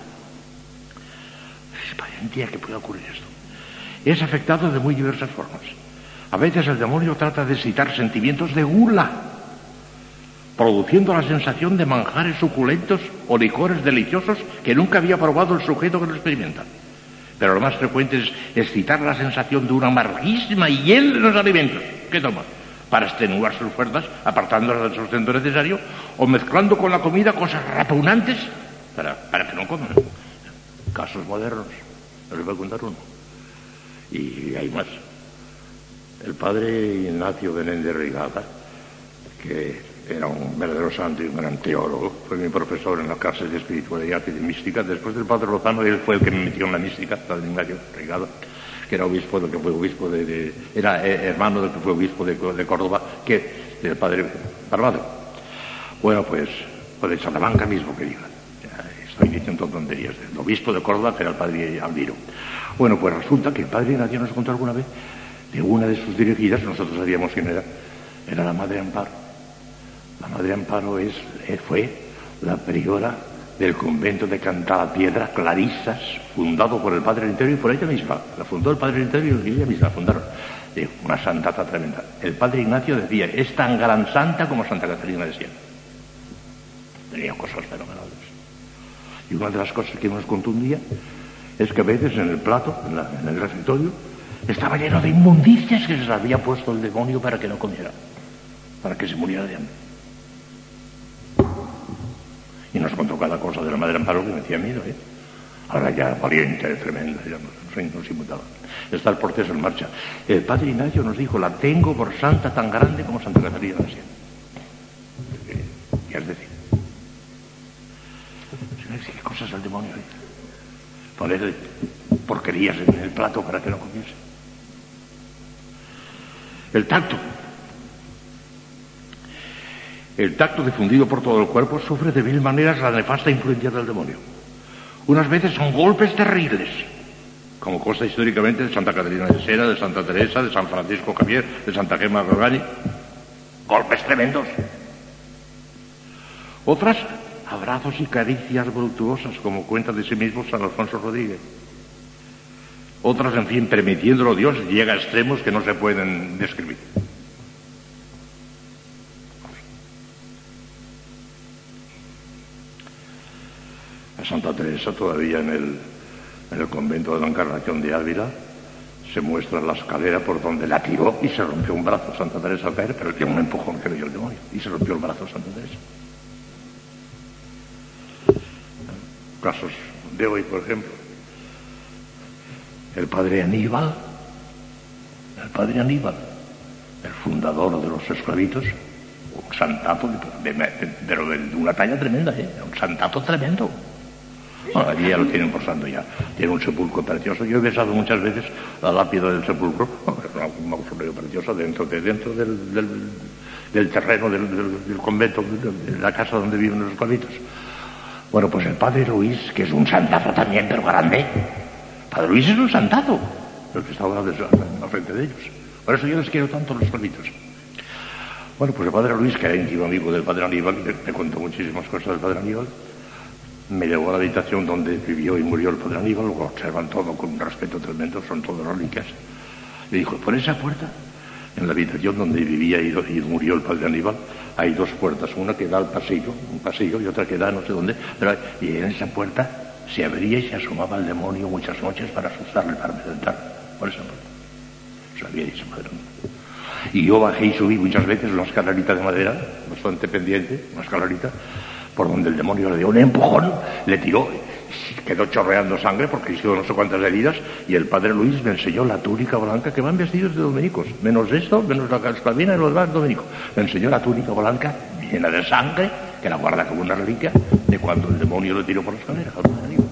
es valentía que puede ocurrir esto. Es afectado de muy diversas formas. A veces el demonio trata de excitar sentimientos de gula, produciendo la sensación de manjares suculentos o licores deliciosos que nunca había probado el sujeto que lo experimenta. Pero lo más frecuente es excitar la sensación de una amarguísima hiel en los alimentos que toma, para extenuar sus fuerzas, apartándolas del sustento necesario, o mezclando con la comida cosas repugnantes para que no coman. Casos modernos, les voy a contar uno. Y hay más. El padre Ignacio Benéndez Rigada, que era un verdadero santo y un gran teólogo, fue mi profesor en las clases de espiritualidad y de mística. Después del padre Lozano, él fue el que me metió en la mística, padre Ignacio Rigada, que era obispo del que fue obispo era hermano del que fue obispo de Córdoba, que del padre Barbado. Bueno, pues de Salamanca mismo, que diga. Estoy diciendo tonterías. El obispo de Córdoba, que era el padre Aldiro. Bueno, pues resulta que el padre Ignacio nos contó alguna vez de una de sus dirigidas, nosotros sabíamos quién era la Madre Amparo. La Madre Amparo fue la priora del convento de Cantalapiedra, Clarisas, fundado por el Padre Interior y por ella misma. La fundó el Padre Interior y ella misma la fundaron. Una santata tremenda. El Padre Ignacio decía, es tan gran santa como Santa Catarina de Siena. Tenía cosas fenomenales. Y una de las cosas que nos contó un día es que a veces en el plato, en el refectorio, estaba lleno de inmundicias que se les había puesto el demonio para que no comiera, para que se muriera de hambre. Y nos contó cada cosa de la Madre Amparo que me hacía miedo, ¿eh? Ahora ya valiente, tremenda, ya nos inmutaba. Está el proceso en marcha. El padre Ignacio nos dijo, la tengo por santa tan grande como Santa Catarina de Siena. ¿Qué es decir? ¿Qué cosas del demonio? Poner porquerías en el plato para que no comiese. El tacto. El tacto difundido por todo el cuerpo sufre de mil maneras la nefasta influencia del demonio. Unas veces son golpes terribles, como consta históricamente de Santa Catarina de Siena, de Santa Teresa, de San Francisco Javier, de Santa Gemma Galgani. Golpes tremendos. Otras, abrazos y caricias voluptuosas, como cuenta de sí mismo San Alfonso Rodríguez. Otras, en fin, permitiéndolo Dios, llega a extremos que no se pueden describir. A Santa Teresa, todavía en el convento de la Encarnación de Ávila, se muestra la escalera por donde la tiró y se rompió un brazo Santa Teresa al caer, pero dio un empujón que le dio el demonio y se rompió el brazo Santa Teresa. Casos de hoy, por ejemplo, el padre Aníbal, el fundador de los esclavitos, un santazo, pero de una talla tremenda, un santazo tremendo. Bueno, allí ya lo tienen por santo ya. Tiene un sepulcro precioso. Yo he besado muchas veces la lápida del sepulcro, un mausoleo precioso dentro del terreno del convento, de la casa donde viven los esclavitos. Bueno, pues el padre Luis, que es un santazo también, pero grande. Padre Luis es un santazo, el que está ahora al frente de ellos. Por eso yo les quiero tanto a los esclavitos. Bueno, pues el padre Luis, que era íntimo amigo del padre Aníbal, me contó muchísimas cosas del padre Aníbal. Me llevó a la habitación donde vivió y murió el padre Aníbal, lo observan todo con un respeto tremendo, son todas reliquias. Le dijo, por esa puerta, en la habitación donde vivía y murió el padre Aníbal, hay dos puertas, una que da al pasillo, un pasillo, y otra que da no sé dónde, y en esa puerta se abría y se asomaba el demonio muchas noches para asustarle, para amedrentarle, por esa puerta. Sabía ese padre Aníbal. Y yo bajé y subí muchas veces una escalerita de madera, bastante pendiente, una escalerita, por donde el demonio le dio un empujón, le tiró, quedó chorreando sangre porque hizo no sé cuántas heridas, y el padre Luis me enseñó la túnica blanca, que van vestidos de dominicos, menos esto, menos la esclavina y los demás dominicos. Me enseñó la túnica blanca llena de sangre, que la guarda como una reliquia, de cuando el demonio le tiró por la escalera al padre Aníbal.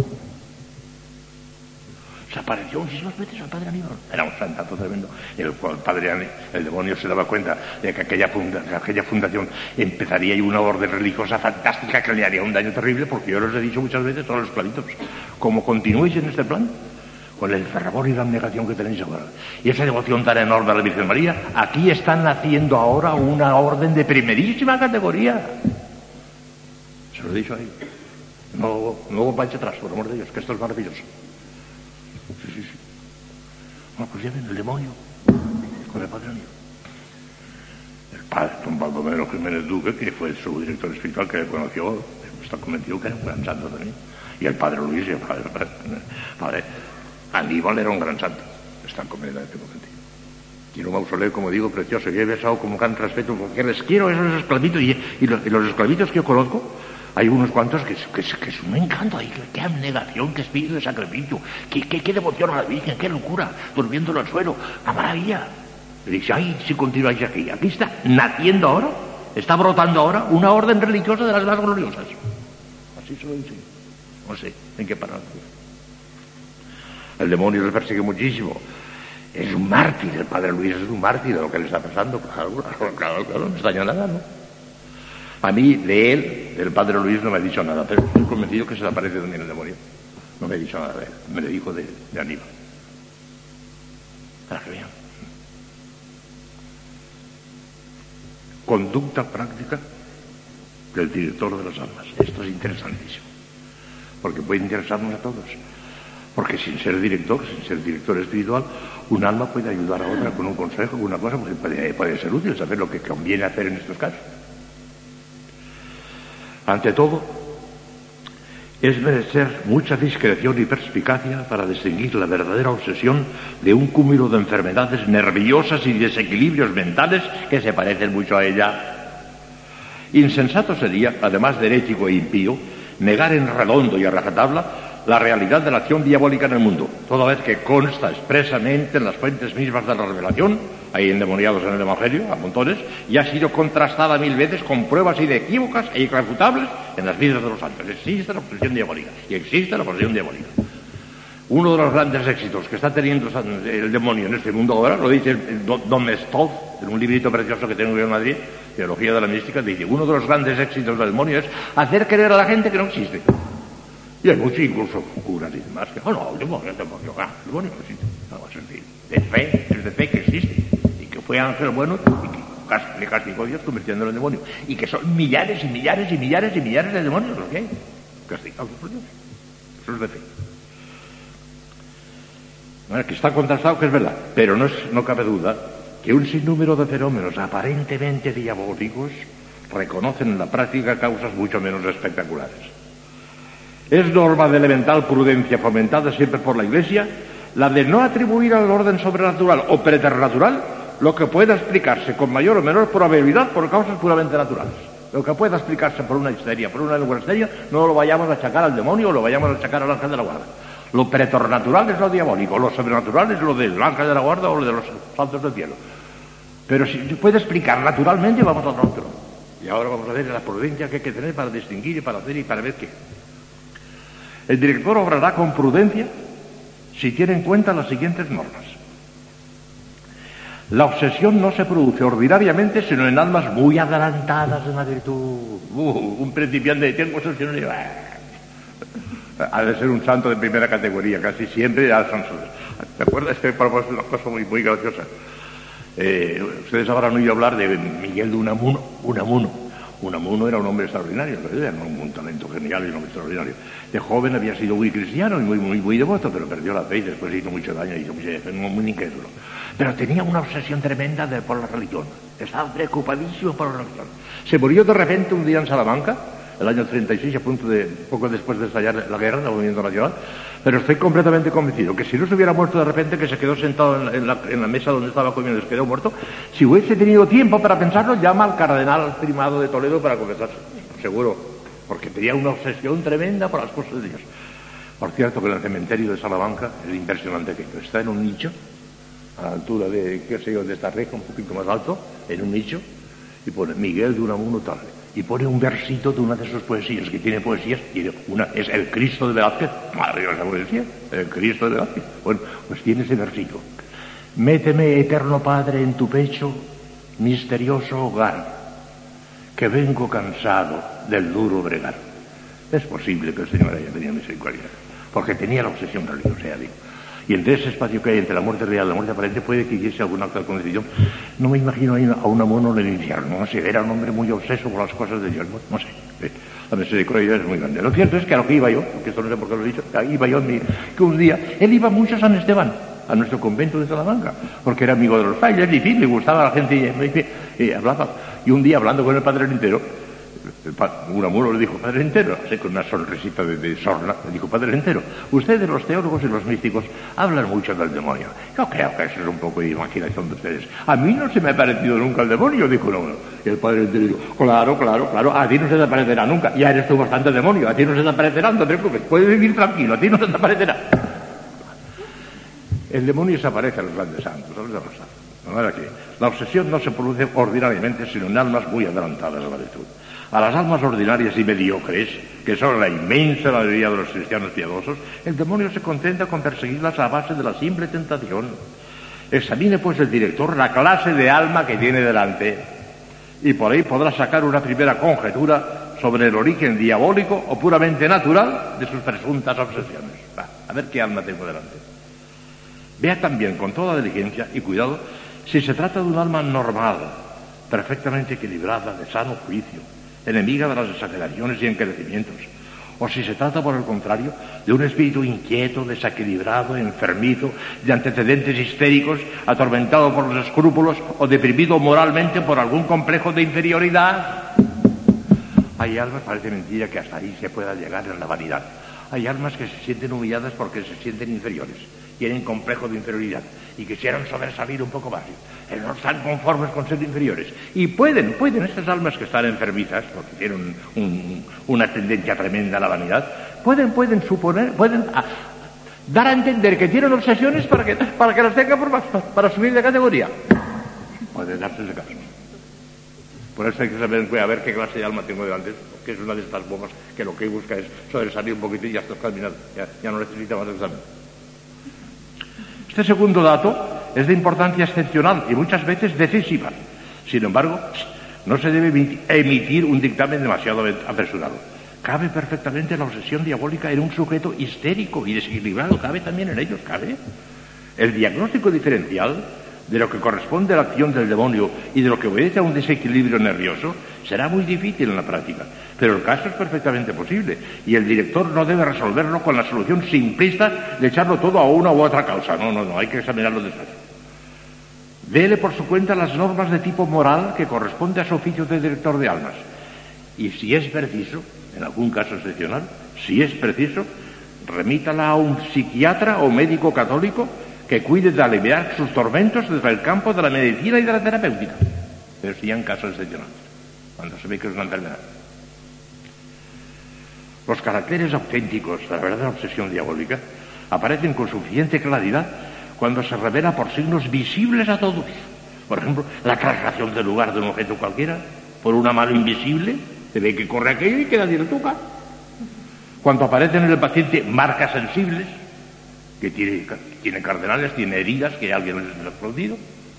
Se apareció muchísimas veces al padre Aníbal. Era un santazo tremendo. El demonio se daba cuenta de que aquella fundación empezaría y una orden religiosa fantástica que le haría un daño terrible, porque yo les he dicho muchas veces a los esclavitos, como continuéis en este plan, con el fervor y la abnegación que tenéis ahora, y esa devoción tan enorme a la Virgen María, aquí están naciendo ahora una orden de primerísima categoría. Se lo he dicho ahí. No vayáis atrás, por amor de Dios, que esto es maravilloso. Sí. Bueno, pues ya ven, el demonio con el padre Aníbal. El padre, don Baldomero Jiménez Duque, que fue su director espiritual, que le conoció, está convencido que era un gran santo también. Y el padre Luis y el padre Aníbal era un gran santo. Están completamente convencidos. Tiene un mausoleo, como digo, precioso. Yo he besado con gran respeto, porque les quiero a esos esclavitos. Y los esclavitos que yo conozco, hay unos cuantos que es un encanto. Qué abnegación, qué espíritu de sacrificio, qué devoción a la Virgen, qué locura, durmiéndolo al suelo, la maravilla. Le dice, ay, si continuáis aquí está naciendo ahora, está brotando ahora una orden religiosa de las más gloriosas. Así se lo dice. No sé en qué parar. El demonio les persigue muchísimo. Es un mártir, el padre Luis es un mártir de lo que le está pasando. Claro, no extraña nada, ¿no? A mí, de él, del padre Luis, no me ha dicho nada, pero estoy convencido que se le aparece también el demonio. No me ha dicho nada de él, me lo dijo de Aníbal. Para que vean. Conducta práctica del director de las almas. Esto es interesantísimo, porque puede interesarnos a todos. Porque sin ser director espiritual, un alma puede ayudar a otra con un consejo, con una cosa, pues puede ser útil saber lo que conviene hacer en estos casos. Ante todo, es menester mucha discreción y perspicacia para distinguir la verdadera obsesión de un cúmulo de enfermedades nerviosas y desequilibrios mentales que se parecen mucho a ella. Insensato sería, además de herético e impío, negar en redondo y a rajatabla la realidad de la acción diabólica en el mundo, toda vez que consta expresamente en las fuentes mismas de la revelación, hay endemoniados en el Evangelio, a montones, y ha sido contrastada 1000 veces con pruebas inequívocas e irrefutables en las vidas de los santos. Existe la posesión diabólica, y existe la posesión diabólica. Uno de los grandes éxitos que está teniendo el demonio en este mundo ahora, lo dice Don Mestov, en un librito precioso que tengo yo en Madrid, Teología de la Mística, dice, uno de los grandes éxitos del demonio es hacer creer a la gente que no existe. Y hay muchos, incluso curas y demás, que, el demonio no existe. No, es de fe que existe, y que fue ángel bueno, y que le castigó a Dios convirtiéndolo en demonio. Y que son millares y millares y millares y millares de demonios los que hay, castigados por Dios. Eso es de fe. Bueno, que está contrastado que es verdad, pero no cabe duda que un sinnúmero de fenómenos aparentemente diabólicos reconocen en la práctica causas mucho menos espectaculares. Es norma de elemental prudencia fomentada siempre por la Iglesia la de no atribuir al orden sobrenatural o preternatural lo que pueda explicarse con mayor o menor probabilidad por causas puramente naturales. Lo que pueda explicarse por una histeria, por una lengua histeria, no lo vayamos a achacar al demonio o lo vayamos a achacar al ángel de la guarda. Lo preternatural es lo diabólico, lo sobrenatural es lo del ángel de la guarda o lo de los santos del cielo. Pero si se puede explicar naturalmente, vamos a otro. Y ahora vamos a ver la prudencia que hay que tener para distinguir y para hacer y para ver qué. El director obrará con prudencia si tiene en cuenta las siguientes normas. La obsesión no se produce ordinariamente sino en almas muy adelantadas en la virtud. Un principiante tengo obsesión y ha de ser un santo de primera categoría, casi siempre. ¿Te acuerdas? Este propósito es una cosa muy, muy graciosa. Ustedes habrán oído hablar de Miguel de Unamuno. Unamuno era un hombre extraordinario, era un talento genial y un hombre extraordinario. De joven había sido muy cristiano y muy devoto, pero perdió la fe y después hizo mucho daño, muy incrédulo. Pero tenía una obsesión tremenda por la religión. Estaba preocupadísimo por la religión. Se murió de repente un día en Salamanca, el año 36, poco después de estallar la guerra, el movimiento nacional. Pero estoy completamente convencido que si no se hubiera muerto de repente, que se quedó sentado en la mesa donde estaba comiendo y se quedó muerto, si hubiese tenido tiempo para pensarlo, llama al cardenal primado de Toledo para confesarse. Seguro, porque tenía una obsesión tremenda por las cosas de Dios. Por cierto, que en el cementerio de Salamanca es impresionante aquello. Está en un nicho, a la altura de, qué sé yo, de esta reja, un poquito más alto, en un nicho, y pone Miguel de Unamuno tal. Y pone un versito de una de sus poesías, que tiene poesías, tiene una, es el Cristo de Velázquez, maravillosa poesía, el Cristo de Velázquez. Bueno, pues tiene ese versito. Méteme, eterno Padre, en tu pecho, misterioso hogar, que vengo cansado del duro bregar. Es posible que el Señor haya tenido misericordia, porque tenía la obsesión religiosa, digo. Y entre ese espacio que hay entre la muerte real y la muerte aparente puede que hiciese algún acto de condición. No me imagino a Unamuno en el infierno, no sé, era un hombre muy obseso por las cosas de Dios, no sé. La misericordia es muy grande. Lo cierto es que a lo que iba yo, porque esto no sé por qué lo he dicho, iba yo que un día, él iba mucho a San Esteban, a nuestro convento de Salamanca, porque era amigo de los frailes y le gustaba a la gente y hablaba. Y un día, hablando con el padre Entero, Unamuno le dijo, Padre Entero, así con una sonrisita de sorna, le dijo, Padre Entero, ustedes los teólogos y los místicos hablan mucho del demonio. Yo creo que eso es un poco de imaginación de ustedes. A mí no se me ha parecido nunca el demonio, dijo uno. Y el Padre Entero dijo, claro, a ti no se te aparecerá nunca. Ya eres tú bastante demonio, a ti no se te aparecerá, no te preocupes, puedes vivir tranquilo, a ti no se te aparecerá. El demonio se aparece a los grandes santos, ¿sabes de pasar? De manera que la obsesión no se produce ordinariamente sino en almas muy adelantadas a la virtud. A las almas ordinarias y mediocres, que son la inmensa mayoría de los cristianos piadosos, el demonio se contenta con perseguirlas a base de la simple tentación. Examine, pues, el director la clase de alma que tiene delante, y por ahí podrá sacar una primera conjetura sobre el origen diabólico o puramente natural de sus presuntas obsesiones. A ver qué alma tengo delante. Vea también con toda diligencia y cuidado si se trata de un alma normal, perfectamente equilibrada, de sano juicio, enemiga de las exageraciones y encarecimientos, o si se trata, por el contrario, de un espíritu inquieto, desequilibrado, enfermizo, de antecedentes histéricos, atormentado por los escrúpulos o deprimido moralmente por algún complejo de inferioridad. Hay almas, parece mentira que hasta ahí se pueda llegar en la vanidad. Hay almas que se sienten humilladas porque se sienten inferiores, tienen complejo de inferioridad y quisieran sobresalir un poco más. No están conformes con ser inferiores. Y pueden estas almas que están enfermizas, porque tienen una tendencia tremenda a la vanidad, pueden dar a entender que tienen obsesiones para que las tengan para subir de categoría. Puede darse ese caso. Por eso hay que saber a ver qué clase de alma tengo delante, que es una de estas bombas que lo que busca es sobresalir un poquito y ya está caminando, ya no necesita más examen. Este segundo dato es de importancia excepcional y muchas veces decisiva. Sin embargo, no se debe emitir un dictamen demasiado apresurado. Cabe perfectamente la obsesión diabólica en un sujeto histérico y desequilibrado, cabe también en ellos, cabe. El diagnóstico diferencial de lo que corresponde a la acción del demonio y de lo que obedece a un desequilibrio nervioso será muy difícil en la práctica, pero el caso es perfectamente posible y el director no debe resolverlo con la solución simplista de echarlo todo a una u otra causa. No, hay que examinarlo despacio. Dele por su cuenta las normas de tipo moral que corresponde a su oficio de director de almas y si es preciso, en algún caso excepcional, si es preciso, remítala a un psiquiatra o médico católico que cuide de aliviar sus tormentos desde el campo de la medicina y de la terapéutica. Pero sí en casos excepcionales, cuando se ve que es una enfermedad. Los caracteres auténticos de la verdadera obsesión diabólica aparecen con suficiente claridad cuando se revela por signos visibles a todos. Por ejemplo, la traslación del lugar de un objeto cualquiera por una mano invisible, se ve que corre aquello y que nadie lo toca. Cuando aparecen en el paciente marcas sensibles, que tiene cardenales, tiene heridas que alguien les ha explodido,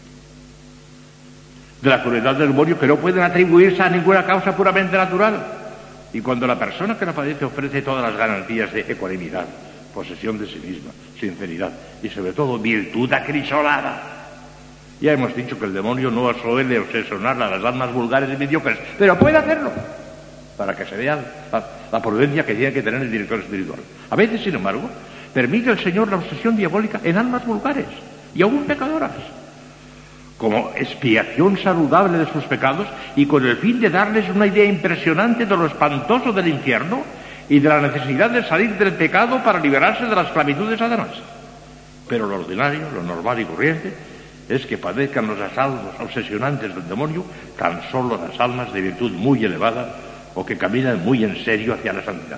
de la crueldad del demonio que no pueden atribuirse a ninguna causa puramente natural. Y cuando la persona que la padece ofrece todas las garantías de ecuanimidad, posesión de sí misma, sinceridad y sobre todo virtud acrisolada. Ya hemos dicho que el demonio no suele obsesionar a las almas vulgares y mediocres, pero puede hacerlo para que se vea la prudencia que tiene que tener el director espiritual. A veces, sin embargo, permite el Señor la obsesión diabólica en almas vulgares y aún pecadoras, como expiación saludable de sus pecados y con el fin de darles una idea impresionante de lo espantoso del infierno y de la necesidad de salir del pecado para liberarse de la esclavitud de Satanás. Pero lo ordinario, lo normal y corriente, es que padezcan los asaltos obsesionantes del demonio tan solo las almas de virtud muy elevada o que caminan muy en serio hacia la santidad.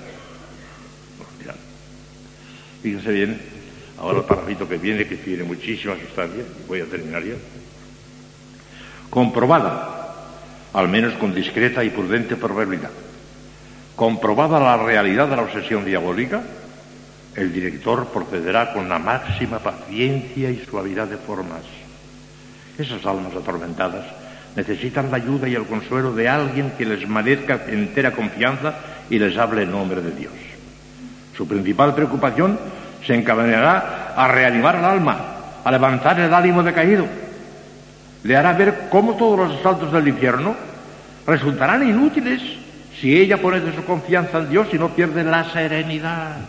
Fíjense bien, ahora el parrafito que viene tiene muchísima sustancia, y voy a terminar ya. Comprobada, al menos con discreta y prudente probabilidad, comprobada la realidad de la obsesión diabólica, el director procederá con la máxima paciencia y suavidad de formas. Esas almas atormentadas necesitan la ayuda y el consuelo de alguien que les merezca entera confianza y les hable en nombre de Dios. Su principal preocupación se encaminará a reanimar el alma, a levantar el ánimo decaído. Le hará ver cómo todos los asaltos del infierno resultarán inútiles si ella pone de su confianza en Dios y no pierde la serenidad.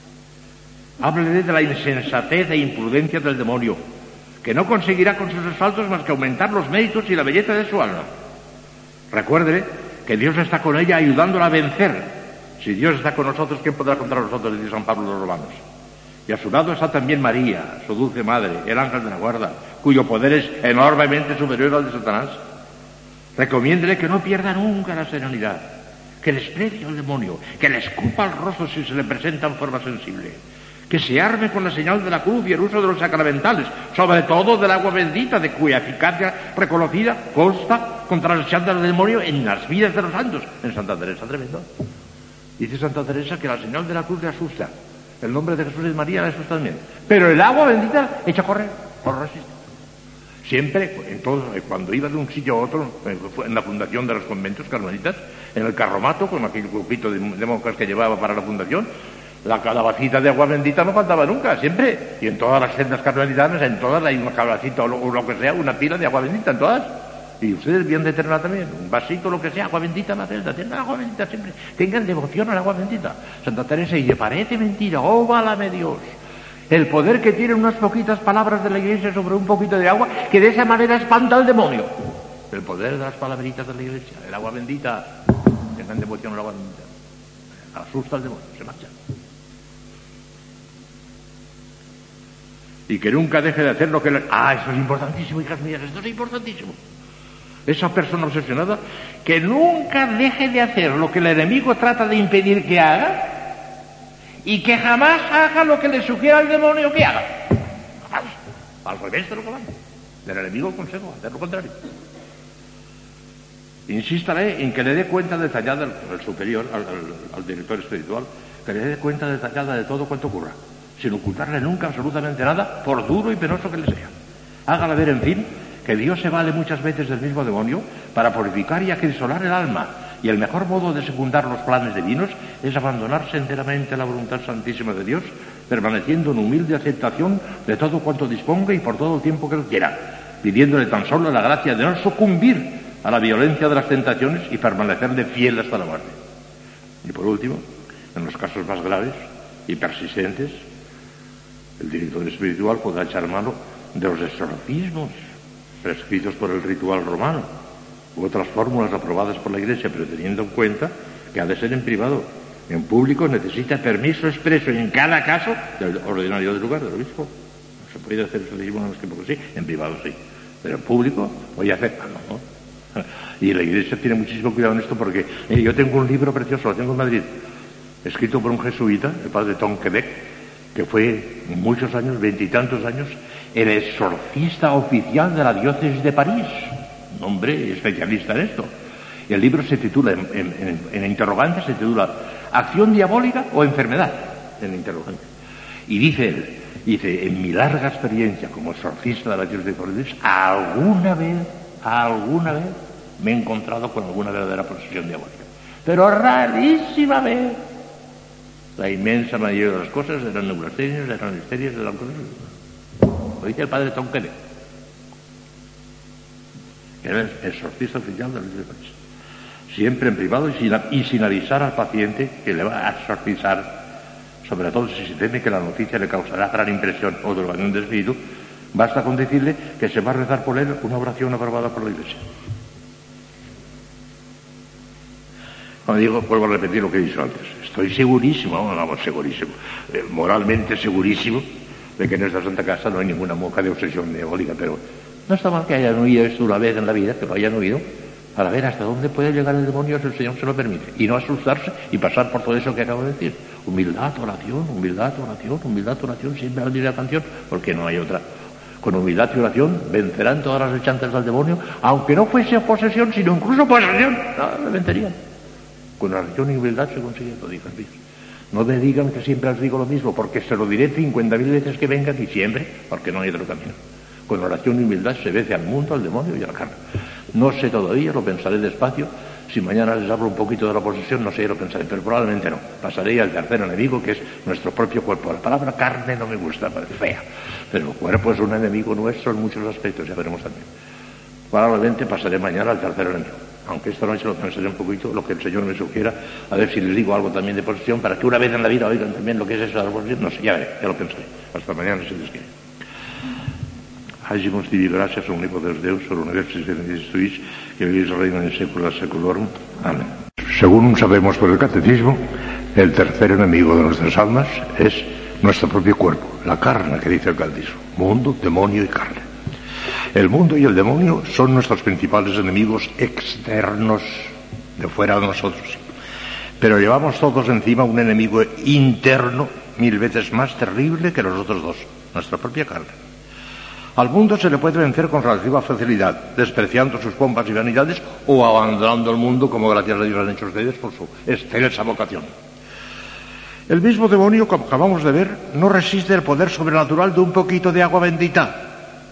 Háblele de la insensatez e imprudencia del demonio, que no conseguirá con sus asaltos más que aumentar los méritos y la belleza de su alma. Recuérdele que Dios está con ella ayudándola a vencer. Si Dios está con nosotros, ¿quién podrá contra nosotros?, dice San Pablo a los Romanos. Y a su lado está también María, su dulce madre, el ángel de la guarda, cuyo poder es enormemente superior al de Satanás. Recomiéndele que no pierda nunca la serenidad, que desprecie al demonio, que le escupa al rostro si se le presenta en forma sensible, que se arme con la señal de la cruz y el uso de los sacramentales, sobre todo del agua bendita, de cuya eficacia reconocida consta contra el chándal del demonio en las vidas de los santos. En Santa Teresa, tremendo. Dice Santa Teresa que la señal de la cruz le asusta, el nombre de Jesús y María le asusta también, pero el agua bendita echa a correr, no resiste. Siempre, cuando iba de un sitio a otro, en la fundación de los conventos carmelitas, en el carromato, con aquel grupito de monjas que llevaba para la fundación, la calabacita de agua bendita no faltaba nunca, siempre. Y en todas las sendas carmelitanas, en todas hay una calabacita o lo que sea, una pila de agua bendita, en todas. Y ustedes bien de tenerla también, un vasito, lo que sea, agua bendita en la celda, tengan agua bendita siempre, tengan devoción al agua bendita. Santa Teresa dice, parece mentira, oh válame Dios, el poder que tienen unas poquitas palabras de la Iglesia sobre un poquito de agua, que de esa manera espanta al demonio. El poder de las palabritas de la Iglesia, el agua bendita, tengan devoción al agua bendita, asusta al demonio, se marcha. Y que nunca deje de hacer lo que... eso es importantísimo, hijas mías, esto es importantísimo. Esa persona obsesionada, que nunca deje de hacer lo que el enemigo trata de impedir que haga y que jamás haga lo que le sugiera el demonio que haga. Jamás. Al revés de lo que va. Del enemigo el consejo, hacer lo contrario. Insístale en que le dé cuenta detallada al superior, al director espiritual, que le dé cuenta detallada de todo cuanto ocurra, sin ocultarle nunca absolutamente nada, por duro y penoso que le sea. Hágale ver, en fin, que Dios se vale muchas veces del mismo demonio para purificar y acrisolar el alma, y el mejor modo de secundar los planes divinos es abandonarse enteramente a la voluntad santísima de Dios, permaneciendo en humilde aceptación de todo cuanto disponga y por todo el tiempo que Él quiera, pidiéndole tan solo la gracia de no sucumbir a la violencia de las tentaciones y permanecerle fiel hasta la muerte. Y por último, en los casos más graves y persistentes, el director espiritual podrá echar mano de los exorcismos prescritos por el ritual romano u otras fórmulas aprobadas por la Iglesia, pero teniendo en cuenta que ha de ser en privado, En público necesita permiso expreso en cada caso del ordinario del lugar, del obispo. No se puede hacer ceremonias que porque sí, en privado sí. Pero en público voy a hacer... No. Y la Iglesia tiene muchísimo cuidado en esto porque yo tengo un libro precioso, lo tengo en Madrid, escrito por un jesuita, el padre Tonquedec, que fue muchos años, 20 y tantos años, el exorcista oficial de la diócesis de París, un hombre especialista en esto. Y el libro se titula, en interrogante, se titula ¿Acción diabólica o enfermedad? En interrogante. Y dice él, en mi larga experiencia como exorcista de la diócesis de París, alguna vez me he encontrado con alguna verdadera posesión diabólica. Pero rarísima vez. La inmensa mayoría de las cosas eran neurastenias, eran histerias, eran cosas... Lo dice el padre Tonquedec, que era el exorcista oficial de la Iglesia de París. Siempre en privado y sin avisar al paciente que le va a exorcizar, sobre todo si se teme que la noticia le causará gran impresión o turbación de espíritu. Basta con decirle que se va a rezar por él una oración aprobada por la Iglesia. Cuando digo, vuelvo a repetir lo que he dicho antes, estoy segurísimo, moralmente segurísimo de que en esta Santa Casa no hay ninguna monja de obsesión diabólica, pero no está mal que hayan oído esto una vez en la vida, que lo hayan oído, para ver hasta dónde puede llegar el demonio si el Señor se lo permite, y no asustarse y pasar por todo eso que acabo de decir. Humildad, oración, humildad, oración, humildad, oración, siempre al la canción, porque no hay otra. Con humildad y oración vencerán todas las hechanzas del demonio, aunque no fuese posesión, sino incluso posesión, no, le vencerían. Con oración y humildad se consigue todo, hijas mías. No me digan que siempre os digo lo mismo, porque se lo diré 50.000 veces que vengan y siempre, porque no hay otro camino. Con oración y humildad se vence al mundo, al demonio y a la carne. No sé todavía, lo pensaré despacio. Si mañana les hablo un poquito de la posesión, no sé, lo pensaré, pero probablemente no. Pasaré al tercer enemigo, que es nuestro propio cuerpo. La palabra carne no me gusta, parece fea, pero el cuerpo es un enemigo nuestro en muchos aspectos, ya veremos también. Probablemente pasaré mañana al tercer enemigo, aunque esta noche lo pensaré un poquito, lo que el Señor me sugiera, a ver si les digo algo también de posesión, para que una vez en la vida oigan también lo que es eso de la posesión. No sé, ya veré, ya lo pensaré. Hasta mañana, si Dios quiere. Hagimos divi gracias a omnipotens Deus, al universo y Jesuís, que vivís reino en secula seculorum. Amén. Según sabemos por el catecismo, el tercer enemigo de nuestras almas es nuestro propio cuerpo, la carne, que dice el catecismo. Mundo, demonio y carne. El mundo y el demonio son nuestros principales enemigos externos, de fuera de nosotros. Pero llevamos todos encima un enemigo interno 1000 veces más terrible que los otros dos, nuestra propia carne. Al mundo se le puede vencer con relativa facilidad, despreciando sus pompas y vanidades o abandonando el mundo, como gracias a Dios han hecho ustedes por su excelsa vocación. El mismo demonio, como acabamos de ver, no resiste el poder sobrenatural de un poquito de agua bendita.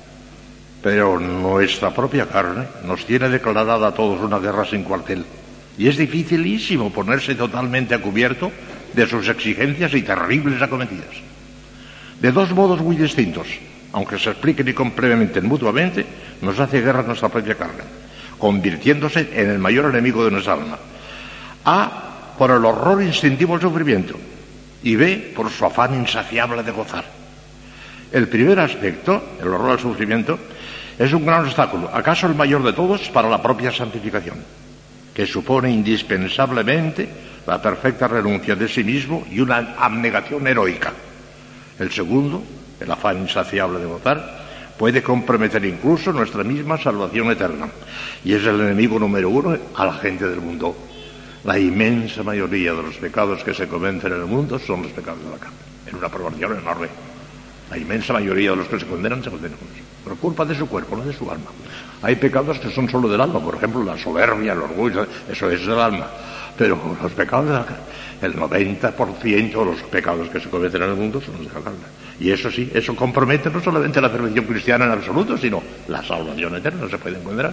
Pero nuestra propia carne nos tiene declarada a todos una guerra sin cuartel. Y es dificilísimo ponerse totalmente a cubierto de sus exigencias y terribles acometidas. De dos modos muy distintos, aunque se expliquen y complementen mutuamente, nos hace guerra nuestra propia carne, convirtiéndose en el mayor enemigo de nuestra alma. A, por el horror instintivo al sufrimiento, y B, por su afán insaciable de gozar. El primer aspecto, el horror al sufrimiento, es un gran obstáculo, acaso el mayor de todos, para la propia santificación, que supone indispensablemente la perfecta renuncia de sí mismo y una abnegación heroica. El segundo, el afán insaciable de gozar, puede comprometer incluso nuestra misma salvación eterna, y es el enemigo número uno a la gente del mundo. La inmensa mayoría de los pecados que se cometen en el mundo son los pecados de la carne, en una proporción enorme. La inmensa mayoría de los que se condenan por culpa de su cuerpo, no de su alma. Hay pecados que son solo del alma, por ejemplo, la soberbia, el orgullo, eso es del alma. Pero los pecados de la carne, el 90% de los pecados que se cometen en el mundo son los de la carne. Y eso sí, eso compromete no solamente la perfección cristiana en absoluto, sino la salvación eterna, se puede encontrar.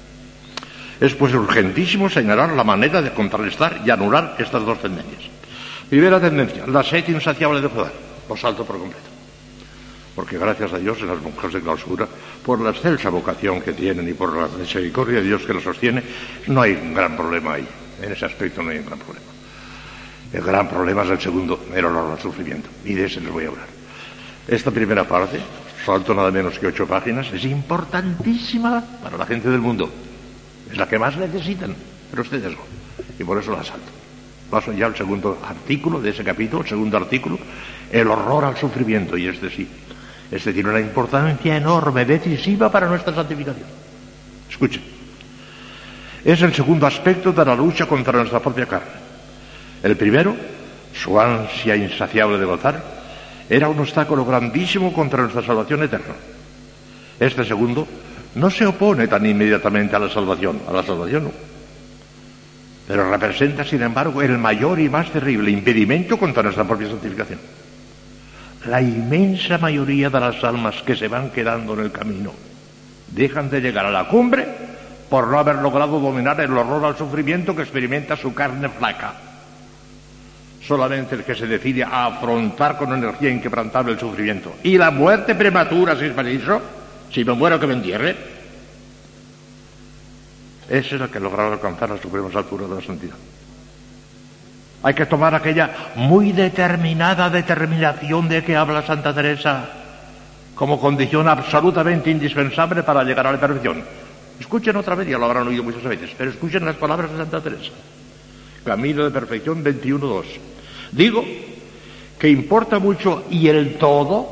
Es pues urgentísimo señalar la manera de contrarrestar y anular estas dos tendencias. Primera tendencia, la sed insaciable de poder, lo salto por completo. Porque gracias a Dios en las monjas de clausura, por la excelsa vocación que tienen y por la misericordia de Dios que los sostiene, no hay un gran problema ahí. En ese aspecto no hay un gran problema. El gran problema es el segundo, el horror al sufrimiento. Y de ese les voy a hablar. Esta primera parte, salto nada menos que 8 páginas, es importantísima para la gente del mundo. Es la que más necesitan, pero ustedes no. Y por eso la salto. Paso ya al segundo artículo de ese capítulo, el segundo artículo, el horror al sufrimiento, y este sí. Este tiene una importancia enorme, decisiva para nuestra santificación. Escuchen. Es el segundo aspecto de la lucha contra nuestra propia carne. El primero, su ansia insaciable de gozar, era un obstáculo grandísimo contra nuestra salvación eterna. Este segundo no se opone tan inmediatamente a la salvación no. Pero representa, sin embargo, el mayor y más terrible impedimento contra nuestra propia santificación. La inmensa mayoría de las almas que se van quedando en el camino dejan de llegar a la cumbre por no haber logrado dominar el horror al sufrimiento que experimenta su carne flaca. Solamente el que se decide a afrontar con energía inquebrantable el sufrimiento y la muerte prematura, si es preciso, si me muero que me entierre, ese es el que logra alcanzar las supremas alturas de la santidad. Hay que tomar aquella muy determinada determinación de que habla Santa Teresa como condición absolutamente indispensable para llegar a la perfección. Escuchen otra vez, ya lo habrán oído muchas veces, pero escuchen las palabras de Santa Teresa. Camino de Perfección 21.2. Digo que importa mucho y el todo,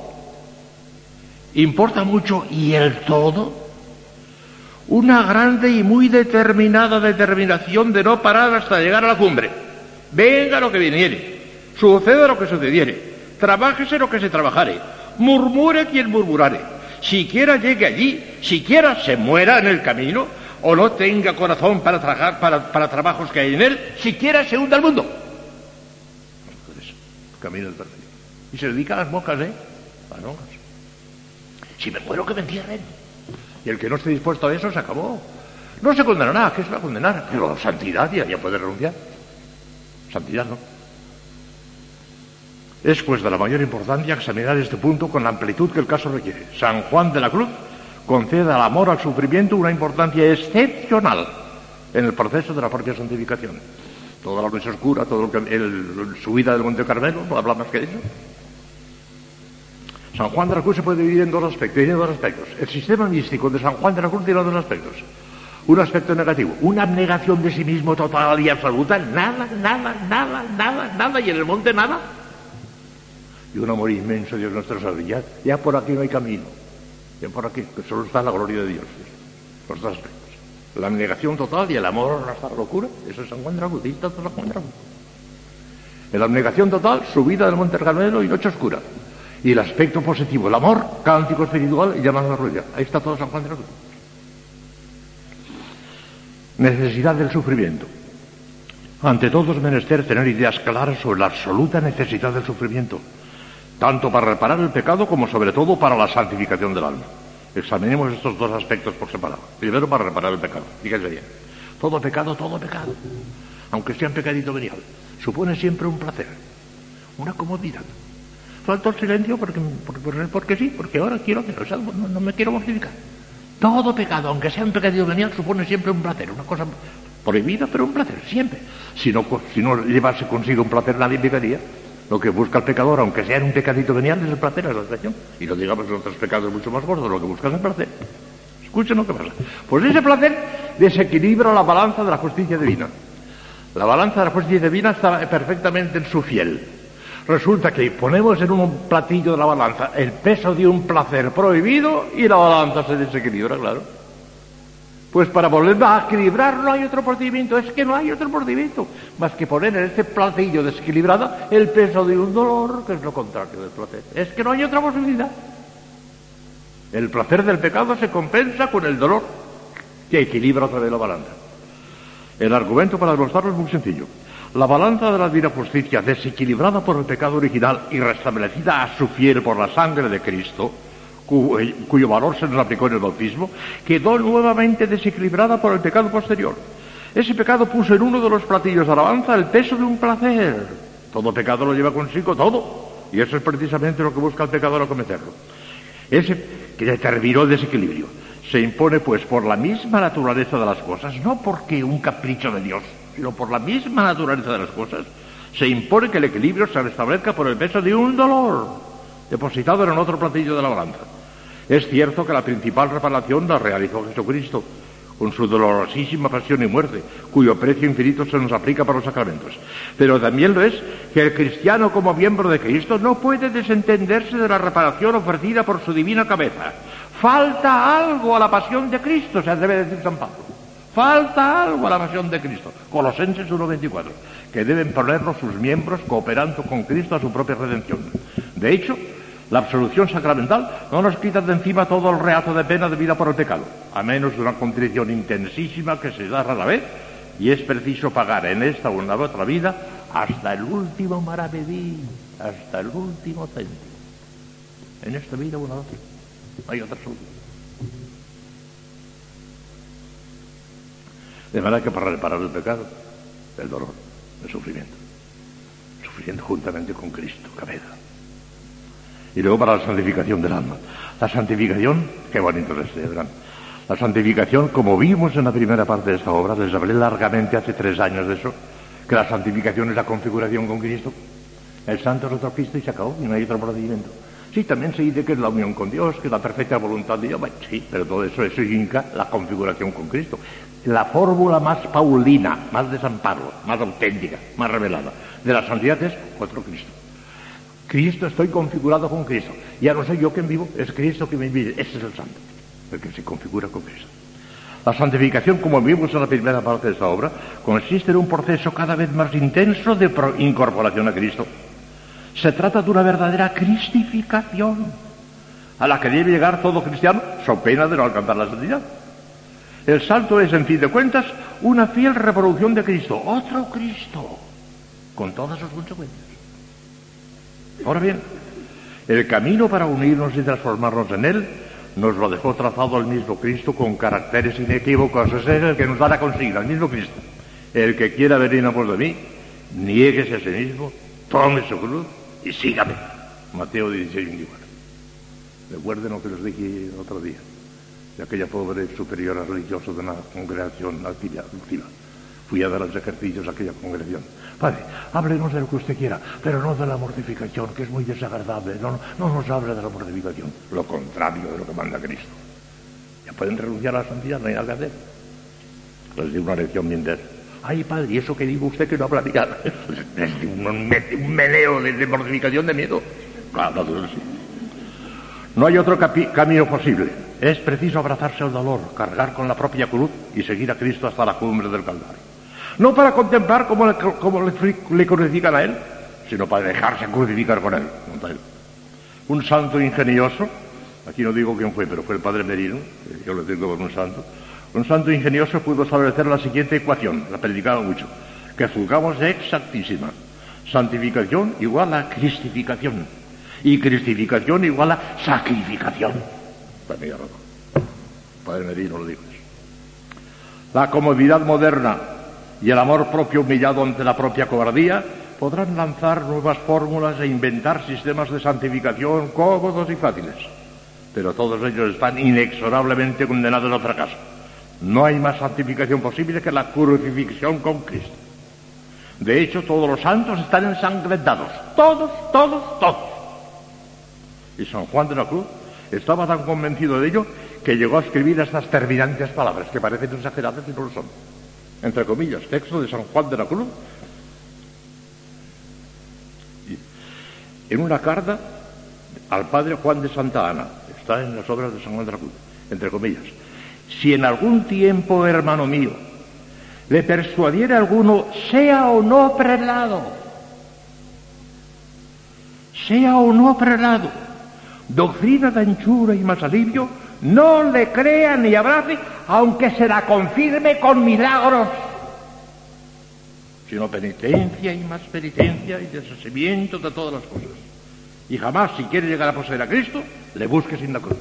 una grande y muy determinada determinación de no parar hasta llegar a la cumbre. Venga lo que viniere, suceda lo que sucediere, trabájese lo que se trabajare, murmure quien murmurare, siquiera llegue allí, siquiera se muera en el camino, o no tenga corazón para trabajar para trabajos que hay en él, siquiera se hunda el mundo. Camino del perfecto. Y se dedica a las moscas, Las moscas. Si me muero, que me entierren. Y el que no esté dispuesto a eso, se acabó. No se condenará, ¿qué se va a condenar? Pero santidad ya puede renunciar. Santidad no. Es pues de la mayor importancia examinar este punto con la amplitud que el caso requiere. San Juan de la Cruz concede al amor al sufrimiento una importancia excepcional en el proceso de la propia santificación. Toda la noche oscura, todo su subida del Monte Carmelo, no habla más que de eso. San Juan de la Cruz se puede dividir en dos aspectos. El sistema místico de San Juan de la Cruz tiene dos aspectos. Un aspecto negativo, una abnegación de sí mismo total y absoluta, nada, y en el monte nada. Y un amor inmenso, Dios nuestro Señor. Ya por aquí no hay camino. Ya por aquí, que solo está la gloria de Dios. Los dos aspectos. La abnegación total y el amor hasta la locura. Eso es San Juan de la Cruz. Ahí está San Juan de la Cruz. En la abnegación total, subida del Monte Carmelo y noche oscura. Y el aspecto positivo, el amor, cántico espiritual y llamado a rueda. Ahí está todo San Juan de la Cruz. Necesidad del sufrimiento. Ante todo es menester tener ideas claras sobre la absoluta necesidad del sufrimiento, tanto para reparar el pecado como sobre todo para la santificación del alma. Examinemos estos dos aspectos por separado. Primero, para reparar el pecado. Fíjense bien. Todo pecado, aunque sea un pecadito venial, supone siempre un placer, una comodidad. Falta el silencio porque sí, porque ahora quiero hacer, o sea, no me quiero mortificar. Todo pecado, aunque sea un pecadito venial, supone siempre un placer, una cosa prohibida, pero un placer, siempre. Si no llevase consigo un placer, nadie pecaría. Lo que busca el pecador, aunque sea en un pecadito venial, es el placer, es la atracción. Y no digamos en otros pecados mucho más gordos, lo que buscan es el placer. Escuchen lo que pasa. Pues ese placer desequilibra la balanza de la justicia divina. La balanza de la justicia divina está perfectamente en su fiel. Resulta que ponemos en un platillo de la balanza el peso de un placer prohibido y la balanza se desequilibra, claro. Pues para volverla a equilibrar no hay otro procedimiento, es que no hay otro procedimiento más que poner en este platillo desequilibrado el peso de un dolor, que es lo contrario del placer. Es que no hay otra posibilidad. El placer del pecado se compensa con el dolor que equilibra otra vez la balanza. El argumento para demostrarlo es muy sencillo. La balanza de la divina justicia, desequilibrada por el pecado original y restablecida a su fiel por la sangre de Cristo, cuyo valor se nos aplicó en el bautismo, quedó nuevamente desequilibrada por el pecado posterior. Ese pecado puso en uno de los platillos de la balanza el peso de un placer. Todo pecado lo lleva consigo, todo. Y eso es precisamente lo que busca el pecador al cometerlo. Ese que determinó el desequilibrio se impone, pues, por la misma naturaleza de las cosas, no porque un capricho de Dios, sino por la misma naturaleza de las cosas, se impone que el equilibrio se restablezca por el peso de un dolor depositado en otro platillo de la balanza. Es cierto que la principal reparación la realizó Jesucristo, con su dolorosísima pasión y muerte, cuyo precio infinito se nos aplica para los sacramentos. Pero también lo es que el cristiano, como miembro de Cristo, no puede desentenderse de la reparación ofrecida por su divina cabeza. Falta algo a la pasión de Cristo, se atreve a decir San Pablo. Falta algo a la pasión de Cristo. Colosenses 1:24, que deben ponerlo sus miembros cooperando con Cristo a su propia redención. De hecho, la absolución sacramental no nos quita de encima todo el reazo de pena debida por el pecado, a menos de una contrición intensísima que se da rara vez, y es preciso pagar en esta o en la otra vida hasta el último maravedí, hasta el último céntimo. En esta vida o en la otra. No hay otra solución. De manera que para reparar el pecado, el dolor, el sufrimiento juntamente con Cristo, cabeza. Y luego para la santificación del alma. La santificación, qué bonito es este, ¿verdad? La santificación, como vimos en la primera parte de esta obra, les hablé largamente hace 3 años de eso, que la santificación es la configuración con Cristo. El santo es otro Cristo y se acabó, y no hay otro procedimiento. Sí, también se dice que es la unión con Dios, que es la perfecta voluntad de Dios. Bueno, sí, pero todo eso indica la configuración con Cristo. La fórmula más paulina, más de San Pablo, más auténtica, más revelada de la santidad es otro Cristo. Cristo, estoy configurado con Cristo. Ya no soy yo quien vivo, es Cristo quien me vive. Ese es el santo, el que se configura con Cristo. La santificación, como vimos en la primera parte de esta obra, consiste en un proceso cada vez más intenso de incorporación a Cristo. Se trata de una verdadera cristificación a la que debe llegar todo cristiano, so pena de no alcanzar la santidad. El salto es, en fin de cuentas, una fiel reproducción de Cristo, otro Cristo, con todas sus consecuencias. Ahora bien, el camino para unirnos y transformarnos en Él nos lo dejó trazado el mismo Cristo con caracteres inequívocos. Es el que nos da la consigna, el mismo Cristo. El que quiera venir a pos de mí, niéguese a sí mismo, tome su cruz y sígame. Mateo 16:24. Recuerden lo que les dije otro día, de aquella pobre superiora religiosa de una congregación altiva. Fui a dar los ejercicios a aquella congregación. Padre, háblenos de lo que usted quiera, pero no de la mortificación, que es muy desagradable. No nos hable de la mortificación. Lo contrario de lo que manda Cristo. Ya pueden renunciar a la santidad, no hay nada que hacer. Les di una lección bien de eso. Ay, padre, ¿y eso que digo usted que no hablaría? Un meneo de mortificación, de miedo. Claro, sí. No hay otro camino posible. Es preciso abrazarse al dolor, cargar con la propia cruz y seguir a Cristo hasta la cumbre del Calvario. No para contemplar cómo le crucifican a Él, sino para dejarse crucificar con Él. Un santo ingenioso, aquí no digo quién fue, pero fue el padre Merino, yo lo tengo por un santo ingenioso pudo establecer la siguiente ecuación, la predicaba mucho, que juzgamos de exactísima. Santificación igual a cristificación, y cristificación igual a sacrificación. Padre Merino lo dijo eso. La comodidad moderna y el amor propio humillado ante la propia cobardía podrán lanzar nuevas fórmulas e inventar sistemas de santificación cómodos y fáciles, pero todos ellos están inexorablemente condenados al fracaso. No hay más santificación posible que la crucifixión con Cristo. De hecho, todos los santos están ensangrentados, todos. Y San Juan de la Cruz estaba tan convencido de ello que llegó a escribir estas terminantes palabras, que parecen exageradas y no lo son. Entre comillas, texto de San Juan de la Cruz, en una carta al padre Juan de Santa Ana, está en las obras de San Juan de la Cruz, entre comillas: si en algún tiempo, hermano mío, le persuadiera alguno, sea o no prelado, doctrina de anchura y más alivio, no le crea ni abrace, aunque se la confirme con milagros, sino penitencia y más penitencia y deshacimiento de todas las cosas. Y jamás, si quiere llegar a poseer a Cristo, le busque sin la cruz.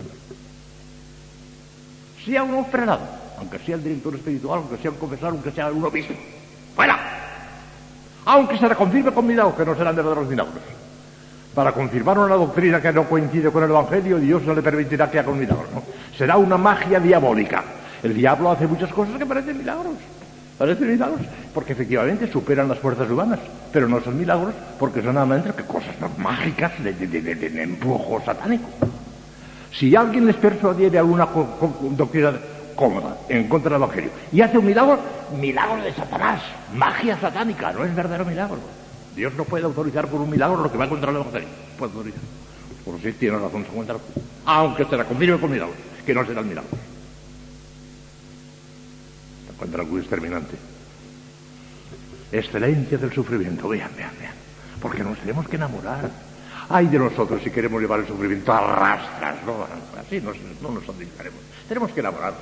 Sea un prelado, aunque sea el director espiritual, aunque sea un confesor, aunque sea un obispo, ¡fuera! Aunque se la confirme con milagros, que no serán verdaderos milagros. Para confirmar una doctrina que no coincide con el Evangelio, Dios no le permitirá que haga un milagro, ¿no? Será una magia diabólica. El diablo hace muchas cosas que parecen milagros, porque efectivamente superan las fuerzas humanas, pero no son milagros porque son nada más que cosas mágicas de embrujo satánico. Si alguien les persuadiere alguna doctrina cómoda, en contra del Evangelio, y hace un milagro de Satanás, magia satánica, no es verdadero milagro. Dios no puede autorizar por un milagro lo que va contra el Evangelio. Puede autorizar. Por si tiene razón, se encuentra, aunque se la confirme con milagros, que no será el milagro. Se encuentra el juicio terminante. Excelencia del sufrimiento. Vean. Porque nos tenemos que enamorar. Ay de nosotros si queremos llevar el sufrimiento a rastras, ¿no? Así no nos santificaremos. Tenemos que enamorarnos.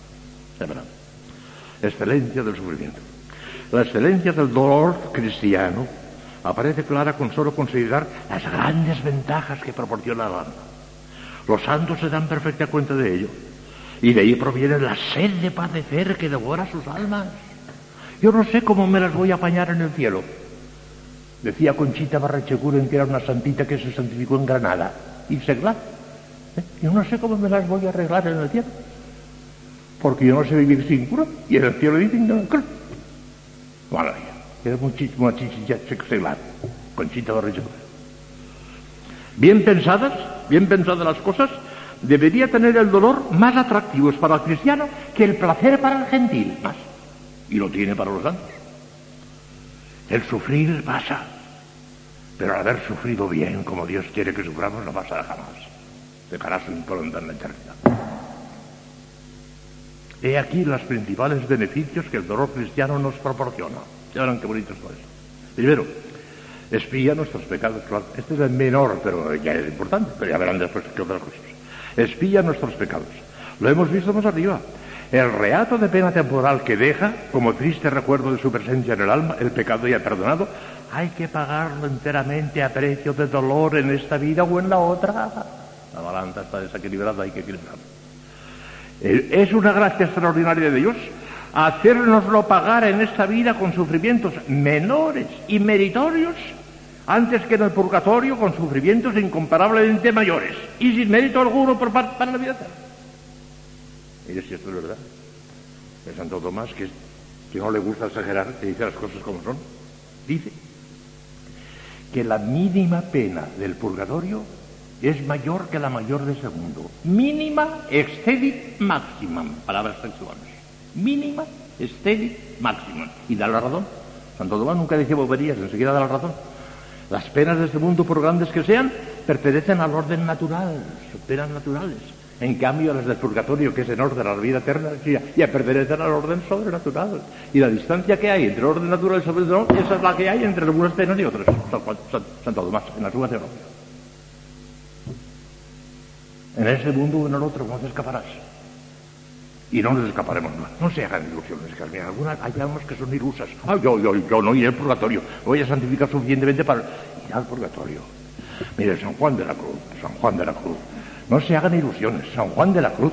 Excelencia del sufrimiento. La excelencia del dolor cristiano aparece clara con solo considerar las grandes ventajas que proporciona el alma. Los santos se dan perfecta cuenta de ello. Y de ahí proviene la sed de padecer que devora sus almas. Yo no sé cómo me las voy a apañar en el cielo. Decía Conchita Barrecheguren, que era una santita que se santificó en Granada. Y seglar. Yo no sé cómo me las voy a arreglar en el cielo. Porque yo no sé vivir sin cura. Y en el cielo dicen no cura. Maravilla. Era muchísimo seglar. Conchita Barrecheguren. Bien pensadas las cosas, debería tener el dolor más atractivo para el cristiano que el placer para el gentil. Más. Y lo tiene para los santos. El sufrir pasa, pero al haber sufrido bien, como Dios quiere que suframos, no pasa jamás. Dejará su impronta en la eternidad. He aquí los principales beneficios que el dolor cristiano nos proporciona. Ya verán qué bonito es todo eso. Primero, expía nuestros pecados. Claro, este es el menor, pero ya es importante, pero ya verán después que otras cosas. Expía nuestros pecados. Lo hemos visto más arriba. El reato de pena temporal que deja, como triste recuerdo de su presencia en el alma, el pecado ya perdonado, hay que pagarlo enteramente a precio de dolor en esta vida o en la otra. La balanza está desequilibrada, hay que equilibrarla. Es una gracia extraordinaria de Dios hacérnoslo pagar en esta vida con sufrimientos menores y meritorios, antes que en el purgatorio con sufrimientos incomparablemente mayores y sin mérito alguno para la vida eterna. Mire si esto es verdad. El Santo Tomás, que no le gusta exagerar, que dice las cosas como son, dice que la mínima pena del purgatorio es mayor que la mayor de este mundo. Mínima excedit maximum, palabras textuales. Mínima excedit maximum. Y da la razón. Santo Tomás nunca dice boberías, enseguida da la razón. Las penas de este mundo, por grandes que sean, pertenecen al orden natural, son penas naturales. En cambio, las del purgatorio, que es en orden a la vida eterna, ya pertenecen al orden sobrenatural. Y la distancia que hay entre el orden natural y el sobrenatural, esa es la que hay entre algunas penas y otras. Santo Tomás, en la Suma Teología. En ese mundo o en el otro no te escaparás. Y no nos escaparemos más. No se hagan ilusiones, que algunas hayamos que son ilusas. Yo no iré al purgatorio. Voy a santificar suficientemente para ir al purgatorio. Mire, San Juan de la Cruz. No se hagan ilusiones. San Juan de la Cruz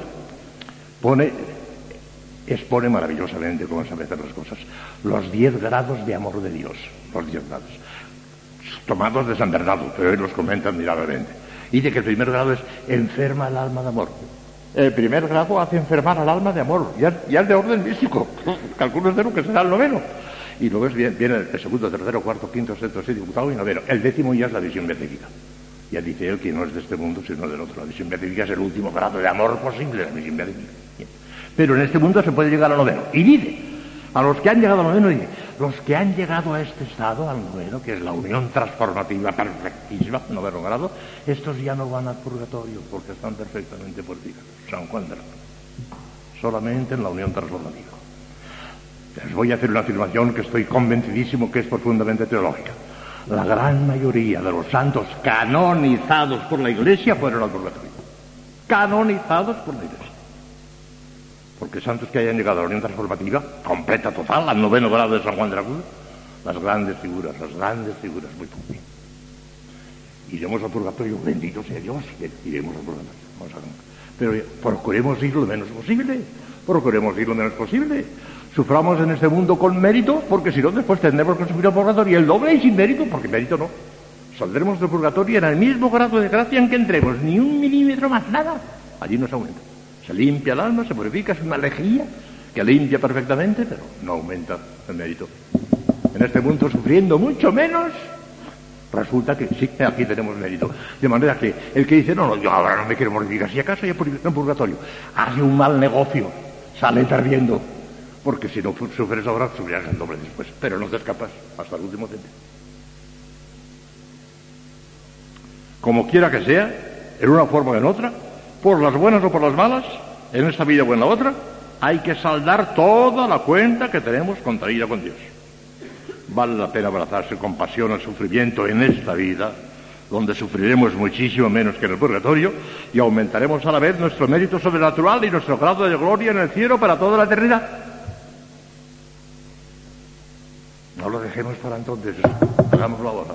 expone maravillosamente cómo sabe hacer las cosas. Los 10 grados de amor de Dios. Los 10 grados. Tomados de San Bernardo, pero él los comenta admirablemente. Dice que el primer grado es enferma el alma de amor. El primer grado hace enfermar al alma de amor. Ya es de orden místico. Calculo lo que será el noveno. Y luego viene el segundo, tercero, cuarto, quinto, sexto, séptimo, octavo y noveno. El décimo ya es la visión beatífica. Ya dice él que no es de este mundo, sino del otro. La visión beatífica es el último grado de amor posible, la visión beatífica. Pero en este mundo se puede llegar al noveno. Y dice, a los que han llegado al noveno, dice, los que han llegado a este estado, al noveno, que es la unión transformativa perfectísima, noveno grado, estos ya no van al purgatorio, porque están perfectamente purificados. San Juan de la Cruz. Solamente en la unión transformativa. Les voy a hacer una afirmación que estoy convencidísimo que es profundamente teológica. La gran mayoría de los santos canonizados por la Iglesia fueron al purgatorio. Canonizados por la Iglesia. Porque santos que hayan llegado a la unión transformativa, completa, total, al noveno grado de San Juan de la Cruz, las grandes figuras, muy pocos. Iremos al purgatorio, bendito sea Dios, iremos al purgatorio. Pero procuremos ir lo menos posible. Suframos en este mundo con mérito, porque si no, después tendremos que sufrir el purgatorio el doble y sin mérito, porque mérito no. Saldremos del purgatorio en el mismo grado de gracia en que entremos, ni un milímetro más, nada. Allí nos aumenta. Se limpia el alma, se purifica, es una lejía que limpia perfectamente, pero no aumenta el mérito. En este mundo, sufriendo mucho menos, resulta que sí, aquí tenemos mérito. De manera que el que dice, no, yo ahora no me quiero mortificar, si acaso ya purifico en purgatorio, hace un mal negocio. sale perdiendo, porque si no sufres ahora, sufrirás el doble después, pero no te escapas hasta el último centro. Como quiera que sea, en una forma o en otra, por las buenas o por las malas, en esta vida o en la otra, hay que saldar toda la cuenta que tenemos contraída con Dios. Vale la pena abrazarse con pasión al sufrimiento en esta vida, donde sufriremos muchísimo menos que en el purgatorio, y aumentaremos a la vez nuestro mérito sobrenatural y nuestro grado de gloria en el cielo para toda la eternidad. No lo dejemos para entonces, hagámoslo ahora.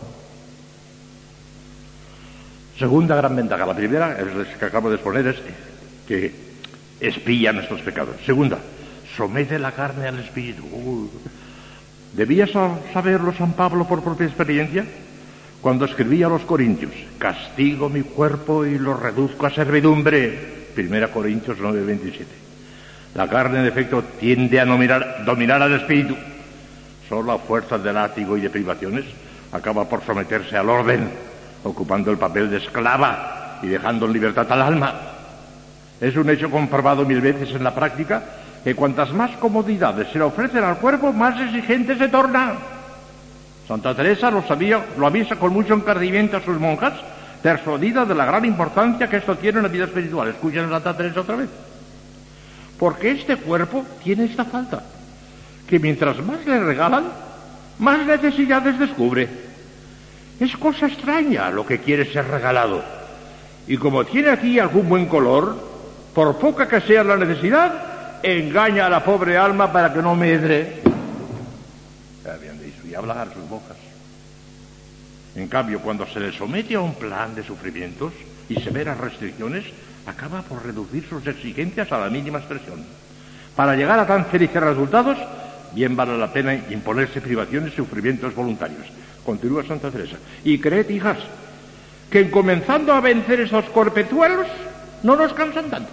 Segunda gran ventaja. La primera, es la que acabo de exponer, es que expía nuestros pecados. Segunda, somete la carne al espíritu. ¿Debía saberlo San Pablo por propia experiencia? Cuando escribía a los Corintios: castigo mi cuerpo y lo reduzco a servidumbre. 1 Corintios 9:27. La carne, en efecto, tiende a dominar al espíritu. Solo a fuerza de látigo y de privaciones acaba por someterse al orden, ocupando el papel de esclava y dejando en libertad al alma. Es un hecho comprobado 1000 veces en la práctica que cuantas más comodidades se le ofrecen al cuerpo, más exigente se torna. Santa Teresa lo avisa con mucho encardimiento a sus monjas, persuadida de la gran importancia que esto tiene en la vida espiritual. Escuchen a Santa Teresa otra vez. Porque este cuerpo tiene esta falta, que mientras más le regalan, más necesidades descubre. Es cosa extraña lo que quiere ser regalado. Y como tiene aquí algún buen color, por poca que sea la necesidad, engaña a la pobre alma para que no medre. Habían dicho, y hablan a sus bocas. En cambio, cuando se le somete a un plan de sufrimientos y severas restricciones, acaba por reducir sus exigencias a la mínima expresión. Para llegar a tan felices resultados, bien vale la pena imponerse privaciones y sufrimientos voluntarios. Continúa Santa Teresa. Y creed, hijas, que en comenzando a vencer esos corpezuelos, no nos cansan tanto.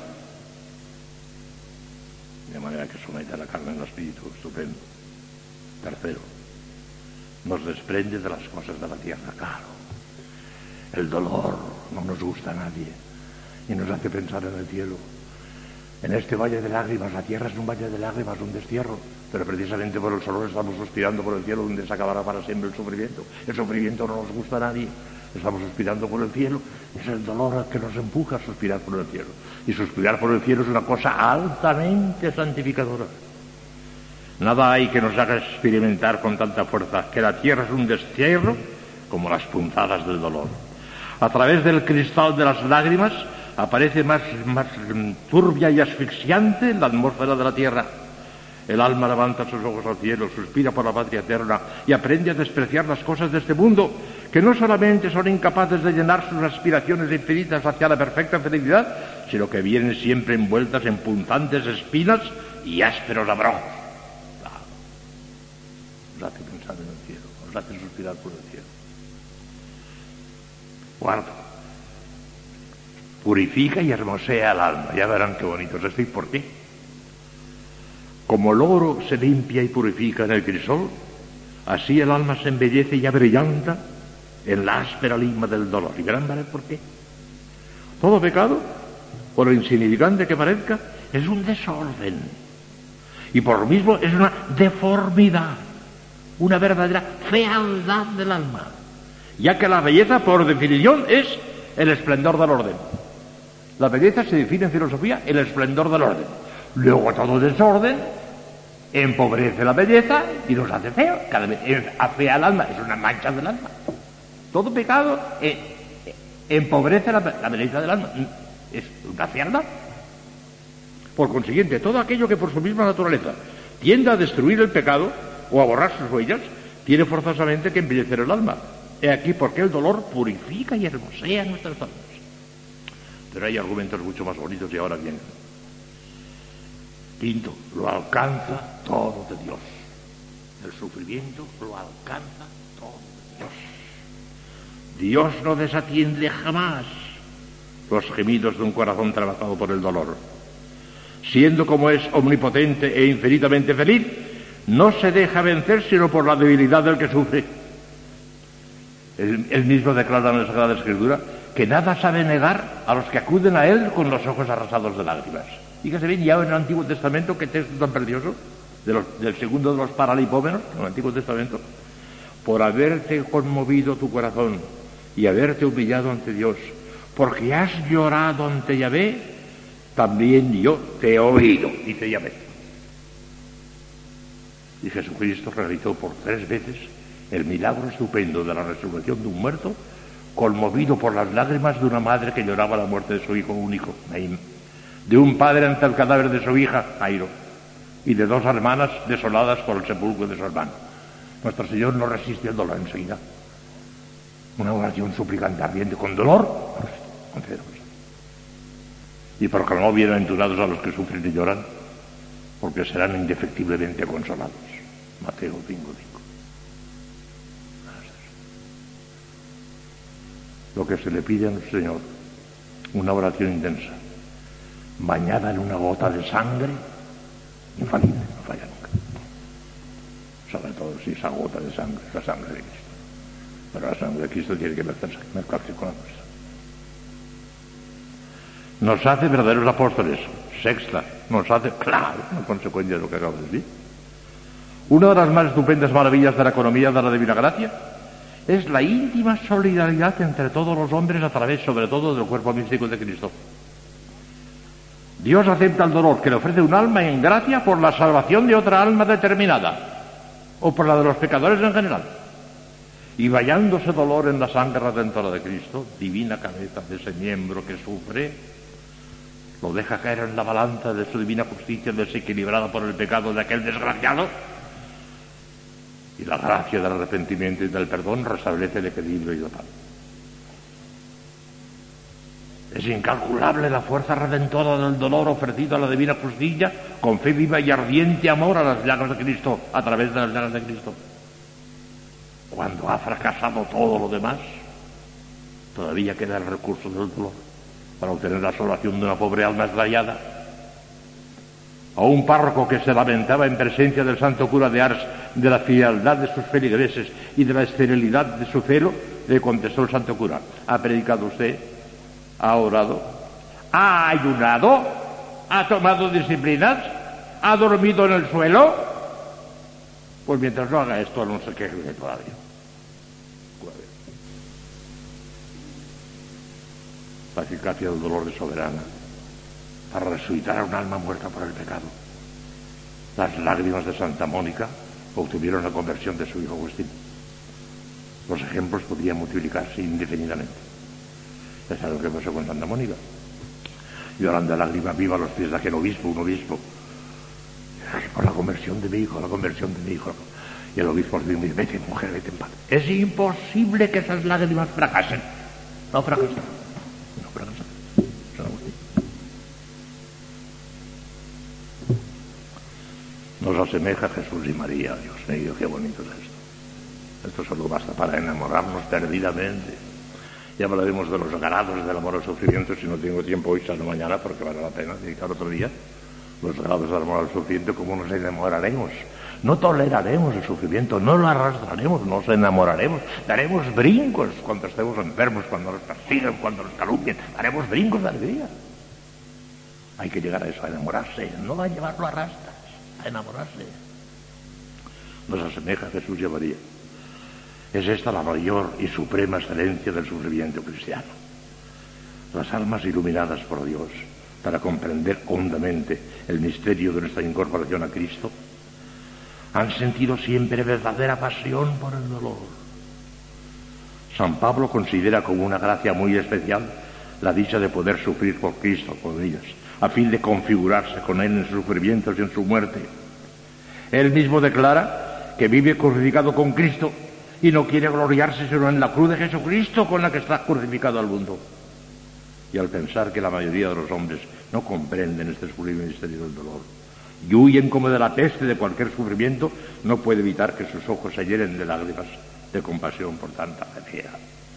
De manera que somete a la carne al espíritu, estupendo. Tercero, nos desprende de las cosas de la tierra, claro. El dolor no nos gusta a nadie y nos hace pensar en el cielo. En este valle de lágrimas, la tierra es un valle de lágrimas, un destierro, pero precisamente por el dolor estamos suspirando por el cielo, donde se acabará para siempre el sufrimiento. El sufrimiento no nos gusta a nadie, estamos suspirando por el cielo, es el dolor el que nos empuja a suspirar por el cielo. Y suspirar por el cielo es una cosa altamente santificadora. Nada hay que nos haga experimentar con tanta fuerza que la tierra es un destierro como las punzadas del dolor. A través del cristal de las lágrimas aparece más turbia y asfixiante la atmósfera de la tierra. El alma levanta sus ojos al cielo, suspira por la patria eterna y aprende a despreciar las cosas de este mundo, que no solamente son incapaces de llenar sus aspiraciones infinitas hacia la perfecta felicidad, sino que vienen siempre envueltas en punzantes espinas y ásperos abrojos. Claro. Nos hace pensar en el cielo, nos hace suspirar por el cielo. Cuarto, purifica y hermosea el alma. Ya verán qué bonito es esto y por qué. Como el oro se limpia y purifica en el crisol, así el alma se embellece y abrillanta en la áspera lima del dolor. Y verán por qué. Todo pecado, por lo insignificante que parezca, es un desorden. Y por lo mismo es una deformidad, una verdadera fealdad del alma. Ya que la belleza, por definición, es el esplendor del orden. La belleza se define en filosofía el esplendor del orden. Luego todo desorden empobrece la belleza y nos hace feo. Cada vez afea el alma, es una mancha del alma. Todo pecado empobrece la belleza del alma. Es una fealdad. Por consiguiente, todo aquello que por su misma naturaleza tiende a destruir el pecado o a borrar sus huellas, tiene forzosamente que embellecer el alma. He aquí porque el dolor purifica y hermosea nuestras almas. Pero hay argumentos mucho más bonitos y ahora vienen. Quinto, lo alcanza todo de Dios. El sufrimiento lo alcanza todo de Dios. Dios no desatiende jamás los gemidos de un corazón trabajado por el dolor. Siendo como es omnipotente e infinitamente feliz, no se deja vencer sino por la debilidad del que sufre. Él mismo declara en la Sagrada Escritura que nada sabe negar a los que acuden a él con los ojos arrasados de lágrimas. Fíjese bien, ya en el Antiguo Testamento, qué texto tan precioso, del segundo de los paralipómenos, en el Antiguo Testamento, por haberte conmovido tu corazón y haberte humillado ante Dios, porque has llorado ante Yahvé, también yo te he oído, dice Yahvé. Y Jesucristo realizó por 3 veces el milagro estupendo de la resurrección de un muerto, conmovido por las lágrimas de una madre que lloraba la muerte de su hijo único, Naín, de un padre ante el cadáver de su hija, Jairo, y de 2 hermanas desoladas por el sepulcro de su hermano. Nuestro Señor no resistió el dolor enseguida. Una oración suplicante ardiente con dolor, concédenos. Y proclamó bienaventurados a los que sufren y lloran, porque serán indefectiblemente consolados. Mateo 5:5. Lo que se le pide al Señor, una oración intensa, bañada en una gota de sangre, infalible, no falla nunca. Sobre todo si esa gota de sangre es la sangre de Cristo. Pero la sangre de Cristo tiene que mezclarse con la nuestra. Nos hace verdaderos apóstoles. Sexta, nos hace, claro, una consecuencia de lo que acabo de decir. Una de las más estupendas maravillas de la economía de la Divina Gracia es la íntima solidaridad entre todos los hombres a través, sobre todo, del cuerpo místico de Cristo. Dios acepta el dolor que le ofrece un alma en gracia por la salvación de otra alma determinada, o por la de los pecadores en general. Y bañándose dolor en la sangre redentora de Cristo, divina cabeza de ese miembro que sufre, lo deja caer en la balanza de su divina justicia desequilibrada por el pecado de aquel desgraciado, y la gracia del arrepentimiento y del perdón restablece el equilibrio total. Es incalculable la fuerza redentora del dolor ofrecido a la divina justicia con fe viva y ardiente amor a las llagas de Cristo, a través de las llagas de Cristo. Cuando ha fracasado todo lo demás, todavía queda el recurso del dolor para obtener la salvación de una pobre alma extraviada. A un párroco que se lamentaba en presencia del santo cura de Ars de la frialdad de sus feligreses y de la esterilidad de su celo, le contestó el santo cura: ¿ha predicado usted? ¿Ha orado? ¿Ha ayunado? ¿Ha tomado disciplinas? ¿Ha dormido en el suelo? Pues mientras no haga esto, no se queje de todavía. La eficacia del dolor es soberana para resucitar a un alma muerta por el pecado. Las lágrimas de Santa Mónica obtuvieron la conversión de su hijo Agustín. Los ejemplos podían multiplicarse indefinidamente. ¿Ya saben lo que pasó con Santa Mónica? Llorando a lágrimas viva a los pies de aquel obispo, un obispo. Por la conversión de mi hijo, la conversión de mi hijo. Y el obispo le dice: vete, mujer, vete en paz. Es imposible que esas lágrimas fracasen. No fracasan. No fracasan. San Agustín. Nos asemeja Jesús y María. Dios mío, qué bonito es esto. Esto solo basta para enamorarnos perdidamente. Ya hablaremos de los grados del amor al sufrimiento, si no tengo tiempo hoy, sino mañana, porque vale la pena dedicar otro día. Los grados del amor al sufrimiento, cómo nos enamoraremos. No toleraremos el sufrimiento, no lo arrastraremos, nos enamoraremos. Daremos brincos cuando estemos enfermos, cuando nos persigan, cuando nos calumnien. Daremos brincos de alegría. Hay que llegar a eso, a enamorarse, no a llevarlo a rastras, a enamorarse. Nos asemeja Jesús y a María. Es esta la mayor y suprema excelencia del sufrimiento cristiano. Las almas iluminadas por Dios para comprender hondamente el misterio de nuestra incorporación a Cristo han sentido siempre verdadera pasión por el dolor. San Pablo considera como una gracia muy especial la dicha de poder sufrir por Cristo, por ellas, a fin de configurarse con Él en sus sufrimientos y en su muerte. Él mismo declara que vive crucificado con Cristo y no quiere gloriarse sino en la cruz de Jesucristo con la que está crucificado al mundo. Y al pensar que la mayoría de los hombres no comprenden este sublime misterio del dolor y huyen como de la peste de cualquier sufrimiento, no puede evitar que sus ojos se llenen de lágrimas de compasión por tanta felicidad.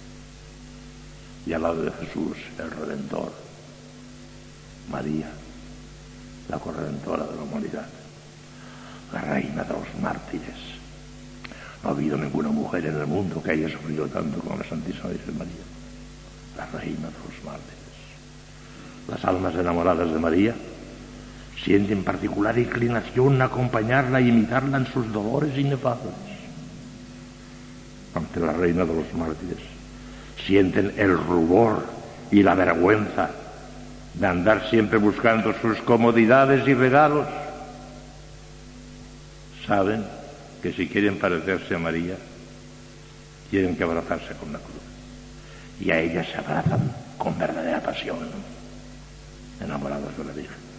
Y al lado de Jesús, el Redentor, María, la corredentora de la humanidad, la reina de los mártires. No ha habido ninguna mujer en el mundo que haya sufrido tanto como la Santísima Virgen María, la reina de los mártires. Las almas enamoradas de María Sienten particular inclinación a acompañarla e imitarla en sus dolores inefables. Ante la reina de los mártires, sienten el rubor y la vergüenza de andar siempre buscando sus comodidades y regalos. Saben que si quieren parecerse a María, tienen que abrazarse con la cruz. Y a ella se abrazan con verdadera pasión, enamorados de la Virgen.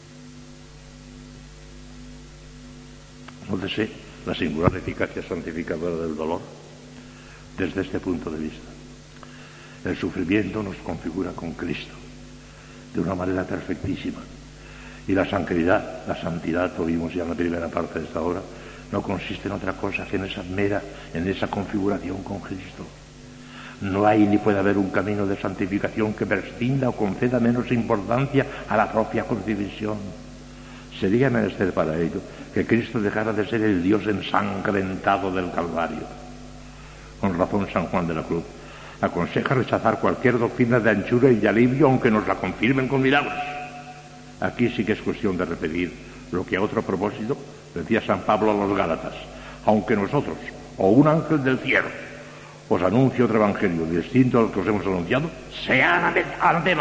Nótese la singular eficacia santificadora del dolor desde este punto de vista. El sufrimiento nos configura con Cristo de una manera perfectísima. Y la santidad, lo vimos ya en la primera parte de esta obra, no consiste en otra cosa que en esa configuración con Cristo. No hay ni puede haber un camino de santificación que prescinda o conceda menos importancia a la propia crucifixión. Sería menester para ello que Cristo dejara de ser el Dios ensangrentado del Calvario. Con razón San Juan de la Cruz aconseja rechazar cualquier doctrina de anchura y de alivio, aunque nos la confirmen con milagros. Aquí sí que es cuestión de repetir lo que a otro propósito decía San Pablo a los Gálatas: aunque nosotros, o un ángel del cielo, os anuncie otro evangelio distinto al que os hemos anunciado, sea anatema.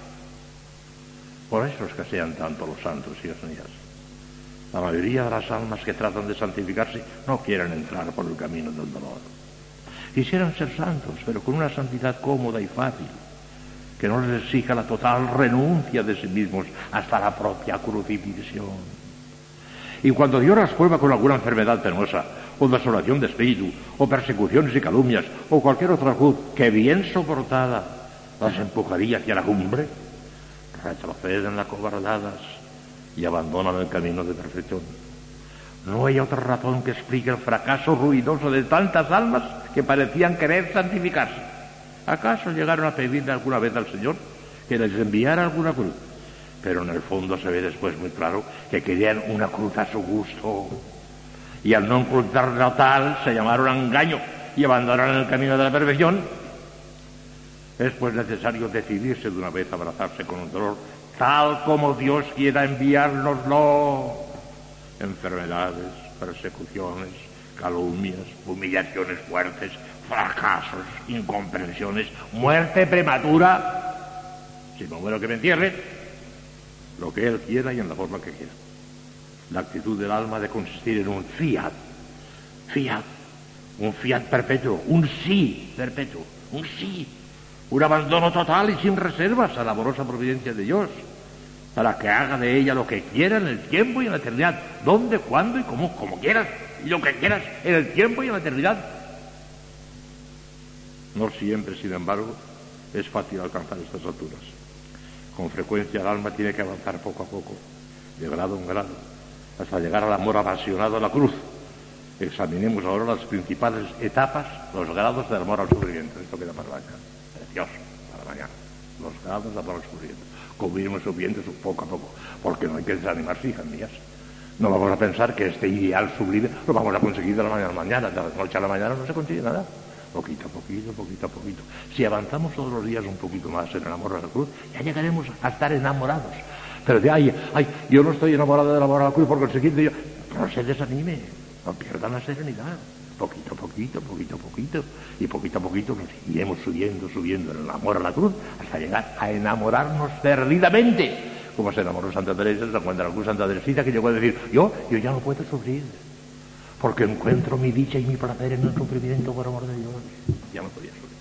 Por eso escasean tanto los santos y las mías. La mayoría de las almas que tratan de santificarse no quieren entrar por el camino del dolor. Quisieran ser santos, pero con una santidad cómoda y fácil, que no les exija la total renuncia de sí mismos hasta la propia crucifixión. Y cuando Dios las prueba con alguna enfermedad penosa, o desolación de espíritu, o persecuciones y calumnias, o cualquier otra cruz que bien soportada las empujaría hacia la cumbre, retroceden las cobardadas y abandonan el camino de perfección. No hay otra razón que explique el fracaso ruidoso de tantas almas que parecían querer santificarse. ¿Acaso llegaron a pedirle alguna vez al Señor que les enviara alguna cruz? Pero en el fondo se ve después muy claro que querían una cruz a su gusto. Y al no encontrarla tal, se llamaron a engaño y abandonaron el camino de la perfección. Es pues necesario decidirse de una vez a abrazarse con un dolor tal como Dios quiera enviárnoslo. Enfermedades, persecuciones, calumnias, humillaciones fuertes, fracasos, incomprensiones, muerte prematura. Si me muero, que me entierre, lo que Él quiera y en la forma que quiera. La actitud del alma ha de consistir en un fiat, un fiat perpetuo, un sí perpetuo, un sí, un abandono total y sin reservas a la amorosa providencia de Dios, para que haga de ella lo que quiera en el tiempo y en la eternidad, donde, cuándo y como quieras, y lo que quieras en el tiempo y en la eternidad. No siempre, sin embargo, es fácil alcanzar estas alturas. Con frecuencia el alma tiene que avanzar poco a poco, de grado en grado, hasta llegar al amor apasionado a la cruz. Examinemos ahora las principales etapas, los grados del amor al sufrimiento. Esto queda para mañana, precioso, para mañana. Los grados del amor al sufrimiento. Como iremos subiendo poco a poco, porque no hay que desanimarse, hijas mías. No vamos a pensar que este ideal sublime lo vamos a conseguir de la mañana a la mañana. De la noche a la mañana no se consigue nada. Poquito a poquito, poquito a poquito. Si avanzamos todos los días un poquito más en el amor a la cruz, ya llegaremos a estar enamorados. Pero de yo no estoy enamorado del amor a la cruz, por consiguiente yo... No se desanime, no pierdan la serenidad. Poquito a poquito, poquito a poquito. Y poquito a poquito nos iremos subiendo en el amor a la cruz, hasta llegar a enamorarnos perdidamente. Como se enamoró Santa Teresa, se encuentra algún Santa Teresita que llegó a decir, yo ya no puedo sufrir, porque encuentro mi dicha y mi placer en el sufrimiento por amor de Dios. Ya no podía sufrir.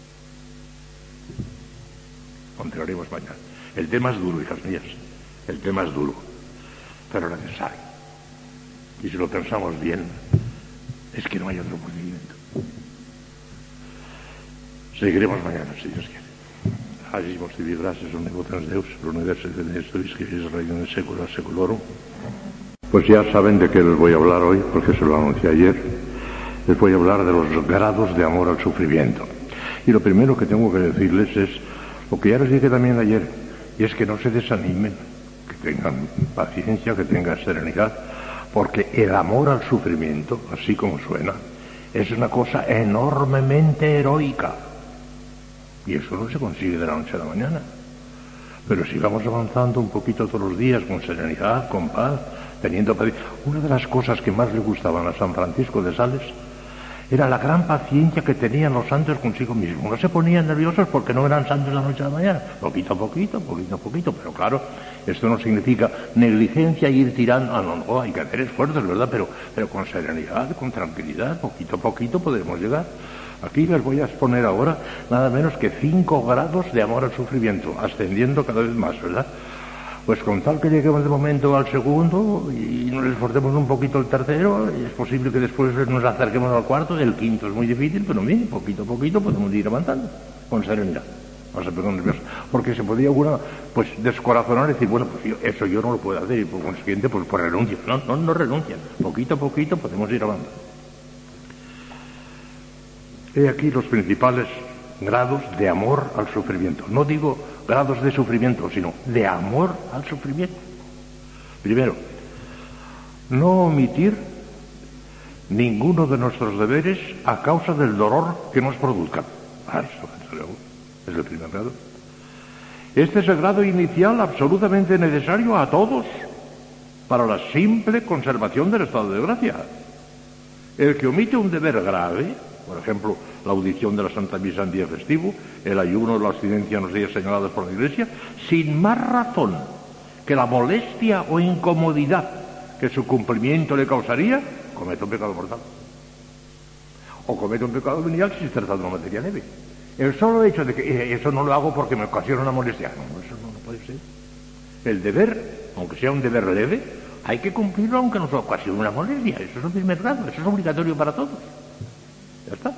Continuaremos mañana. El tema es duro, hijas mías. El tema es duro, pero necesario. Y si lo pensamos bien, es que no hay otro procedimiento. Seguiremos mañana, si Dios quiere. Agimus tibi gracias omnipotens Deus, pro universo et Deus, que es reino de século a seculorum. Pues ya saben de qué les voy a hablar hoy, porque se lo anuncié ayer. Les voy a hablar de los grados de amor al sufrimiento. Y lo primero que tengo que decirles es lo que ya les dije también ayer, y es que no se desanimen, que tengan paciencia, que tengan serenidad, porque el amor al sufrimiento, así como suena, es una cosa enormemente heroica. Y eso no se consigue de la noche a la mañana. Pero si vamos avanzando un poquito todos los días, con serenidad, con paz, teniendo paciencia. Una de las cosas que más le gustaban a San Francisco de Sales era la gran paciencia que tenían los santos consigo mismos. No se ponían nerviosos porque no eran santos de la noche a la mañana. Poquito a poquito. Pero claro, esto no significa negligencia y ir tirando. No, hay que hacer esfuerzos, ¿verdad? Pero con serenidad, con tranquilidad, poquito a poquito podemos llegar. Aquí les voy a exponer ahora nada menos que 5 grados de amor al sufrimiento, ascendiendo cada vez más, ¿verdad? Pues con tal que lleguemos de momento al segundo y nos esforcemos un poquito el tercero, es posible que después nos acerquemos al cuarto, el quinto es muy difícil, pero mire, poquito a poquito podemos ir avanzando, con serenidad. No se pongan nerviosos, porque se podría alguna, pues, descorazonar y decir, bueno, pues eso yo no lo puedo hacer, y por consiguiente, pues renuncio. No renuncian, poquito a poquito podemos ir avanzando. He aquí los principales grados de amor al sufrimiento. No digo grados de sufrimiento, sino de amor al sufrimiento. Primero, no omitir ninguno de nuestros deberes a causa del dolor que nos produzcan. Eso es el primer grado. Este es el grado inicial absolutamente necesario a todos para la simple conservación del estado de gracia. El que omite un deber grave, por ejemplo, la audición de la Santa Misa en día festivo, el ayuno o la abstinencia en los días señalados por la Iglesia, sin más razón que la molestia o incomodidad que su cumplimiento le causaría, comete un pecado mortal. O comete un pecado venial si se trata de una materia leve. El solo hecho de que eso no lo hago porque me ocasiona una molestia, no, eso no puede ser. El deber, aunque sea un deber leve, hay que cumplirlo aunque nos ocasione una molestia. Eso es el primer grado, eso es obligatorio para todos. Ya está.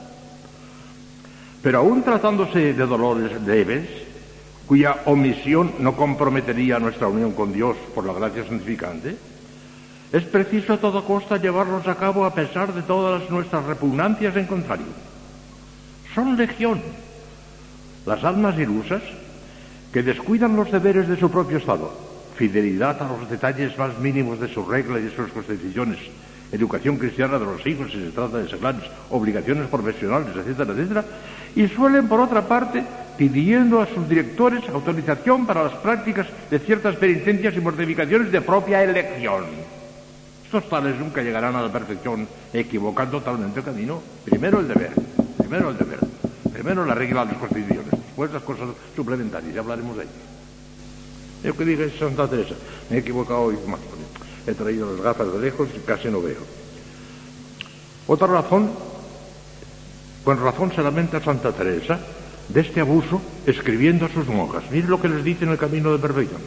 Pero aún tratándose de dolores leves, cuya omisión no comprometería nuestra unión con Dios por la gracia santificante, es preciso a toda costa llevarlos a cabo a pesar de todas nuestras repugnancias en contrario. Son legión las almas ilusas que descuidan los deberes de su propio estado, fidelidad a los detalles más mínimos de su regla y de sus constituciones, educación cristiana de los hijos si se trata de seglares, obligaciones profesionales, etcétera, etcétera, y suelen, por otra parte, pidiendo a sus directores autorización para las prácticas de ciertas penitencias y mortificaciones de propia elección. Estos tales nunca llegarán a la perfección, equivocando totalmente el camino. Primero el deber, primero la regla de las constituciones, después las cosas suplementarias, ya hablaremos de ello. Yo que dije Santa Teresa, me he equivocado hoy más. He traído las gafas de lejos y casi no veo. Otra razón, con razón se lamenta Santa Teresa de este abuso escribiendo a sus monjas. Miren lo que les dice en el camino de perfección.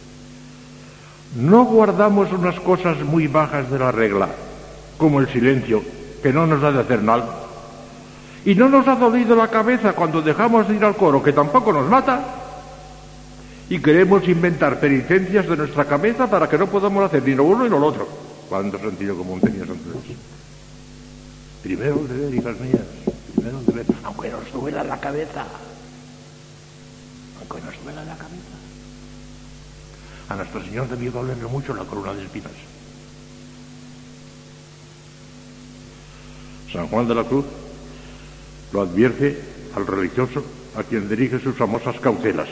No guardamos unas cosas muy bajas de la regla, como el silencio, que no nos ha de hacer nada. Y no nos ha dolido la cabeza cuando dejamos de ir al coro, que tampoco nos mata. Y queremos inventar penitencias de nuestra cabeza para que no podamos hacer ni lo uno ni lo otro. Cuánto sentido común tenía Santa Teresa. Primero el deber, hijas mías. Primero el deber. Aunque nos duela la cabeza. A Nuestro Señor debió dolerle mucho la corona de espinas. San Juan de la Cruz lo advierte al religioso a quien dirige sus famosas cautelas.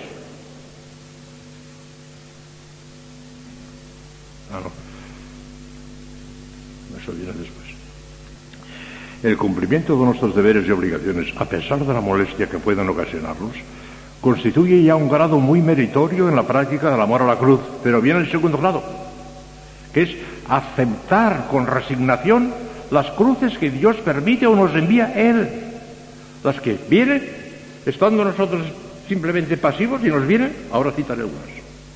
Eso viene después. El cumplimiento de nuestros deberes y obligaciones, a pesar de la molestia que puedan ocasionarnos, constituye ya un grado muy meritorio en la práctica del amor a la cruz. Pero viene el segundo grado, que es aceptar con resignación las cruces que Dios permite o nos envía Él. Las que vienen, estando nosotros simplemente pasivos, y nos vienen, ahora citaré algunas.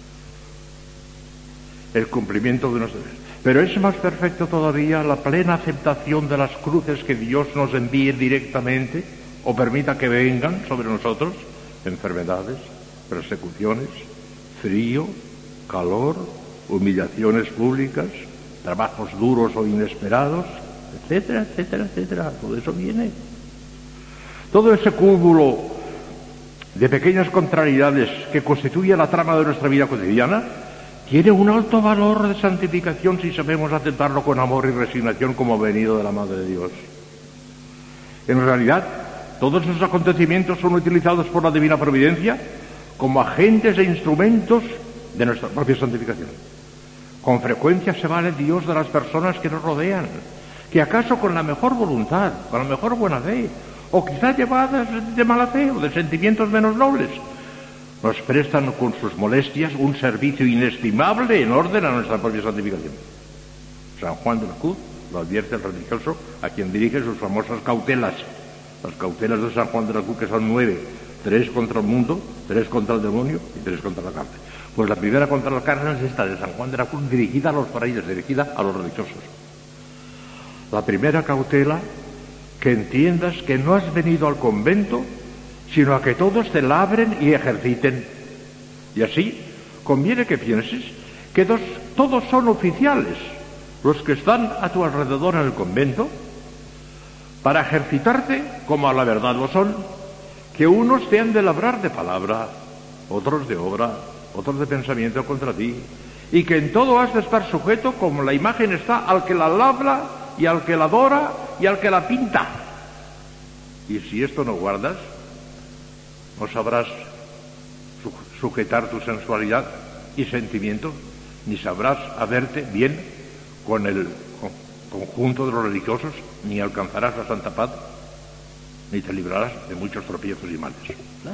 El cumplimiento de nuestros deberes. Pero es más perfecto todavía la plena aceptación de las cruces que Dios nos envíe directamente o permita que vengan sobre nosotros: enfermedades, persecuciones, frío, calor, humillaciones públicas, trabajos duros o inesperados, etcétera, etcétera, etcétera. Todo eso viene. Todo ese cúmulo de pequeñas contrariedades que constituye la trama de nuestra vida cotidiana tiene un alto valor de santificación si sabemos aceptarlo con amor y resignación como venido de la Madre de Dios. En realidad, todos esos acontecimientos son utilizados por la Divina Providencia como agentes e instrumentos de nuestra propia santificación. Con frecuencia se vale Dios de las personas que nos rodean, que acaso con la mejor voluntad, con la mejor buena fe, o quizá llevadas de mala fe o de sentimientos menos nobles, nos prestan con sus molestias un servicio inestimable en orden a nuestra propia santificación. San Juan de la Cruz lo advierte el religioso a quien dirige sus famosas cautelas. Las cautelas de San Juan de la Cruz, que son 9, 3 contra el mundo, 3 contra el demonio y 3 contra la carne. Pues la primera contra la carne es esta de San Juan de la Cruz, dirigida a los frailes, dirigida a los religiosos. La primera cautela, que entiendas que no has venido al convento, sino a que todos te labren y ejerciten. Y así conviene que pienses que todos son oficiales los que están a tu alrededor en el convento, para ejercitarte como a la verdad lo son, que unos te han de labrar de palabra, otros de obra, otros de pensamiento contra ti, y que en todo has de estar sujeto, como la imagen está, al que la labra y al que la adora y al que la pinta. Y si esto no guardas, no sabrás sujetar tu sensualidad y sentimiento, ni sabrás haberte bien con el conjunto de los religiosos, ni alcanzarás la santa paz, ni te librarás de muchos tropiezos y males. Claro.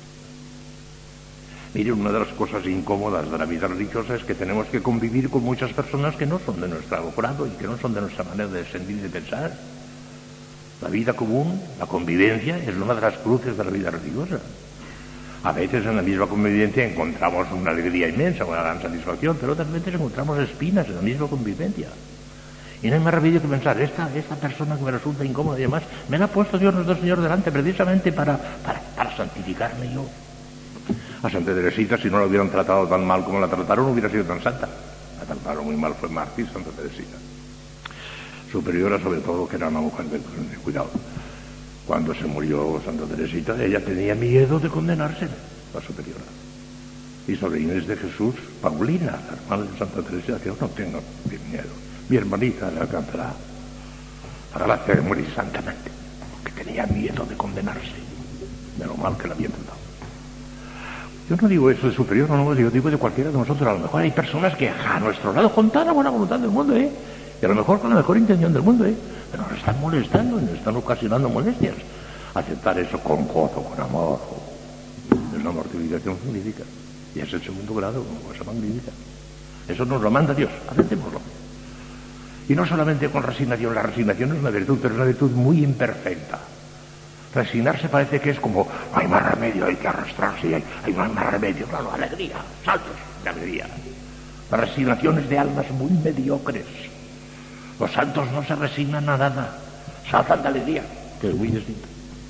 Miren, una de las cosas incómodas de la vida religiosa es que tenemos que convivir con muchas personas que no son de nuestro grado y que no son de nuestra manera de sentir y de pensar. La vida común, la convivencia, es una de las cruces de la vida religiosa. A veces en la misma convivencia encontramos una alegría inmensa, una gran satisfacción, pero otras veces encontramos espinas en la misma convivencia. Y no hay más remedio que pensar, esta persona que me resulta incómoda y demás, me la ha puesto Dios nuestro Señor delante precisamente para santificarme yo. A Santa Teresita, si no la hubieran tratado tan mal como la trataron, hubiera sido tan santa. La trataron muy mal, fue mártir Santa Teresita. Superiora sobre todo, que era una mujer de cuidado. Cuando se murió Santa Teresita, ella tenía miedo de condenarse, la superiora. Y sobre Inés de Jesús, Paulina, la hermana de Santa Teresita, decía, no tengo miedo, mi hermanita le alcanzará la gracia de morir santamente, porque tenía miedo de condenarse, de lo mal que le había tratado. Yo no digo eso de superior, no, yo digo de cualquiera de nosotros. A lo mejor hay personas que a nuestro lado, con toda la buena voluntad del mundo, y a lo mejor con la mejor intención del mundo, pero nos están molestando y nos están ocasionando molestias. Aceptar eso con gozo, con amor, es la mortificación magnífica. Y es el segundo grado, como cosa magnífica. Eso nos lo manda Dios, aceptémoslo. Y no solamente con resignación, la resignación es una virtud, pero es una virtud muy imperfecta. Resignarse parece que es como, no hay más remedio, hay que arrastrarse, no hay más remedio, claro, alegría, saltos de alegría. La resignación es de almas muy mediocres. Los santos no se resignan a nada, saltan de alegría, que es muy distinto.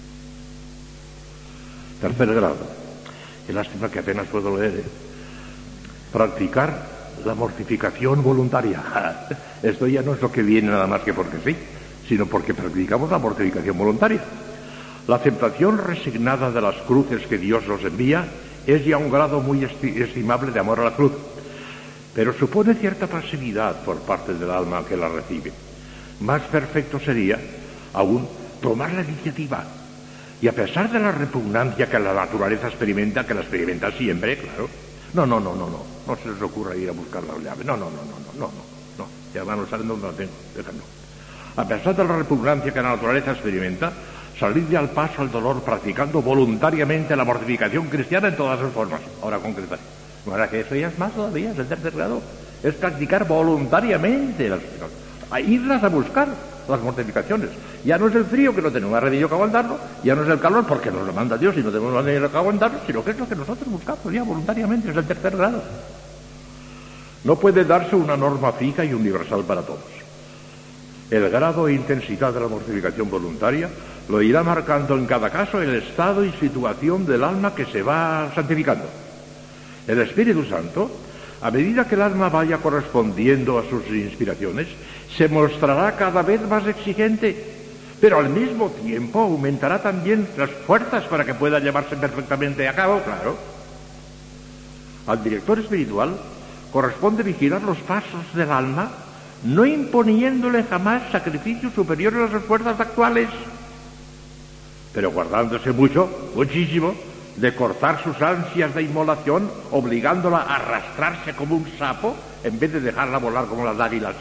Tercer grado, qué lástima que apenas puedo leer, practicar la mortificación voluntaria. Esto ya no es lo que viene nada más que porque sí, sino porque practicamos la mortificación voluntaria. La aceptación resignada de las cruces que Dios nos envía es ya un grado muy estimable de amor a la cruz, pero supone cierta pasividad por parte del alma que la recibe. Más perfecto sería aún tomar la iniciativa y, a pesar de la repugnancia que la naturaleza experimenta, que la experimenta siempre, claro, no se les ocurra ir a buscar la llave, no, ya van a saber dónde la tengo, déjalo. A pesar de la repugnancia que la naturaleza experimenta, salirle al paso al dolor practicando voluntariamente la mortificación cristiana en todas sus formas. Ahora concretaré. Ahora que eso ya es más todavía, es el tercer grado. Es practicar voluntariamente irlas a buscar las mortificaciones. Ya no es el frío, que no tenemos más remedio que aguantarlo, ya no es el calor, porque nos lo manda Dios y no tenemos más remedio que aguantarlo, sino que es lo que nosotros buscamos ya voluntariamente, es el tercer grado. No puede darse una norma fija y universal para todos. El grado e intensidad de la mortificación voluntaria lo irá marcando en cada caso el estado y situación del alma que se va santificando. El Espíritu Santo, a medida que el alma vaya correspondiendo a sus inspiraciones, se mostrará cada vez más exigente, pero al mismo tiempo aumentará también las fuerzas para que pueda llevarse perfectamente a cabo, claro. Al director espiritual corresponde vigilar los pasos del alma, no imponiéndole jamás sacrificios superiores a las fuerzas actuales, pero guardándose muchísimo, de cortar sus ansias de inmolación, obligándola a arrastrarse como un sapo en vez de dejarla volar como las águilas.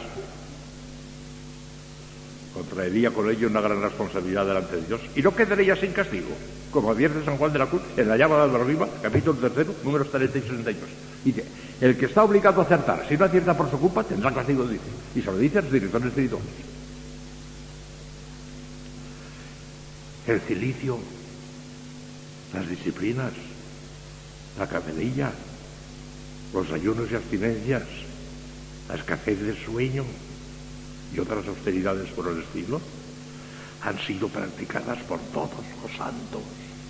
Contraería con ello una gran responsabilidad delante de Dios y no quedaría sin castigo, como advierte San Juan de la Cruz en la llama de la Viva, capítulo 3, números 30 y 62. Dice, el que está obligado a acertar, si no acierta por su culpa, tendrá castigo de Dios. Y se lo dice a sus directores espirituales. El cilicio, las disciplinas, la capelilla, los ayunos y abstinencias, la escasez de sueño y otras austeridades por el estilo han sido practicadas por todos los santos.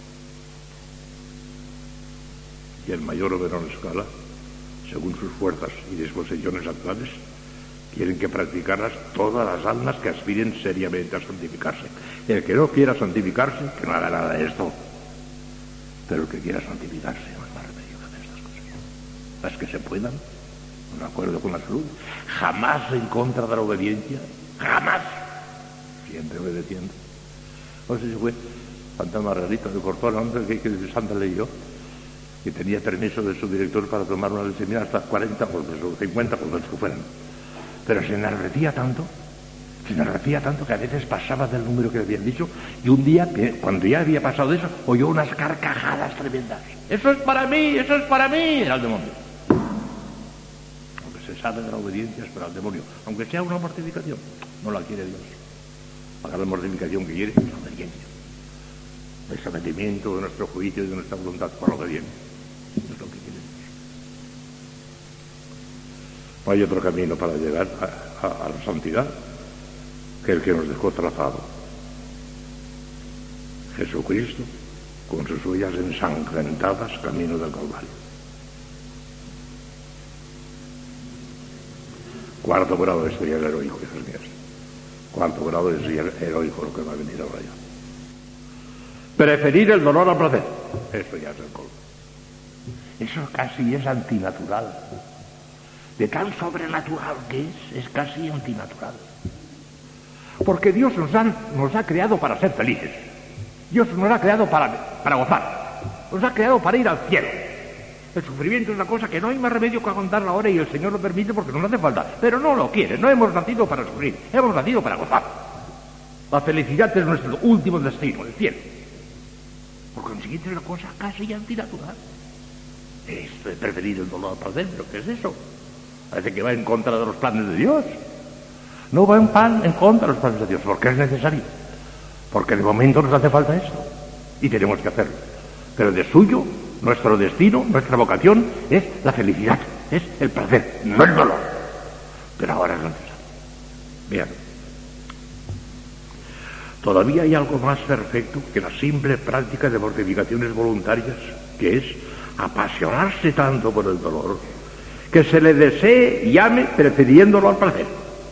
Y en mayor o menor escala, según sus fuerzas y disposiciones actuales, quieren que practicarlas todas las almas que aspiren seriamente a santificarse. El que no quiera santificarse, que no haga nada de esto. Pero el que quiera santificarse, no hay más remedio que hacer estas cosas. Las que se puedan, de acuerdo con la salud, jamás en contra de la obediencia, jamás, siempre obedeciendo. No sé si fue Santa Margarita de Cortón, hombre, que Santa leyó, que tenía permiso de su director para tomar una leucemia hasta 40 golpes o 50 golpes que fueran. Pero se enardecía tanto que a veces pasaba del número que le habían dicho, y un día, cuando ya había pasado eso, oyó unas carcajadas tremendas. ¡Eso es para mí! ¡Eso es para mí! Era el demonio. Aunque se sabe de la obediencia es para el demonio. Aunque sea una mortificación, no la quiere Dios. Para la mortificación que quiere es la obediencia. El sometimiento de nuestro juicio y de nuestra voluntad por la obediencia. Es lo que quiere Dios. No hay otro camino para llegar a la santidad que el que nos dejó trazado. Jesucristo, con sus huellas ensangrentadas, camino del Calvario. Cuarto grado sería el heroico, hijas mías. Cuarto grado sería el heroico lo que va a venir ahora ya. Preferir el dolor al placer. Esto ya es el colmo. Eso casi es antinatural. De tan sobrenatural que es casi antinatural. Porque Dios nos ha creado para ser felices. Dios nos ha creado para gozar. Nos ha creado para ir al cielo. El sufrimiento es una cosa que no hay más remedio que aguantarla ahora y el Señor lo permite porque nos hace falta. Pero no lo quiere. No hemos nacido para sufrir. Hemos nacido para gozar. La felicidad es nuestro último destino, el cielo. Por consiguiente es una cosa casi antinatural. Esto de preferir el dolor al placer, ¿pero qué es eso? Parece que va en contra de los planes de Dios. No va en contra de los planes de Dios, porque es necesario. Porque de momento nos hace falta esto. Y tenemos que hacerlo. Pero de suyo, nuestro destino, nuestra vocación, es la felicidad, es el placer, no el dolor. Pero ahora es necesario. Vean. Todavía hay algo más perfecto que la simple práctica de mortificaciones voluntarias, que es apasionarse tanto por el dolor, que se le desee y ame prefiriéndolo al placer.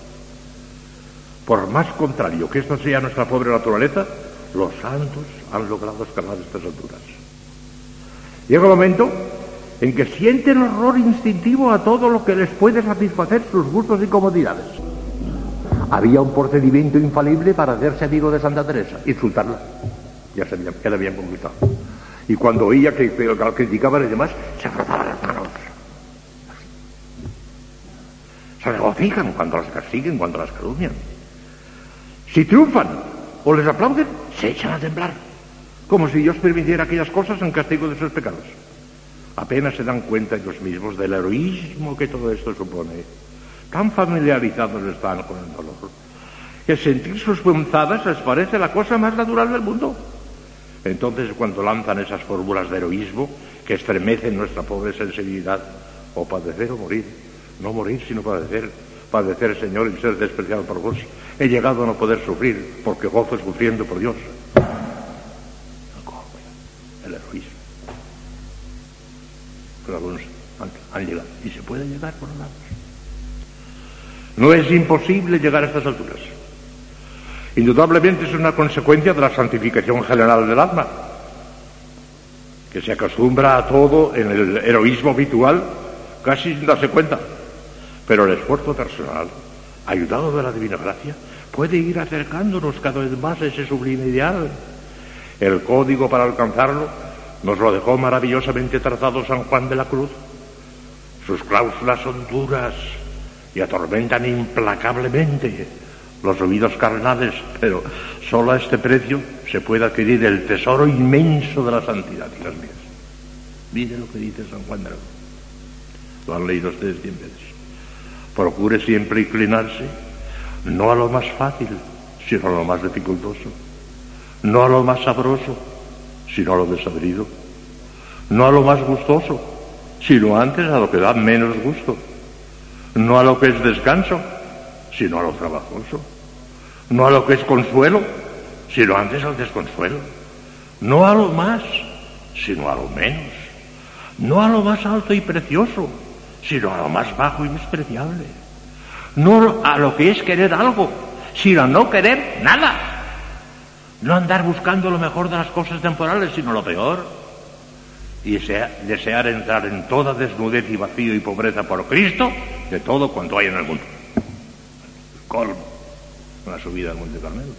Por más contrario que esta sea nuestra pobre naturaleza, los santos han logrado escalar estas alturas. Llega un momento en que sienten horror instintivo a todo lo que les puede satisfacer sus gustos y comodidades. Había un procedimiento infalible para hacerse amigo de Santa Teresa, insultarla. Ya la habían conquistado. Y cuando oía que la criticaban y demás, se frotaban las manos. Se regocijan cuando las persiguen, cuando las calumnian. Si triunfan o les aplauden, se echan a temblar, como si Dios permitiera aquellas cosas en castigo de sus pecados. Apenas se dan cuenta ellos mismos del heroísmo que todo esto supone. Tan familiarizados están con el dolor, que sentir sus punzadas les parece la cosa más natural del mundo. Entonces, cuando lanzan esas fórmulas de heroísmo que estremecen nuestra pobre sensibilidad, o padecer o morir, no morir sino padecer, Señor, y ser despreciado por vos, he llegado a no poder sufrir, porque gozo sufriendo por Dios. El heroísmo. Pero algunos han llegado, y se puede llegar por un lado. No es imposible llegar a estas alturas. Indudablemente es una consecuencia de la santificación general del alma, que se acostumbra a todo en el heroísmo habitual, casi sin darse cuenta. Pero el esfuerzo personal, ayudado de la divina gracia, puede ir acercándonos cada vez más a ese sublime ideal. El código para alcanzarlo Nos lo dejó maravillosamente tratado San Juan de la Cruz. Sus cláusulas son duras y atormentan implacablemente los oídos carnales, pero solo a este precio se puede adquirir el tesoro inmenso de la santidad, hijas mías. Mire lo que dice San Juan de la Cruz. Lo han leído ustedes 100 veces. Procure siempre inclinarse no a lo más fácil, sino a lo más dificultoso. No a lo más sabroso, sino a lo desabrido. No a lo más gustoso, sino antes a lo que da menos gusto. No a lo que es descanso, sino a lo trabajoso. No a lo que es consuelo, sino antes al desconsuelo. No a lo más, sino a lo menos. No a lo más alto y precioso, sino a lo más bajo y despreciable. No a lo que es querer algo, sino a no querer nada. No andar buscando lo mejor de las cosas temporales, sino lo peor. Y desear entrar en toda desnudez y vacío y pobreza por Cristo de todo cuanto hay en el mundo. Colmo, una subida al Monte Carmelo.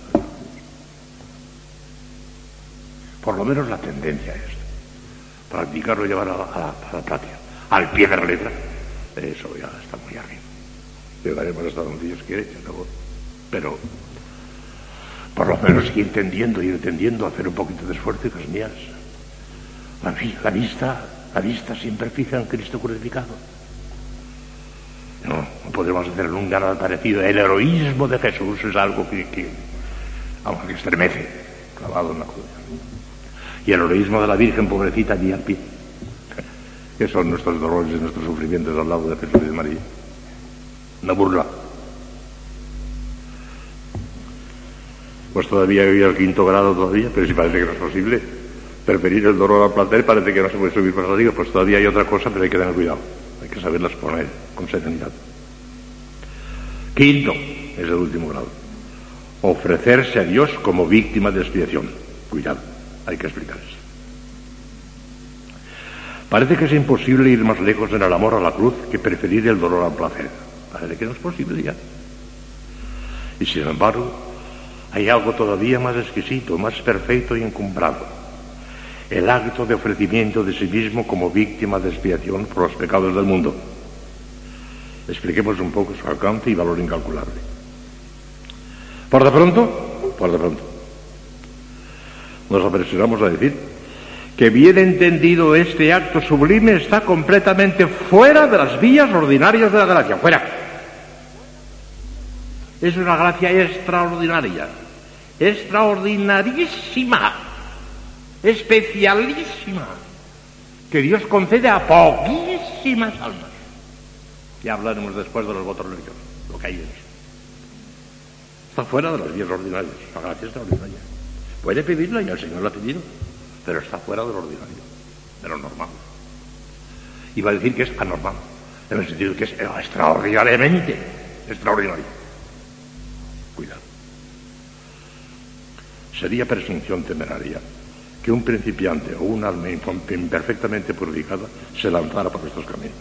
Por lo menos la tendencia es practicarlo, llevar a la práctica, al pie de la letra. Eso ya está muy arriba. Llegaremos hasta donde Dios quiere, se acabó. Pero por lo menos ir tendiendo a hacer un poquito de esfuerzo, hijas mías. La vista siempre fija en Cristo crucificado. No podemos hacer nunca nada parecido. El heroísmo de Jesús es algo que aunque estremece, clavado en la cruz. Y el heroísmo de la Virgen, pobrecita, allí al pie. Que son nuestros dolores y nuestros sufrimientos al lado de Jesús y de María. Una burla. Pues todavía hoy al 5º grado todavía, pero si parece que no es posible preferir el dolor al placer, parece que no se puede subir más arriba. Pues todavía hay otra cosa, pero hay que tener cuidado. Hay que saberlas poner con serenidad. 5º es el último grado. Ofrecerse a Dios como víctima de expiación. Cuidado, hay que explicar eso. Parece que es imposible ir más lejos en el amor a la cruz que preferir el dolor al placer. Parece que no es posible ya. Y sin embargo, hay algo todavía más exquisito, más perfecto y encumbrado. El acto de ofrecimiento de sí mismo como víctima de expiación por los pecados del mundo. Expliquemos un poco su alcance y valor incalculable. Por de pronto, nos apresuramos a decir que bien entendido este acto sublime está completamente fuera de las vías ordinarias de la gracia. ¡Fuera! Es una gracia extraordinaria, extraordinarísima, especialísima, que Dios concede a poquísimas almas. Ya hablaremos después de los votos religiosos, lo que hay en eso. Está fuera de las vías ordinarias, la gracia extraordinaria. Puede pedirla y el Señor la ha pedido, pero está fuera de lo ordinario, de lo normal. Iba a decir que es anormal, en el sentido que es extraordinariamente extraordinario. Cuidado. Sería presunción temeraria que un principiante o un alma imperfectamente purificada se lanzara por estos caminos.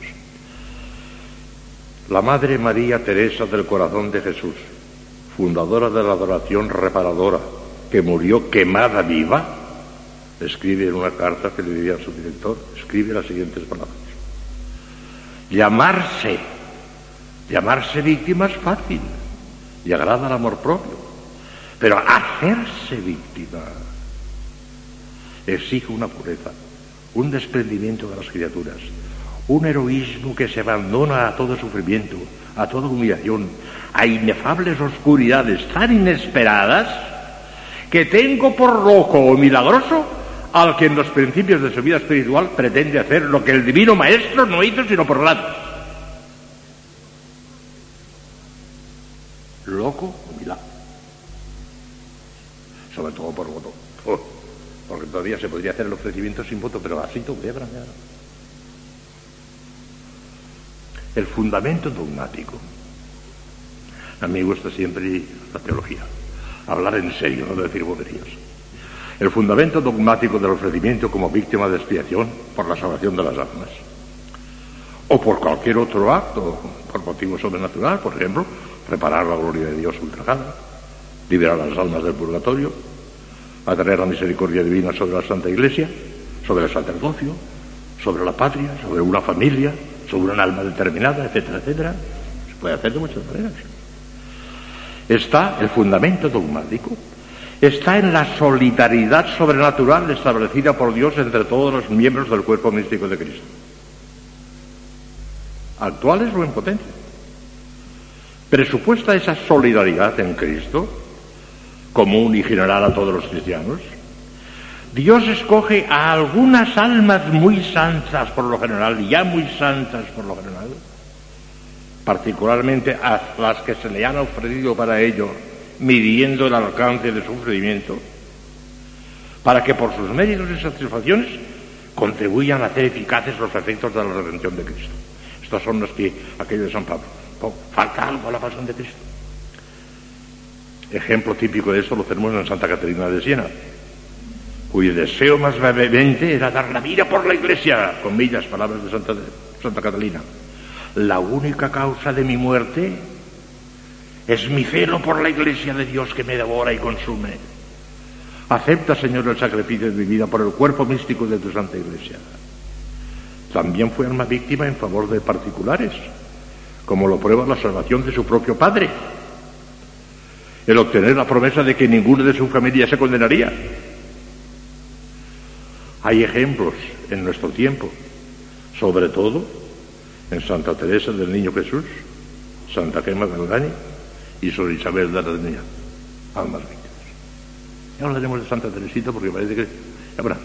La Madre María Teresa del Corazón de Jesús, fundadora de la adoración reparadora, que murió quemada viva, escribe en una carta que le diría a su director, escribe las siguientes palabras: llamarse víctima es fácil y agrada al amor propio, pero hacerse víctima exige una pureza, un desprendimiento de las criaturas, un heroísmo que se abandona a todo sufrimiento, a toda humillación, a inefables oscuridades tan inesperadas que tengo por loco o milagroso al que en los principios de su vida espiritual pretende hacer lo que el Divino Maestro no hizo sino por ratos. Loco o milagro. Sobre todo por voto. Porque todavía se podría hacer el ofrecimiento sin voto, pero así todo quebra. El fundamento dogmático. A mí me gusta siempre la teología. Hablar en serio, no decir boberías. El fundamento dogmático del ofrecimiento como víctima de expiación por la salvación de las almas. O por cualquier otro acto, por motivo sobrenatural, por ejemplo, reparar la gloria de Dios ultrajada, liberar a las almas del purgatorio, atraer la misericordia divina sobre la Santa Iglesia, sobre el sacerdocio, sobre la patria, sobre una familia, sobre un alma determinada, etcétera, etcétera. Se puede hacer de muchas maneras. Está el fundamento dogmático, está en la solidaridad sobrenatural establecida por Dios entre todos los miembros del cuerpo místico de Cristo, actuales o en potencia. Presupuesta esa solidaridad en Cristo, común y general a todos los cristianos, Dios escoge a algunas almas muy santas por lo general, ya muy santas por lo general, particularmente a las que se le han ofrecido para ello, midiendo el alcance de su sufrimiento, para que por sus méritos y satisfacciones contribuyan a hacer eficaces los efectos de la redención de Cristo. Estos son los que, aquello de San Pablo, falta algo a la pasión de Cristo. Ejemplo típico de esto lo tenemos en Santa Caterina de Siena, cuyo deseo más vehemente era dar la vida por la Iglesia, comillas, palabras de Santa Catalina. La única causa de mi muerte es mi celo por la Iglesia de Dios que me devora y consume. Acepta, Señor, el sacrificio de mi vida por el cuerpo místico de tu Santa Iglesia. También fue alma víctima en favor de particulares, como lo prueba la salvación de su propio padre, el obtener la promesa de que ninguno de su familia se condenaría. Hay ejemplos en nuestro tiempo, sobre todo en Santa Teresa del Niño Jesús, Santa Gemma Galgani y Sor Isabel de la Niña, almas víctimas. Ya hablaremos de Santa Teresita porque parece que ya verán.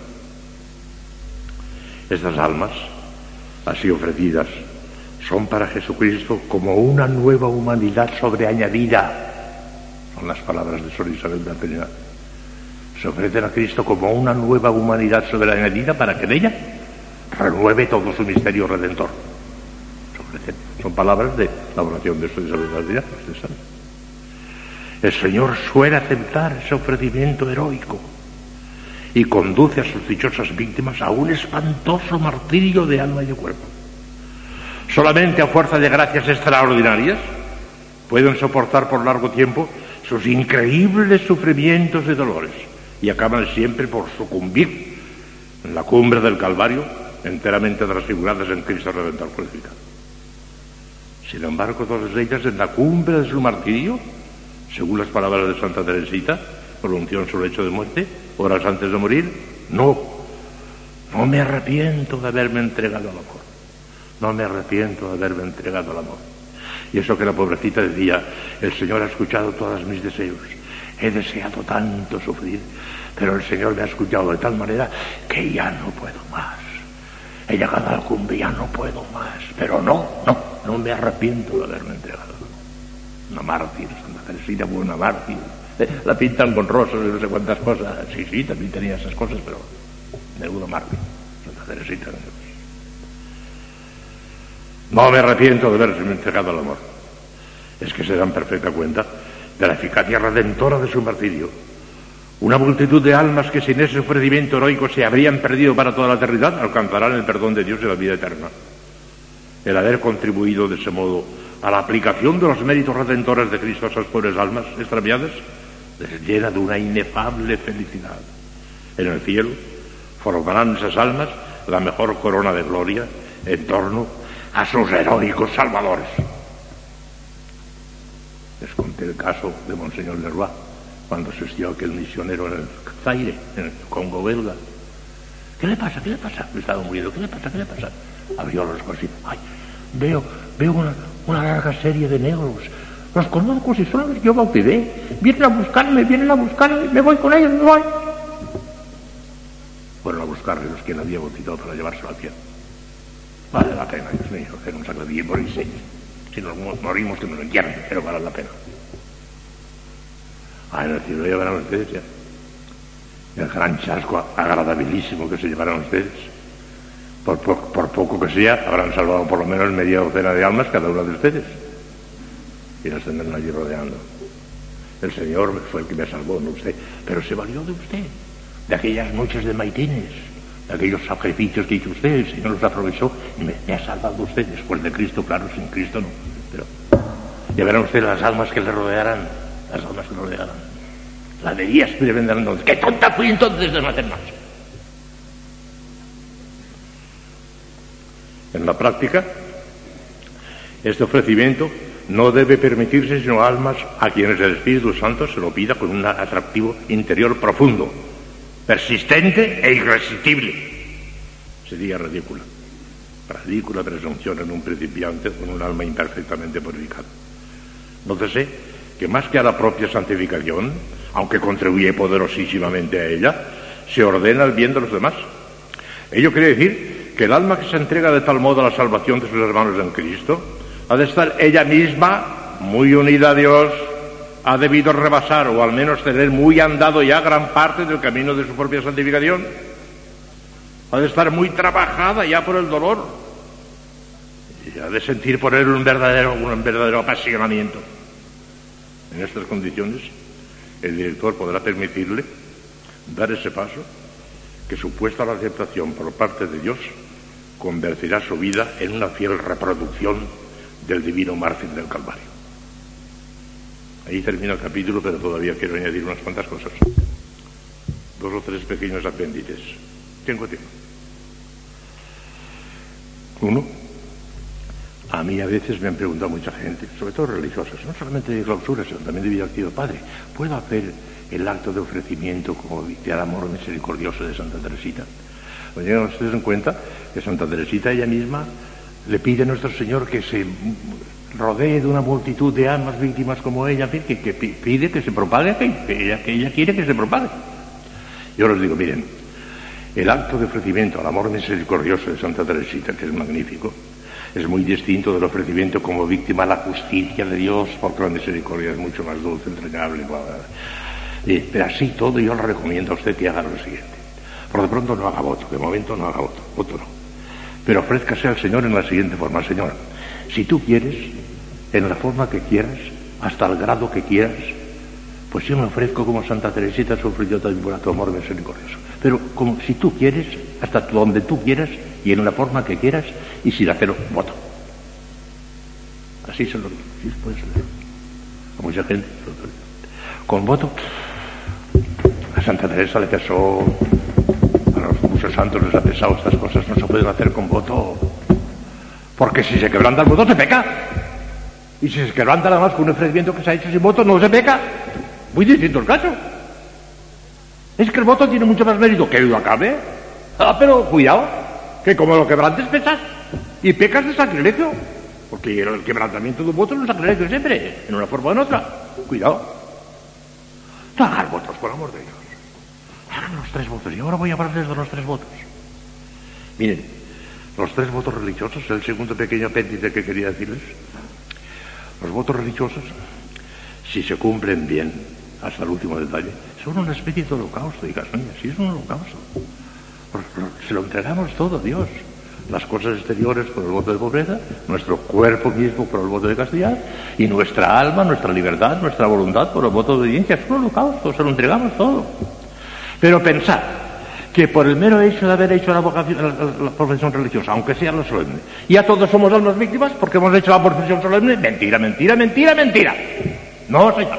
Estas almas, así ofrecidas, son para Jesucristo como una nueva humanidad sobreañadida. Son las palabras de Sor Isabel de la Niña. Se ofrecen a Cristo como una nueva humanidad sobreañadida para que en ella renueve todo su misterio redentor. Son palabras de la oración de Sor Isabel de la Niña. El Señor suele aceptar ese ofrecimiento heroico y conduce a sus dichosas víctimas a un espantoso martirio de alma y de cuerpo. Solamente a fuerza de gracias extraordinarias pueden soportar por largo tiempo sus increíbles sufrimientos y dolores, y acaban siempre por sucumbir en la cumbre del Calvario, enteramente transfiguradas en Cristo Redentor crucificado. Sin embargo, todas ellas en la cumbre de su martirio, según las palabras de Santa Teresita, pronunció en su lecho de muerte, horas antes de morir, no me arrepiento de haberme entregado al amor. No me arrepiento de haberme entregado al amor. Y eso que la pobrecita decía, el Señor ha escuchado todos mis deseos. He deseado tanto sufrir, pero el Señor me ha escuchado de tal manera que ya no puedo más. He llegado a la cumbre, ya no puedo más. Pero no me arrepiento de haberme entregado. Una mártir, Santa Teresita fue una mártir. La pintan con rosas y no sé cuántas cosas. Sí, también tenía esas cosas, pero menudo mártir, Santa Teresita. No me arrepiento de haberme entregado al amor. Es que se dan perfecta cuenta de la eficacia redentora de su martirio. Una multitud de almas que sin ese ofrecimiento heroico se habrían perdido para toda la eternidad alcanzarán el perdón de Dios y la vida eterna. El haber contribuido de ese modo a la aplicación de los méritos redentores de Cristo a esas pobres almas extraviadas les llena de una inefable felicidad. En el cielo formarán esas almas la mejor corona de gloria en torno a sus heroicos salvadores. Les conté el caso de Monseñor Leroy cuando asistió aquel misionero en el Zaire, en el Congo belga. ¿Qué le pasa? Me estaba muriendo. ¿Qué le pasa? Abrió los ojos y ay, veo una larga serie de negros. Los conozco, si son los que yo bauticé. Vienen a buscarme, me voy con ellos, me voy. Fueron a buscarle los que él había bautizado para llevárselo al cielo. Vale la pena, Dios mío, hacer un sacrificio y morirse. Si nos morimos, que nos lo entierren, pero vale la pena. En el cielo ya verán ustedes ya. El gran chasco agradabilísimo que se llevarán ustedes. Por poco que sea, habrán salvado por lo menos media docena de almas cada una de ustedes. Y las tendrán allí rodeando. El Señor fue el que me salvó, no usted. Pero se valió de usted, de aquellas noches de maitines, de aquellos sacrificios que hizo usted. El Señor los aprovechó y me ha salvado usted. Después de Cristo, claro, sin Cristo no. Pero ya verán ustedes las almas que le rodearán. Las almas que le rodearán. La de Díaz le vendrán entonces. ¡Qué tonta fui entonces de no hacer más! En la práctica, este ofrecimiento no debe permitirse sino a almas a quienes el Espíritu Santo se lo pida con un atractivo interior profundo, persistente e irresistible. Sería ridícula presunción en un principiante con un alma imperfectamente purificada. Nótese que más que a la propia santificación, aunque contribuye poderosísimamente a ella, se ordena el bien de los demás. Ello quiere decir que el alma que se entrega de tal modo a la salvación de sus hermanos en Cristo ha de estar ella misma muy unida a Dios, ha debido rebasar o al menos tener muy andado ya gran parte del camino de su propia santificación, ha de estar muy trabajada ya por el dolor y ha de sentir por él un verdadero apasionamiento. En estas condiciones, el director podrá permitirle dar ese paso que, supuesta la aceptación por parte de Dios, convertirá su vida en una fiel reproducción del divino mártir del Calvario. Ahí termina el capítulo, pero todavía quiero añadir unas cuantas cosas. 2 o 3 pequeños apéndices. Tengo tiempo. 1. A mí a veces me han preguntado mucha gente, sobre todo religiosas, no solamente de clausura, sino también de vida activa: Padre, ¿puedo hacer el acto de ofrecimiento como de amor misericordioso de Santa Teresita? Pues llegan ustedes en cuenta que Santa Teresita ella misma le pide a nuestro Señor que se rodee de una multitud de almas víctimas como ella, que pide que se propague, que ella quiere que se propague. Yo les digo, miren, el acto de ofrecimiento al amor misericordioso de Santa Teresita, que es magnífico, es muy distinto del ofrecimiento como víctima a la justicia de Dios, porque la misericordia es mucho más dulce, entrañable, bla, bla, bla. Pero así todo yo le recomiendo a usted que haga lo siguiente. Por de pronto no haga voto, de momento no haga voto no. Pero ofrézcase al Señor en la siguiente forma: Señor, si tú quieres, en la forma que quieras, hasta el grado que quieras, pues yo me ofrezco como Santa Teresita sufrió también por tu amor misericordioso. Pero como si tú quieres, hasta donde tú quieras y en la forma que quieras, y sin hacer voto. Así se lo digo. Sí, puede ser. A mucha gente. Con voto. A Santa Teresa le pesó, a los muchos santos les ha pesado estas cosas. No se pueden hacer con voto, porque si se quebranta el voto se peca, y si se quebranta nada más con un ofrecimiento que se ha hecho sin voto no se peca. Muy distinto el caso. Es que el voto tiene mucho más mérito que duda cabe. Pero cuidado, que como lo quebrantes pesas y pecas de sacrilegio, porque el quebrantamiento de un voto es un sacrilegio siempre, en una forma o en otra. Cuidado. No hagan votos, por amor de Dios. Hagan los 3 votos. Y ahora voy a hablarles de los 3 votos. Miren, los 3 votos religiosos, el segundo pequeño apéndice que quería decirles. Los votos religiosos, si se cumplen bien, hasta el último detalle, son una especie de holocausto, hijas mías. Sí, es un holocausto. Se lo entregamos todo a Dios. Las cosas exteriores por el voto de pobreza, nuestro cuerpo mismo por el voto de castidad, y nuestra alma, nuestra libertad, nuestra voluntad por el voto de obediencia. Es un holocausto, se lo entregamos todo. Pero pensad que por el mero hecho de haber hecho la profesión religiosa, aunque sea la solemne, ya todos somos almas víctimas porque hemos hecho la profesión solemne, mentira, mentira, mentira, mentira. No, señor.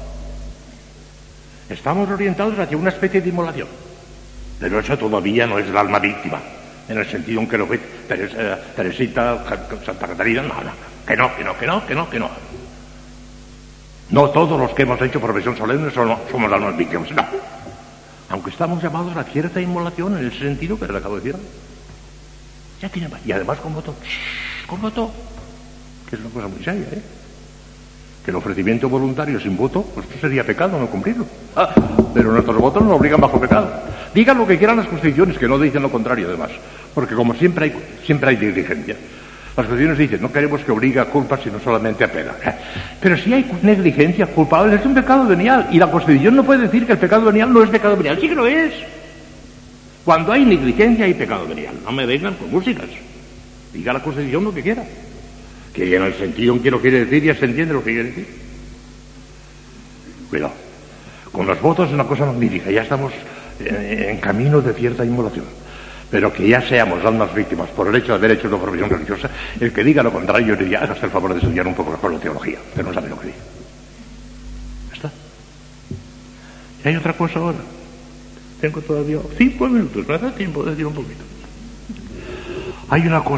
Estamos orientados hacia una especie de inmolación, pero eso todavía no es el alma víctima, en el sentido en que lo ve Teresita, Santa Catarina. No, que no. No todos los que hemos hecho profesión solemne somos almas víctimas, no. Aunque estamos llamados a cierta inmolación en ese sentido que le acabo de decir. Ya tiene más. Y además con voto, que es una cosa muy seria, que el ofrecimiento voluntario sin voto, pues esto sería pecado no cumplirlo. Pero nuestros votos nos obligan bajo pecado. Digan lo que quieran las constituciones, que no dicen lo contrario además, porque como siempre hay negligencia. Las constituciones dicen, no queremos que obligue a culpa, sino solamente a pena. Pero si hay negligencia culpable, es un pecado venial, y la Constitución no puede decir que el pecado venial no es pecado venial. Sí que lo es. Cuando hay negligencia hay pecado venial. No me vengan con músicas. Diga la Constitución lo que quiera. Que en el sentido en que lo quiere decir ya se entiende lo que quiere decir. Cuidado. Con los votos es una cosa magnífica. Ya estamos en camino de cierta inmolación. Pero que ya seamos almas víctimas por el hecho de haber hecho una profesión religiosa, el que diga lo contrario, yo diría, hágase el favor de estudiar un poco mejor la teología, que no sabe lo que dice. Ya está. Y hay otra cosa ahora. Tengo todavía 5 minutos, me da tiempo de decir un poquito. Hay una cosa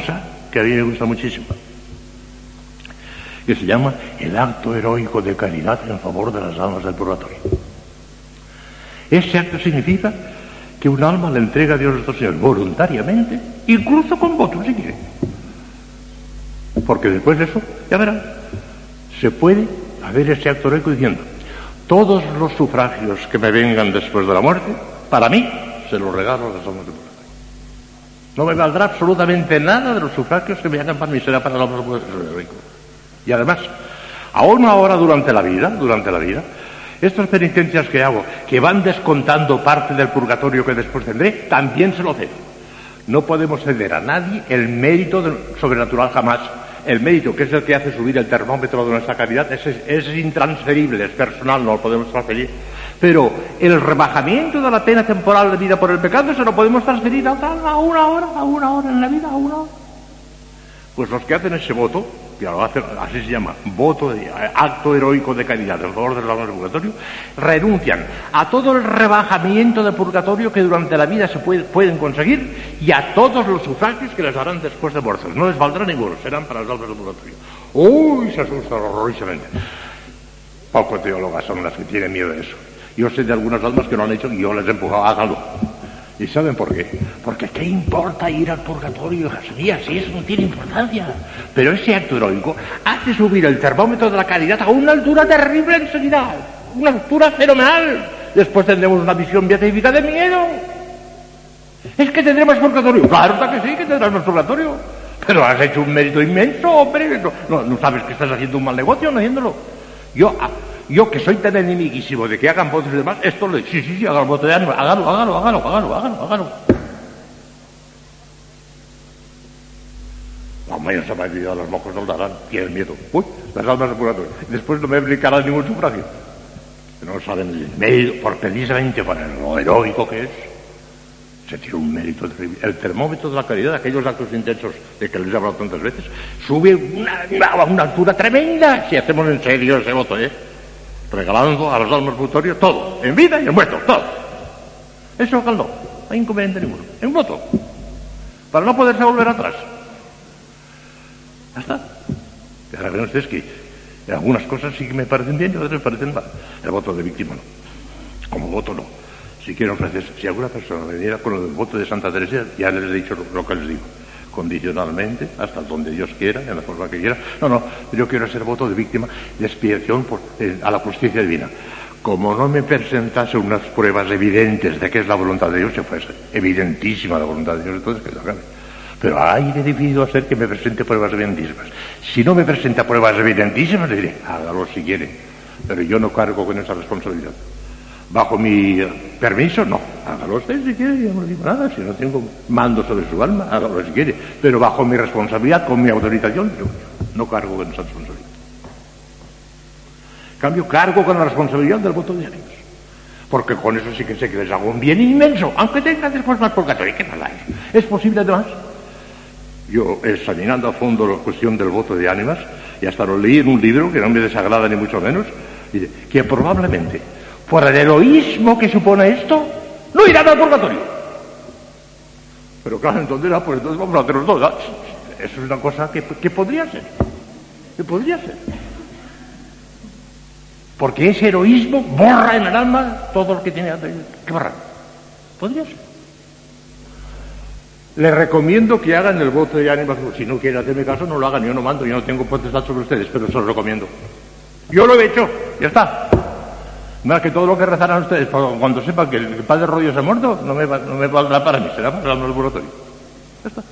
que a mí me gusta muchísimo, que se llama El acto heroico de caridad en favor de las almas del purgatorio. Ese acto significa que un alma le entrega a Dios nuestro Señor voluntariamente, incluso con votos si quiere. Porque después de eso, ya verán, se puede hacer ese acto heroico diciendo: todos los sufragios que me vengan después de la muerte, para mí, se los regalo a las almas del purgatorio. No me valdrá absolutamente nada de los sufragios que me hagan para mí, será para las almas del purgatorio heroico. Y además, aún ahora durante la vida, estas penitencias que hago, que van descontando parte del purgatorio que después tendré, también se lo cedo. No podemos ceder a nadie el mérito sobrenatural jamás. El mérito, que es el que hace subir el termómetro de nuestra caridad, es intransferible, es personal, no lo podemos transferir. Pero el rebajamiento de la pena temporal de vida por el pecado se lo podemos transferir a una hora en la vida, a una hora. Pues los que hacen ese voto, que lo hacen, así se llama, voto de acto heroico de caridad en favor de las almas del purgatorio, renuncian a todo el rebajamiento de purgatorio que durante la vida se pueden conseguir y a todos los sufragios que les darán después de muertos. No les valdrá ninguno, serán para las almas del purgatorio. ¡Uy! Se asustan horrorosamente. Pocos teólogas son las que tienen miedo de eso. Yo sé de algunas almas que lo han hecho y yo les he empujado a háganlo. ¿Y saben por qué? Porque ¿qué importa ir al purgatorio, hijas mías? Si eso no tiene importancia. Pero ese acto heroico hace subir el termómetro de la caridad a una altura terrible enseguida. Una altura fenomenal. Después tendremos una visión beatífica de miedo. ¿Es que tendremos purgatorio? Claro que sí, que tendremos purgatorio. Pero has hecho un mérito inmenso, hombre. No sabes que estás haciendo un mal negocio no haciéndolo. Yo que soy tan enemiguísimo de que hagan votos y demás, esto le digo, sí, hagan votos de ánimo, hágalo. La mayor mayoría de los mocos no darán, tienen miedo. Uy, las almas del purgatorio. Después no me aplicarán ningún sufragio. No saben el mérito, precisamente por lo heroico que es. Se tira un mérito terrible. El termómetro de la caridad, aquellos actos intensos de que les he hablado tantas veces, sube a una altura tremenda si hacemos en serio ese voto, regalando a las almas del purgatorio todo, en vida y en muerto, todo. Eso no hay inconveniente ninguno. En voto, para no poderse volver atrás. Ya está. Y ahora ven ustedes que en algunas cosas sí que me parecen bien y otras me parecen mal. El voto de víctima no. Como voto no. Si quieren ofrecer, si alguna persona me diera con el voto de Santa Teresa, ya les he dicho lo que les digo. Condicionalmente, hasta donde Dios quiera, en la forma que quiera. No, yo quiero hacer voto de víctima de expiación a la justicia divina. Como no me presentase unas pruebas evidentes de que es la voluntad de Dios, si fuese evidentísima la voluntad de Dios, entonces que lo acabe. Pero hay decidido hacer que me presente pruebas evidentísimas. Si no me presenta pruebas evidentísimas, le diré, hágalo si quiere. Pero yo no cargo con esa responsabilidad. Bajo mi permiso, no. Hágalo usted si quiere, yo no digo nada. Si no tengo mando sobre su alma, hágalo si quiere. Pero bajo mi responsabilidad, con mi autorización, yo no cargo con esa responsabilidad. En cambio, cargo con la responsabilidad del voto de ánimos. Porque con eso sí que sé que les hago un bien inmenso, aunque tenga después más purgatorio. ¿Qué tal es? ¿Es posible además? Yo, examinando a fondo la cuestión del voto de ánimas, y hasta lo leí en un libro que no me desagrada ni mucho menos, dice que probablemente, por el heroísmo que supone esto, no irán al purgatorio. Pero claro, entonces vamos a hacerlos todos. Eso es una cosa que podría ser. Que podría ser. Porque ese heroísmo borra en el alma todo lo que tiene que borrar. Podría ser. Les recomiendo que hagan el voto de ánimas. Si no quieren hacerme caso, no lo hagan. Yo no mando, yo no tengo potestad sobre ustedes, pero se los recomiendo. Yo lo he hecho, ya está. Más que todo lo que rezarán ustedes, cuando sepan que el padre Rollo se ha muerto, no me valdrá para mí, será para el laboratorio. Ya está.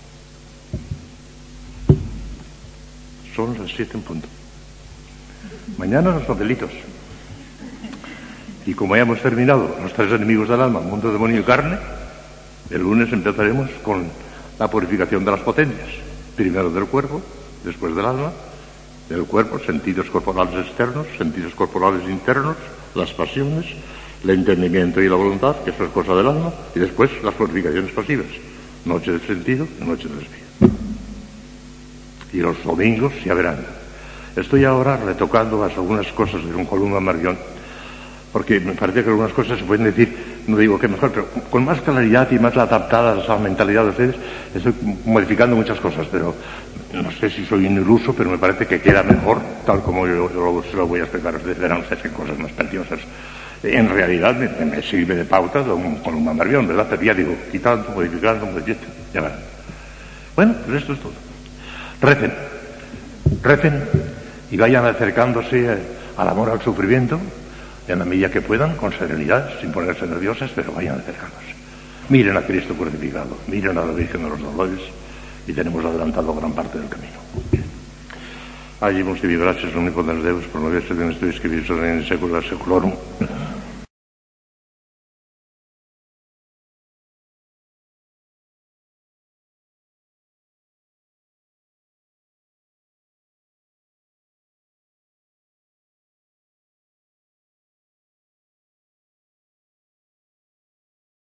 Son las 7 en punto. Mañana los papelitos. Y como ya hemos terminado los 3 enemigos del alma, mundo, demonio y carne, el lunes empezaremos con la purificación de las potencias. Primero del cuerpo, después del alma, del cuerpo, sentidos corporales externos, sentidos corporales internos, las pasiones, el entendimiento y la voluntad, que eso es cosa del alma, y después las purificaciones pasivas, noche del sentido y noche del espíritu. Y los domingos ya verán. Estoy ahora retocando algunas cosas de un Columba Margión porque me parece que algunas cosas se pueden decir, no digo que mejor, pero con más claridad y más adaptadas a la mentalidad de ustedes. Estoy modificando muchas cosas, pero no sé si soy iluso, pero me parece que queda mejor, tal como yo se lo voy a explicar a ustedes. Verán ustedes qué cosas más preciosas. En realidad me sirve de pauta con un mandarbión, ¿verdad? Pero ya digo, quitando, modificando, ya va. Bueno, pues esto es todo. Recen y vayan acercándose al amor, al sufrimiento, en la medida que puedan, con serenidad, sin ponerse nerviosas, pero vayan acercándose. Miren a Cristo crucificado, miren a la Virgen de los Dolores, y tenemos adelantado gran parte del camino. Agimus tibi gracias omnipotens Deus, pro nobis et in Christo Jesu, in saecula saeculorum.